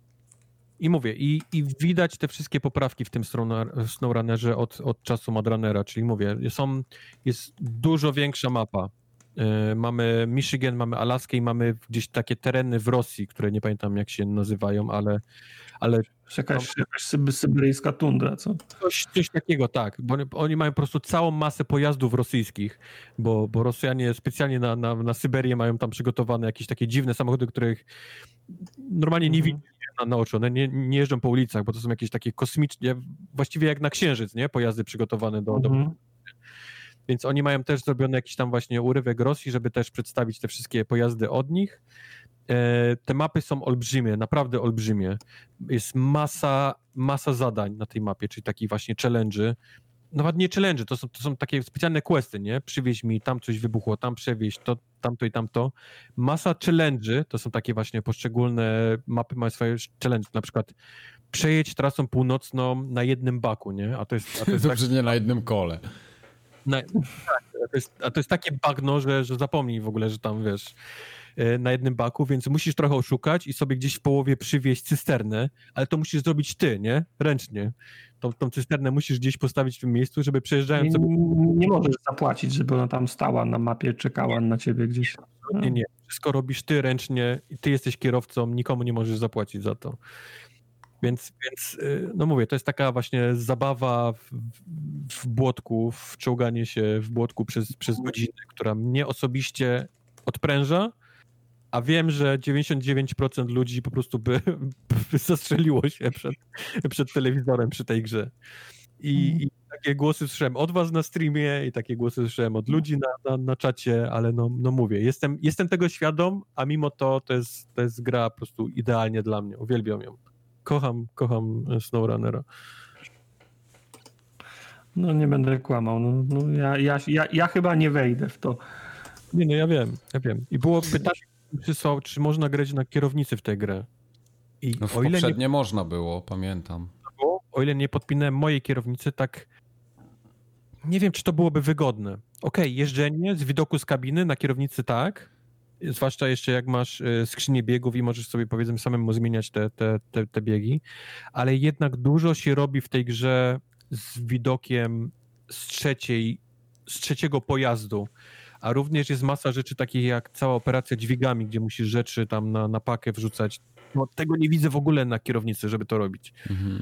I mówię, i, i widać te wszystkie poprawki w tym SnowRunnerze od, od czasu Madrunnera, czyli mówię, są, jest dużo większa mapa. Yy, mamy Michigan, mamy Alaskę i mamy gdzieś takie tereny w Rosji, które nie pamiętam jak się nazywają, ale... ale jakaś, jakaś syberyjska tundra, co? Coś, coś takiego, tak, bo oni mają po prostu całą masę pojazdów rosyjskich, bo, bo Rosjanie specjalnie na, na, na Syberię mają tam przygotowane jakieś takie dziwne samochody, których normalnie nie mhm. widzi na, na oczy, one nie, nie jeżdżą po ulicach, bo to są jakieś takie kosmiczne, właściwie jak na Księżyc, nie? Pojazdy przygotowane do... Mhm. do... Więc oni mają też zrobiony jakiś tam właśnie urywek Rosji, żeby też przedstawić te wszystkie pojazdy od nich. E, te mapy są olbrzymie, naprawdę olbrzymie. Jest masa, masa zadań na tej mapie, czyli takich właśnie challenge'y. Nawet nie challenge, to są, to są takie specjalne questy, nie? Przywieź mi, tam coś wybuchło, tam przewieź, to, tamto i tamto. Masa challenge'y, to są takie właśnie poszczególne mapy, mają swoje challenge, na przykład przejedź trasą północną na jednym baku, nie? A to jest... A to jest Dobrze, tak... nie na jednym kole. Na, tak, a, to jest, a to jest takie bagno, że, że zapomnij w ogóle, że tam, wiesz, na jednym baku, więc musisz trochę oszukać i sobie gdzieś w połowie przywieźć cysternę, ale to musisz zrobić ty, nie? Ręcznie. Tą, tą cysternę musisz gdzieś postawić w tym miejscu, żeby przejeżdżając... Nie, nie możesz zapłacić, żeby ona tam stała na mapie, czekała nie, na ciebie gdzieś. Nie, nie. Wszystko robisz ty ręcznie i ty jesteś kierowcą, nikomu nie możesz zapłacić za to. Więc, więc, no mówię, to jest taka właśnie zabawa w, w błotku, w czołganie się w błotku przez, przez godzinę, która mnie osobiście odpręża, a wiem, że dziewięćdziesiąt dziewięć procent ludzi po prostu by, by zastrzeliło się przed, przed telewizorem przy tej grze. I, mm. I takie głosy słyszałem od was na streamie i takie głosy słyszałem od ludzi na, na, na czacie, ale no, no mówię, jestem, jestem tego świadom, a mimo to to jest, to jest gra po prostu idealnie dla mnie. Uwielbiam ją. Kocham, kocham SnowRunnera. No nie będę kłamał. No, no ja, ja, ja, ja chyba nie wejdę w to. Nie, no ja wiem, ja wiem. I było pytanie, przysłał, czy można grać na kierownicy w tę grę. I no w o ile poprzednie nie... można było, pamiętam. O ile nie podpinałem mojej kierownicy, tak nie wiem, czy to byłoby wygodne. Okej, okay, jeżdżenie z widoku z kabiny na kierownicy tak, zwłaszcza jeszcze jak masz skrzynię biegów i możesz sobie, powiedzmy, samemu zmieniać te, te, te, te biegi, ale jednak dużo się robi w tej grze z widokiem z trzeciej, z trzeciego pojazdu, a również jest masa rzeczy takich jak cała operacja dźwigami, gdzie musisz rzeczy tam na, na pakę wrzucać. No, tego nie widzę w ogóle na kierownicy, żeby to robić. Mhm.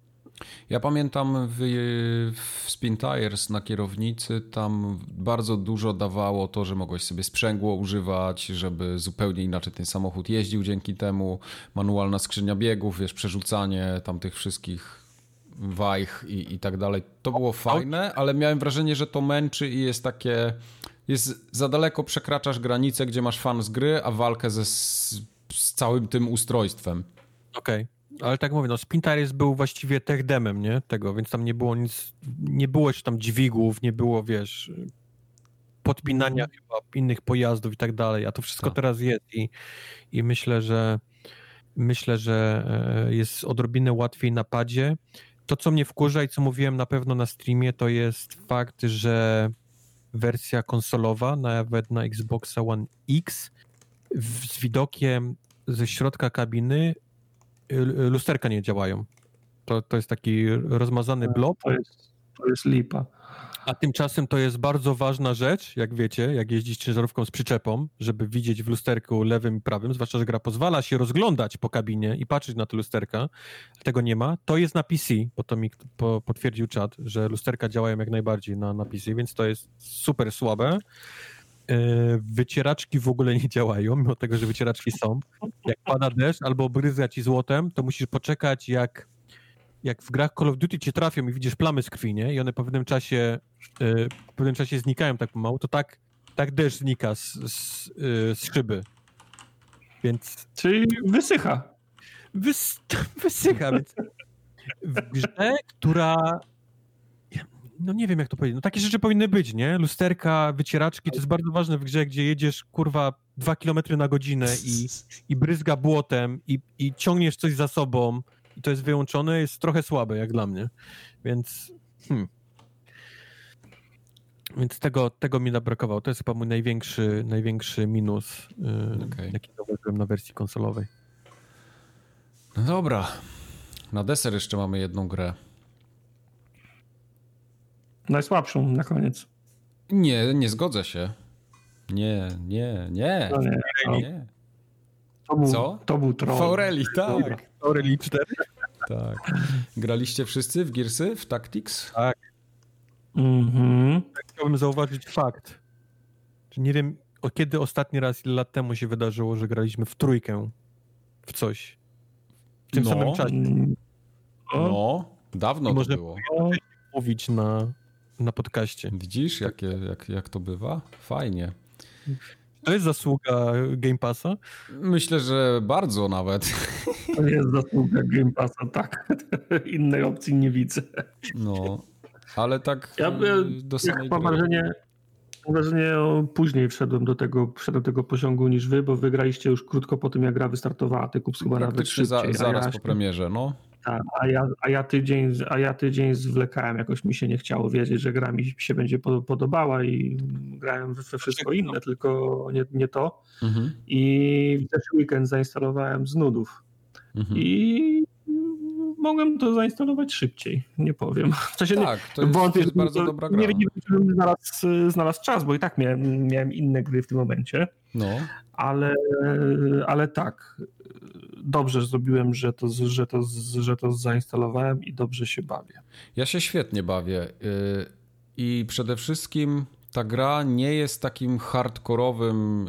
Ja pamiętam w, w Spin Tires na kierownicy tam bardzo dużo dawało to, że mogłeś sobie sprzęgło używać, żeby zupełnie inaczej ten samochód jeździł dzięki temu. Manualna skrzynia biegów, wiesz, przerzucanie tam tych wszystkich wajch i, i tak dalej. To było fajne, ale miałem wrażenie, że to męczy i jest takie... Jest za daleko przekraczasz granicę, gdzie masz fan z gry, a walkę ze, z, z całym tym ustrojstwem. Okej. Okay. Ale tak mówię, no Spin Tires był właściwie tech demem, nie? Tego, więc tam nie było nic, nie było jeszcze tam dźwigów, nie było, wiesz, podpinania mm. chyba innych pojazdów i tak dalej, a to wszystko tak. teraz jest i, i myślę, że myślę, że jest odrobinę łatwiej na padzie. To, co mnie wkurza i co mówiłem na pewno na streamie, to jest fakt, że wersja konsolowa, nawet na Xboxa One X, w, z widokiem ze środka kabiny lusterka nie działają. To, to jest taki rozmazany blob. To jest, to jest lipa. A tymczasem to jest bardzo ważna rzecz, jak wiecie, jak jeździć ciężarówką z przyczepą, żeby widzieć w lusterku lewym i prawym, zwłaszcza, że gra pozwala się rozglądać po kabinie i patrzeć na te lusterka. Tego nie ma. To jest na P C, bo to mi po, potwierdził czat, że lusterka działają jak najbardziej na, na P C, więc to jest super słabe. Wycieraczki w ogóle nie działają, mimo tego, że wycieraczki są. Jak pada deszcz albo bryzga ci złotem, to musisz poczekać, jak, jak w grach Call of Duty cię trafią i widzisz plamy z krwi, nie? I one po pewnym czasie w pewnym czasie znikają tak pomału, to tak, tak deszcz znika z, z, z szyby. Więc... Czyli wysycha. Wys, wysycha, więc w grze, która... No nie wiem, jak to powiedzieć. No takie rzeczy powinny być, nie? Lusterka, wycieraczki, to jest bardzo ważne w grze, gdzie jedziesz, kurwa, dwa kilometry na godzinę i, i bryzga błotem i, i ciągniesz coś za sobą i to jest wyłączone, jest trochę słabe, jak dla mnie. Więc hmm. Więc tego, tego mi nabrakowało. To jest chyba mój największy, największy minus, yy, okay. jaki zauważyłem na wersji konsolowej. No dobra. Na deser jeszcze mamy jedną grę. Najsłabszą na koniec. Nie, nie zgodzę się. Nie, nie, nie. No nie, no. nie. To był, Co? To był troll. Faureli, tak. Faureli cztery? Tak. Graliście wszyscy w Gearsy, w Tactics? Tak. Mhm. Chciałbym zauważyć fakt. Nie wiem, o kiedy ostatni raz, ile lat temu się wydarzyło, że graliśmy w trójkę w coś. W tym no. samym czasie. No, dawno to może było. Mówić na, na podcaście. Widzisz, jakie, jak, jak to bywa? Fajnie. To jest zasługa Game Passa? Myślę, że bardzo nawet. To jest zasługa Game Passa, tak. Innej opcji nie widzę. No, ale tak ja by, do samej mam wrażenie, mam wrażenie, później wszedłem do tego, wszedłem do tego pociągu niż wy, bo wygraliście już krótko po tym, jak gra wystartowała. Ty kup chyba nawet szybciej. Za, zaraz ja po premierze, no. Tak, a ja, a, ja tydzień, a ja tydzień zwlekałem, jakoś mi się nie chciało wiedzieć, że gra mi się będzie podobała i grałem we wszystko inne, tylko nie, nie to. Mhm. I w zeszły weekend zainstalowałem z nudów. Mhm. I mogłem to zainstalować szybciej, nie powiem. W sensie tak, nie, to jest, wątpię, to jest bardzo to, dobra gra. Nie wiem, czy bym znalazł, znalazł czas, bo i tak miałem, miałem inne gry w tym momencie. No. Ale, ale tak, dobrze zrobiłem, że to, że, to, że to zainstalowałem i dobrze się bawię. Ja się świetnie bawię i przede wszystkim ta gra nie jest takim hardkorowym,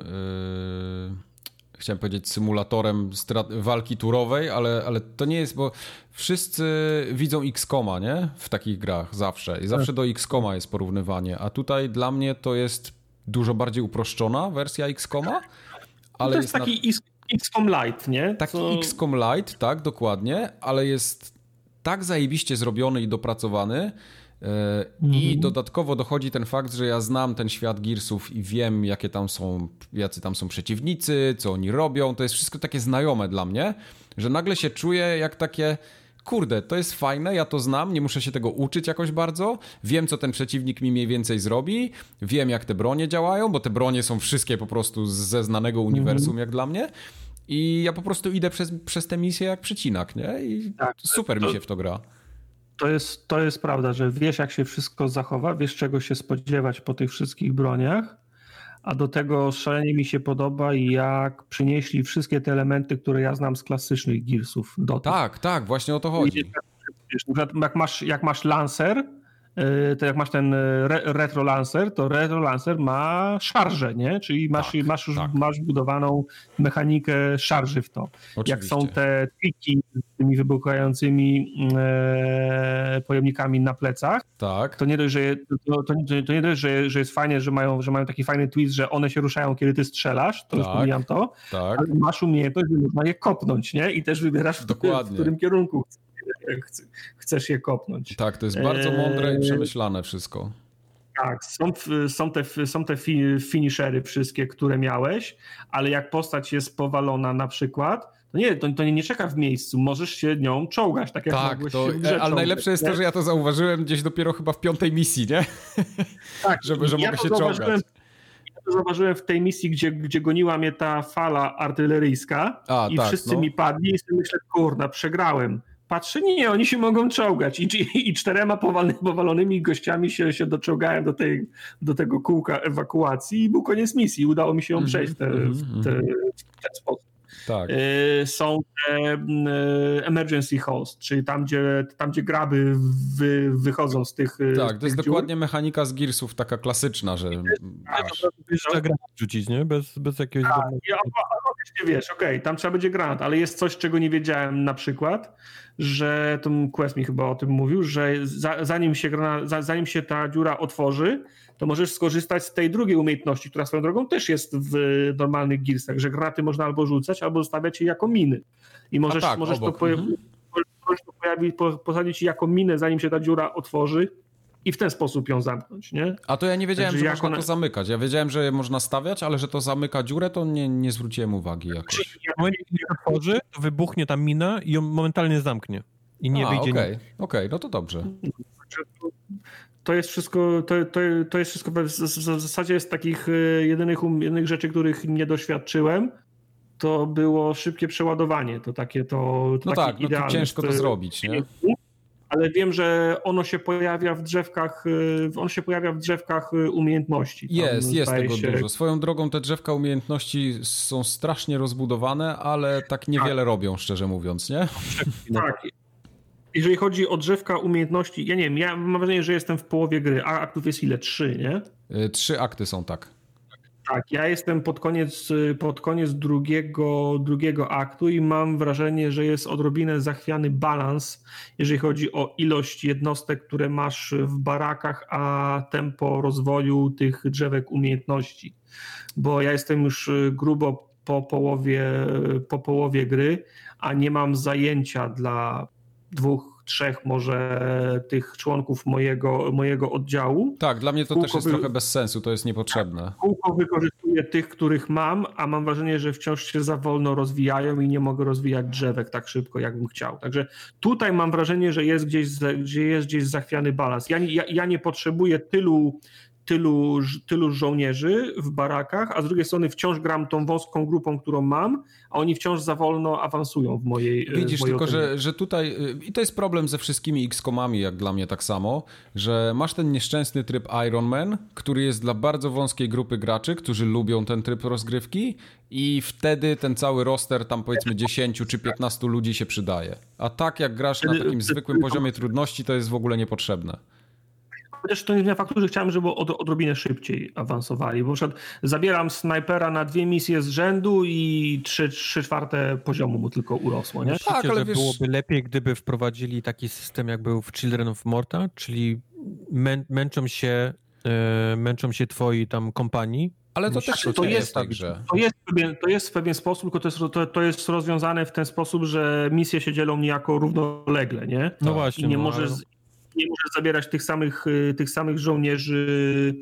yy, chciałem powiedzieć symulatorem walki turowej, ale, ale to nie jest, bo wszyscy widzą X COM-a, nie? W takich grach zawsze i zawsze do X COM-a jest porównywanie, a tutaj dla mnie to jest dużo bardziej uproszczona wersja X COM-a, ale to jest, jest taki na... X COM Lite, nie? Taki Co... X COM Lite, tak, dokładnie, ale jest tak zajebiście zrobiony i dopracowany. I mm. dodatkowo dochodzi ten fakt, że ja znam ten świat Gearsów i wiem, jakie tam są, jacy tam są przeciwnicy, co oni robią. To jest wszystko takie znajome dla mnie, że nagle się czuję jak takie, kurde, to jest fajne, ja to znam, nie muszę się tego uczyć jakoś bardzo. Wiem, co ten przeciwnik mi mniej więcej zrobi. Wiem, jak te bronie działają, bo te bronie są wszystkie po prostu ze znanego uniwersum, mm. jak dla mnie. I ja po prostu idę przez, przez tę misję jak przecinak, nie? I tak, super to... mi się w to gra. To jest, to jest prawda, że wiesz, jak się wszystko zachowa, wiesz, czego się spodziewać po tych wszystkich broniach, a do tego szalenie mi się podoba, jak przynieśli wszystkie te elementy, które ja znam z klasycznych Gearsów do tych. Tak, tak, właśnie o to chodzi. Jak masz, jak masz Lancer, to jak masz ten re, Retro Lancer, to Retro Lancer ma szarżę, nie? Czyli masz, tak, masz, tak. masz budowaną mechanikę szarży w to. Oczywiście. Jak są te triki z tymi wybuchającymi e, pojemnikami na plecach, tak. to nie dość, że, to, to, to nie dość, że, że jest fajnie, że mają, że mają taki fajny twist, że one się ruszają, kiedy ty strzelasz, to tak, już pomijam to, tak. ale masz umiejętność, że można je kopnąć, nie? I też wybierasz, w, w którym kierunku chcesz je kopnąć. Tak, to jest bardzo mądre i przemyślane wszystko. Tak, są, są, te, są te finishery wszystkie, które miałeś, ale jak postać jest powalona na przykład, to nie, to, to nie, nie czeka w miejscu, możesz się nią czołgać, tak jak tak, mogłeś to, się w grze ale czołgać, najlepsze jest nie? to, że ja to zauważyłem gdzieś dopiero chyba w piątej misji, nie? Tak, Żeby, że ja mogę się czołgać. Ja to zauważyłem w tej misji, gdzie, gdzie goniła mnie ta fala artyleryjska A, i tak, wszyscy no. mi padli i sobie myślę, kurna, przegrałem. Patrzę, nie, oni się mogą czołgać i, i, i czterema powalonymi, powalonymi gościami się, się doczołgałem do, tej, do tego kółka ewakuacji i był koniec misji. Udało mi się ją przejść w, te, w, te, w ten sposób. Tak. Są te emergency host, czyli tam, gdzie, tam, gdzie graby wy, wychodzą z tych Tak, z to tych jest dziur. dokładnie mechanika z Gearsów, taka klasyczna, że masz. Trzeba granat rzucić, nie? Bez, bez jakiegoś... Tak, ja, wiesz, okej, okay, tam trzeba będzie granat, ale jest coś, czego nie wiedziałem na przykład, że to Quest mi chyba o tym mówił, że za, zanim, się granat, za, zanim się ta dziura otworzy, to możesz skorzystać z tej drugiej umiejętności, która swoją drogą też jest w normalnych Gearsach, że granaty można albo rzucać, albo zostawiać je jako miny. I możesz, tak, możesz, to, poja- mhm. możesz to pojawić, posadzić jako minę, zanim się ta dziura otworzy i w ten sposób ją zamknąć, nie? A to ja nie wiedziałem, Także że można ona... to zamykać. Ja wiedziałem, że je można stawiać, ale że to zamyka dziurę, to nie, nie zwróciłem uwagi jakoś. W momencie, kiedy się otworzy, to wybuchnie ta mina i ją momentalnie zamknie. I nie A, wyjdzie. Okej, okay. okay, no to dobrze. To jest wszystko, to, to, to jest wszystko w, w zasadzie z takich jedynych, jedynych rzeczy, których nie doświadczyłem, to było szybkie przeładowanie. To takie to. to no takie tak, no to ciężko to zrobić, nie? Ale wiem, że ono się pojawia w drzewkach, on się pojawia w drzewkach umiejętności. Tam jest, jest tego się... dużo. Swoją drogą te drzewka umiejętności są strasznie rozbudowane, ale tak niewiele tak. robią, szczerze mówiąc, nie? Tak. Jeżeli chodzi o drzewka umiejętności, ja nie wiem, ja mam wrażenie, że jestem w połowie gry, a aktów jest ile? Trzy, nie? Trzy akty są, tak. Tak, ja jestem pod koniec, pod koniec drugiego, drugiego aktu i mam wrażenie, że jest odrobinę zachwiany balans, jeżeli chodzi o ilość jednostek, które masz w barakach, a tempo rozwoju tych drzewek umiejętności. Bo ja jestem już grubo po połowie, po połowie gry, a nie mam zajęcia dla dwóch, trzech może tych członków mojego, mojego oddziału. Tak, dla mnie to kółko też jest wy... trochę bez sensu, to jest niepotrzebne. Kółko wykorzystuję tych, których mam, a mam wrażenie, że wciąż się za wolno rozwijają i nie mogę rozwijać drzewek tak szybko, jakbym chciał. Także tutaj mam wrażenie, że jest gdzieś, że jest gdzieś zachwiany balans. Ja, ja, ja nie potrzebuję tylu tylu, tylu żołnierzy w barakach, a z drugiej strony wciąż gram tą wąską grupą, którą mam, a oni wciąż za wolno awansują w mojej Widzisz, w mojej tylko że, że tutaj, i to jest problem ze wszystkimi X-komami, jak dla mnie tak samo, że masz ten nieszczęsny tryb Iron Man, który jest dla bardzo wąskiej grupy graczy, którzy lubią ten tryb rozgrywki i wtedy ten cały roster tam powiedzmy dziesięć czy piętnaście ludzi się przydaje. A tak jak grasz na takim zwykłym poziomie trudności, to jest w ogóle niepotrzebne. Chociaż to nie zmienia faktu, że chciałem, żeby od, odrobinę szybciej awansowali, bo na przykład zabieram snajpera na dwie misje z rzędu i trzy, trzy czwarte poziomu mu tylko urosło, nie? Myślicie, tak, ale że wiesz... byłoby lepiej, gdyby wprowadzili taki system, jak był w Children of Morta, czyli mę, męczą się e, męczą się twoi tam kompanii. Ale to też to jest tak, że to jest, pewien, to jest w pewien sposób, tylko to jest, to, to jest rozwiązane w ten sposób, że misje się dzielą niejako równolegle, nie? No właśnie. I nie no, możesz... ale... nie możesz zabierać tych samych, tych samych żołnierzy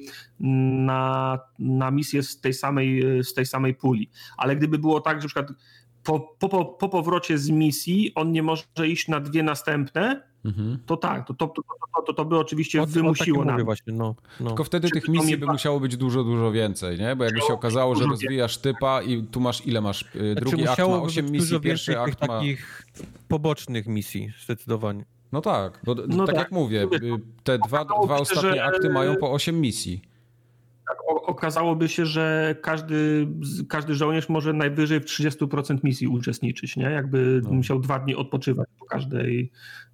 na, na misję z tej, samej, z tej samej puli. Ale gdyby było tak, że na przykład po, po, po powrocie z misji on nie może iść na dwie następne, mhm. to tak, to, to, to, to, to, to by oczywiście o, wymusiło o nam. Właśnie, no, no. Tylko wtedy Czy tych misji by musiało być dużo, dużo więcej, nie? Bo jakby się okazało, że rozwijasz typa i tu masz ile masz? Drugi akt ma osiem misji, pierwszy akt ma... takich pobocznych misji, zdecydowanie. No tak, bo no tak, tak jak mówię, te dwa, dwa ostatnie że... akty mają po osiem misji. Tak, okazałoby się, że każdy, każdy żołnierz może najwyżej w trzydzieści procent misji uczestniczyć, nie? Jakby no. musiał dwa dni odpoczywać po każdej,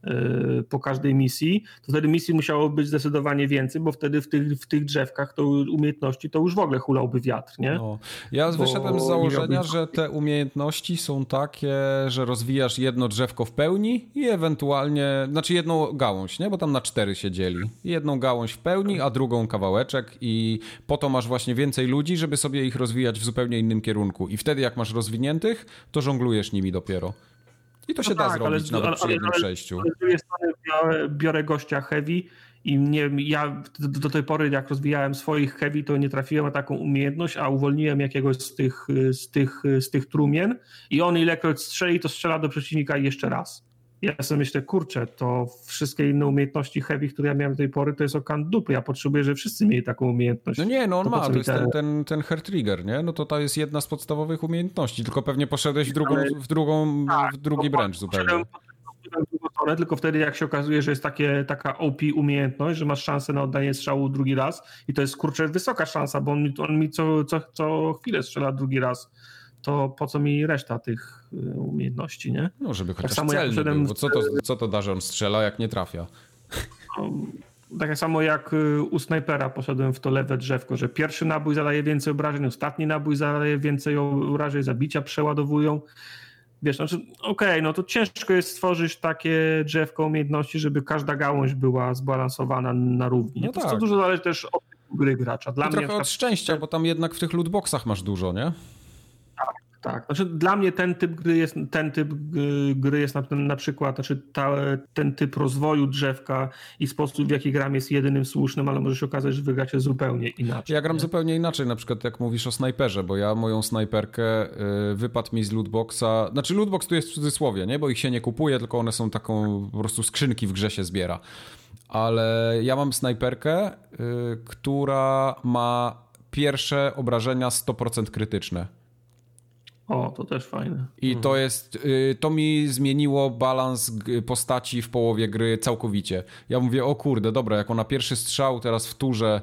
po każdej misji, to wtedy misji musiało być zdecydowanie więcej, bo wtedy w tych, w tych drzewkach to umiejętności to już w ogóle hulałby wiatr, nie? No. Ja bo wyszedłem z założenia, że te umiejętności są takie, że rozwijasz jedno drzewko w pełni i ewentualnie, znaczy jedną gałąź, nie? Bo tam na cztery się dzieli. Jedną gałąź w pełni, a drugą kawałeczek i po to masz właśnie więcej ludzi, żeby sobie ich rozwijać w zupełnie innym kierunku. I wtedy jak masz rozwiniętych, to żonglujesz nimi dopiero. I to się no da tak, zrobić ale, nawet ale, przy jednym ale, przejściu. Ale z drugiej strony biorę, biorę gościa heavy i nie, ja do, do tej pory jak rozwijałem swoich heavy, to nie trafiłem na taką umiejętność, a uwolniłem jakiegoś z tych, z tych, z tych trumien i on ilekroć strzeli, to strzela do przeciwnika jeszcze raz. Ja sobie myślę, kurczę, to wszystkie inne umiejętności heavy, które ja miałem do tej pory, to jest okan dupy. Ja potrzebuję, żeby wszyscy mieli taką umiejętność. No nie, no on to ma, to jest ten, ten, ten hair trigger, nie? No to to jest jedna z podstawowych umiejętności, tylko pewnie poszedłeś w drugą, w drugą, tak, w drugi branch zupełnie. Stronę, tylko wtedy jak się okazuje, że jest takie, taka O P umiejętność, że masz szansę na oddanie strzału drugi raz i to jest, kurczę, wysoka szansa, bo on, on mi co, co, co chwilę strzela drugi raz. To po co mi reszta tych umiejętności, nie? No, żeby chociaż tak samo celny jak był, bo co to, co to da, że on strzela, jak nie trafia? No, tak samo jak u snajpera poszedłem w to lewe drzewko, że pierwszy nabój zadaje więcej obrażeń, ostatni nabój zadaje więcej obrażeń, zabicia przeładowują. Wiesz, znaczy, okej, okay, no to ciężko jest stworzyć takie drzewko umiejętności, żeby każda gałąź była zbalansowana na równi. No to tak. Dużo zależy też od gry gracza. Dla I mnie trochę przykład... od szczęścia, bo tam jednak w tych lootboxach masz dużo, nie? Tak, tak. Znaczy dla mnie ten typ gry jest, ten typ gry jest na, na przykład, znaczy ta, ten typ rozwoju drzewka i sposób, w jaki gram jest jedynym słusznym, ale może się okazać, że wygracie zupełnie inaczej. Ja gram nie? zupełnie inaczej, na przykład jak mówisz o snajperze, bo ja moją snajperkę y, wypadł mi z lootboxa, znaczy lootbox tu jest w cudzysłowie, nie? Bo ich się nie kupuje, tylko one są taką po prostu skrzynki w grze się zbiera. Ale ja mam snajperkę, y, która ma pierwsze obrażenia sto procent krytyczne. O, to też fajne. I to jest, to mi zmieniło balans postaci w połowie gry całkowicie. Ja mówię, o kurde, dobra, jak ona pierwszy strzał teraz w turze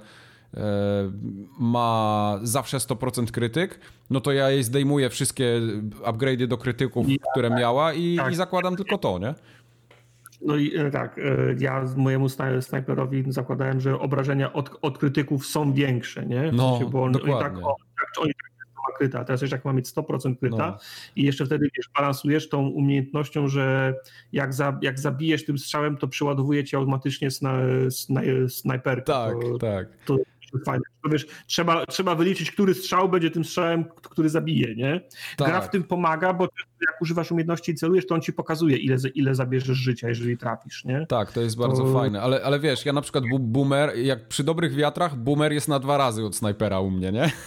ma zawsze sto procent krytyk, no to ja jej zdejmuję wszystkie upgrade'y do krytyków, ja, które miała i, tak. i zakładam tylko to, nie? No i tak, ja mojemu snajperowi zakładałem, że obrażenia od, od krytyków są większe, nie? W no, sensie, bo on, dokładnie. Oni tak, o, tak, oni ma kryta, teraz jeszcze jak ma mieć sto procent kryta no. i jeszcze wtedy wiesz, balansujesz tą umiejętnością, że jak, za, jak zabijesz tym strzałem, to przeładowuje ci automatycznie sna, sna, snajperkę. Tak, to, tak. To, to fajne. To wiesz, trzeba, trzeba wyliczyć, który strzał będzie tym strzałem, który zabije, nie? Tak. Gra w tym pomaga, bo jak używasz umiejętności i celujesz, to on ci pokazuje, ile, ile zabierzesz życia, jeżeli trafisz, nie? Tak, to jest bardzo to... fajne, ale, ale wiesz, ja na przykład boomer, jak przy dobrych wiatrach, boomer jest na dwa razy od snajpera u mnie, nie?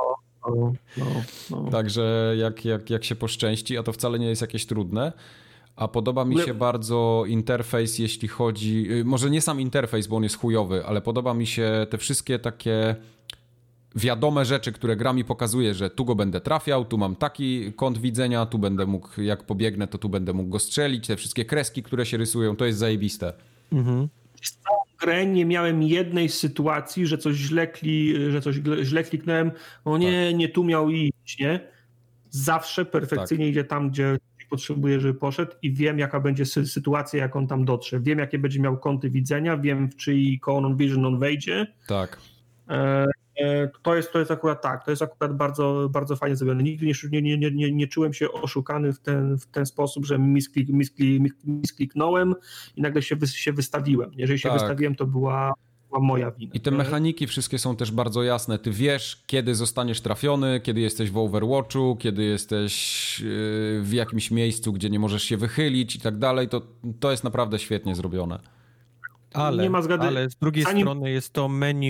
No, no, no. Także jak, jak, jak się poszczęści, a to wcale nie jest jakieś trudne, A podoba mi się bardzo interfejs, jeśli chodzi... Może nie sam interfejs, bo on jest chujowy, ale podoba mi się te wszystkie takie wiadome rzeczy, które gra mi pokazuje, że tu go będę trafiał, tu mam taki kąt widzenia, tu będę mógł, jak pobiegnę, to tu będę mógł go strzelić. Te wszystkie kreski, które się rysują, to jest zajebiste. Mhm. Z całą grę nie miałem jednej sytuacji, że coś źle, kli, że coś źle kliknąłem, o nie, tak. nie tu miał iść, nie? Zawsze perfekcyjnie tak. idzie tam, gdzie potrzebuję, żeby poszedł i wiem, jaka będzie sytuacja, jak on tam dotrze. Wiem, jakie będzie miał kąty widzenia, wiem, w czyj Conan Vision on wejdzie. Tak. E, e, to, jest, to jest akurat tak, to jest akurat bardzo, bardzo fajnie zrobione. Nigdy nie, nie, nie, nie, nie czułem się oszukany w ten, w ten sposób, że misklik, misklik, miskliknąłem i nagle się, wy, się wystawiłem. Jeżeli się tak. wystawiłem, to była moja wina. I te mechaniki wszystkie są też bardzo jasne. Ty wiesz, kiedy zostaniesz trafiony, kiedy jesteś w Overwatchu, kiedy jesteś w jakimś miejscu, gdzie nie możesz się wychylić i tak dalej. To, to jest naprawdę świetnie zrobione. Ale, nie ma zgady. Ale z drugiej Zanim... strony jest to menu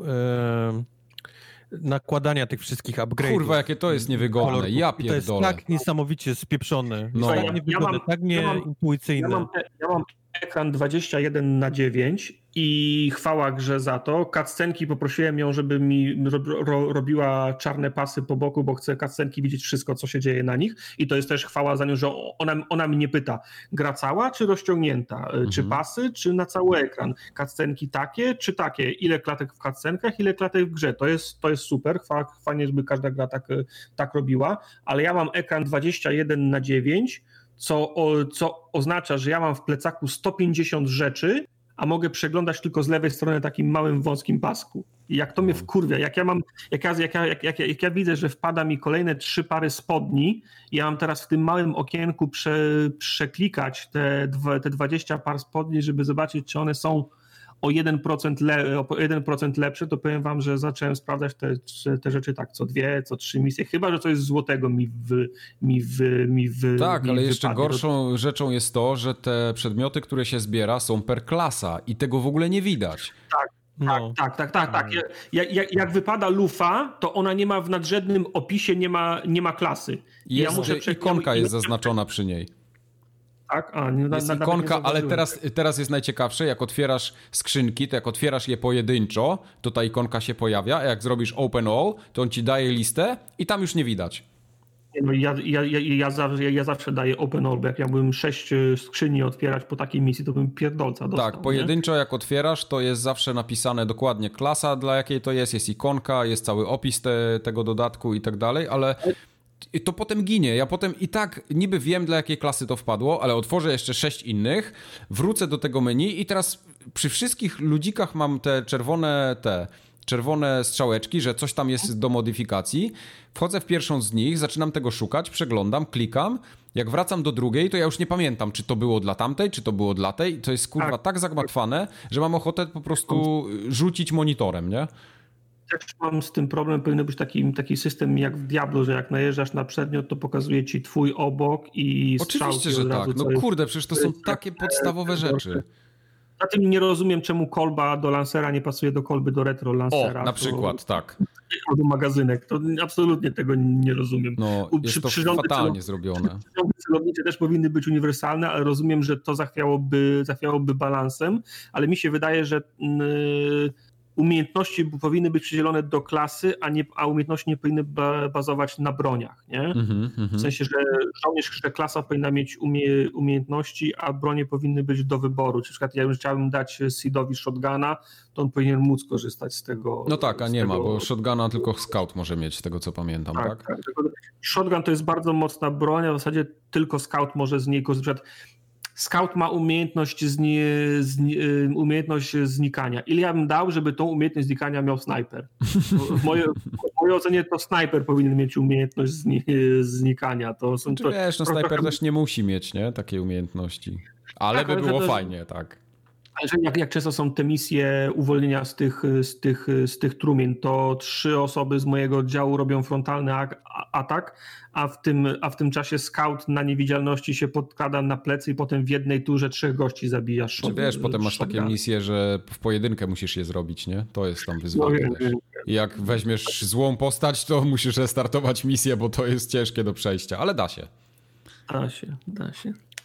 yy, nakładania tych wszystkich upgrade'ów. Kurwa, jakie to jest niewygodne. Ja pierdolę. To jest tak niesamowicie spieprzone. No. Tak niewygodne, ja mam, tak nieintuicyjne. Ja mam, ja mam ekran dwadzieścia jeden na dziewięć i chwała grze za to. Cutscenki poprosiłem ją, żeby mi ro, ro, robiła czarne pasy po boku, bo chcę cutscenki widzieć wszystko, co się dzieje na nich i to jest też chwała za nią, że ona, ona mnie pyta, gra cała czy rozciągnięta? Mhm. Czy pasy, czy na cały ekran? Cutscenki takie, czy takie? Ile klatek w cutscenkach, ile klatek w grze? To jest, to jest super, fajnie, żeby każda gra tak, tak robiła, ale ja mam ekran dwadzieścia jeden na dziewięć, Co, co oznacza, że ja mam w plecaku sto pięćdziesiąt rzeczy, a mogę przeglądać tylko z lewej strony takim małym, wąskim pasku. I jak to mnie wkurwia, jak ja mam, jak ja, jak ja, jak, jak, jak ja widzę, że wpada mi kolejne trzy pary spodni, ja mam teraz w tym małym okienku prze, przeklikać te, te dwadzieścia par spodni, żeby zobaczyć, czy one są o jeden procent, le, o jeden procent lepsze, to powiem wam, że zacząłem sprawdzać te, te rzeczy tak co dwie, co trzy misje, chyba że coś złotego mi w, mi w, mi w Tak, mi ale wypadnie. jeszcze gorszą rzeczą jest to, że te przedmioty, które się zbiera, są per klasa i tego w ogóle nie widać. Tak. No. Tak, tak, tak, tak, tak. Jak, jak, jak wypada lufa, to ona nie ma w nadrzędnym opisie, nie ma, nie ma klasy. Jest, ja muszę ikonka jest zaznaczona przy niej. Tak, a, nie, jest na, ikonka, ale teraz, teraz jest najciekawsze, jak otwierasz skrzynki, to jak otwierasz je pojedynczo, to ta ikonka się pojawia, a jak zrobisz open all, to on ci daje listę i tam już nie widać. No, ja, ja, ja, ja, zawsze, ja, ja zawsze daję open all, bo jak ja bym sześć skrzyni otwierać po takiej misji, to bym pierdolca dostał. Tak, pojedynczo nie? Jak otwierasz, to jest zawsze napisane dokładnie klasa, dla jakiej to jest, jest ikonka, jest cały opis te, tego dodatku i tak dalej, ale... I to potem ginie. Ja potem i tak niby wiem, dla jakiej klasy to wpadło, ale otworzę jeszcze sześć innych, wrócę do tego menu i teraz przy wszystkich ludzikach mam te czerwone te czerwone strzałeczki, że coś tam jest do modyfikacji. Wchodzę w pierwszą z nich, zaczynam tego szukać, przeglądam, klikam. Jak wracam do drugiej, to ja już nie pamiętam, czy to było dla tamtej, czy to było dla tej. To jest kurwa tak, tak zagmatwane, że mam ochotę po prostu rzucić monitorem, nie? Też mam z tym problem, powinien być taki, taki system jak w Diablo, że jak najeżdżasz na przedmiot, to pokazuje ci twój obok i strzałki. Oczywiście, że tak. No kurde, przecież to są takie podstawowe rzeczy. Na tym nie rozumiem, czemu kolba do Lancera nie pasuje do kolby do retro Lancera. O, na przykład, to, tak. Albo magazynek. To absolutnie tego nie rozumiem. No, jest przy, to przyrządy fatalnie zrobione. Celownicze też powinny być uniwersalne, ale rozumiem, że to zachwiałoby, zachwiałoby balansem, ale mi się wydaje, że... Yy, umiejętności powinny być przydzielone do klasy, a, nie, a umiejętności nie powinny bazować na broniach, nie? Mm-hmm, mm-hmm. W sensie, że żołnierz, że klasa powinna mieć umie, umiejętności, a bronie powinny być do wyboru. Czy na przykład ja już chciałbym dać Seedowi shotguna, to on powinien móc korzystać z tego. No tak, a nie tego... ma, bo shotguna tylko scout może mieć, z tego co pamiętam, tak? tak? tak. Shotgun to jest bardzo mocna broń, a w zasadzie tylko scout może z niej korzystać. Scout ma umiejętność, zni, zni, umiejętność znikania. Ile ja bym dał, żeby tą umiejętność znikania miał snajper? W mojej, w mojej ocenie to snajper powinien mieć umiejętność zni, znikania. To są, znaczy, to, wiesz, no snajper trochę... też nie musi mieć, nie? Takiej umiejętności. Ale tak, by było to, fajnie, tak. Ale jak, jak często są te misje uwolnienia z tych, z, tych, z tych trumien, to trzy osoby z mojego oddziału robią frontalny atak, a w tym, a w tym czasie scout na niewidzialności się podkrada na plecy i potem w jednej turze trzech gości zabija. Czy wiesz, potem masz takie misje, że w pojedynkę musisz je zrobić, nie? To jest tam wyzwanie. No, I jak weźmiesz złą postać, to musisz restartować misję, bo to jest ciężkie do przejścia, ale da się. Da się, da się.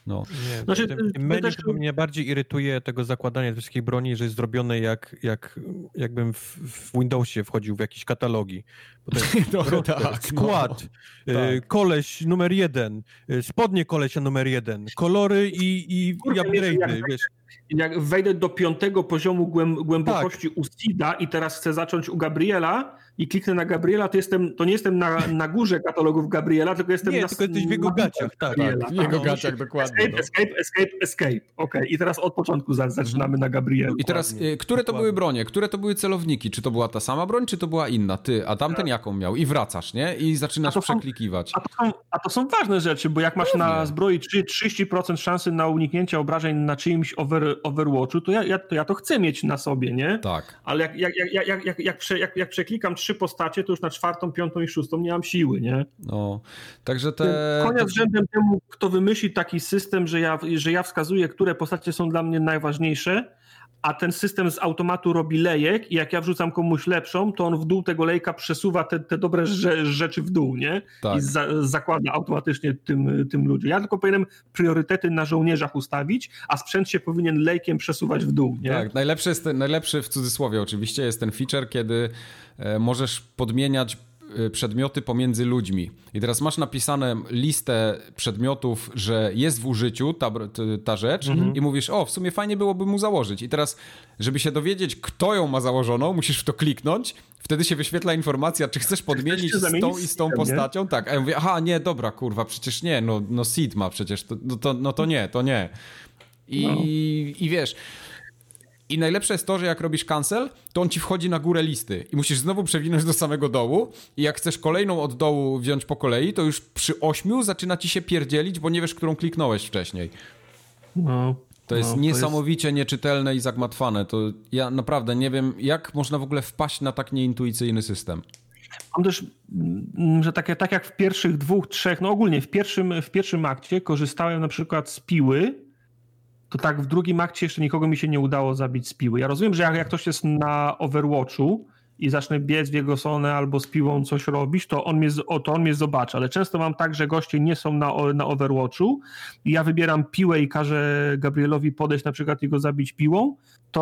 No. Nie, znaczy, tym, tym menu też... mnie bardziej irytuje tego zakładania wszystkich broni, że jest zrobione jak, jak jakbym w, w Windowsie wchodził w jakieś katalogi. No, tak, skład, no. y, tak. koleś numer jeden, y, spodnie kolesia numer jeden, kolory i, i, i upgrade'y, wiesz. Jak wejdę do piątego poziomu głęb głębokości tak. u Sida i teraz chcę zacząć u Gabriela i kliknę na Gabriela, to, jestem, to nie jestem na, na górze katalogów Gabriela, tylko jestem nie, na... Nie, tylko jesteś w jego gaciach, tak. tak. W jego gaciach, dokładnie. Escape, no. escape, escape, escape. Okej, okay. I teraz od początku zaczynamy na Gabrielu. I teraz, y, które to były bronie? Które to były celowniki? Czy to była ta sama broń, czy to była inna? Ty, a tamten tak. jaką miał? I wracasz, nie? I zaczynasz a przeklikiwać. Są, a, to są, a to są ważne rzeczy, bo jak masz Pewnie. na zbroi trzydzieści procent szansy na uniknięcie obrażeń na czyimś over, Overwatchu, to ja, ja, to ja to chcę mieć na sobie, nie? Tak. Ale jak, jak, jak, jak, jak, jak, prze, jak, jak przeklikam trzy postacie, to już na czwartą, piątą i szóstą nie mam siły, nie? No, także te... Konia względem temu, kto wymyśli taki system, że ja, że ja wskazuję, które postacie są dla mnie najważniejsze, a ten system z automatu robi lejek i jak ja wrzucam komuś lepszą, to on w dół tego lejka przesuwa te, te dobre rzeczy w dół, nie? Tak. I za, zakłada automatycznie tym, tym ludziom. Ja tylko powinienem priorytety na żołnierzach ustawić, a sprzęt się powinien lejkiem przesuwać w dół, nie? Tak, najlepszy, jest ten, najlepszy w cudzysłowie oczywiście jest ten feature, kiedy e, możesz podmieniać przedmioty pomiędzy ludźmi. I teraz masz napisane listę przedmiotów, że jest w użyciu ta, ta rzecz mhm. i mówisz, o, w sumie fajnie byłoby mu założyć. I teraz, żeby się dowiedzieć, kto ją ma założoną, musisz w to kliknąć, wtedy się wyświetla informacja, czy chcesz podmienić z tą i z tą postacią. Nie? Tak, a ja mówię, aha, nie, dobra, kurwa, przecież nie, no, no Sid ma przecież, to, no, to, no to nie, to nie. I, no. i wiesz... I najlepsze jest to, że jak robisz cancel, to on ci wchodzi na górę listy i musisz znowu przewinąć do samego dołu i jak chcesz kolejną od dołu wziąć po kolei, to już przy ośmiu zaczyna ci się pierdzielić, bo nie wiesz, którą kliknąłeś wcześniej. No, to jest no, to niesamowicie jest... nieczytelne i zagmatwane. To ja naprawdę nie wiem, jak można w ogóle wpaść na tak nieintuicyjny system. Mam też, że tak, tak jak w pierwszych dwóch, trzech, no ogólnie w pierwszym, w pierwszym akcie korzystałem na przykład z piły, to tak w drugim akcie jeszcze nikogo mi się nie udało zabić z piły. Ja rozumiem, że jak, jak ktoś jest na Overwatchu i zacznę biec w jego stronę albo z piłą coś robić, to on mnie, to on mnie zobaczy, ale często mam tak, że goście nie są na, na Overwatchu i ja wybieram piłę i każę Gabrielowi podejść na przykład i go zabić piłą,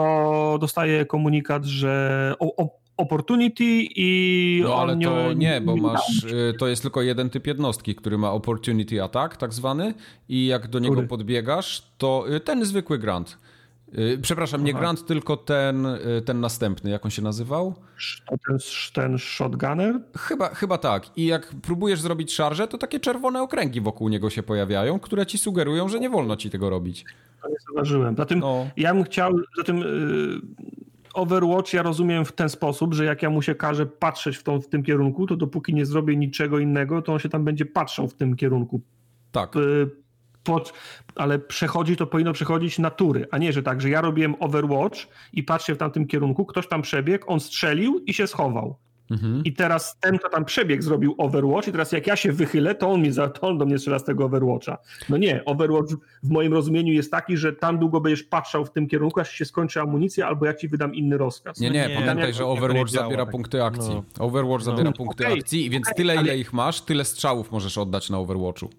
to dostaję komunikat, że o, o, opportunity i... No ale on to nie, nie, bo masz, to jest tylko jeden typ jednostki, który ma opportunity attack tak zwany i jak do niego który? podbiegasz, to ten zwykły grant. Przepraszam, nie Aha. grant, tylko ten, ten następny, jak on się nazywał? Ten, ten shotgunner? Chyba, chyba tak. I jak próbujesz zrobić szarżę, to takie czerwone okręgi wokół niego się pojawiają, które ci sugerują, że nie wolno ci tego robić. To nie zauważyłem. Zatem no. ja bym chciał, zatem yy, Overwatch ja rozumiem w ten sposób, że jak ja mu się każę patrzeć w, tą, w tym kierunku, to dopóki nie zrobię niczego innego, to on się tam będzie patrzał w tym kierunku. Tak. Yy, Pod, ale przechodzi, to powinno przechodzić natury, a nie, że tak, że ja robiłem Overwatch i patrzę w tamtym kierunku, ktoś tam przebiegł, on strzelił i się schował. Mhm. I teraz ten, kto tam przebiegł, zrobił Overwatch i teraz jak ja się wychylę, to on, mi za, to on do mnie strzela z tego Overwatcha. No nie, Overwatch w moim rozumieniu jest taki, że tam długo będziesz patrzał w tym kierunku, aż się skończy amunicja, albo ja ci wydam inny rozkaz. Nie, nie, nie pamiętaj, jak, że Overwatch zabiera tak. punkty akcji. No. Overwatch no. zabiera punkty okay. akcji, więc okay, tyle, ile ale... ich masz, tyle strzałów możesz oddać na Overwatchu.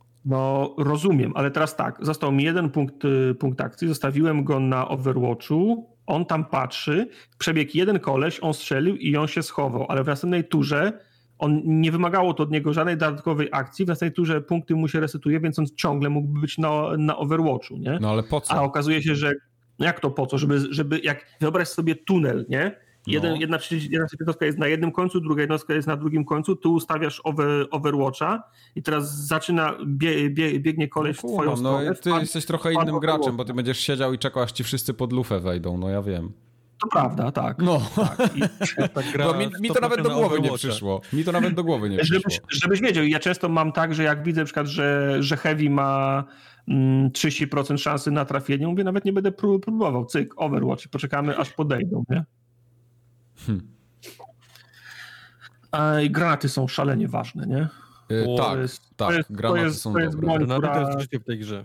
No rozumiem, ale teraz tak, został mi jeden punkt, punkt akcji, zostawiłem go na Overwatchu, on tam patrzy, przebiegł jeden koleś, on strzelił i on się schował, ale w następnej turze on nie wymagało to od niego żadnej dodatkowej akcji, w następnej turze punkty mu się resetuje, więc on ciągle mógłby być na, na Overwatchu, nie? No ale po co? A okazuje się, że jak to po co? Żeby, żeby jak wyobraź sobie tunel, nie? Jeden, no. Jedna jednostka jest na jednym końcu, druga jednostka jest na drugim końcu, tu ustawiasz over, Overwatcha i teraz zaczyna, bie, bie, biegnie koleś no, w twoją no, stronę. No ty wpadł, jesteś trochę innym graczem, Overwatcha. Bo ty będziesz siedział i czekał, aż ci wszyscy pod lufę wejdą, no ja wiem. To prawda, tak. No, tak. I, no mi, mi to nawet do głowy nie przyszło. Mi to nawet do głowy nie przyszło. Żebyś, żebyś wiedział, ja często mam tak, że jak widzę na przykład, że, że Heavy ma mm, trzydzieści procent szansy na trafienie, mówię, nawet nie będę próbował, cyk, Overwatch i poczekamy, aż podejdą, nie? Hmm. I granaty są szalenie ważne, nie? Yy, tak, jest, tak, jest, granaty jest, są to jest dobre. Broń, granaty która, to jest w tej grze.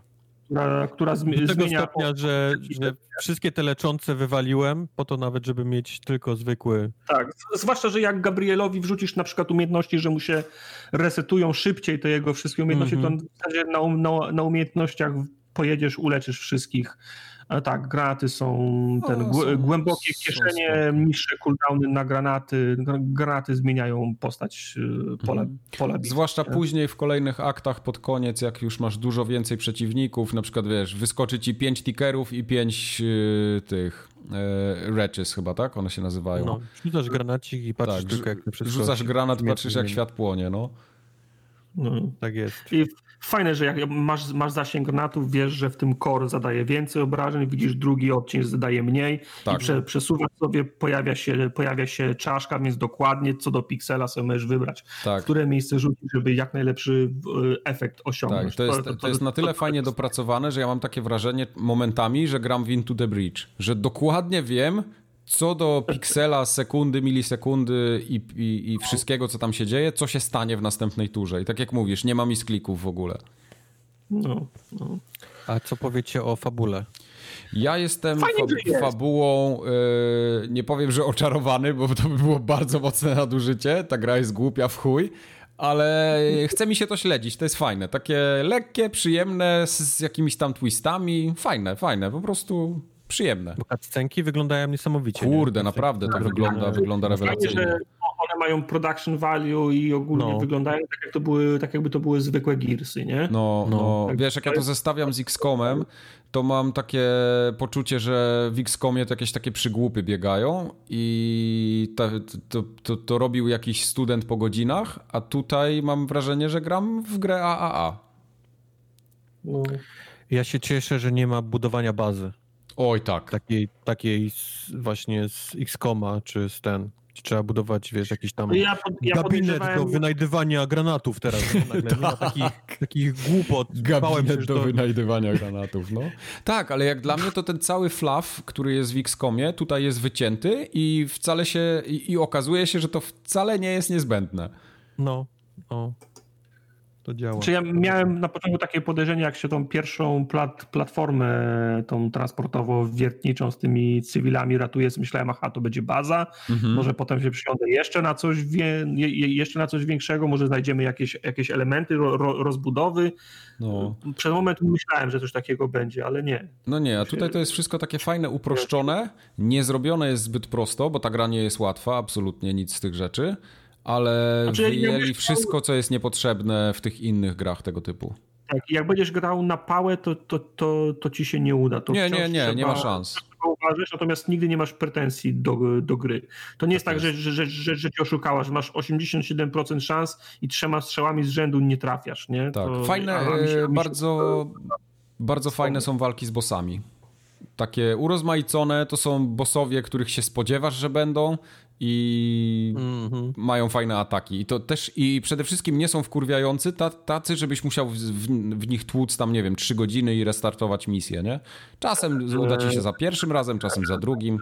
która, która zmi- Do tego zmienia... stopnia, że, że wszystkie te leczące wywaliłem, po to nawet, żeby mieć tylko zwykły... Tak, zwłaszcza, że jak Gabrielowi wrzucisz na przykład umiejętności, że mu się resetują szybciej te jego wszystkie umiejętności, mm-hmm. to on w zasadzie na, na, na umiejętnościach pojedziesz, uleczysz wszystkich. A tak, granaty są ten o, są, głębokie kieszenie, są niższe cooldowny na granaty. Granaty zmieniają postać pola, hmm. pola bitwy. Zwłaszcza nie? Później w kolejnych aktach pod koniec, jak już masz dużo więcej przeciwników, na przykład wiesz, wyskoczy ci pięć tickerów i pięć yy, tych yy, wretches chyba, tak? One się nazywają. No, rzucasz granacik i patrzysz tak, tylko jak to wszystko... Rzucasz granat i patrzysz jak świat płonie, no. No. Tak jest. I fajne, że jak masz, masz zasięg granatów, wiesz, że w tym core zadaje więcej obrażeń, widzisz drugi odcinek zadaje mniej tak. i prze, przesuwasz sobie, pojawia się, pojawia się czaszka, więc dokładnie co do piksela sobie możesz wybrać, tak. w które miejsce rzucić, żeby jak najlepszy efekt osiągnąć. Tak, to jest, to, to, to jest na tyle to, to, fajnie to, to, dopracowane, że ja mam takie wrażenie momentami, że gram w Into the Breach, że dokładnie wiem, co do piksela, sekundy, milisekundy i, i, i wszystkiego, co tam się dzieje, co się stanie w następnej turze. I tak jak mówisz, nie ma misklików w ogóle. No, no. A co powiecie o fabule? Ja jestem Fajnie, fa- jest. fabułą, yy, nie powiem, że oczarowany, bo to by było bardzo mocne nadużycie. Ta gra jest głupia w chuj. Ale chce mi się to śledzić, to jest fajne. Takie lekkie, przyjemne, z, z jakimiś tam twistami. Fajne, fajne, po prostu... przyjemne. Bo cutscenki wyglądają niesamowicie. Kurde, nie? naprawdę to wygląda, wygląda rewelacyjnie. Fajnie, że one mają production value i ogólnie no. wyglądają tak, jak to były, tak jakby to były zwykłe Gearsy, nie? No, no. no. Tak, wiesz, jak ja to zestawiam z X-Comem, to mam takie poczucie, że w X-Comie to jakieś takie przygłupy biegają i to, to, to, to robił jakiś student po godzinach, a tutaj mam wrażenie, że gram w grę A A A. No. Ja się cieszę, że nie ma budowania bazy. Oj, tak. Takiej, takiej z, właśnie z X-Coma, czy z ten. Trzeba budować, wiesz, jakiś tam ja pod, ja gabinet podejrzewałem... do wynajdywania granatów teraz. Nagle tak. Nie ma takich, takich głupot. Gabinet się, do to... wynajdywania granatów, no. Tak, ale jak dla mnie to ten cały fluff, który jest w X-Comie, tutaj jest wycięty i wcale się, i, i okazuje się, że to wcale nie jest niezbędne. No, no. To działa. Czy ja miałem na początku takie podejrzenie, jak się tą pierwszą plat, platformę tą transportowo-wiertniczą z tymi cywilami ratuje, myślałem, aha, to będzie baza, mhm. może potem się przysiądę jeszcze na coś wie, jeszcze na coś większego, może znajdziemy jakieś, jakieś elementy ro, rozbudowy. No. Przed momentem myślałem, że coś takiego będzie, ale nie. No nie, a tutaj to jest wszystko takie fajne, uproszczone, nie zrobione jest zbyt prosto, bo ta gra nie jest łatwa, absolutnie nic z tych rzeczy. Ale znaczy, wyjęli wszystko, co jest niepotrzebne w tych innych grach tego typu. Tak, jak będziesz grał na pałę, to, to, to, to ci się nie uda. To nie, nie, nie, nie ma szans. Uważasz, natomiast nigdy nie masz pretensji do, do gry. To nie jest tak, tak jest. Że, że, że, że cię oszukała, że masz osiemdziesiąt siedem procent szans i trzema strzałami z rzędu nie trafiasz. Nie? Tak, to, fajne, a, mi się, bardzo, mi się... bardzo fajne są walki z bossami. Takie urozmaicone, to są bossowie, których się spodziewasz, że będą i mm-hmm. mają fajne ataki. I to też, i przede wszystkim nie są wkurwiający tacy, żebyś musiał w, w, w nich tłuc tam, nie wiem, trzy godziny i restartować misję, nie? Czasem uda ci się za pierwszym razem, czasem za drugim.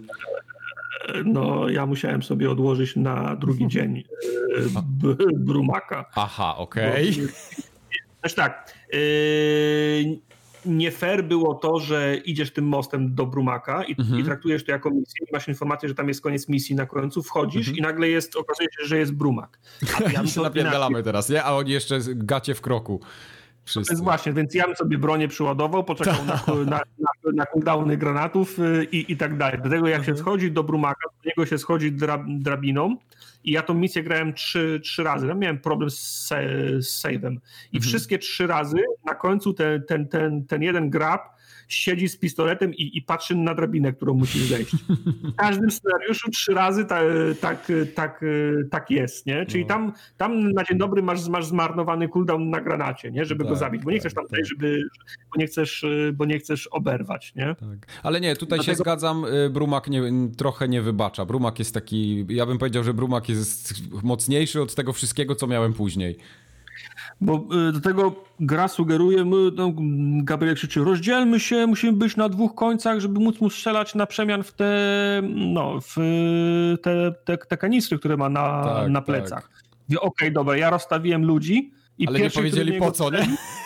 No, ja musiałem sobie odłożyć na drugi dzień b- Brumaka. Aha, okej. Okay. Znaczy tak, yy... nie fair było to, że idziesz tym mostem do Brumaka i, mhm. i traktujesz to jako misję. Masz informację, że tam jest koniec misji na końcu, wchodzisz mhm. i nagle jest, okazuje się, że jest Brumak. A ja się napierdalamy teraz, nie? A oni jeszcze gacie w kroku. Wszyscy. Więc właśnie, więc ja bym sobie bronię przyładował, poczekał na, na, na, na cooldowny granatów i, i tak dalej. Do tego jak mhm. się schodzi do Brumaka, do niego się schodzi drab, drabiną i ja tą misję grałem trzy, trzy razy. Tam miałem problem z, z save'em. I mhm. wszystkie trzy razy na końcu ten, ten, ten, ten jeden grab siedzi z pistoletem i, i patrzy na drabinę, którą musisz zejść. W każdym scenariuszu trzy razy ta, tak, tak, tak jest, nie? Czyli tam, tam na dzień dobry masz, masz zmarnowany cooldown na granacie, nie? Żeby tak, go zabić, bo nie chcesz tam tak, żeby, bo nie chcesz, bo nie chcesz oberwać, nie? Tak. Ale nie, tutaj Dlatego... się zgadzam, Brumak nie, trochę nie wybacza. Brumak jest taki, ja bym powiedział, że Brumak jest mocniejszy od tego wszystkiego, co miałem później. Bo do tego gra sugeruje, my, no, Gabriel krzyczy, rozdzielmy się, musimy być na dwóch końcach, żeby móc mu strzelać na przemian w te, no, w te, te, te kanistry, które ma na, tak, na plecach. Tak. Okej, okay, dobra, ja rozstawiłem ludzi. I ale nie powiedzieli po co, nie?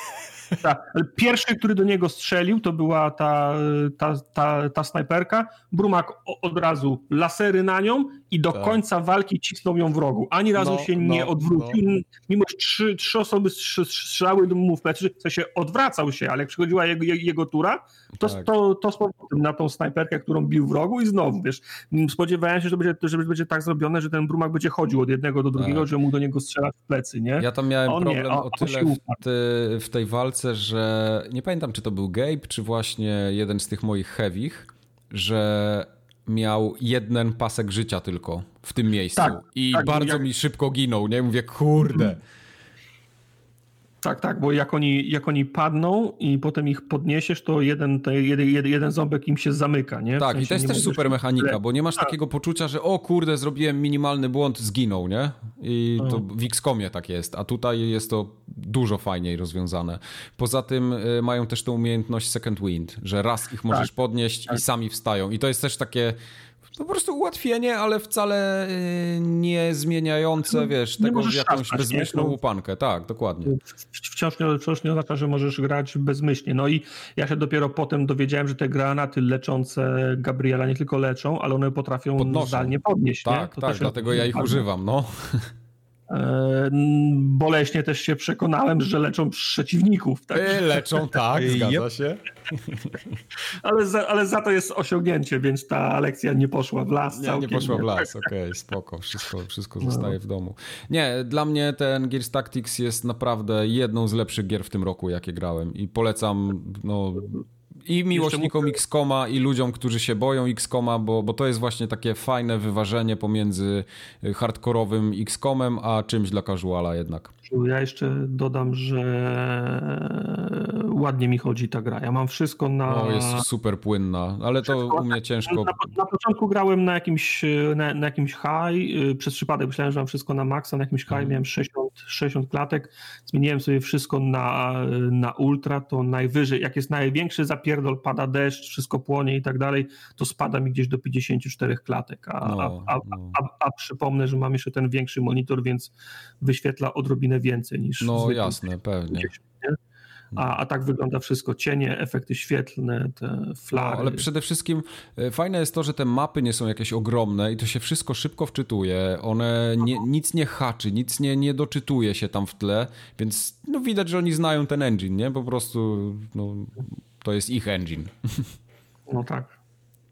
Ta, pierwszy, który do niego strzelił, to była ta, ta, ta, ta snajperka. Brumak od razu lasery na nią i do tak. końca walki cisnął ją w rogu. Ani razu no, się nie no, odwrócił. No. Mimo, że trzy, trzy osoby strzelały mu w plecy, w sensie odwracał się, ale jak przychodziła jego, jego tura, to, tak. to, to z powrotem na tą snajperkę, którą bił w rogu i znowu, wiesz, spodziewałem się, że będzie, że będzie tak zrobione, że ten Brumak będzie chodził od jednego do drugiego, tak. że mógł do niego strzelać w plecy, nie? Ja tam miałem on problem nie, o tyle w, ty, w tej walce, że nie pamiętam, czy to był Gabe, czy właśnie jeden z tych moich heavy'ch, że miał jeden pasek życia tylko w tym miejscu tak, i tak, bardzo jak... mi szybko ginął, nie? Mówię, kurde. Tak, tak, bo jak oni, jak oni padną i potem ich podniesiesz, to jeden, to jeden, jeden ząbek im się zamyka, nie? W tak, sensie i to jest też super mechanika, bo nie masz tak. takiego poczucia, że o kurde, zrobiłem minimalny błąd, zginął, nie? I to w X COMie tak jest, a tutaj jest to dużo fajniej rozwiązane. Poza tym y, mają też tę umiejętność Second Wind, że raz ich możesz tak. podnieść tak. i sami wstają. I to jest też takie po prostu ułatwienie, ale wcale y, nie zmieniające, no, wiesz, tego w jakąś szastać, bezmyślną nie? łupankę. Tak, dokładnie. Wciąż nie, wciąż nie oznacza, że możesz grać bezmyślnie. No i ja się dopiero potem dowiedziałem, że te granaty leczące Gabriela nie tylko leczą, ale one potrafią Podnoszą. zdalnie podnieść. Tak, nie? tak, dlatego ja ich używam, no. Boleśnie też się przekonałem, że leczą przeciwników. Tak? Leczą, tak, zgadza się. Ale za, ale za to jest osiągnięcie, więc ta lekcja nie poszła w las. Nie, całkiem, nie poszła w las, okej, okay, spoko, wszystko, wszystko no. zostaje w domu. Nie, dla mnie ten Gears Tactics jest naprawdę jedną z lepszych gier w tym roku, jakie grałem i polecam, no... I miłośnikom X COMa i ludziom, którzy się boją X COMa, bo, bo to jest właśnie takie fajne wyważenie pomiędzy hardkorowym X COMem, a czymś dla casuala jednak. Ja jeszcze dodam, że ładnie mi chodzi ta gra. Ja mam wszystko na... No, jest super płynna, ale to u mnie ciężko... Na, na początku grałem na jakimś, na, na jakimś high, przez przypadek myślałem, że mam wszystko na maksa, na jakimś high hmm. miałem sześćdziesiąt, sześćdziesiąt klatek, zmieniłem sobie wszystko na, na ultra, to najwyżej, jak jest największy zapierdol, pada deszcz, wszystko płonie i tak dalej, to spada mi gdzieś do pięćdziesiąt cztery klatek, a, no, a, a, no. a, a, a przypomnę, że mam jeszcze ten większy monitor, więc wyświetla odrobinę więcej niż no zwykle. Jasne, pewnie. A, a tak wygląda wszystko. Cienie, efekty świetlne, te flary. No, ale przede wszystkim fajne jest to, że te mapy nie są jakieś ogromne i to się wszystko szybko wczytuje. One nie, nic nie haczy, nic nie, nie doczytuje się tam w tle, więc no widać, że oni znają ten engine, nie? Po prostu no, to jest ich engine. No tak.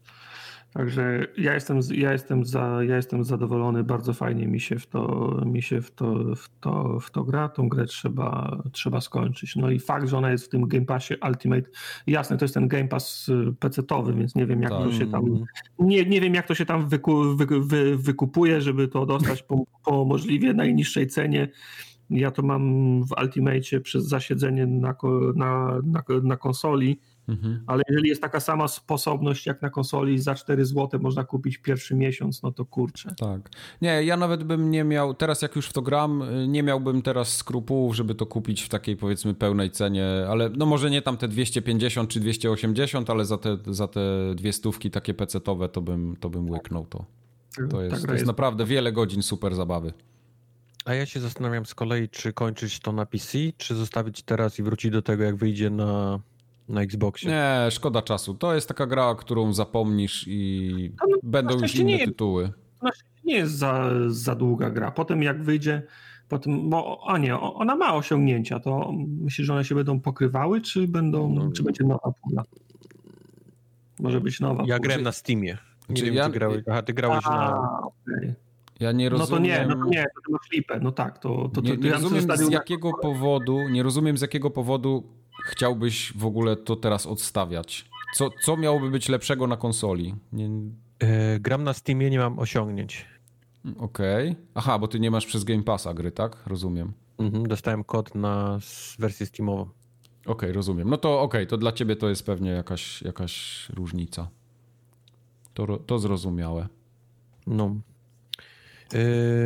Także ja jestem, ja jestem, za, ja jestem zadowolony, bardzo fajnie mi się w to, mi się w to, w to, w to gra, tą grę trzeba, trzeba skończyć. No i fakt, że ona jest w tym Game Passie Ultimate, jasne, to jest ten Game Pass pecetowy, więc nie wiem jak tak. to się tam, nie, nie wiem jak to się tam wyku, wy, wy, wykupuje, żeby to dostać po, po możliwie najniższej cenie. Ja to mam w Ultimate przez zasiedzenie na, na, na, na konsoli. Mhm. Ale jeżeli jest taka sama sposobność jak na konsoli, za cztery złote można kupić pierwszy miesiąc, no to kurczę. Tak. Nie, ja nawet bym nie miał, teraz jak już w to gram, nie miałbym teraz skrupułów, żeby to kupić w takiej powiedzmy pełnej cenie, ale no może nie tam te dwieście pięćdziesiąt czy dwieście osiemdziesiąt, ale za te, za te dwie stówki takie pecetowe to bym, to bym łyknął to. To jest, tak to jest naprawdę wiele godzin super zabawy. A ja się zastanawiam z kolei, czy kończyć to na P C, czy zostawić teraz i wrócić do tego, jak wyjdzie na... na Xboxie. Nie, szkoda czasu. To jest taka gra, którą zapomnisz i no, będą już inne nie, tytuły. To nie jest za, za długa gra. Potem jak wyjdzie, potem, bo a nie, ona ma osiągnięcia, to myślisz, że one się będą pokrywały, czy będą, no, czy będzie nowa pula? Może być nowa Ja pula. grałem na Steamie. Nie Czy wiem, ja... ty grałeś. Aha, ty grałeś a, na... Okay. Ja nie rozumiem... No to nie, no to nie, to masz flipę. No tak, to... to, to nie, nie ja rozumiem z jakiego na... powodu, nie rozumiem z jakiego powodu chciałbyś w ogóle to teraz odstawiać. Co, co miałoby być lepszego na konsoli? Nie... E, gram na Steamie, nie mam osiągnięć. Okej. Okay. Aha, bo ty nie masz przez Game Passa gry, tak? Rozumiem. Mhm, dostałem kod na wersję Steamową. Okej, okay, rozumiem. No to okej, okay, to dla ciebie to jest pewnie jakaś, jakaś różnica. To, to zrozumiałe. No. Yy...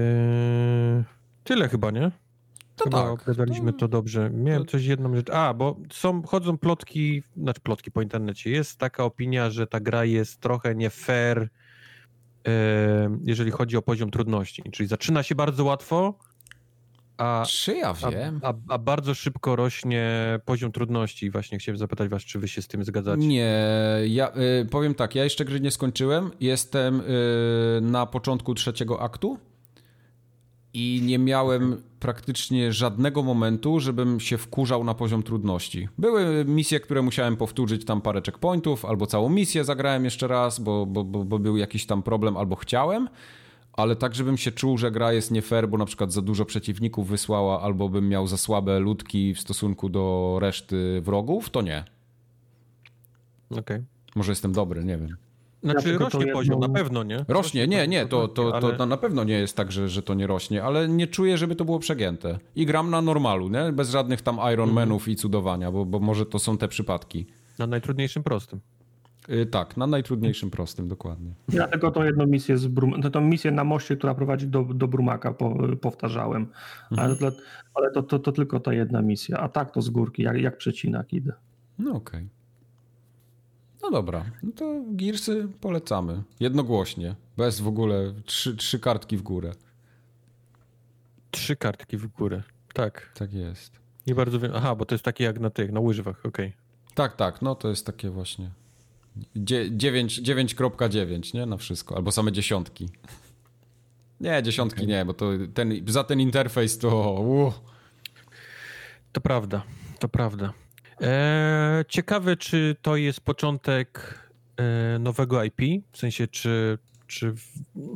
Tyle chyba, nie? To chyba tak. Opowiadaliśmy to dobrze. Miałem coś jedną rzecz. A, bo są, chodzą plotki, znaczy plotki po internecie. Jest taka opinia, że ta gra jest trochę nie fair, yy, jeżeli chodzi o poziom trudności. Czyli zaczyna się bardzo łatwo A, czy ja wiem? A, a, a bardzo szybko rośnie poziom trudności. Właśnie chciałem zapytać was, czy wy się z tym zgadzacie? Nie, ja y, powiem tak, ja jeszcze gry nie skończyłem. Jestem y, na początku trzeciego aktu i nie miałem praktycznie żadnego momentu, żebym się wkurzał na poziom trudności. Były misje, które musiałem powtórzyć tam parę checkpointów, albo całą misję zagrałem jeszcze raz, bo, bo, bo, bo był jakiś tam problem, albo chciałem. Ale tak, żebym się czuł, że gra jest nie fair, bo na przykład za dużo przeciwników wysłała, albo bym miał za słabe ludki w stosunku do reszty wrogów, to nie. Okej. Okay. Może jestem dobry, nie wiem. Znaczy ja rośnie poziom, jedną... na pewno, nie? Rośnie, rośnie nie, nie, to, to, to, ale... to na pewno nie jest tak, że, że to nie rośnie, ale nie czuję, żeby to było przegięte. I gram na normalu, nie? Bez żadnych tam Ironmanów mhm. i cudowania, bo, bo może to są te przypadki. Na najtrudniejszym prostym. Yy, tak, na najtrudniejszym prostym, dokładnie. Ja tylko tą jedną misję z Brum... tą misję na moście, która prowadzi do, do Brumaka po, powtarzałem, mhm. ale, to, ale to, to, to tylko ta jedna misja, a tak to z górki, jak, jak przecinak idę. No okej. Okay. No dobra, no to Gearsy polecamy. Jednogłośnie, bez w ogóle trzy, trzy kartki w górę. Trzy kartki w górę, tak. Tak jest. Nie bardzo wiem, aha, bo to jest takie jak na tych, na łyżwach, okej. Okay. Tak, tak, no to jest takie właśnie dziewięć kropka dziewięć, nie? Na wszystko, albo same dziesiątki. Nie, dziesiątki okay. nie, bo to ten, za ten interfejs to... Uh. To prawda, to prawda. Eee, ciekawe, czy to jest początek e, nowego I P, w sensie czy, czy w,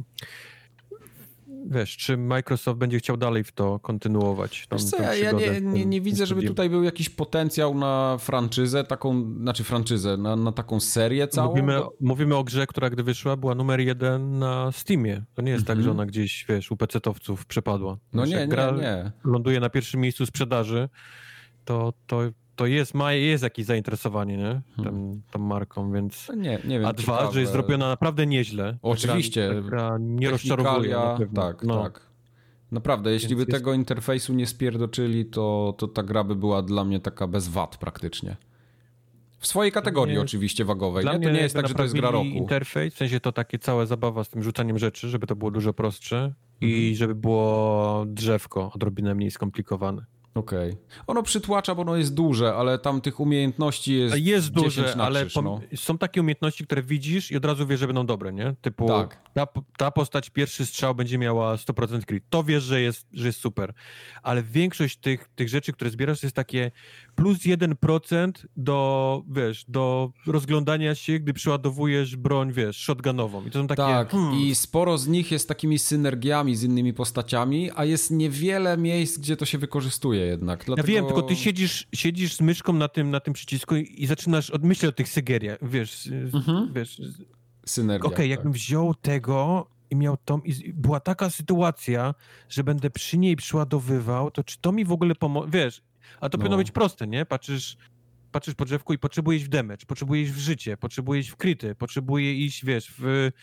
wiesz, czy Microsoft będzie chciał dalej w to kontynuować. Tą, wiesz co, tą ja, ja nie, nie, nie tym, widzę, żeby tutaj był jakiś potencjał na franczyzę, taką, znaczy franczyzę, na, na taką serię całą. Mówimy, to... mówimy o grze, która gdy wyszła była numer jeden na Steamie. To nie jest mm-hmm. tak, że ona gdzieś, wiesz, u pecetowców przepadła. No wiesz, nie, nie, gra nie. ląduje na pierwszym miejscu sprzedaży, to, to to jest, ma, jest jakieś zainteresowanie, nie? Tą, tą marką, więc... Nie, nie wiem, A dwa, ciekawe. że jest zrobiona naprawdę nieźle. Oczywiście. Ta gra, ta gra nie rozczarowuje. Na pewno. Tak, no. tak. Naprawdę, jeśli by jest... tego interfejsu nie spierdoczyli, to, to ta gra by była dla mnie taka bez wad praktycznie. W swojej kategorii mnie, oczywiście wagowej. Nie? To nie jest tak, że to jest gra roku. Interfejs, w sensie to takie całe zabawa z tym rzucaniem rzeczy, żeby to było dużo prostsze mhm. i żeby było drzewko odrobinę mniej skomplikowane. Okej. Okay. Ono przytłacza, bo ono jest duże, ale tam tych umiejętności jest Jest duże, na ale krzyż, pom- no. są takie umiejętności, które widzisz i od razu wiesz, że będą dobre, nie? Typu tak. ta, ta postać pierwszy strzał będzie miała sto procent crit. To wiesz, że jest, że jest super. Ale większość tych, tych rzeczy, które zbierasz, jest takie plus jeden procent do, wiesz, do rozglądania się, gdy przeładowujesz broń, wiesz, shotgunową. I to są takie... Tak, hmm. i sporo z nich jest takimi synergiami z innymi postaciami, a jest niewiele miejsc, gdzie to się wykorzystuje jednak. Dlatego... Ja wiem, tylko ty siedzisz, siedzisz z myszką na tym, na tym przycisku i, i zaczynasz odmyślać o tych synergiach, wiesz, mhm. wiesz. Synergia. Okej, okay, tak. jakbym wziął tego i miał tą, i była taka sytuacja, że będę przy niej przeładowywał, to czy to mi w ogóle pomoże, wiesz, a to no. powinno być proste, nie? Patrzysz, patrzysz po drzewku i potrzebujesz w damage, potrzebujesz w życie, potrzebujesz w kryty, potrzebujesz iść, wiesz, w,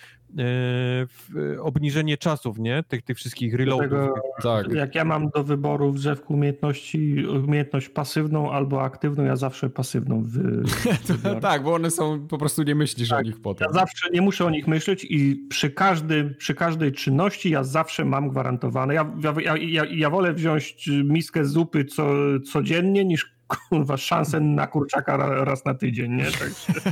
w obniżenie czasów, nie? Tych, tych wszystkich reloadów. Tak. Jak ja mam do wyboru w drzewku umiejętności, umiejętność pasywną albo aktywną, ja zawsze pasywną wy... Tak, bo one są, po prostu nie myślisz tak, o nich potem. Ja zawsze nie muszę o nich myśleć i przy, każdy, przy każdej czynności ja zawsze mam gwarantowane. Ja, ja, ja, ja wolę wziąć miskę zupy co, codziennie niż kurwa szansę na kurczaka raz na tydzień, nie? Tak.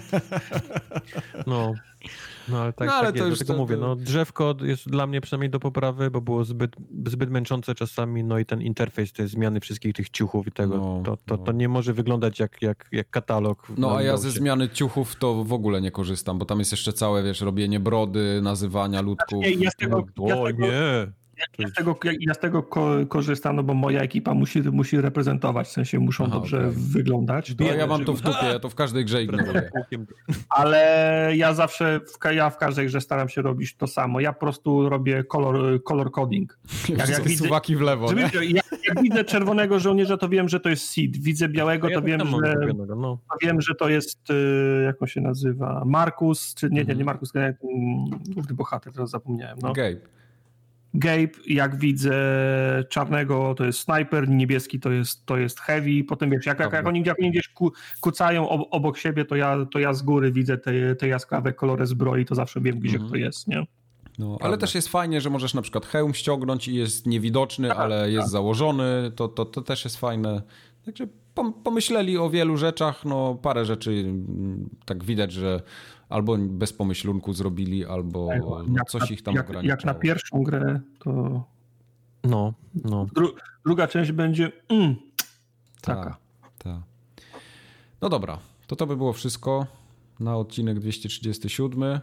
No. No ale tak, no, ale tak to jest, już dlatego to, mówię, no drzewko jest dla mnie przynajmniej do poprawy, bo było zbyt, zbyt męczące czasami, no i ten interfejs, te zmiany wszystkich tych ciuchów i tego, no, to, to, no. to nie może wyglądać jak, jak, jak katalog. No a ja ze zmiany ciuchów to w ogóle nie korzystam, bo tam jest jeszcze całe, wiesz, robienie brody, nazywania ludków. Znaczy, ja z tego, o ja z tego, nie! Ja z tego, ja z tego ko- korzystam, no bo moja ekipa musi, musi reprezentować, w sensie muszą Aha, dobrze okay. wyglądać. No, ja mam to w dupie, ja to w każdej grze ignoruję. Ale ja zawsze, w, ja w każdej grze staram się robić to samo. Ja po prostu robię color, color coding. Jak, jak widzę, suwaki w lewo, żeby, jak, jak widzę czerwonego żołnierza, to wiem, że to jest Seed. Widzę białego, to, ja wiem, że, no. to wiem, że to jest, jak on się nazywa, Markus, czy nie, nie, nie Markus, główny bohater, teraz zapomniałem. No. Gabe. Gabe, jak widzę czarnego, to jest sniper, niebieski to jest, to jest heavy, potem wiesz, jak, jak, jak oni, jak oni gdzieś ku, kucają ob, obok siebie, to ja, to ja z góry widzę te, te jaskrawe kolory zbroi, to zawsze wiem, gdzie mhm. kto jest, nie? No, ale też jest fajnie, że możesz na przykład hełm ściągnąć i jest niewidoczny, tak, ale jest tak. założony, to, to, to też jest fajne. Także pomyśleli o wielu rzeczach, no parę rzeczy tak widać, że albo bez pomyślunku zrobili, albo no, coś ich tam jak, ograniczało. Jak na pierwszą grę, to no, no. Dru, druga część będzie mm, taka. Ta, ta. No dobra, to to by było wszystko na odcinek dwieście trzydziesty siódmy.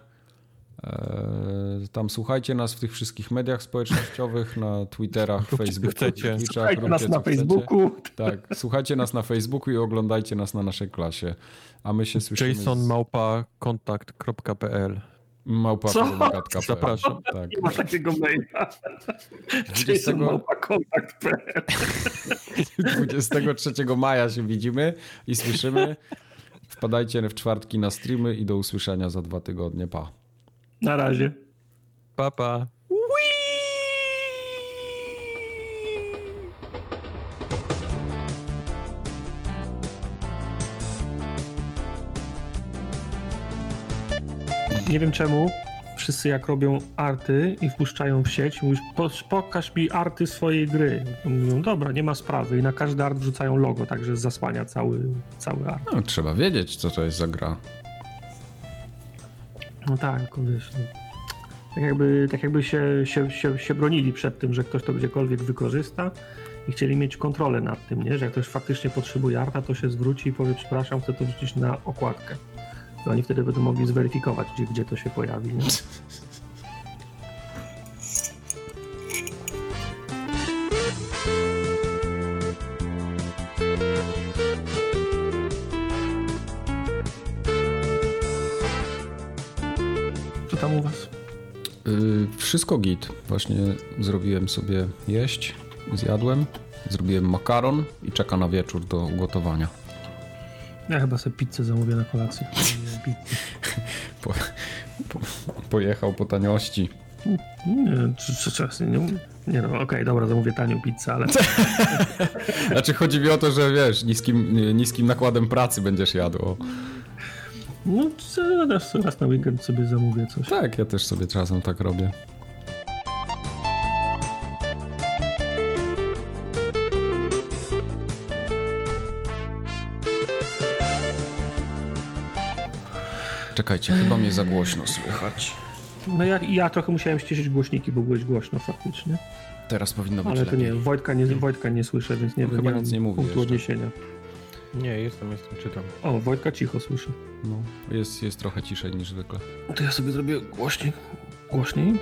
Tam słuchajcie nas w tych wszystkich mediach społecznościowych, na Twitterach, Facebooku, Twitchach. Słuchajcie nas na Facebooku. Tak, słuchajcie nas na Facebooku i oglądajcie nas na naszej klasie. A my się słyszymy... Jason z... małpa kontakt kropka p l Małpa kontakt. Zapraszam. Tak. Nie ma takiego maila. dwudziestego... Jason małpa kontakt kropka p l dwudziestego trzeciego maja się widzimy i słyszymy. Wpadajcie w czwartki na streamy i do usłyszenia za dwa tygodnie. Pa. Na razie. Pa, pa. Nie wiem czemu wszyscy jak robią arty i wpuszczają w sieć, mówisz, pokaż mi arty swojej gry. Mówią, dobra, nie ma sprawy. I na każdy art wrzucają logo, także zasłania cały, cały art. No, trzeba wiedzieć, co to jest za gra. No tak, wiesz, no. Tak jakby, tak jakby się, się, się, się bronili przed tym, że ktoś to gdziekolwiek wykorzysta i chcieli mieć kontrolę nad tym, nie? Że jak ktoś faktycznie potrzebuje arta, to się zwróci i powie, przepraszam, chcę to wrzucić na okładkę. I oni wtedy będą mogli zweryfikować, gdzie, gdzie to się pojawi, nie? Co tam u was? Yy, wszystko git. Właśnie zrobiłem sobie jeść, zjadłem, zrobiłem makaron i czeka na wieczór do ugotowania. Ja chyba sobie pizzę zamówię na kolację. po, po, pojechał po taniości. Nie, czy, czy, czy, nie, nie no, okej, okay, dobra, zamówię tanią pizzę, ale... Znaczy chodzi mi o to, że wiesz, niskim, niskim nakładem pracy będziesz jadł. No, raz, raz na weekend sobie zamówię coś. Tak, ja też sobie czasem tak robię. Czekajcie, chyba mnie za głośno słychać. No ja, ja trochę musiałem ściszyć głośniki, bo byłeś głośno faktycznie. Teraz powinno być Ale to lepiej. nie, Wojtka nie, Wojtka nie słyszę, więc nie no, wiem, chyba nie nic nie mówi punktu jeszcze. odniesienia. Nie, jestem, jestem, czytam. O, Wojtka cicho słyszę. No, jest, jest trochę ciszej niż zwykle. To ja sobie zrobię głośniej. Głośniej?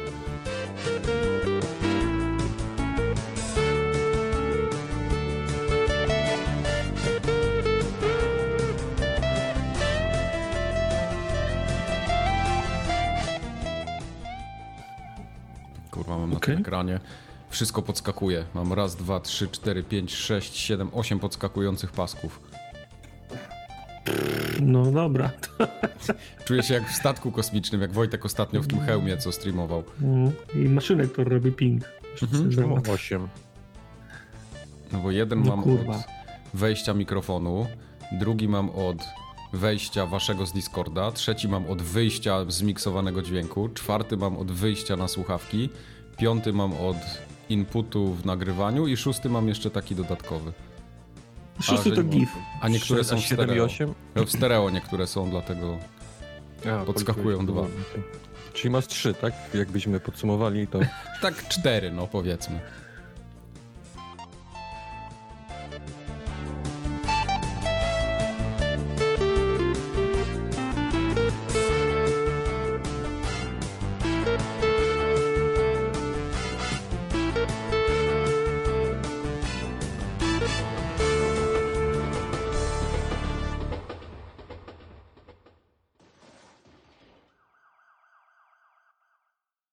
Kurwa, mam na okay. tym ekranie. Wszystko podskakuje. Mam raz, dwa, trzy, cztery, pięć, sześć, siedem, osiem podskakujących pasków. No dobra. Czuję się jak w statku kosmicznym, jak Wojtek ostatnio w tym hełmie, co streamował. Mm. I maszynek, który robi ping. Mhm. osiem. No bo jeden no mam kurwa. od wejścia mikrofonu, drugi mam od wejścia waszego z Discorda, trzeci mam od wyjścia zmiksowanego dźwięku, czwarty mam od wyjścia na słuchawki, piąty mam od inputu w nagrywaniu i szósty mam jeszcze taki dodatkowy. Szósty to GIF. A niektóre są w stereo. osiem? W stereo niektóre są, dlatego a, podskakują dwa. Czyli masz trzy, tak? Jakbyśmy podsumowali to... Tak cztery, no powiedzmy.